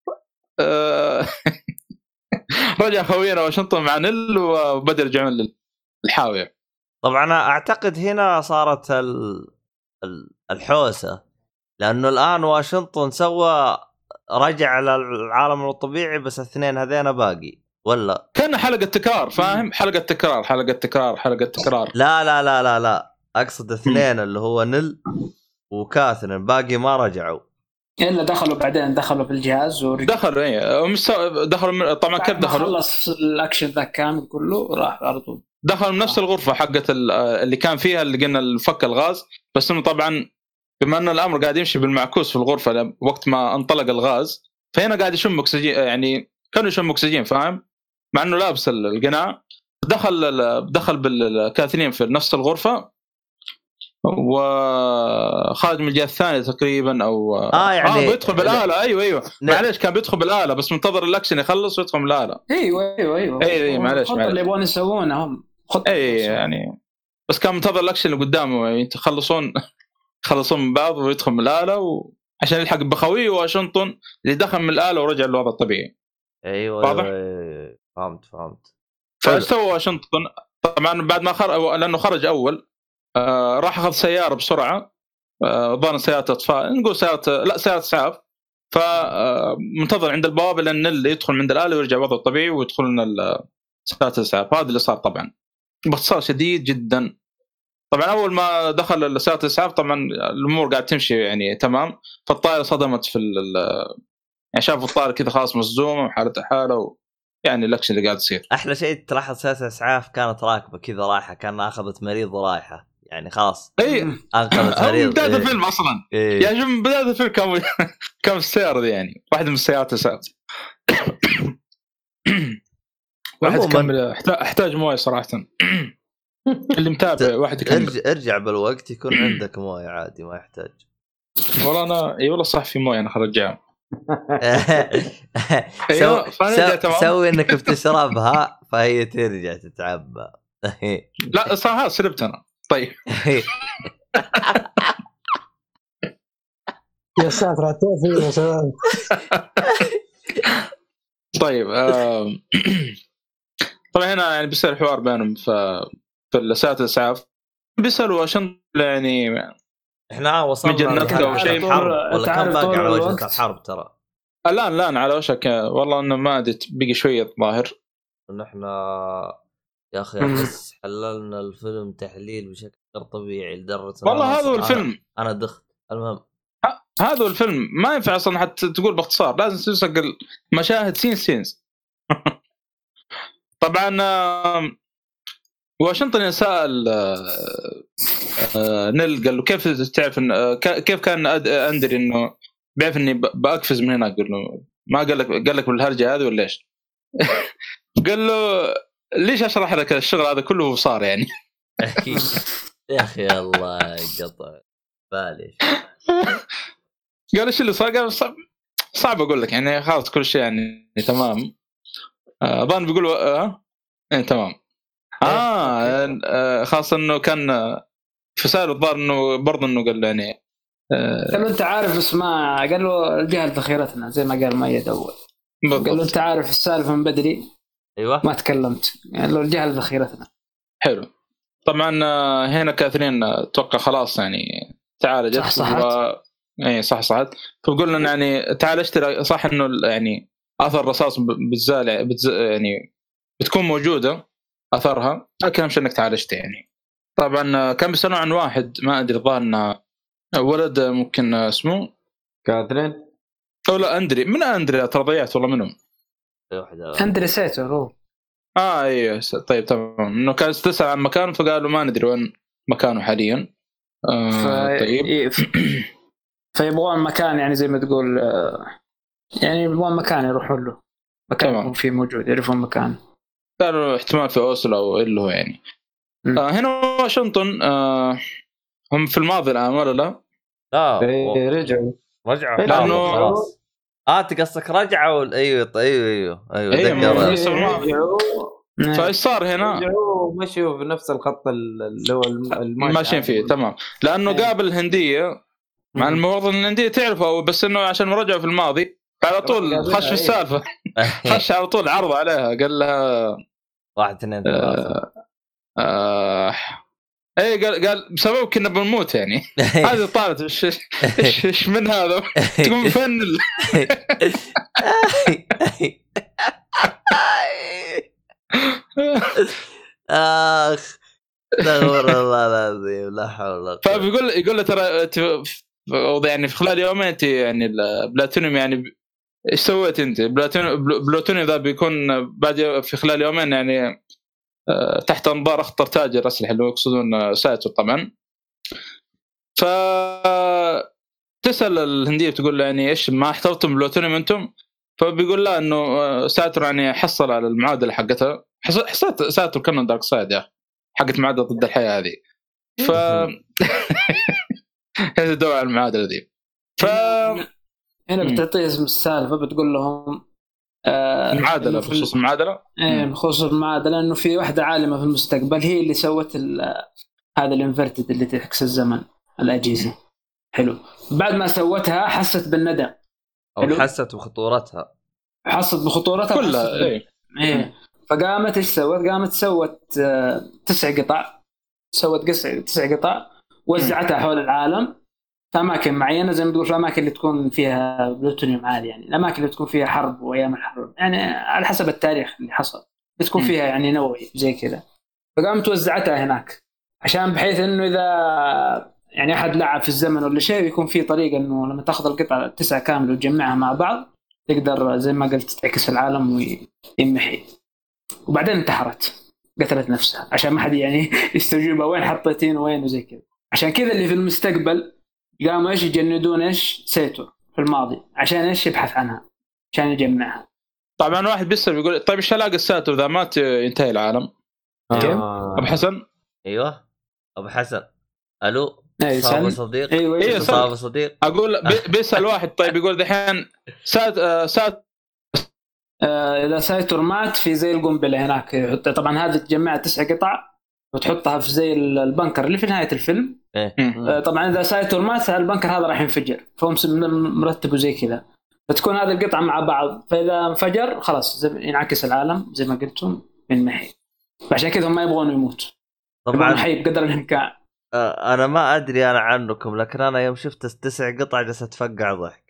رجع خوينا واشنطن مع نل وبدا يرجعون للحاويه. طبعا اعتقد هنا صارت الحوسه، لانه الان واشنطن سوى رجع للعالم الطبيعي، بس الاثنين هذين باقي ولا كان حلقه تكرار، فاهم؟ حلقه تكرار حلقه تكرار حلقه تكرار. لا لا لا لا لا اقصد اثنين اللي هو نل وكاثرين باقي ما رجعوا الا دخلوا بعدين دخلوا في الجهاز ورجعوا. دخلوا ايه مش دخلوا طبعا كيف دخلوا؟ خلص الاكشن ذا كامل كله راح على طول دخلوا من نفس الغرفه حقت اللي كان فيها اللي قلنا الفك الغاز. بس انه طبعا بما ان الامر قاعد يمشي بالمعكوس في الغرفه وقت ما انطلق الغاز، فهنا قاعد يشم اكسجين يعني كانوا يشم اكسجين، فاهم؟ مع انه لابس القناع. دخل دخل بالكاثرين في نفس الغرفه وخارج من الجهه الثانيه تقريبا او اه يعني آه بيدخل بالاله. ايوه ايوه معليش كان بيدخل بالاله بس منتظر الاكشن يخلص ويدخل من الاله. ايوه ايوه ايوه اي معليش معليش اللي يبغون يسوونه هم اي يعني، بس كان منتظر الاكشن اللي قدامه يخلصون يخلصون من بعض ويدخل من الاله و... عشان يلحق بخويه واشنطن اللي دخل من الاله ورجع للوضع الطبيعي. ايوه واضح أيوة. فهمت فهمت. فسوى واشنطن طبعا بعد ما خرج لانه خرج اول آه راح اخذ سياره بسرعه آه ظن سياره اطفاء نقول سياره لا سياره اسعاف. فمنتظر عند البوابه لان اللي يدخل من الاله ويرجع وضعه الطبيعي ويدخل لنا سياره الاسعاف. هذا اللي صار طبعا باختصار شديد جدا. طبعا اول ما دخل سياره الاسعاف طبعا الامور قاعد تمشي يعني تمام. فالطائره صدمت في يعني شافوا الطائره كذا خلاص مصدومه وحالتها حاله و... يعني الاكشن اللي قاعد يصير. احلى شيء تلاحظ سياره الاسعاف كانت راكبه كذا رايحه كانها اخذت مريض ورايحه يعني خلاص اي انقذت مريض. بدايه إيه. الفيلم اصلا إيه. يعني شوف بدايه الفيلم كم كم السياره دي يعني واحده من السيارات الاسعاف. واحد كمل احتاج مويه صراحه. اللي متابع واحد يكمل. ارجع, ارجع بالوقت يكون عندك مويه عادي ما يحتاج. والله انا اي والله صح في مويه انا خرجها. سو... سو... سوي انك بتشربها فهي ترجع تتعبى. لا صراحه شربت انا. طيب يا ساتر عتافي يا شباب. طيب طبعا هنا يعني بيصير حوار بينهم في في الساعات الاسعاف بيسالوا عشان يعني احنا وصلنا لحرب ولا كان باقي على وشك الحرب ترى الان الان على وشك والله انه ما ادري بقي شويه ظاهر ان احنا يا اخي احس حللنا الفيلم تحليل بشكل غير طبيعي لدرجه والله هذا هو الفيلم. انا دخت. المهم هذا هو الفيلم، ما ينفع اصلا حتى تقول باختصار، لازم تسجل مشاهد سين سينز. طبعا واشنطن يسأل نيل قال له كيف تعرف إن كيف كان أندري إنه بيعرف إني بأقفز من هناك؟ قال له ما قال لك قال لك بالهرجة هذه ولا إيش؟ قال له ليش أشرح لك الشغل هذا كله وصار يعني. يا أخي الله قطع بالي. قال إيش اللي صار؟ قال صعب صعب أقول لك يعني، خلاص كل شيء يعني تمام. أظن بيقولوا آه يعني تمام. آه, آه خاصة إنه كان في سائر الظاهر إنه برضه إنه قال يعني قال له أنت عارف اسمع، قال له الجهل ذخيرتنا زي ما قال ميد أول. قال له أنت عارف السالفة من بدري. أيوة ما تكلمت. قال له الجهل ذخيرتنا. حلو. طبعا هنا كاثرين توقع خلاص يعني تعالجت. صح صحت. و... إيه صح صحت. فقلنا إن يعني تعالجت صح إنه يعني أثر رصاص بتزال بتز... يعني بتكون موجودة أثرها، لكن أهم شيء إنك تعالجت يعني. طبعا كان بيسألوا عن واحد ما أدري ظن ولد ممكن اسمه كاثرين أو لا أندري، من أندري ترى ضيعت والله منهم. أندري سيتو. آه أيوة طيب تمام. إنه كان تسأل عن مكانه فقالوا ما ندري وين مكانه حاليا. آه ف... طيب فيبغون مكان يعني زي ما تقول يعني يبغون مكان يروحوا له، مكان يكون فيه موجود يعرفون مكان. قالوا احتمال في أوسلو أو إيه اللي هو يعني. آه هنا واشنطن آه هم في الماضي الآن ولا لا؟ لا إيه رجعوا رجعوا لأنه خلاص. آه تقصك رجعوا. أيوة أيوة أيوة أيوة أيوة رجعوا. فايش صار هنا؟ رجعوا مشوا في نفس الخط اللي هو ماشيين فيه تمام. لأنه أيه. قابل الهندية مع المواطن الهندية تعرفه، بس إنه عشان رجعوا في الماضي على طول خش في السالفة. خش على طول عرض عليها قال لها واحد اثنين ثلاثة. آه ايه قال قال بسبب كنا بنموت يعني. هذه طالت ايش ايش ايش من هذا تقوم فن ال... اخ استغفر الله العظيم لا حول ولا قوة. فبيقول يقول له ترى يعني في خلال يومين انت يعني البلاتينيوم يعني ايش سويت انت؟ بلاتينيوم ذا بيكون بعد في خلال يومين يعني تحت انظار اخطر تاجر اسلحه اللي يقصدون سايتو طبعا. ف تسال الهنديه تقول له يعني ايش ما احتفظتم بلوتونيوم انتم؟ فبيقول لا انه سايتو يعني حصل على المعادله حقتها. حسيت سايتو كان دارك سايد يا حقت معادله ضد الحياه هذه. ف هذه دواء المعادله ذي. ف هنا بتعطي اسم السالفه بتقول لهم آه معادله بخصوص المعادله ايه بخصوص المعادله انه في واحده عالمه في المستقبل هي اللي سوت هذا الانفرتد اللي تعكس الزمن الاجهزه. حلو. بعد ما سوتها حست بالندم او حست بخطورتها حست بخطورتها كلها ايه. ايه فقامت ايش سوت؟ قامت سوت آه تسع قطع سوت قصع تسع قطع وزعتها حول العالم في أماكن معينة زي ما تقول في الأماكن اللي تكون فيها بلوتونيوم عالي يعني الأماكن اللي تكون فيها حرب وأيام الحرب يعني على حسب التاريخ اللي حصل تكون فيها يعني نووي زي كذا. فقامت وزعتها هناك عشان بحيث إنه إذا يعني أحد لعب في الزمن ولا شيء يكون في طريقة إنه لما تأخذ القطعة التسعة كامل وتجمعها مع بعض تقدر زي ما قلت تعكس العالم ويمحي. وبعدين انتحرت قتلت نفسها عشان ما حد يعني يستوجبها وين حطيتين وين وزي كذا. عشان كذا اللي في المستقبل قاموا ايش يجندون ايش سيتو في الماضي عشان ايش يبحث عنها عشان يجمعها. طبعا واحد بيسأل بيقول طيب ايش علاقه سيتو اذا مات ينتهي العالم؟ كيف؟ آه. ابو حسن ايوه ابو حسن الو اي صاحب صديق ايوه ايوه صاحب صديق اقول بيسأل واحد طيب يقول دحين سات آه سات آه اذا سيتو مات في زي القنبله هناك طبعا هذه تجمع تسع قطع وتحطها في زي البنكر اللي في نهايه الفيلم. إيه؟ طبعا اذا سايتو مات البنكر هذا راح ينفجر فهم مرتبوا زي كذا فتكون هذه القطعه مع بعض فاذا انفجر خلاص ينعكس العالم زي ما قلتم من محي. فعشان كذا هم ما يبغون يموت طبعا حي بقدر الامكان. انا ما ادري انا عنكم لكن انا يوم شفت التسع قطع جالس اتفقع ضحك.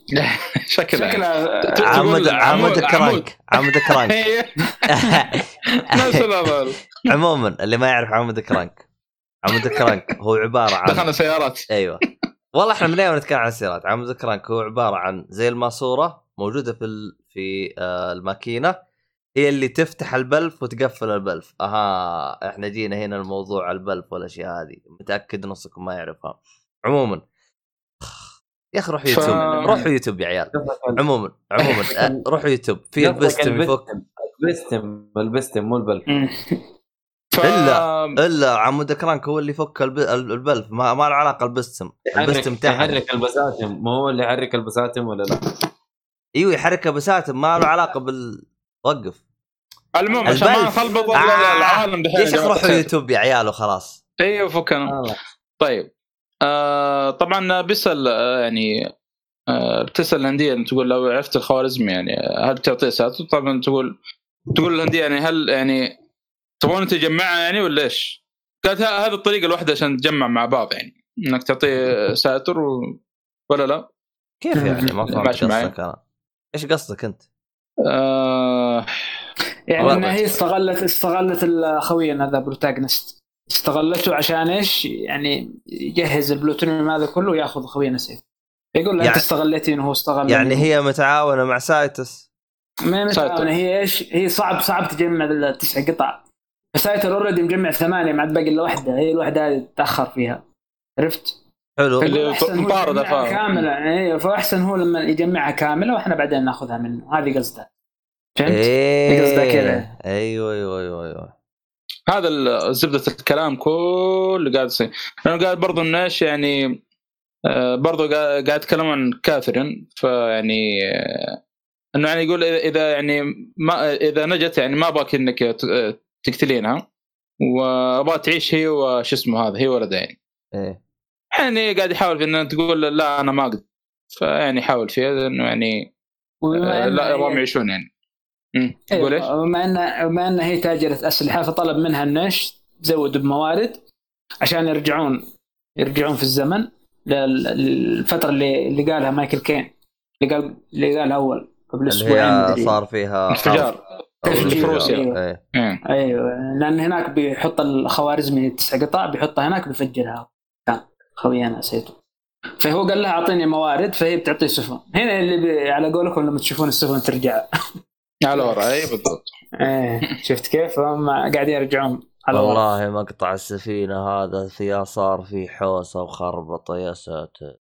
شكلها عمود عمود كرانك عمود كرانك نفس الأمر. عموما اللي ما يعرف عمود كرانك، عمود كرانك هو عباره عن دخلنا سيارات. ايوه والله احنا من ايام نتكلم عن السيارات. عمود كرانك هو عباره عن زي الماسوره موجوده في ال... في آه الماكينه، هي اللي تفتح البلف وتقفل البلف. اها احنا جينا هنا الموضوع البلف والاشياء هذه، متاكد نصكم ما يعرفها. عموما يا اخي روح يوتيوب، ف... روحوا يوتيوب يا عيال. عموما عموما روحوا يوتيوب في البستم يفك البستم البستم مو البلف. ف... الا الا عمود كرانك هو اللي يفك الب... البلف، ما ما له علاقه البستم. البستم تحت يحرك البساتم، مو هو اللي يحرك البساتم ولا لا؟ ايوه يحرك البساتم، ما له علاقه بال وقف. المهم عشان ما نخلبط آه. العالم دحين. ليش روحوا يوتيوب يا عيال وخلاص. ايوه فكنا آه. طيب آه طبعا بيسال آه يعني آه بتسال الهنديه تقول لو عرفت الخوارزمي يعني هل تعطيه ساتر؟ طبعا تقول تقول الهنديه يعني هل يعني تبغون تجمعها يعني ولا ايش؟ قالت هذه الطريقه الواحده عشان تجمع مع بعض، يعني انك تعطيه ساتر و... ولا لا؟ كيف يعني ما فهمت قصدك انا. ايش قصدك انت؟ آه... يعني ان هي استغلت استغلت الخوين هذا بروتاغونست، استغلته عشان ايش؟ يعني يجهز البلوتونيوم هذا كله وياخذ خوينا سيف. يقول له يعني... انت استغلتي انه هو استغل. يعني هي متعاونه مع سايتس. ما متعاونه هي ايش؟ هي صعب صعب تجمع التسع قطع. سايتر اوريدي مجمع ثمانية مع باقي الوحده، هي الوحده هذه تاخر فيها. عرفت؟ حلو اللي مطارده كامله يعني، فاحسن هو لما يجمعها كامله واحنا بعدين ناخذها منه. هذه قصده. فهمت؟ إيه قصده كذا. ايوه ايوه ايوه ايوه هذا زبده الكلام كله قاعد يصير. انا قاعد برضو الناس يعني برضو قاعد يتكلم عن كاثرين، فيعني انه يعني يقول اذا يعني ما اذا نجت يعني ما باك انك تقتلينها وابغى تعيش هي وش اسمه هذا هي ولدها يعني. ايه يعني قاعد يحاول في انه تقول لا انا ما اقدر، فيعني حاول فيها انه يعني لا يبغوا يعيشون يعني. امم تقول ايش؟ بما ان بما ان هي تاجرة اسلحه فطلب منها النش تزود بموارد عشان يرجعون يرجعون في الزمن للفتره اللي اللي قالها مايكل كين، اللي قال اللي قال اول قبل اسبوعين صار فيها انفجار في روسيا. ايوه ايوه لان هناك بيحط الخوارزمي تسع قطع بيحطها هناك بيفجرها كان خوينا نسيته. فهو قال لها اعطيني موارد، فهي بتعطيه سفن. هنا اللي على قولكم لما تشوفون السفن ترجع على ورا. اي بالضبط. ايه شفت كيف هم قاعدين يرجعون على والله مقطع السفينه هذا فيها صار في حوسه وخربطه يا ساتر.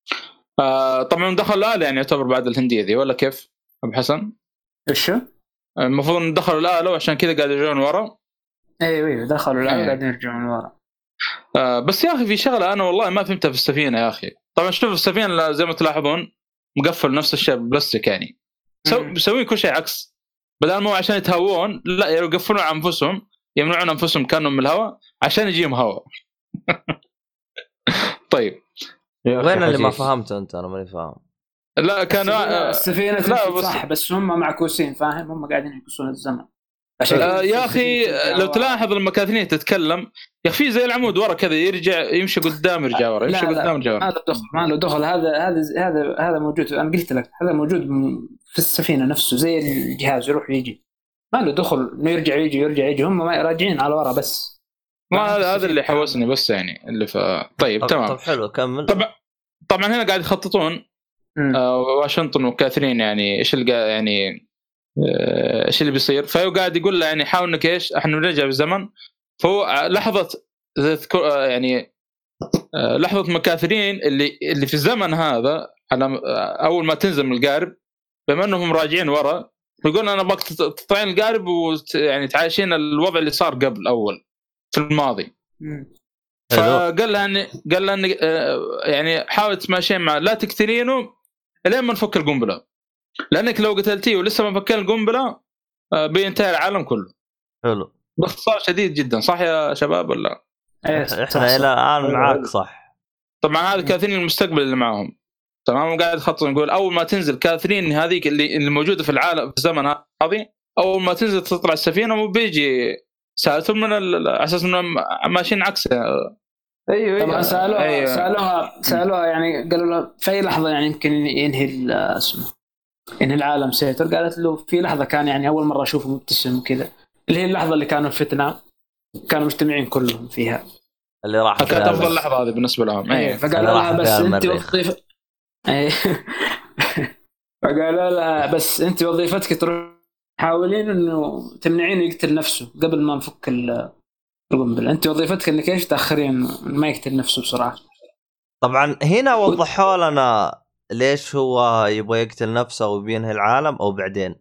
آه طبعا دخل الآلة يعني يعتبر بعد الهنديه ذي ولا كيف ابو حسن؟ ايش المفروض ان دخلوا الآلة وعشان كذا قاعد يرجعون ورا. ايوه ايوه دخلوا الآلة قاعدين يرجعون ورا. آه بس يا اخي في شغله انا والله ما فهمتها في السفينه يا اخي. طبعا شوف السفينه زي ما تلاحظون مقفل نفس الشيء بلاستيك يعني بيسوي كل شيء عكس. بدل ما عشان يتهوون لا يقفلون على انفسهم يمنعون انفسهم كانوا من الهواء عشان يجيهم هواء. طيب وين اللي ما فهمته انت؟ انا ماني فاهم. لا كان السفينه لا صح بس هم معكوسين فاهم، هم قاعدين يعكسون الزمن. آه يا اخي لو تلاحظ لما كاثرين تتكلم يا اخي زي العمود ورا كذا يرجع يمشي قدام يرجع ورا يمشي قدام يرجع ورا. ما له دخل ما له دخل. هذا هذا هذا هذا موجود. انا قلت لك هذا موجود في السفينه نفسه زي الجهاز يروح ويجي. ما له دخل انه يرجع يجي يرجع يجي. هم ما راجعين على ورا بس. ما هذا هذا اللي حوسني بس يعني اللي ف طيب تمام. طب حلو كمل. طبعا طبعا هنا قاعد يخططون آه واشنطن وكاثرين يعني ايش اللي يعني ايش اللي بيصير. فهو قاعد يقول له يعني حاول انك ايش احنا نرجع بالزمن. فهو لحظه يعني لحظه مكاثرين اللي اللي في الزمن هذا على اول ما تنزل من القارب بما انهم راجعين ورا يقول انا ابغاك تطلعين القارب ويعني تعايشين الوضع اللي صار قبل اول في الماضي. فقال له اني قال له اني يعني حاول تماشين مع لا تقتلينه لين ما نفك القنبله، لانك لو قتلتيه ولسه ما فكين القنبله بينتهي العالم كله. حلو باختصار شديد جدا. صح يا شباب ولا احنا الى الان معاك؟ صح. طبعا هذا كاثرين المستقبل اللي معهم تمام. وقاعد يخطط نقول اول ما تنزل كاثرين هذيك اللي اللي موجوده في العالم في الزمن هذه اول ما تنزل تطلع السفينه وبيجي سالتهم من الاساس انهم ماشيين عكس. ايوه ايوه سالوها أيوة. سالوها سالوها يعني قالوا له في اي لحظه يعني يمكن ينهي اسمه ينهي العالم سيتر. قالت له في لحظه كان يعني اول مره اشوفه مبتسم وكذا اللي هي اللحظه اللي كانوا الفتنه كانوا مجتمعين كلهم فيها اللي راح كانت افضل لحظه هذه بالنسبه لهم. ايه فقالوا لها بس انت وظيفه ايه فقالوا لها بس انت وظيفتك تروح حاولين انه تمنعينه يقتل نفسه قبل ما نفك القنبله. انت وظيفتك انك ايش تاخرين ما يقتل نفسه بسرعه. طبعا هنا وضحوا لنا ليش هو يبغى يقتل نفسه وبينهي العالم او بعدين.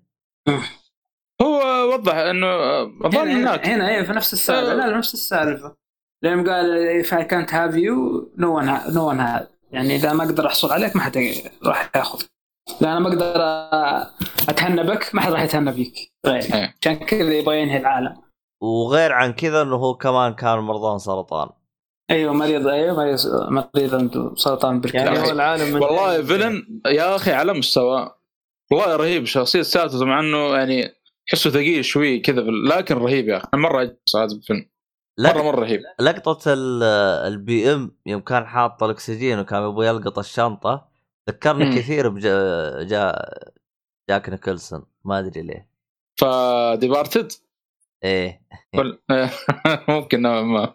هو وضح انه اظن هناك هنا ايه في نفس السالفه. لا نفس السالفه لما قال if I can't have you no one ha- no one has يعني اذا ما اقدر احصل عليك ما حد راح ياخذ. لا انا ما اقدر اتهنى بك ما حد راح يتهنى بيك عشان كذا يبغى ينهي العالم. وغير عن كذا انه هو كمان كان مرضان سرطان. ايوه مريض ايوه مريض مريض عنده سرطان بالكلى. يعني هو العالم والله فيلن يا اخي على مستوى والله رهيب. شخصيه ساتو مع انه يعني حسه ثقيل شوي كذا لكن رهيب يا اخي مره هذا الفيلم مره مره رهيب. لقطه البي ام يوم كان حاط الاكسجين وكان يبغى يلقط الشنطه ذكرني م. كثير بجا جا جاك نيكلسون ما ادري ليه. فديبارتد ايه ممكن ما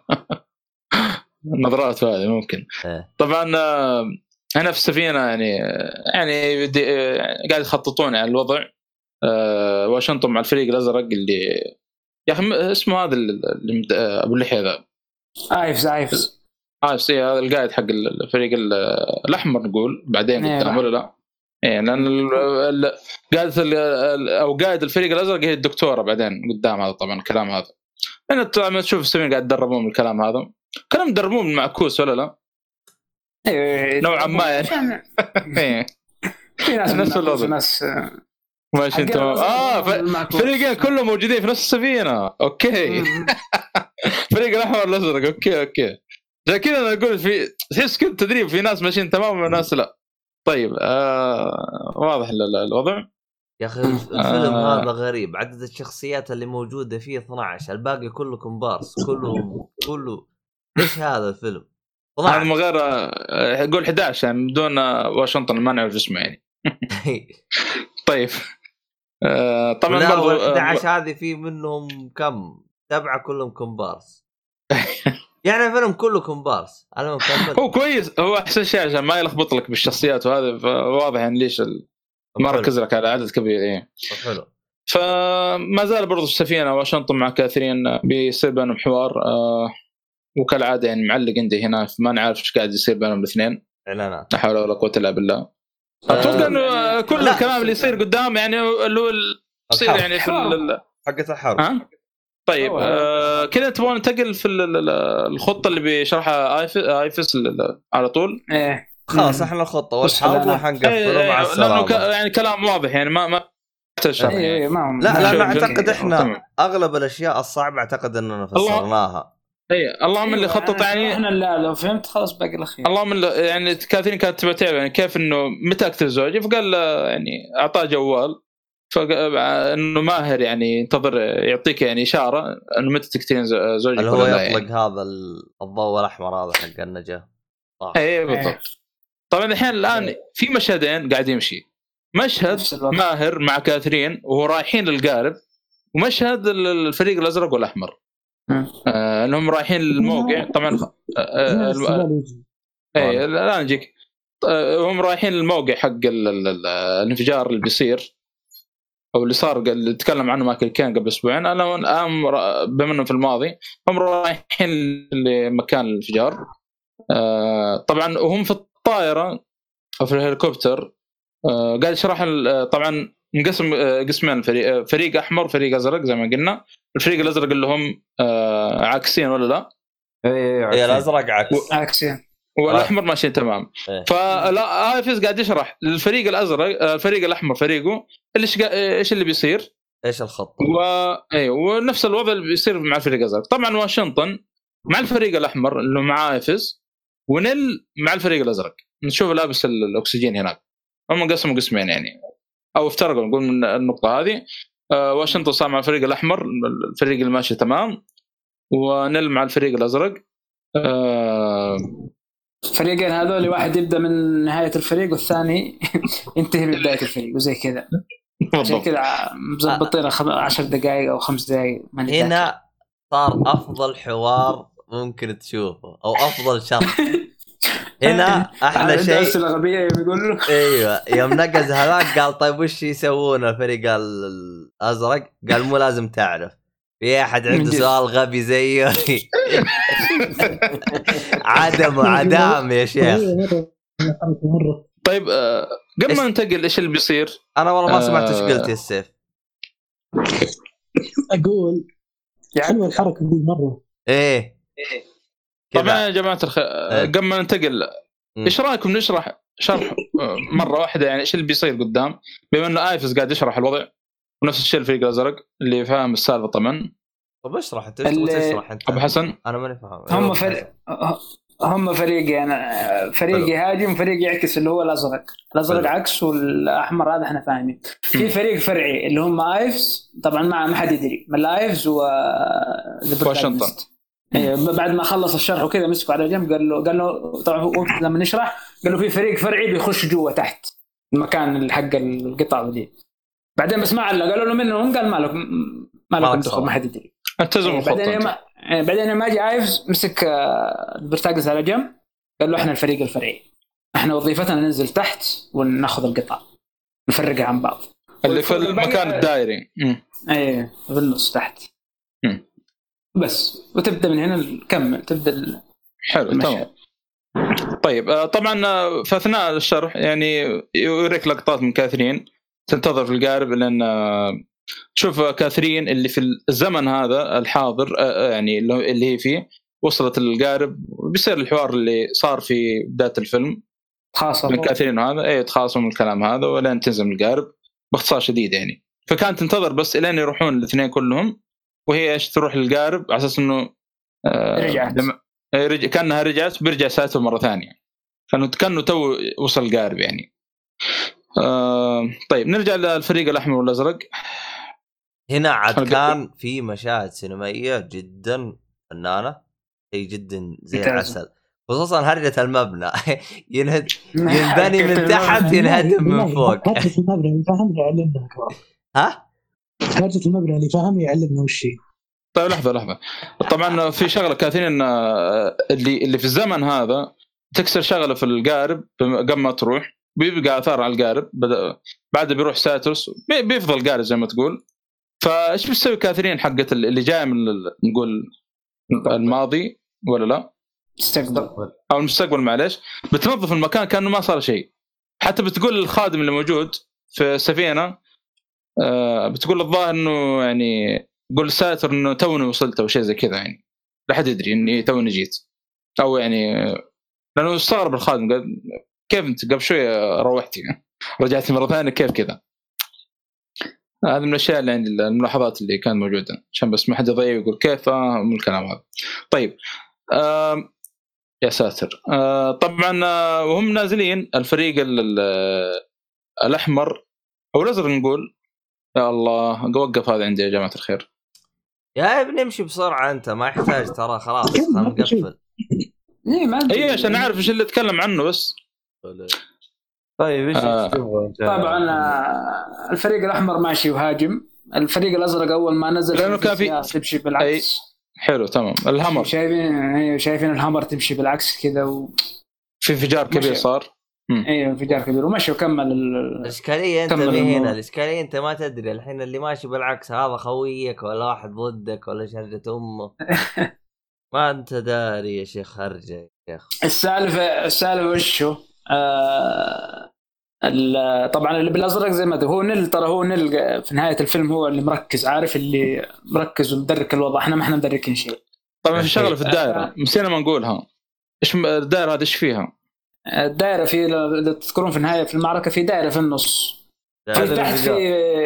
نظرات هذه ممكن إيه. طبعا هنا في السفينه يعني يعني قاعد يخططون على الوضع أه واشنطن مع الفريق الازرق اللي يا اخي اسمه هذا اللي ابو اللحيه ذا ايفز ايفز ايفز هذا القائد حق الفريق الاحمر نقول بعدين قدام ولا لا ايه لان قائد او قائد الفريق الازرق هي الدكتوره بعدين قدام. هذا طبعا الكلام هذا انت لما تشوف السفينه قاعد يدربون الكلام هذا كلام يدربون معكوس ولا لا نوعا ما يعني في ناس نفس ناس ماشي انت اه فريقين كلهم موجودين في نفس السفينه اوكي فريق الاحمر الازرق اوكي اوكي زي كذا انا اقول في تحس كنت تدريب في ناس ماشيين تمام وناس لا. طيب آه واضح الوضع يا اخي الفيلم آه هذا غريب. عدد الشخصيات اللي موجوده فيه اثنا عشر الباقي كله كومبارس كله كله ايش هذا الفيلم هذا من غير اقول احد عشر يعني بدون واشنطن ما نعرف اسمه يعني. طيب آه طبعا برضو احد عشر هذه في منهم كم سبعه كلهم كومبارس يعني الفيلم كله كومبارس. انا مكمل هو كويس هو احسن شيء عشان ما يلخبط لك بالشخصيات وهذا واضح يعني ليش ما ركز لك على عدد كبير ايه حلو. فما زال برضو السفينه واشنطن مع كاثرين بيصير بينهم حوار آه وكالعاده يعني معلق عندي هنا ما نعرف ايش قاعد يصير بينهم الاثنين. اعلانات لا حول ولا قوه الا بالله. اتوقع انه كل الكلام اللي يصير قدام يعني اللي هو يصير يعني في حقه الحرب. طيب آه كذا تبغى ننتقل في الخطه اللي بيشرحها ايفس على طول. ايه خلاص احنا الخطه والحرب وحنقفله مع السلامه. يعني كلام واضح يعني ما ما تشرح ايه ما لا لا اعتقد احنا طبعا. اغلب الاشياء الصعبه اعتقد اننا فسرناها. اي اللهم اللي خطط يعني احنا لا لو فهمت خلاص باقي الاخير. اللهم يعني كاثرين كانت تبغى تعرف يعني كيف انه متى اقتل زوجي فقال يعني اعطاه جوال فانه ماهر يعني ينتظر يعطيك يعني اشاره انه متى تقتلين زوجك اللي هو يطلق يعني. هذا الضوء الاحمر هذا حق النجاه. اي بالضبط. طبعا الحين الان في مشهدين قاعد يمشي مشهد ماهر مع كاثرين وهو رايحين للقارب ومشهد الفريق الازرق والاحمر آه انهم رايحين للموقع طبعا آه اي لا نجيك آه هم رايحين للموقع حق الانفجار اللي بيصير او اللي صار اللي تكلم عنه مايكل كين قبل اسبوعين. انا بما انه في الماضي هم رايحين لمكان الانفجار آه طبعا وهم في الطائره او في الهليكوبتر آه قاعد يشرح طبعا مقسم قسمين فريق فريق احمر وفريق ازرق زي ما قلنا. الفريق الازرق اللي هم آه عاكسين ولا لا؟ اي اي الازرق عكس عكسين والاحمر ماشي تمام. فلا ايفز قاعد يشرح للفريق الازرق الفريق الاحمر فريقه ايش ايش اللي بيصير ايش الخط و اي ونفس الوضع اللي بيصير مع الفريق الازرق. طبعا واشنطن مع الفريق الاحمر اللي مع ايفز ونل مع الفريق الازرق. نشوف لابس الاكسجين هناك هم قسموا قسمين يعني او افترقوا نقول من النقطه هذه. آه واشنطن صار مع الفريق الاحمر الفريق اللي ماشي تمام ونل مع الفريق الازرق. آه فريقين هذول واحد يبدا من نهايه الفريق والثاني ينتهي من بدايه الفريق وزي كذا. عشان كذا مزبطين عشر دقائق او خمس دقائق. هنا صار افضل حوار ممكن تشوفه او افضل شرح. هنا احلى شيء اسئله غبيه بيقول له ايوه يوم نقز هذاك قال طيب وش يسوون الفريق الازرق؟ قال مو لازم تعرف، في احد عنده سؤال غبي زيه؟ عدم عدام يا شيخ. طيب قبل ما ننتقل ايش اللي بيصير؟ انا والله ما سمعت ايش قلت يا السيف. اقول حلوه الحركه دي مره. ايه طبعا يا جماعه الخير قبل ما ننتقل ايش رايكم نشرح شرح مره واحده يعني ايش اللي بيصير قدام، بما انه ايفز قاعد يشرح الوضع ونفس الشيء الفريق الازرق اللي فاهم السالفه طبعا. طب اشرح انت تشرح انت ابو حسن. انا ماني فاهم. هم فريق هم فريق يعني فريق يهاجم وفريق يعكس اللي هو الازرق، الازرق عكس والاحمر، هذا احنا فاهمين. في فريق فرعي اللي هم ايفز، طبعا ما ما حد يدري من الايفز و واشنطن. بعد ما خلص الشرح وكذا مسكوا على جنب قال له قال له طبعا هو لما نشرح قال له في فريق فرعي بيخش جوا تحت المكان حق القطع دي. بعدين بس ما علق قالوا له منهم، قال مالكم مالكم دخل ما حد يدري. التزموا بعدين ما بعدين ما جاء ايفز مسك البرتاقس على جنب قال له احنا الفريق الفرعي، احنا وظيفتنا ننزل تحت وناخذ القطع نفرقها عن بعض اللي في المكان الدائري. ايه بالنص تحت. مم. بس وتبدا من هنا نكمل تبدا. حلو تمام. طيب طبعا في اثناء الشرح يعني يوريك لقطات من كاثرين تنتظر في القارب لان تشوف كاثرين اللي في الزمن هذا الحاضر يعني اللي هي فيه وصلت القارب وبيصير الحوار اللي صار في بداية الفيلم خاصة من كاثرين هذا ايه تخاصم من الكلام هذا ولين تنزل القارب باختصار شديد يعني. فكانت تنتظر بس الين يروحون الاثنين كلهم وهي ايش تروح للقارب على اساس انه آه رجعت رجع كانها رجعت بيرجع ساعته مره ثانيه كانوا كانوا تو وصل القارب يعني. آه طيب نرجع للفريق الاحمر والازرق. هنا عاد كان في مشاهد سينمائيه جدا فنانه هي جدا زي العسل، خصوصا هرجة المبنى ينهد ينبني من تحت ينهدم من فوق. هرجة المبنى اللي فاهم يعلمنا ها هرجة المبنى اللي فاهم يعلمنا وش هي. طيب لحظه لحظه طبعا في شغله كاثرين اللي اللي في الزمن هذا تكسر شغله في القارب قبل ما تروح بيبقى اثار على القارب بعد بيروح ساتوس بيفضل القارب زي ما تقول. فايش بتسوي كاثرين حقت اللي جايه من نقول الماضي ولا لا مستقبل او المستقبل معلش بتنظف المكان كانه ما صار شيء. حتى بتقول للخادم اللي موجود في السفينه آه بتقول الظاهر انه يعني قول ساتر انه توني وصلت او شيء زي كذا يعني لا حد يدري اني توني جيت او يعني لانه استغرب الخادم قال كيف انت قبل شويه روحتي رجعتي مره ثانيه كيف كذا. هذا من الاشياء اللي عندي الملاحظات اللي كان موجوده عشان بس ما حد يضيع يقول كيف من الكلام هذا. طيب آه يا ساتر آه طبعا آه وهم نازلين الفريق الاحمر او الازرق نقول يا الله وقف هذا عندي يا جماعه الخير يا ابني امشي بسرعه انت ما يحتاج ترى خلاص نقفل. ايه ما اي عشان نعرف ايش اللي اتكلم عنه بس. طيب ايش آه. طبعا الفريق الاحمر ماشي وهاجم، الفريق الازرق اول ما نزل لانه كان في تمشي بالعكس. حلو تمام الهامر شايفين شايفين الهامر تمشي بالعكس كذا و... في انفجار كبير صار. ايوه انفجار كبير ومشي وكمل ال... الاشكاليه انت هنا الاشكاليه انت ما تدري الحين اللي ماشي بالعكس هذا خويك ولا واحد ضدك ولا شرجة امه ما انت داري يا شيخ هرجه يا اخي. السالفه السالفه وشو آه... طبعا اللي بالازرق زي ما هو نل ترى هو نل في نهايه الفيلم هو اللي مركز عارف اللي مركز ومدرك الوضع احنا ما احنا مدركين شيء. طبعا في شغله في الدائره نسينا ما نقولها ايش الدائره هذه ايش فيها؟ الدائره في لو تذكرون في النهايه في المعركه في دائره في النص في تحت في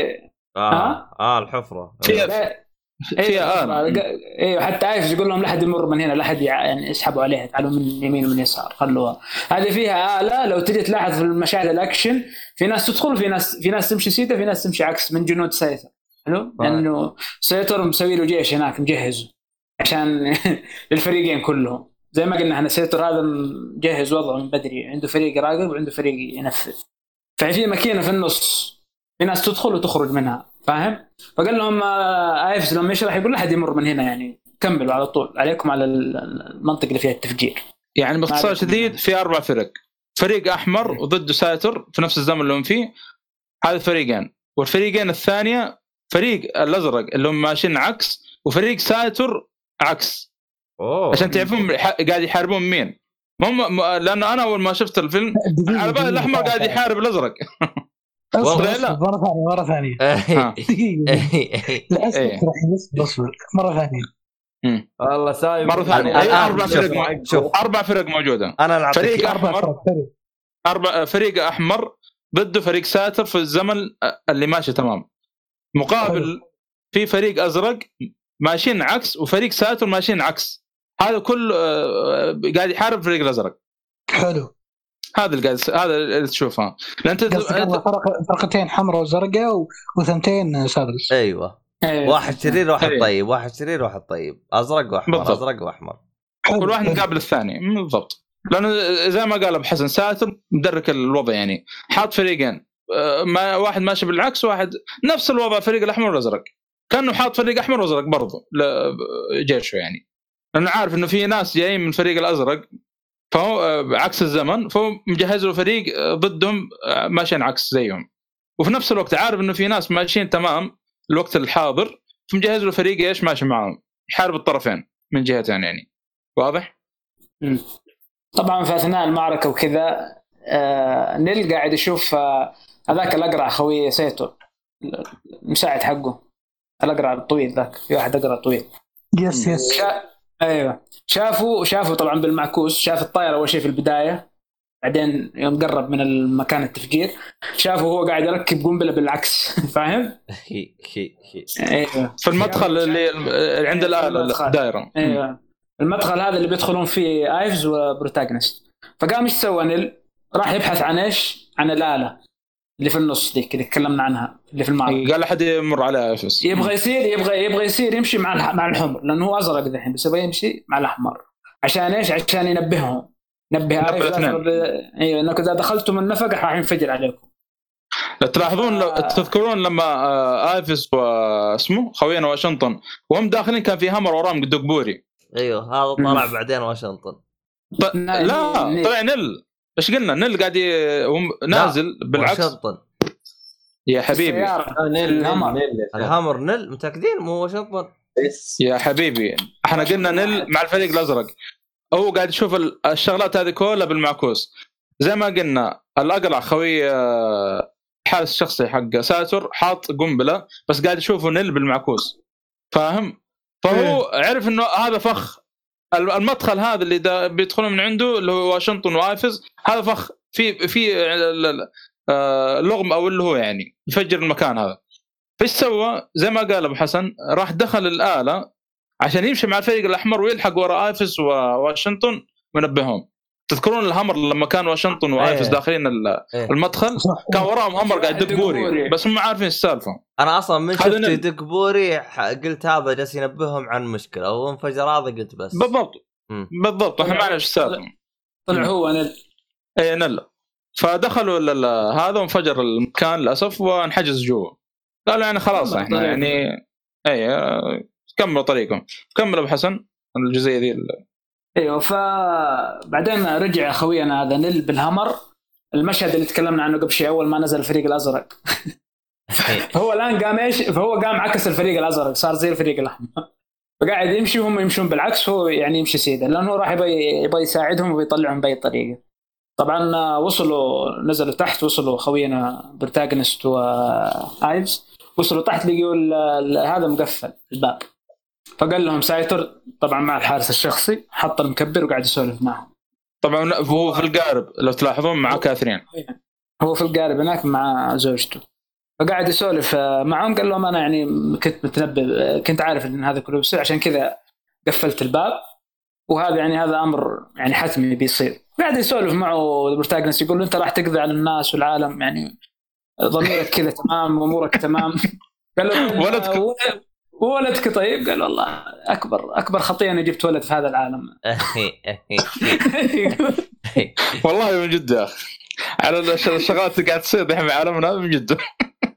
اه اه الحفره فيها فيها اه ايوه حتى ايش يقول لهم لا حد يمر من هنا لا حد يعني يسحبوا عليها تعالوا من اليمين ومن اليسار خلوها. هذه فيها آلة لو تجي تلاحظ في المشاهد الاكشن في ناس تدخل في ناس في ناس تمشي سيده في ناس تمشي عكس من جنود سيطر حلو لانه يعني سيطر مسوي له جيش هناك مجهزه عشان للفريقين كلهم زي ما قلنا احنا سيطر هذا مجهز وضعه من بدري عنده فريق راقب وعنده فريق ينفذ. ففي ماكينه في النص في ناس تدخل وتخرج منها فاهم. فقال لهم ايفز لما يشرح يقول لا حد يمر من هنا يعني كملوا على طول عليكم على المنطقه اللي فيها التفجير. يعني باختصار شديد في اربع فرق، فريق احمر وضده ساتر في نفس الزمن اللي هم فيه، هذا فريقين. والفريقين الثانيه فريق الازرق اللي هم ماشيين عكس، وفريق ساتر عكس. أوه. عشان تعرفون قاعد يحاربون مين هم، لانه انا اول ما شفت الفيلم على بالي الاحمر قاعد يحارب الازرق. والله لا مرة ثانية مرة ثانية اصبر مرة ثانية والله سايب مرة ثانية. أي أربع فرق مو... شوف أربع فرق موجودة. أنا فريق أحمر أربع فريق أحمر ضده فريق ساتر في الزمن اللي ماشي تمام، مقابل في فريق أزرق ماشيين عكس وفريق ساتر ماشيين عكس. هذا كل قاعد يحارب فريق الأزرق. حلو. هذا اللي قاعد هذا اللي تشوفه. لأن أنت فرق فرقتين حمراء وزرقاء وثنتين سادس. أيوة. أيوة. واحد شرير واحد أيوة. طيب واحد شرير واحد طيب، أزرق وأحمر بالضبط. أزرق وأحمر كل واحد مقابل الثاني بالضبط. لأنه زي ما قال أبو حسن ساتر مدرك الوضع، يعني حاط فريقين ما واحد ماشي بالعكس واحد نفس الوضع فريق الأحمر والأزرق، كأنه حاط فريق أحمر وأزرق برضو لجيشه يعني. لأنه عارف إنه في ناس جايين من فريق الأزرق فهو عكس الزمن، فهو مجهز له فريق ضدهم ماشيين عكس زيهم، وفي نفس الوقت عارف إنه في ناس ماشيين تمام الوقت الحاضر فمجهز له فريق إيش ماشي معهم يحارب الطرفين من جهتين يعني. واضح؟ مم. طبعا في أثناء المعركة وكذا آه نيل قاعد يشوف آه هذاك الأقرع خوي سيتو المساعد حقه الأقرع الطويل ذاك، في واحد أقرع طويل يس يس شا... أيوة شافوا شافوا طبعا بالمعكوس، شاف الطائرة أول شيء في البداية، بعدين يوم قرب من المكان التفجير شافه هو قاعد يركب قنبلة بالعكس فاهم. أيوة. في المدخل اللي عند الآلة الدائرة. أيوة. المدخل هذا اللي بيدخلون فيه ايفز وبروتاغونست. فقام ايش سوى نيل؟ راح يبحث عن ايش؟ عن الآلة اللي في النص ديك اللي تكلمنا عنها اللي في المعركة. قال أحد يمر على ايفز يبغى يصير يبغى يبغى يصير يمشي مع مع الحمر لأنه هو أزرق ذحين، بس يبغى يمشي مع الأحمر عشان ايش؟ عشان ينبههم نبه ايفز ب... ايوه انكم اذا دخلتوا من نفق راح ينفجر عليكم. لا تلاحظون آه... تذكرون لما ايفز واسمه خوينا واشنطن وهم داخلين كان في همر وراهم دقبوري. ايوه هذا طلع م. بعدين واشنطن ط... لا طلع نيل. ايش قلنا نيل قاعد ي... نازل بالعكس واشنطن يا حبيبي. نيل الهمر الهمر نيل متاكدين مو واشنطن يا حبيبي. احنا قلنا نيل مع الفريق الازرق، هو قاعد يشوف الشغلات هذه كلها بالمعكوس. زي ما قلنا الأقرع خوي الحارس الشخصي حق ساتر حاط قنبلة بس قاعد يشوفه نيل بالمعكوس فاهم. فهو عرف انه هذا فخ المدخل هذا اللي بيدخلون من عنده اللي هو واشنطن وايفز، هذا فخ في في لغم او اللي هو يعني يفجر المكان هذا. فايش سوى؟ زي ما قال ابو حسن راح دخل الآلة عشان يمشي مع الفريق الأحمر ويلحق وراء ايفز وواشنطن وينبههم. تذكرون الهمر لما كان واشنطن وايفز أيه. داخلين المدخل كان وراهم همر قاعد دقبوري بس هم عارفين السالفة. أنا أصلا من شفت دقبوري قلت هذا جالس ينبههم عن مشكلة وانفجر هذا قلت بس بالضبط م. بالضبط احنا ما نعرف السالفة. طلع هو نل اي نل. فدخلوا هذا وانفجر المكان للأسف وانحجز جوا. قالوا يعني خلاص احنا يعني اي كملوا طريقهم. كمل ابو حسن الجزئيه دي. ايوه فبعدين رجع خوينا هذا نيل بالهمر، المشهد اللي تكلمنا عنه قبل شيء اول ما نزل الفريق الازرق. فهو الان قام ايش؟ فهو قام عكس الفريق الازرق صار زي الفريق الاحمر، فقاعد يمشي وهم يمشون بالعكس، هو يعني يمشي سيدا لانه راح يبغى يبغى يساعدهم ويطلعهم باي طريقه. طبعا وصلوا نزلوا تحت، وصلوا خوينا بروتاغونست وايفز وصلوا تحت لقوا هذا مقفل الباب. فقال لهم سايتر طبعا مع الحارس الشخصي حط المكبر وقاعد يسولف معهم. طبعا هو في القارب لو تلاحظون مع كاثرين، هو في القارب هناك مع زوجته فقاعد يسولف معهم. قال لهم انا يعني كنت متنبه كنت عارف ان هذا كله بيصير عشان كذا قفلت الباب، وهذا يعني هذا امر يعني حتمي بيصير. قاعد يسولف معه البروتاغونست يقول له انت راح تقضي على الناس والعالم يعني ضميرك كذا تمام امورك تمام. قال له ولدك ولدك طيب؟ قال والله اكبر اكبر خطيه اني جبت ولد في هذا العالم. والله من جد يا اخي على الشغلات اللي قاعد تصير الحين في عالمنا من جد.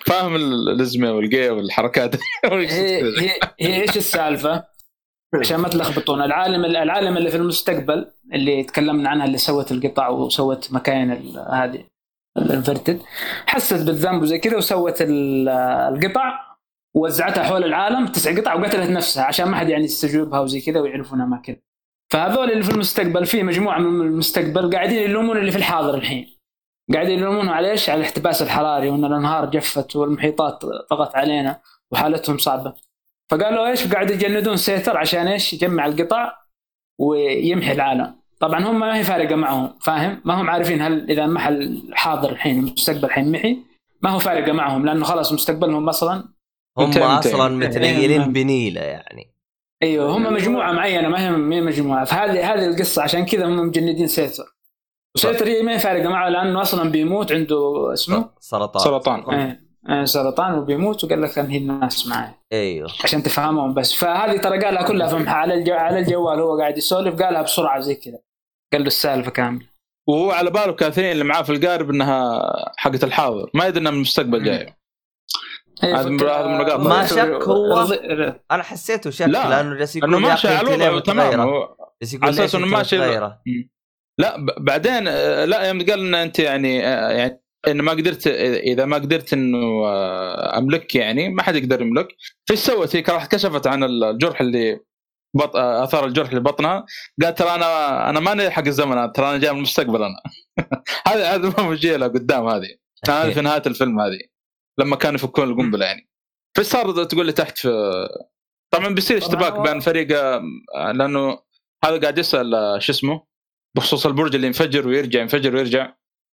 فاهم الازمه والجي والحركات. هي هي هي ايش السالفه عشان ما تلخبطون؟ العالم العالم اللي في المستقبل اللي تكلمنا عنها اللي سوت القطع وسوت مكاين هذه الانفرتد حست بالذنب وزي كذا وسوت القطع ووزعتها حول العالم تسع قطع وقتلت نفسها عشان ما حد يعني يستجوبها وزي كذا ويعرفونها ما كذا. فهذول اللي في المستقبل في مجموعه من المستقبل قاعدين يلومون اللي في الحاضر الحين، قاعدين يلومونه على ايش؟ على الاحتباس الحراري وان الانهار جفت والمحيطات طغت علينا وحالتهم صعبه. فقالوا ايش؟ قاعد يجندون سيتر عشان ايش؟ يجمع القطع ويمحي العالم. طبعا هم ما هي فارقه معهم، فاهم؟ ما هم عارفين هل اذا محل حاضر الحين المستقبل حيمحي، ما هو فارقه معهم لانه خلاص مستقبلهم اصلا هم اصلا متنيلين بنيله يعني. ايوه هم مجموعه معينه ما هي مجموعه. فهذه هذه القصه عشان كذا هم مجندين سيتر. وسيتر هي ما هي فارقه معه لانه اصلا بيموت عنده اسمه سرطان سرطان ايه سرطان وبيموت وقال لك انهي الناس معي. ايوه عشان تفهمهم بس. فهذه ترى قالها كلها فهمها على الجو... على الجوال هو قاعد يسولف قالها بسرعه زي كذا قال له السالفه كامله وهو على باله كاثرين اللي معاه في القارب انها حقه الحاضر ما يدري انها من المستقبل جاي. هذا ما شك هو انا حسيته شك لانه جالس يقول انه ماشي على الوضع تمام على اساس انه ماشي. لا بعدين لا يوم قال ان انت يعني يعني انه ما قدرت اذا ما قدرت انه املك يعني ما حد يقدر يملك. فايش سوت هي؟ راح كشفت عن الجرح اللي بط... اثار الجرح اللي بطنها. قالت ترى انا انا ماني حق الزمن ترى انا جاي من المستقبل انا. هذا هذا ما مجي له قدام هذه هذه في نهايه الفيلم هذه لما كانوا يفكون القنبله يعني. فايش صار تقول لي تحت في طبعا بيصير اشتباك بين فريق لانه هذا قاعد يسال شو اسمه بخصوص البرج اللي ينفجر ويرجع ينفجر ويرجع.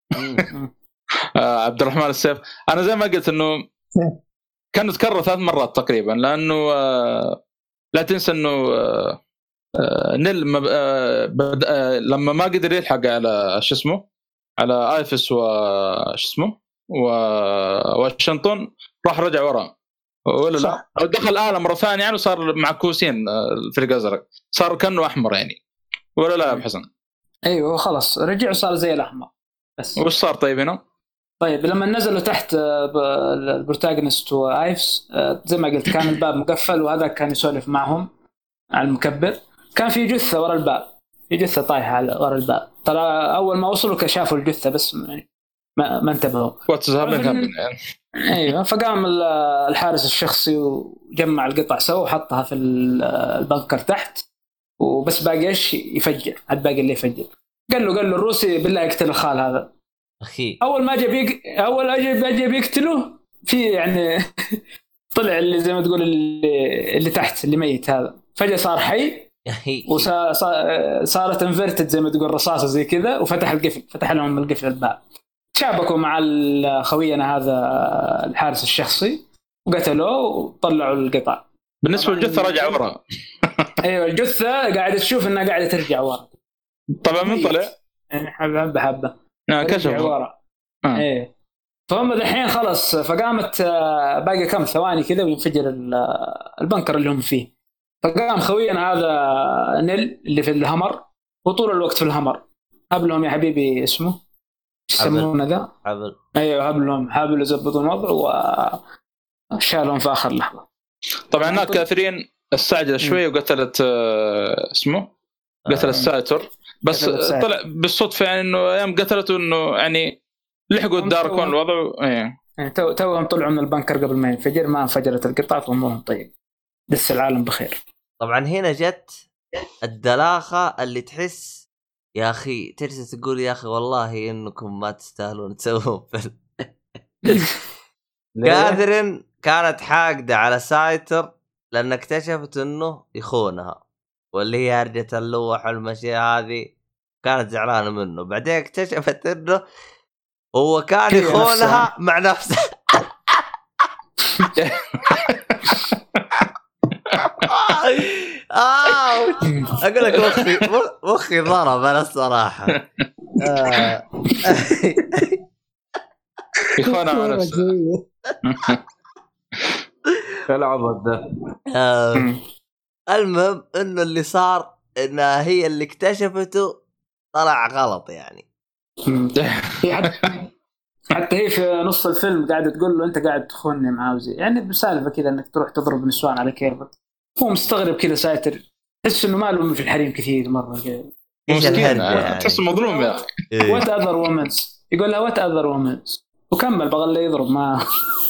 آه عبد الرحمن السيف انا زي ما قلت انه كان يتكرر ثلاث مرات تقريبا لانه آه لا تنسى انه آه آه نيل آه آه لما ما قدر يلحق على شو اسمه على ايفس وش اسمه وواشنطن راح رجع ورا ولا لا دخل آلة مرة ثانية يعني وصار معكوسين الفريق الأزرق صار كأنه أحمر يعني ولا لا يا حسن؟ أيوه خلاص رجع وصار زي الأحمر بس. وش صار طيب هنا؟ طيب لما نزلوا تحت البروتاغونست وايفس زي ما قلت كان الباب مقفل وهذا كان يسولف معهم على المكبر. كان في جثة ورا الباب في جثة طايحة على ورا الباب. ترى أول ما وصلوا كشافوا الجثة بس يعني ما ما انتبهوا. يعني. ايوه فقام الحارس الشخصي وجمع القطع سوا وحطها في البنكر تحت وبس باقي ايش يفجر عاد باقي اللي يفجر. قال له قال له الروسي بالله يقتل الخال هذا اخي. اول ما جاب يق... اول اجى اجى بيقتله في يعني طلع اللي زي ما تقول اللي, اللي تحت اللي ميت هذا فجأة صار حي وصارت انفرتد زي ما تقول رصاصة زي كذا وفتح القفل فتح لهم القفل الباب. شابكوا مع خوينا هذا الحارس الشخصي وقتلوه وطلعوا القطع. بالنسبة للجثة رجع ورا. ايوه الجثة قاعدة تشوف انها قاعدة ترجع ورا. طبعا من طلع يعني حبة حبة كشف ورا. آه. ايه فهم الحين خلص فقامت باقي كم ثواني كذا وينفجر البنكر اللي هم فيه. فقام خوينا هذا نيل اللي في الهمر وطول الوقت في الهمر قبلهم يا حبيبي اسمه يسمونه ذا حبل. ايوه حبلهم حبل يزبطوا الوضع وشالهم في اخر لحظه. طبعا هناك كاثرين استعجل شوي وقتلت اسمه قتل الساتر بس طلع بالصدفه يعني انه يوم قتلته انه يعني لحقوا الداركون الوضع ايه يعني تو توهم طلعوا من البنكر قبل ما ينفجر ما انفجرت القطع فامورهم طيب لسه العالم بخير. طبعا هنا جت الدلاخه اللي تحس يا أخي ترسل تقول يا أخي والله إنكم ما تستاهلون تسوون فيلم. كاثرين كانت حاقدة على سايتر لأن اكتشفت إنه يخونها واللي هي هرجة اللوح والمشي هذه كانت زعلانة منه. بعدين اكتشفت إنه هو كان يخونها مع نفسه. آه أقول لك مخي مخي ضرب أنا الصراحة. يخون على نفسه. العبط ده. المهم إنه اللي صار إنها هي اللي اكتشفته طلع غلط يعني. حتى هي في نص الفيلم قاعدة تقول له أنت قاعد تخوني معاه وزي يعني بسالفة كذا إنك تروح تضرب نسوان على كيفك. هو مستغرب كذا ساتر، تحس إنه ما له في الحريم كثير مرة كذا. مسكين يعني. تحس مظلوم يا أخي. What other women؟ يقول له what other women؟ وكمل بغى يضرب معه.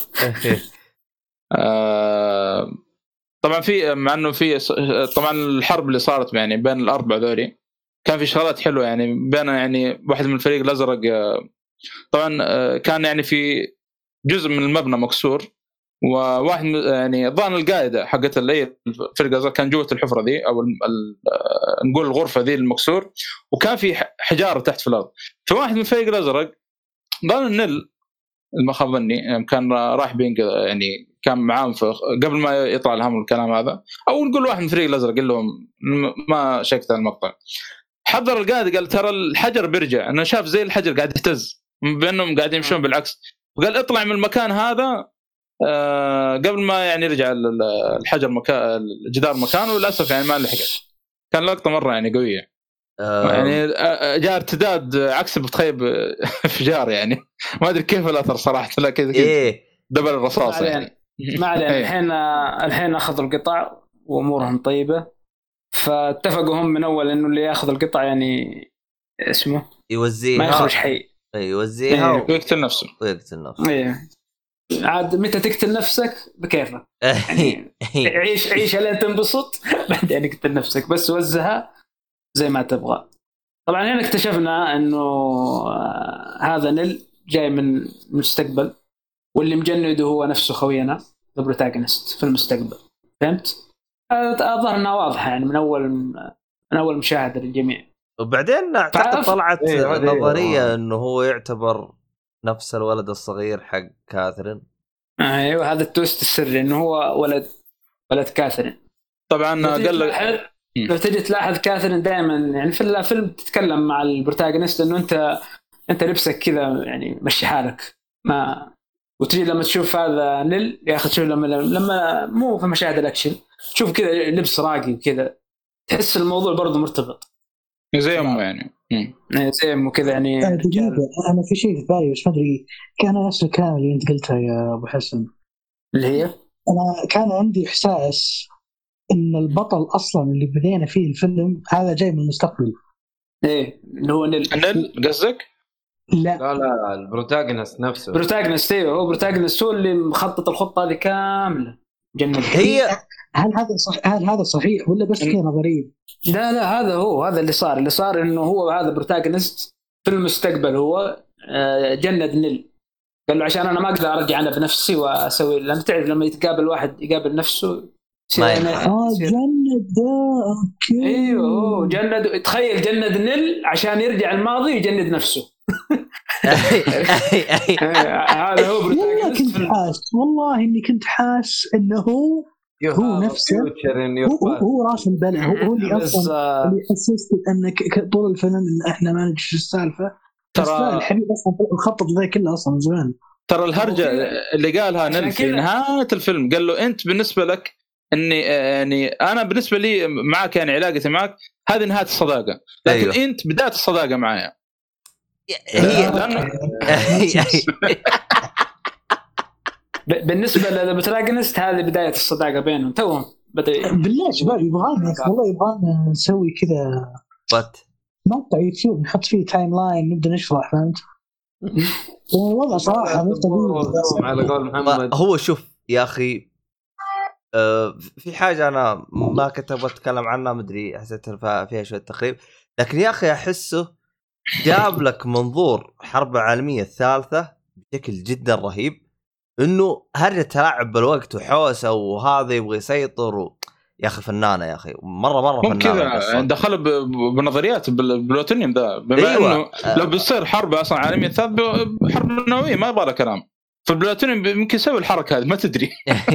آه طبعا في مع انه في طبعا الحرب اللي صارت يعني بين الاربع ذولي كان في شغلات حلوه يعني بين يعني واحد من الفريق الازرق طبعا كان يعني في جزء من المبنى مكسور وواحد يعني ظن القاعده حقت اللي الفريق الازرق كان جوه الحفره ذي او نقول الغرفه ذي المكسور وكان في حجاره تحت في الارض. فواحد من الفريق الازرق ظن النل المخابني يعني كان راح بينقذ يعني كان معاهم قبل ما يطلع لهم الكلام هذا او نقول واحد من الفريق الازرق قال لهم ما شكت المقطع حضر القائد قال ترى الحجر بيرجع انا شاف زي الحجر قاعد يهتز بانهم قاعدين يمشون بالعكس وقال اطلع من المكان هذا آه قبل ما يعني يرجع الحجر مكان الجدار مكانه وللاسف يعني ما لحق. كان لقطه مره يعني قويه آه يعني جاء ارتداد عكس بتخيب فجار يعني ما ادري كيف الاثر صراحه لكن إيه. دبل الرصاص يعني ما علينا. الحين الحين اخذوا القطع وامورهم طيبه فاتفقوا هم من اول انه اللي ياخذ القطع يعني اسمه يوزيها ما يخرج حي يوزيها إيه. ويقتل نفسه ويقتل نفسه ايه. عاد متى تقتل نفسك بكيفك يعني عيش عيش لين تنبسط بعدين اقتل نفسك بس وزها زي ما تبغى. طبعا هنا اكتشفنا انه هذا نيل جاي من المستقبل واللي مجنده هو نفسه خوينا البروتاغونست في المستقبل. فهمت؟ الظاهر انها واضحه يعني من اول من اول مشاهده للجميع. وبعدين اعتقد طلعت إيه نظريه إيه. انه هو يعتبر نفس الولد الصغير حق كاثرين. ايوه هذا التويست السري انه هو ولد ولد كاثرين. طبعا قال لك لو تجي تلاحظ كاثرين دائما يعني في الفيلم تتكلم مع البروتاغونست انه انت انت لبسك كذا يعني مشي حالك ما وتجي لما تشوف هذا نيل يا اخي تشوف لما لما مو في مشاهد الاكشن تشوف كذا لبس راقي وكذا تحس الموضوع برضه مرتبط زي امه يعني زي امه كذا يعني. انا في شيء في بالي بس ما ادري كان نفس الكلام اللي انت قلته يا ابو حسن اللي هي انا كان عندي احساس ان البطل اصلا اللي بدينا فيه الفيلم هذا جاي من المستقبل. ايه اللي هو نيل نيل قصدك؟ لا لا لا البروتاغونست نفسه بروتاغونست ايوه هو بروتاغونست هو اللي مخطط الخطه هذه كامله جنة. هي هل هذا صح هل هذا صحيح ولا بس كذا نظريه؟ لا لا هذا هو هذا اللي صار اللي صار انه هو هذا بروتاغونست في المستقبل هو جند نيل قال له عشان انا ما اقدر ارجع انا بنفسي واسوي لما تعرف لما يتقابل واحد يقابل نفسه اه جند ده اوكي ايوه جند تخيل جند نيل عشان يرجع الماضي يجند نفسه. هذا هو والله كنت حاس والله اني كنت حاس انه هو هو نفسه هو, هو راس البلع هو, هو اللي اصلا اللي حسست انك طول الفيلم ان احنا ما ندري ايش السالفه ترى الحبيب اصلا الخطط ذا كله اصلا زمان. ترى الهرجه اللي قالها نيل في نهايه الفيلم قال له انت بالنسبه لك اني يعني انا بالنسبه لي معك يعني علاقتي معك هذه نهايه الصداقه لكن أيوه. انت بدايه الصداقه معايا هي بالنسبه للبروتاغونست هذه بدايه الصداقه بينهم توهم بدا بالله شباب يبغانا والله يبغانا نسوي كذا بط مقطع يوتيوب نحط فيه تايم لاين نبدا نشرح فهمت والله صراحه مو طبيعي على قول محمد. هو شوف يا اخي أه في حاجه انا ما كنت ابغى اتكلم عنها مدري حسيت فيها شويه تقريب لكن يا اخي احسه جاب لك منظور حرب العالميه الثالثه بشكل جدا رهيب انه هرجه تلاعب بالوقت وحوسه وهذا يبغى يسيطر و... يا اخي فنانه يا اخي مره مره فنانه دخل بنظريات بالبلوتونيوم ذا بما أيوة. انه آه. لو بيصير حرب اصلا عالميه ثالثه حرب نوويه ما يبغى كلام فالبلوتونيوم يمكن يسوي الحركه هذه ما تدري.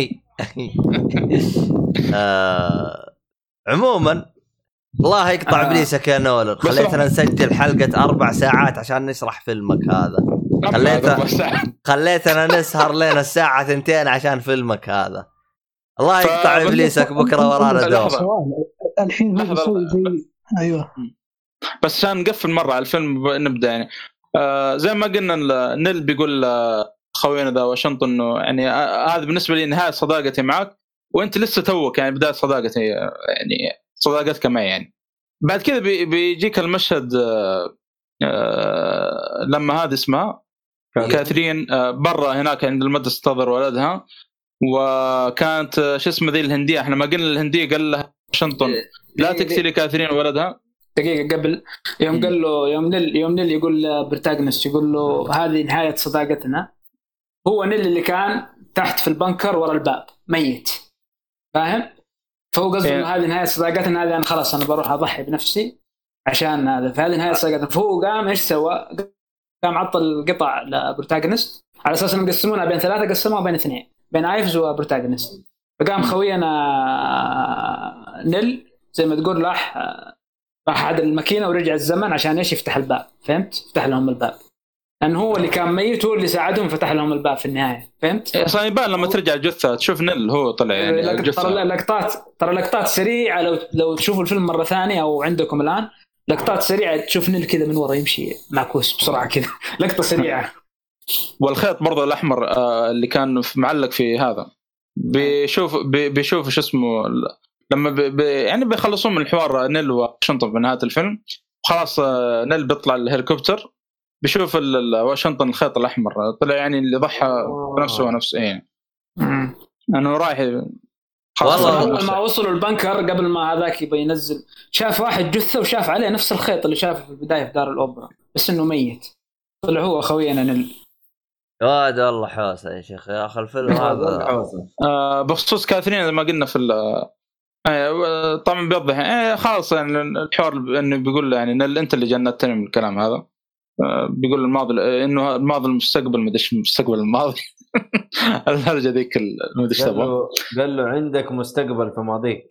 آه... عموما الله يقطع ابليسك يا نولر خليتنا نسجل حلقه اربع ساعات عشان نشرح فيلمك هذا خليتنا خليتنا نسهر لنا الساعه ثنتين عشان فيلمك هذا الله يقطع ابليسك بكره ورانا دور الحين هو يسوي زي ايوه بس عشان نقفل مره على الفيلم نبدا يعني آه زي ما قلنا نيل بيقول خوينا ذا واشنطن انه يعني آه هذا بالنسبه لي نهايه صداقتي معك وانت لسه توك يعني بدايه صداقتي يعني صداقتك معي يعني. بعد كذا بي بيجيك المشهد آه آه لما هذه اسمها كاثرين آه برا هناك عند المدرسه تنتظر ولدها وكانت آه شو اسمه ذي الهنديه احنا ما قلنا الهنديه قال لها واشنطن لا تقتلي كاثرين ولدها دقيقه قبل يوم م. قال له يوم نيل يوم نيل يقول برتاغنست يقول له هذه نهايه صداقتنا. هو نيل اللي كان تحت في البنكر ورا الباب ميت فاهم فهو قصده انه هذه نهايه صداقتنا هذه انا خلاص انا بروح اضحي بنفسي عشان هذا فهذه نهايه صداقتنا. فهو قام ايش سوى قام عطل قطع لبروتاغونست على اساس انهم يقسمونها بين ثلاثه قسموها بين اثنين بين ايفز وبروتاغونست. فقام خوينا نيل زي ما تقول راح راح عدل الماكينه ورجع الزمن عشان ايش يفتح الباب فهمت فتح لهم الباب لأن هو اللي كان ميت هو اللي ساعدهم فتح لهم الباب في النهاية فهمت؟ أصلاً يبان لما ترجع الجثة تشوف نيل هو طلع يعني الجثة. ترى لقطات ترى لقطات سريعة لو لو تشوفوا الفيلم مرة ثانية أو عندكم الآن لقطات سريعة تشوف نيل كذا من ورا يمشي معكوس بسرعة كذا لقطة سريعة. والخيط برضه الأحمر آه اللي كان معلق في هذا بيشوف بي بيشوف شو اسمه لما بي بي يعني بيخلصون من الحوار نيل واشنطن في نهاية الفيلم خلاص آه نيل بيطلع الهليكوبتر بيشوف واشنطن الخيط الأحمر طلع يعني اللي ضحى بنفسه ونفسه ايه انه رايح والله اول ما وصلوا البنكر قبل ما هذاك يبي ينزل شاف واحد جثه وشاف عليه نفس الخيط اللي شافه في البدايه في دار الاوبرا بس انه ميت طلع هو خوينا نل واد والله حوسه يا شيخ يا اخي الفيلم هذا آه بخصوص كاثرين زي ما قلنا في آه طبعا بيوضح آه خلاص يعني الحوار انه بيقول يعني نل انت اللي جنتني من الكلام هذا بيقول الماضي انه الماضي المستقبل ما ادري المستقبل الماضي الهرجه ذيك المدري ايش تبغى قال له عندك مستقبل في ماضيك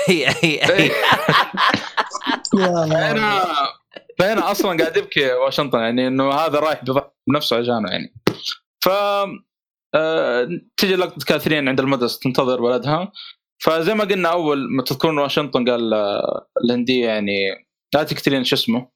انا فانا اصلا قاعد ابكي واشنطن يعني انه هذا رايح بنفسه عشانه يعني. ف تيجي لقطه كاثرين عند المدرسه تنتظر ولدها فزي ما قلنا اول ما تذكرون واشنطن قال الهنديه يعني لا تقتلين شو اسمه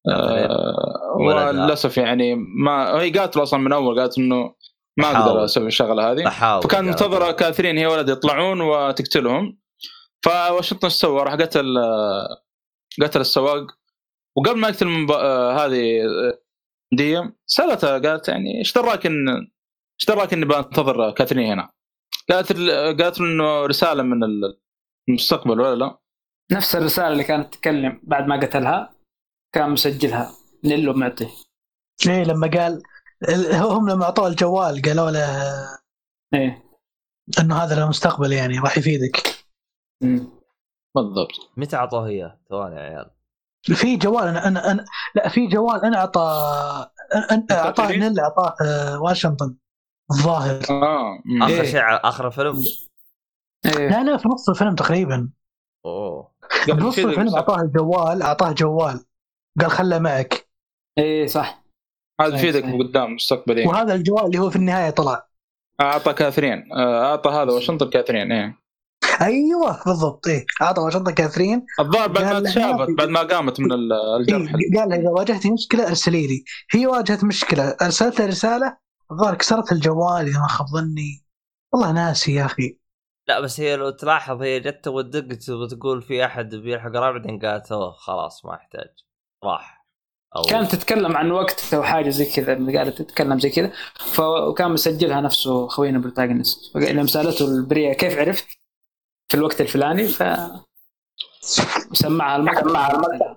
آه وللاسف يعني ما هي قالت اصلا من اول قالت انه ما اقدر اسوي الشغله هذه فكان منتظره كاثرين هي ولد يطلعون وتقتلهم. فواشنطن سوى راح قتل قتل السواق وقبل ما يقتل منب... آه هذه دي سالتها قالت يعني ايش دراك ان ايش دراك اني بنتظر كاثرين هنا قالت قالت انه رساله من المستقبل ولا لا نفس الرساله اللي كانت تتكلم بعد ما قتلها كان مسجلها نيلو معطيه ايه لما قال هم لما اعطوه الجوال قالوا له ايه انه هذا المستقبل يعني راح يفيدك بالضبط. متى اعطوه اياه ثواني يا عيال في جوال انا انا, أنا لا في جوال انا اعطى اعطاه نيل اعطاه واشنطن الظاهر اه اخر إيه. شيء اخر الفيلم إيه. لا لا في نص الفيلم تقريبا اوه نص الفيلم اعطاه الجوال اعطاه جوال قال خله معك ايه صح هذا يفيدك قدام مستقبلين وهذا الجوال اللي هو في النهايه طلع اعطى كاثرين اعطى هذا واشنطن كاثرين ايه ايوه بالضبط ايه اعطى واشنطن كاثرين الظاهر بعد ما تشابت بعد ما قامت من الجرح إيه قال اذا واجهتي مشكله ارسلي لي هي واجهت مشكله ارسلت رساله الظاهر كسرت الجوال اذا ما خاب ظني والله ناسي يا اخي. لا بس هي لو تلاحظ هي جت ودقت وتقول في احد بيلحق رابع قالت خلاص ما احتاج راح أو... كانت تتكلم عن وقت او حاجه زي كذا قالت تتكلم زي كذا فكان مسجلها نفسه خوينا بروتاغونست لما سالته البريه كيف عرفت في الوقت الفلاني ف سمعها المقطع.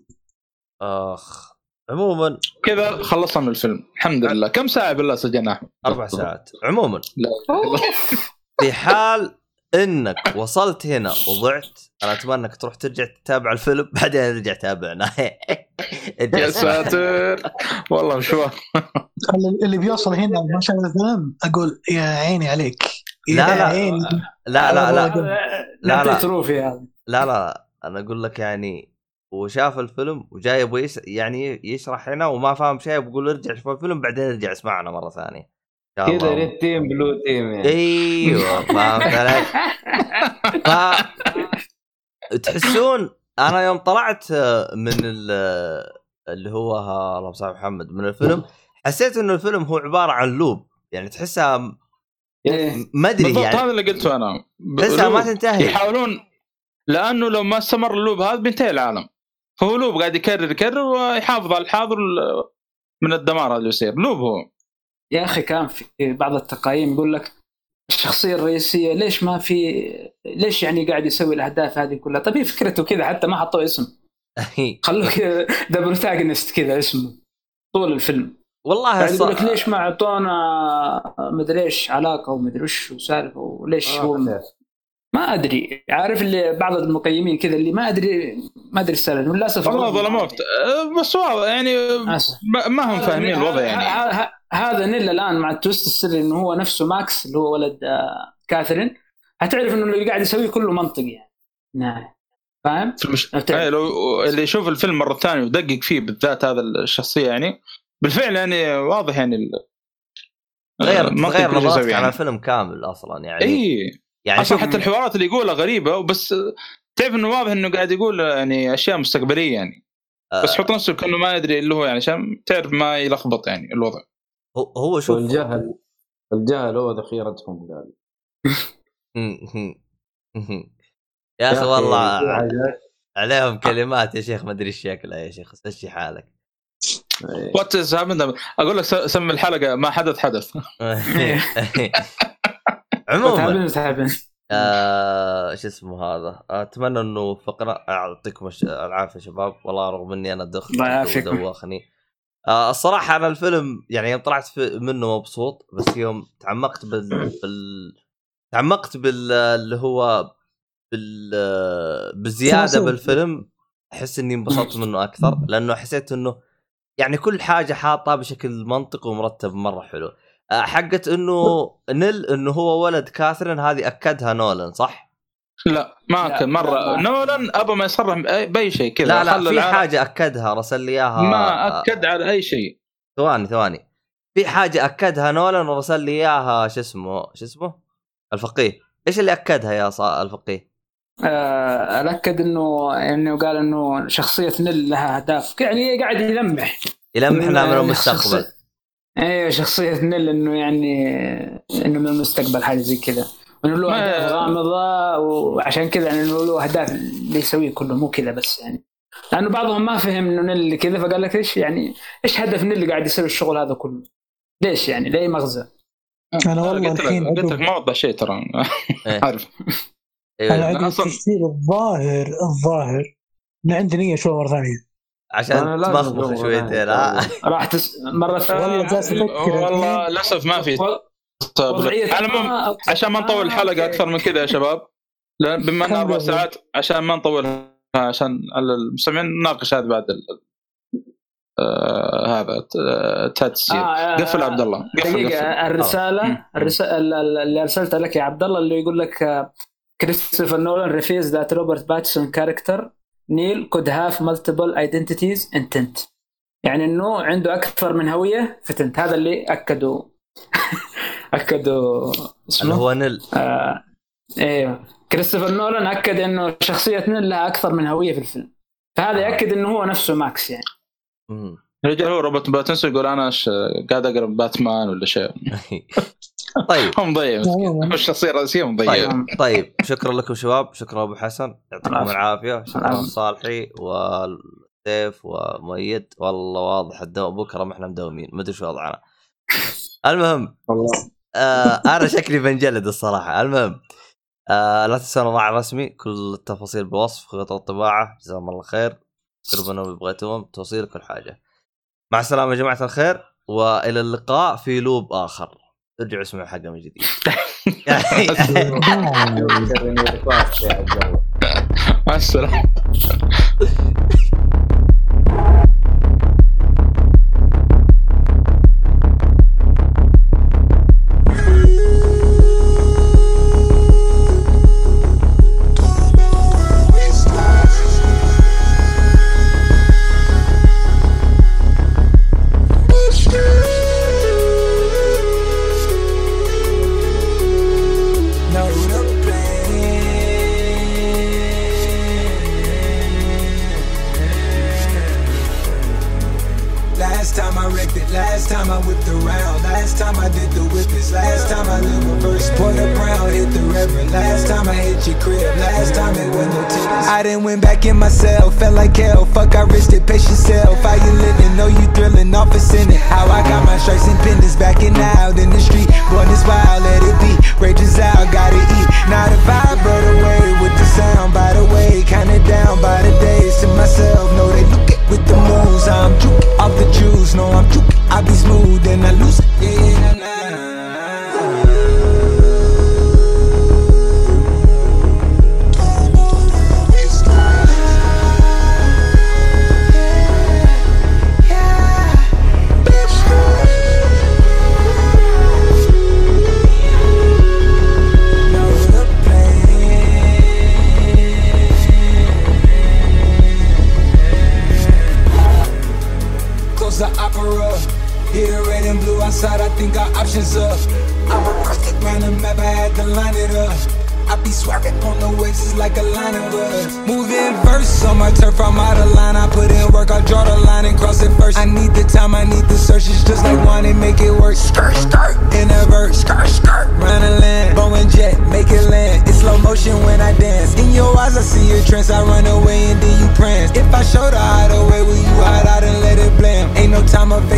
اخ عموما كذا خلصنا من الفيلم الحمد لله. كم ساعه بالله سجلنا احمد؟ اربع ساعات عموما. في حال انك وصلت هنا وضعت انا اتمنى انك تروح ترجع تتابع الفيلم بعدين ارجع تابعنا. يا ساتر والله مشوار. اللي بيوصل هنا ما شاء الله الفيلم اقول يا عيني عليك. لا لا لا لا لا لا لا لا لا انا اقول لك يعني وشاف الفيلم وجاي يبغى يعني يشرح هنا وما فاهم شيء بقول ارجع شوف الفيلم بعدين ارجع اسمعنا مره ثانيه كذا ريد تيم بلو تيم يعني. ايوه فهمت عليك. ف تحسون انا يوم طلعت من اللي هو الله صاحب محمد من الفيلم، حسيت انه الفيلم هو عباره عن لوب، يعني تحسها ما ادري يعني هذا اللي قلته انا، تحسها ما تنتهي. يحاولون لانه لو ما استمر اللوب هذا بينتهي العالم، فهو لوب قاعد يكرر يكرر ويحافظ على الحاضر من الدمار هذا اللي يصير. لوب هو يا اخي كان في بعض التقييم يقول لك الشخصيه الرئيسيه ليش ما في، ليش يعني قاعد يسوي الاهداف هذه كلها؟ طيب فكرته كذا حتى ما حطوا اسم، خلوه كذا ذا بروتاغونست كذا اسمه طول الفيلم. والله يعني يقول لك ليش ما اعطونا مدري ايش علاقه ومدري ايش وسالفه وليش هو ما ادري. عارف اللي بعض المقيمين كذا اللي ما ادري ما ادري السالفه للاسف والله ظلموه، بس واضح يعني ما هم فاهمين الوضع. يعني هذا نيل الان مع التويست السري انه هو نفسه ماكس اللي هو ولد كاثرين، هتعرف انه اللي قاعد يسويه كله منطقي يعني. نعم فاهم. مش... لو اللي يشوف الفيلم مره ثانيه ودقق فيه بالذات هذا الشخصيه يعني بالفعل يعني واضح يعني ال... غير غير نظرتك يعني. على الفيلم كامل اصلا يعني. اي يعني اصلا حتى الحوارات اللي يقولها غريبه، وبس تعرف انه واضح انه قاعد يقول يعني اشياء مستقبليه يعني. أه بس حط نفسه كانه ما يدري اللي هو يعني عشان تعرف ما يلخبط يعني الوضع. هو هو شوف الجهل الجهل هو ذخيرتهم قال. يا اخي والله عليهم كلمات يا شيخ ما ادري ايش شكلها يا شيخ، استشي حالك. وات از هابند اقول لك سم الحلقه ما حدث حدث. عموما آه شو اسمه هذا، اتمنى انه فقره اعطيكم العافيه شباب، والله رغم اني انا دخت ودوخني آه الصراحه انا الفيلم يعني يوم طلعت منه مبسوط، بس يوم تعمقت بال, بال... تعمقت بال اللي هو بال بزياده بالفيلم احس اني انبسطت منه اكثر، لانه حسيت انه يعني كل حاجه حاطه بشكل منطقي ومرتب مره حلو. حقت انه نيل انه هو ولد كاثرين هذه اكدها نولان صح؟ لا ما كان مره لا. نولان ابى ما يصرح باي شيء كذا. لا لا في العالم. حاجه اكدها رسل لي اياها، ما اكد على اي شيء. ثواني ثواني في حاجه اكدها نولان ورسل لي اياها شو اسمه شو اسمه الفقيه. ايش اللي اكدها يا صا الفقيه؟ آه اكد انه انه قال انه شخصيه نيل لها اهداف، يعني قاعد يلمح يلمح لها من المستقبل. ايوه شخصيه نيل انه يعني انه من المستقبل حاجه زي كذا، وانه له اهداف غامضه، وعشان كذا يعني انه له اهداف اللي يسويه كله مو كذا بس يعني. لانه بعضهم ما فهم انه نيل كذا، فقال لك ايش يعني ايش هدف نيل اللي قاعد يسوي الشغل هذا كله؟ ليش يعني لاي مغزى؟ انا والله الحين قلت لك ما وضح شيء ترى عارف. انا عندي تفسير الظاهر الظاهر ان عندي نيه شوي مره ثانيه عشان تمخمخ شويتين. ها راح تس... مره والله والله للاسف ما في على عشان ما نطول الحلقه اكثر من كذا يا شباب، بما اننا اربع ساعات عشان ما نطولها، عشان المستمعين نناقش هذا بعد ال... آه هذا تاتسير. آه قفل عبد الله قفل الرساله الرساله اللي ارسلتها لك يا عبد الله اللي يقول لك كريستوفر نولان ريفيز ذات روبرت باتسون كاركتر نيل could have multiple identities intent، يعني انه عنده اكثر من هويه في تنت. هذا اللي اكدوا اكدوا اسمه هو نيل. آه ايوه كريستوفر نولان اكد انه شخصيه نيل لها اكثر من هويه في الفيلم، فهذا ياكد انه هو نفسه ماكس يعني. امم رجع هو روبرت باتنسون يقول انا قاعد اقرا باتمان ولا شيء. طيب مضيع الشخصيه الرئيسيه مضيع. طيب. طيب شكرا لكم شباب، شكرا ابو حسن يعطيكم العافيه، شكرا صالحي والسيف ومؤيد. والله واضح الدوام بكره ما احنا مداومين، ما ادري شو وضعنا. المهم والله آه انا شكلي بنجلد الصراحه. المهم آه لا تنسوا الموقع الرسمي، كل التفاصيل بالوصف، خطوط الطباعه، جزاكم الله خير، تربنا ببغيتهم توصيل كل حاجه. مع السلامه يا جماعه الخير، والى اللقاء في لوب اخر. ارجعوا اسمعوا حقه من جديد. مع السلامه. Last time I wrecked it, last time I whipped around, last time I did the whippets, last time I lived reverse, Porter Brown hit the reverend, last time I hit your crib, last time it was no tickets. I done went back in myself, felt like hell, fuck I risked it, pace yourself, how you living, know you thrilling, off a sinning, how I got my stripes and pendants, backing out in the street, born this wild, let it be, rages out, gotta eat, now the vibe brought away with the sound, by the way, kinda down by the days, to myself, know they look it with the moves, I'm juke, off the juice, no I'm juke, I be smooth and I lose it, yeah, nah, nah. The opera, hit the red and blue outside, I think our options up. I reversed it round the map, I had to line it up. I be swagging on the waves, it's like a line of us. Moving verse on my turf, I'm out of line. I put in work, I draw the line and cross it first. I need the time, I need the search, it's just like one and make it work. Skirt, skirt, in a verse, skirt, skirt, round the land, Boeing jet, make it land. It's slow motion when I dance. In your eyes, I see your trance, I run away and then you prance. If I show the hideaway, will you hide out and let it blame? Ain't no time of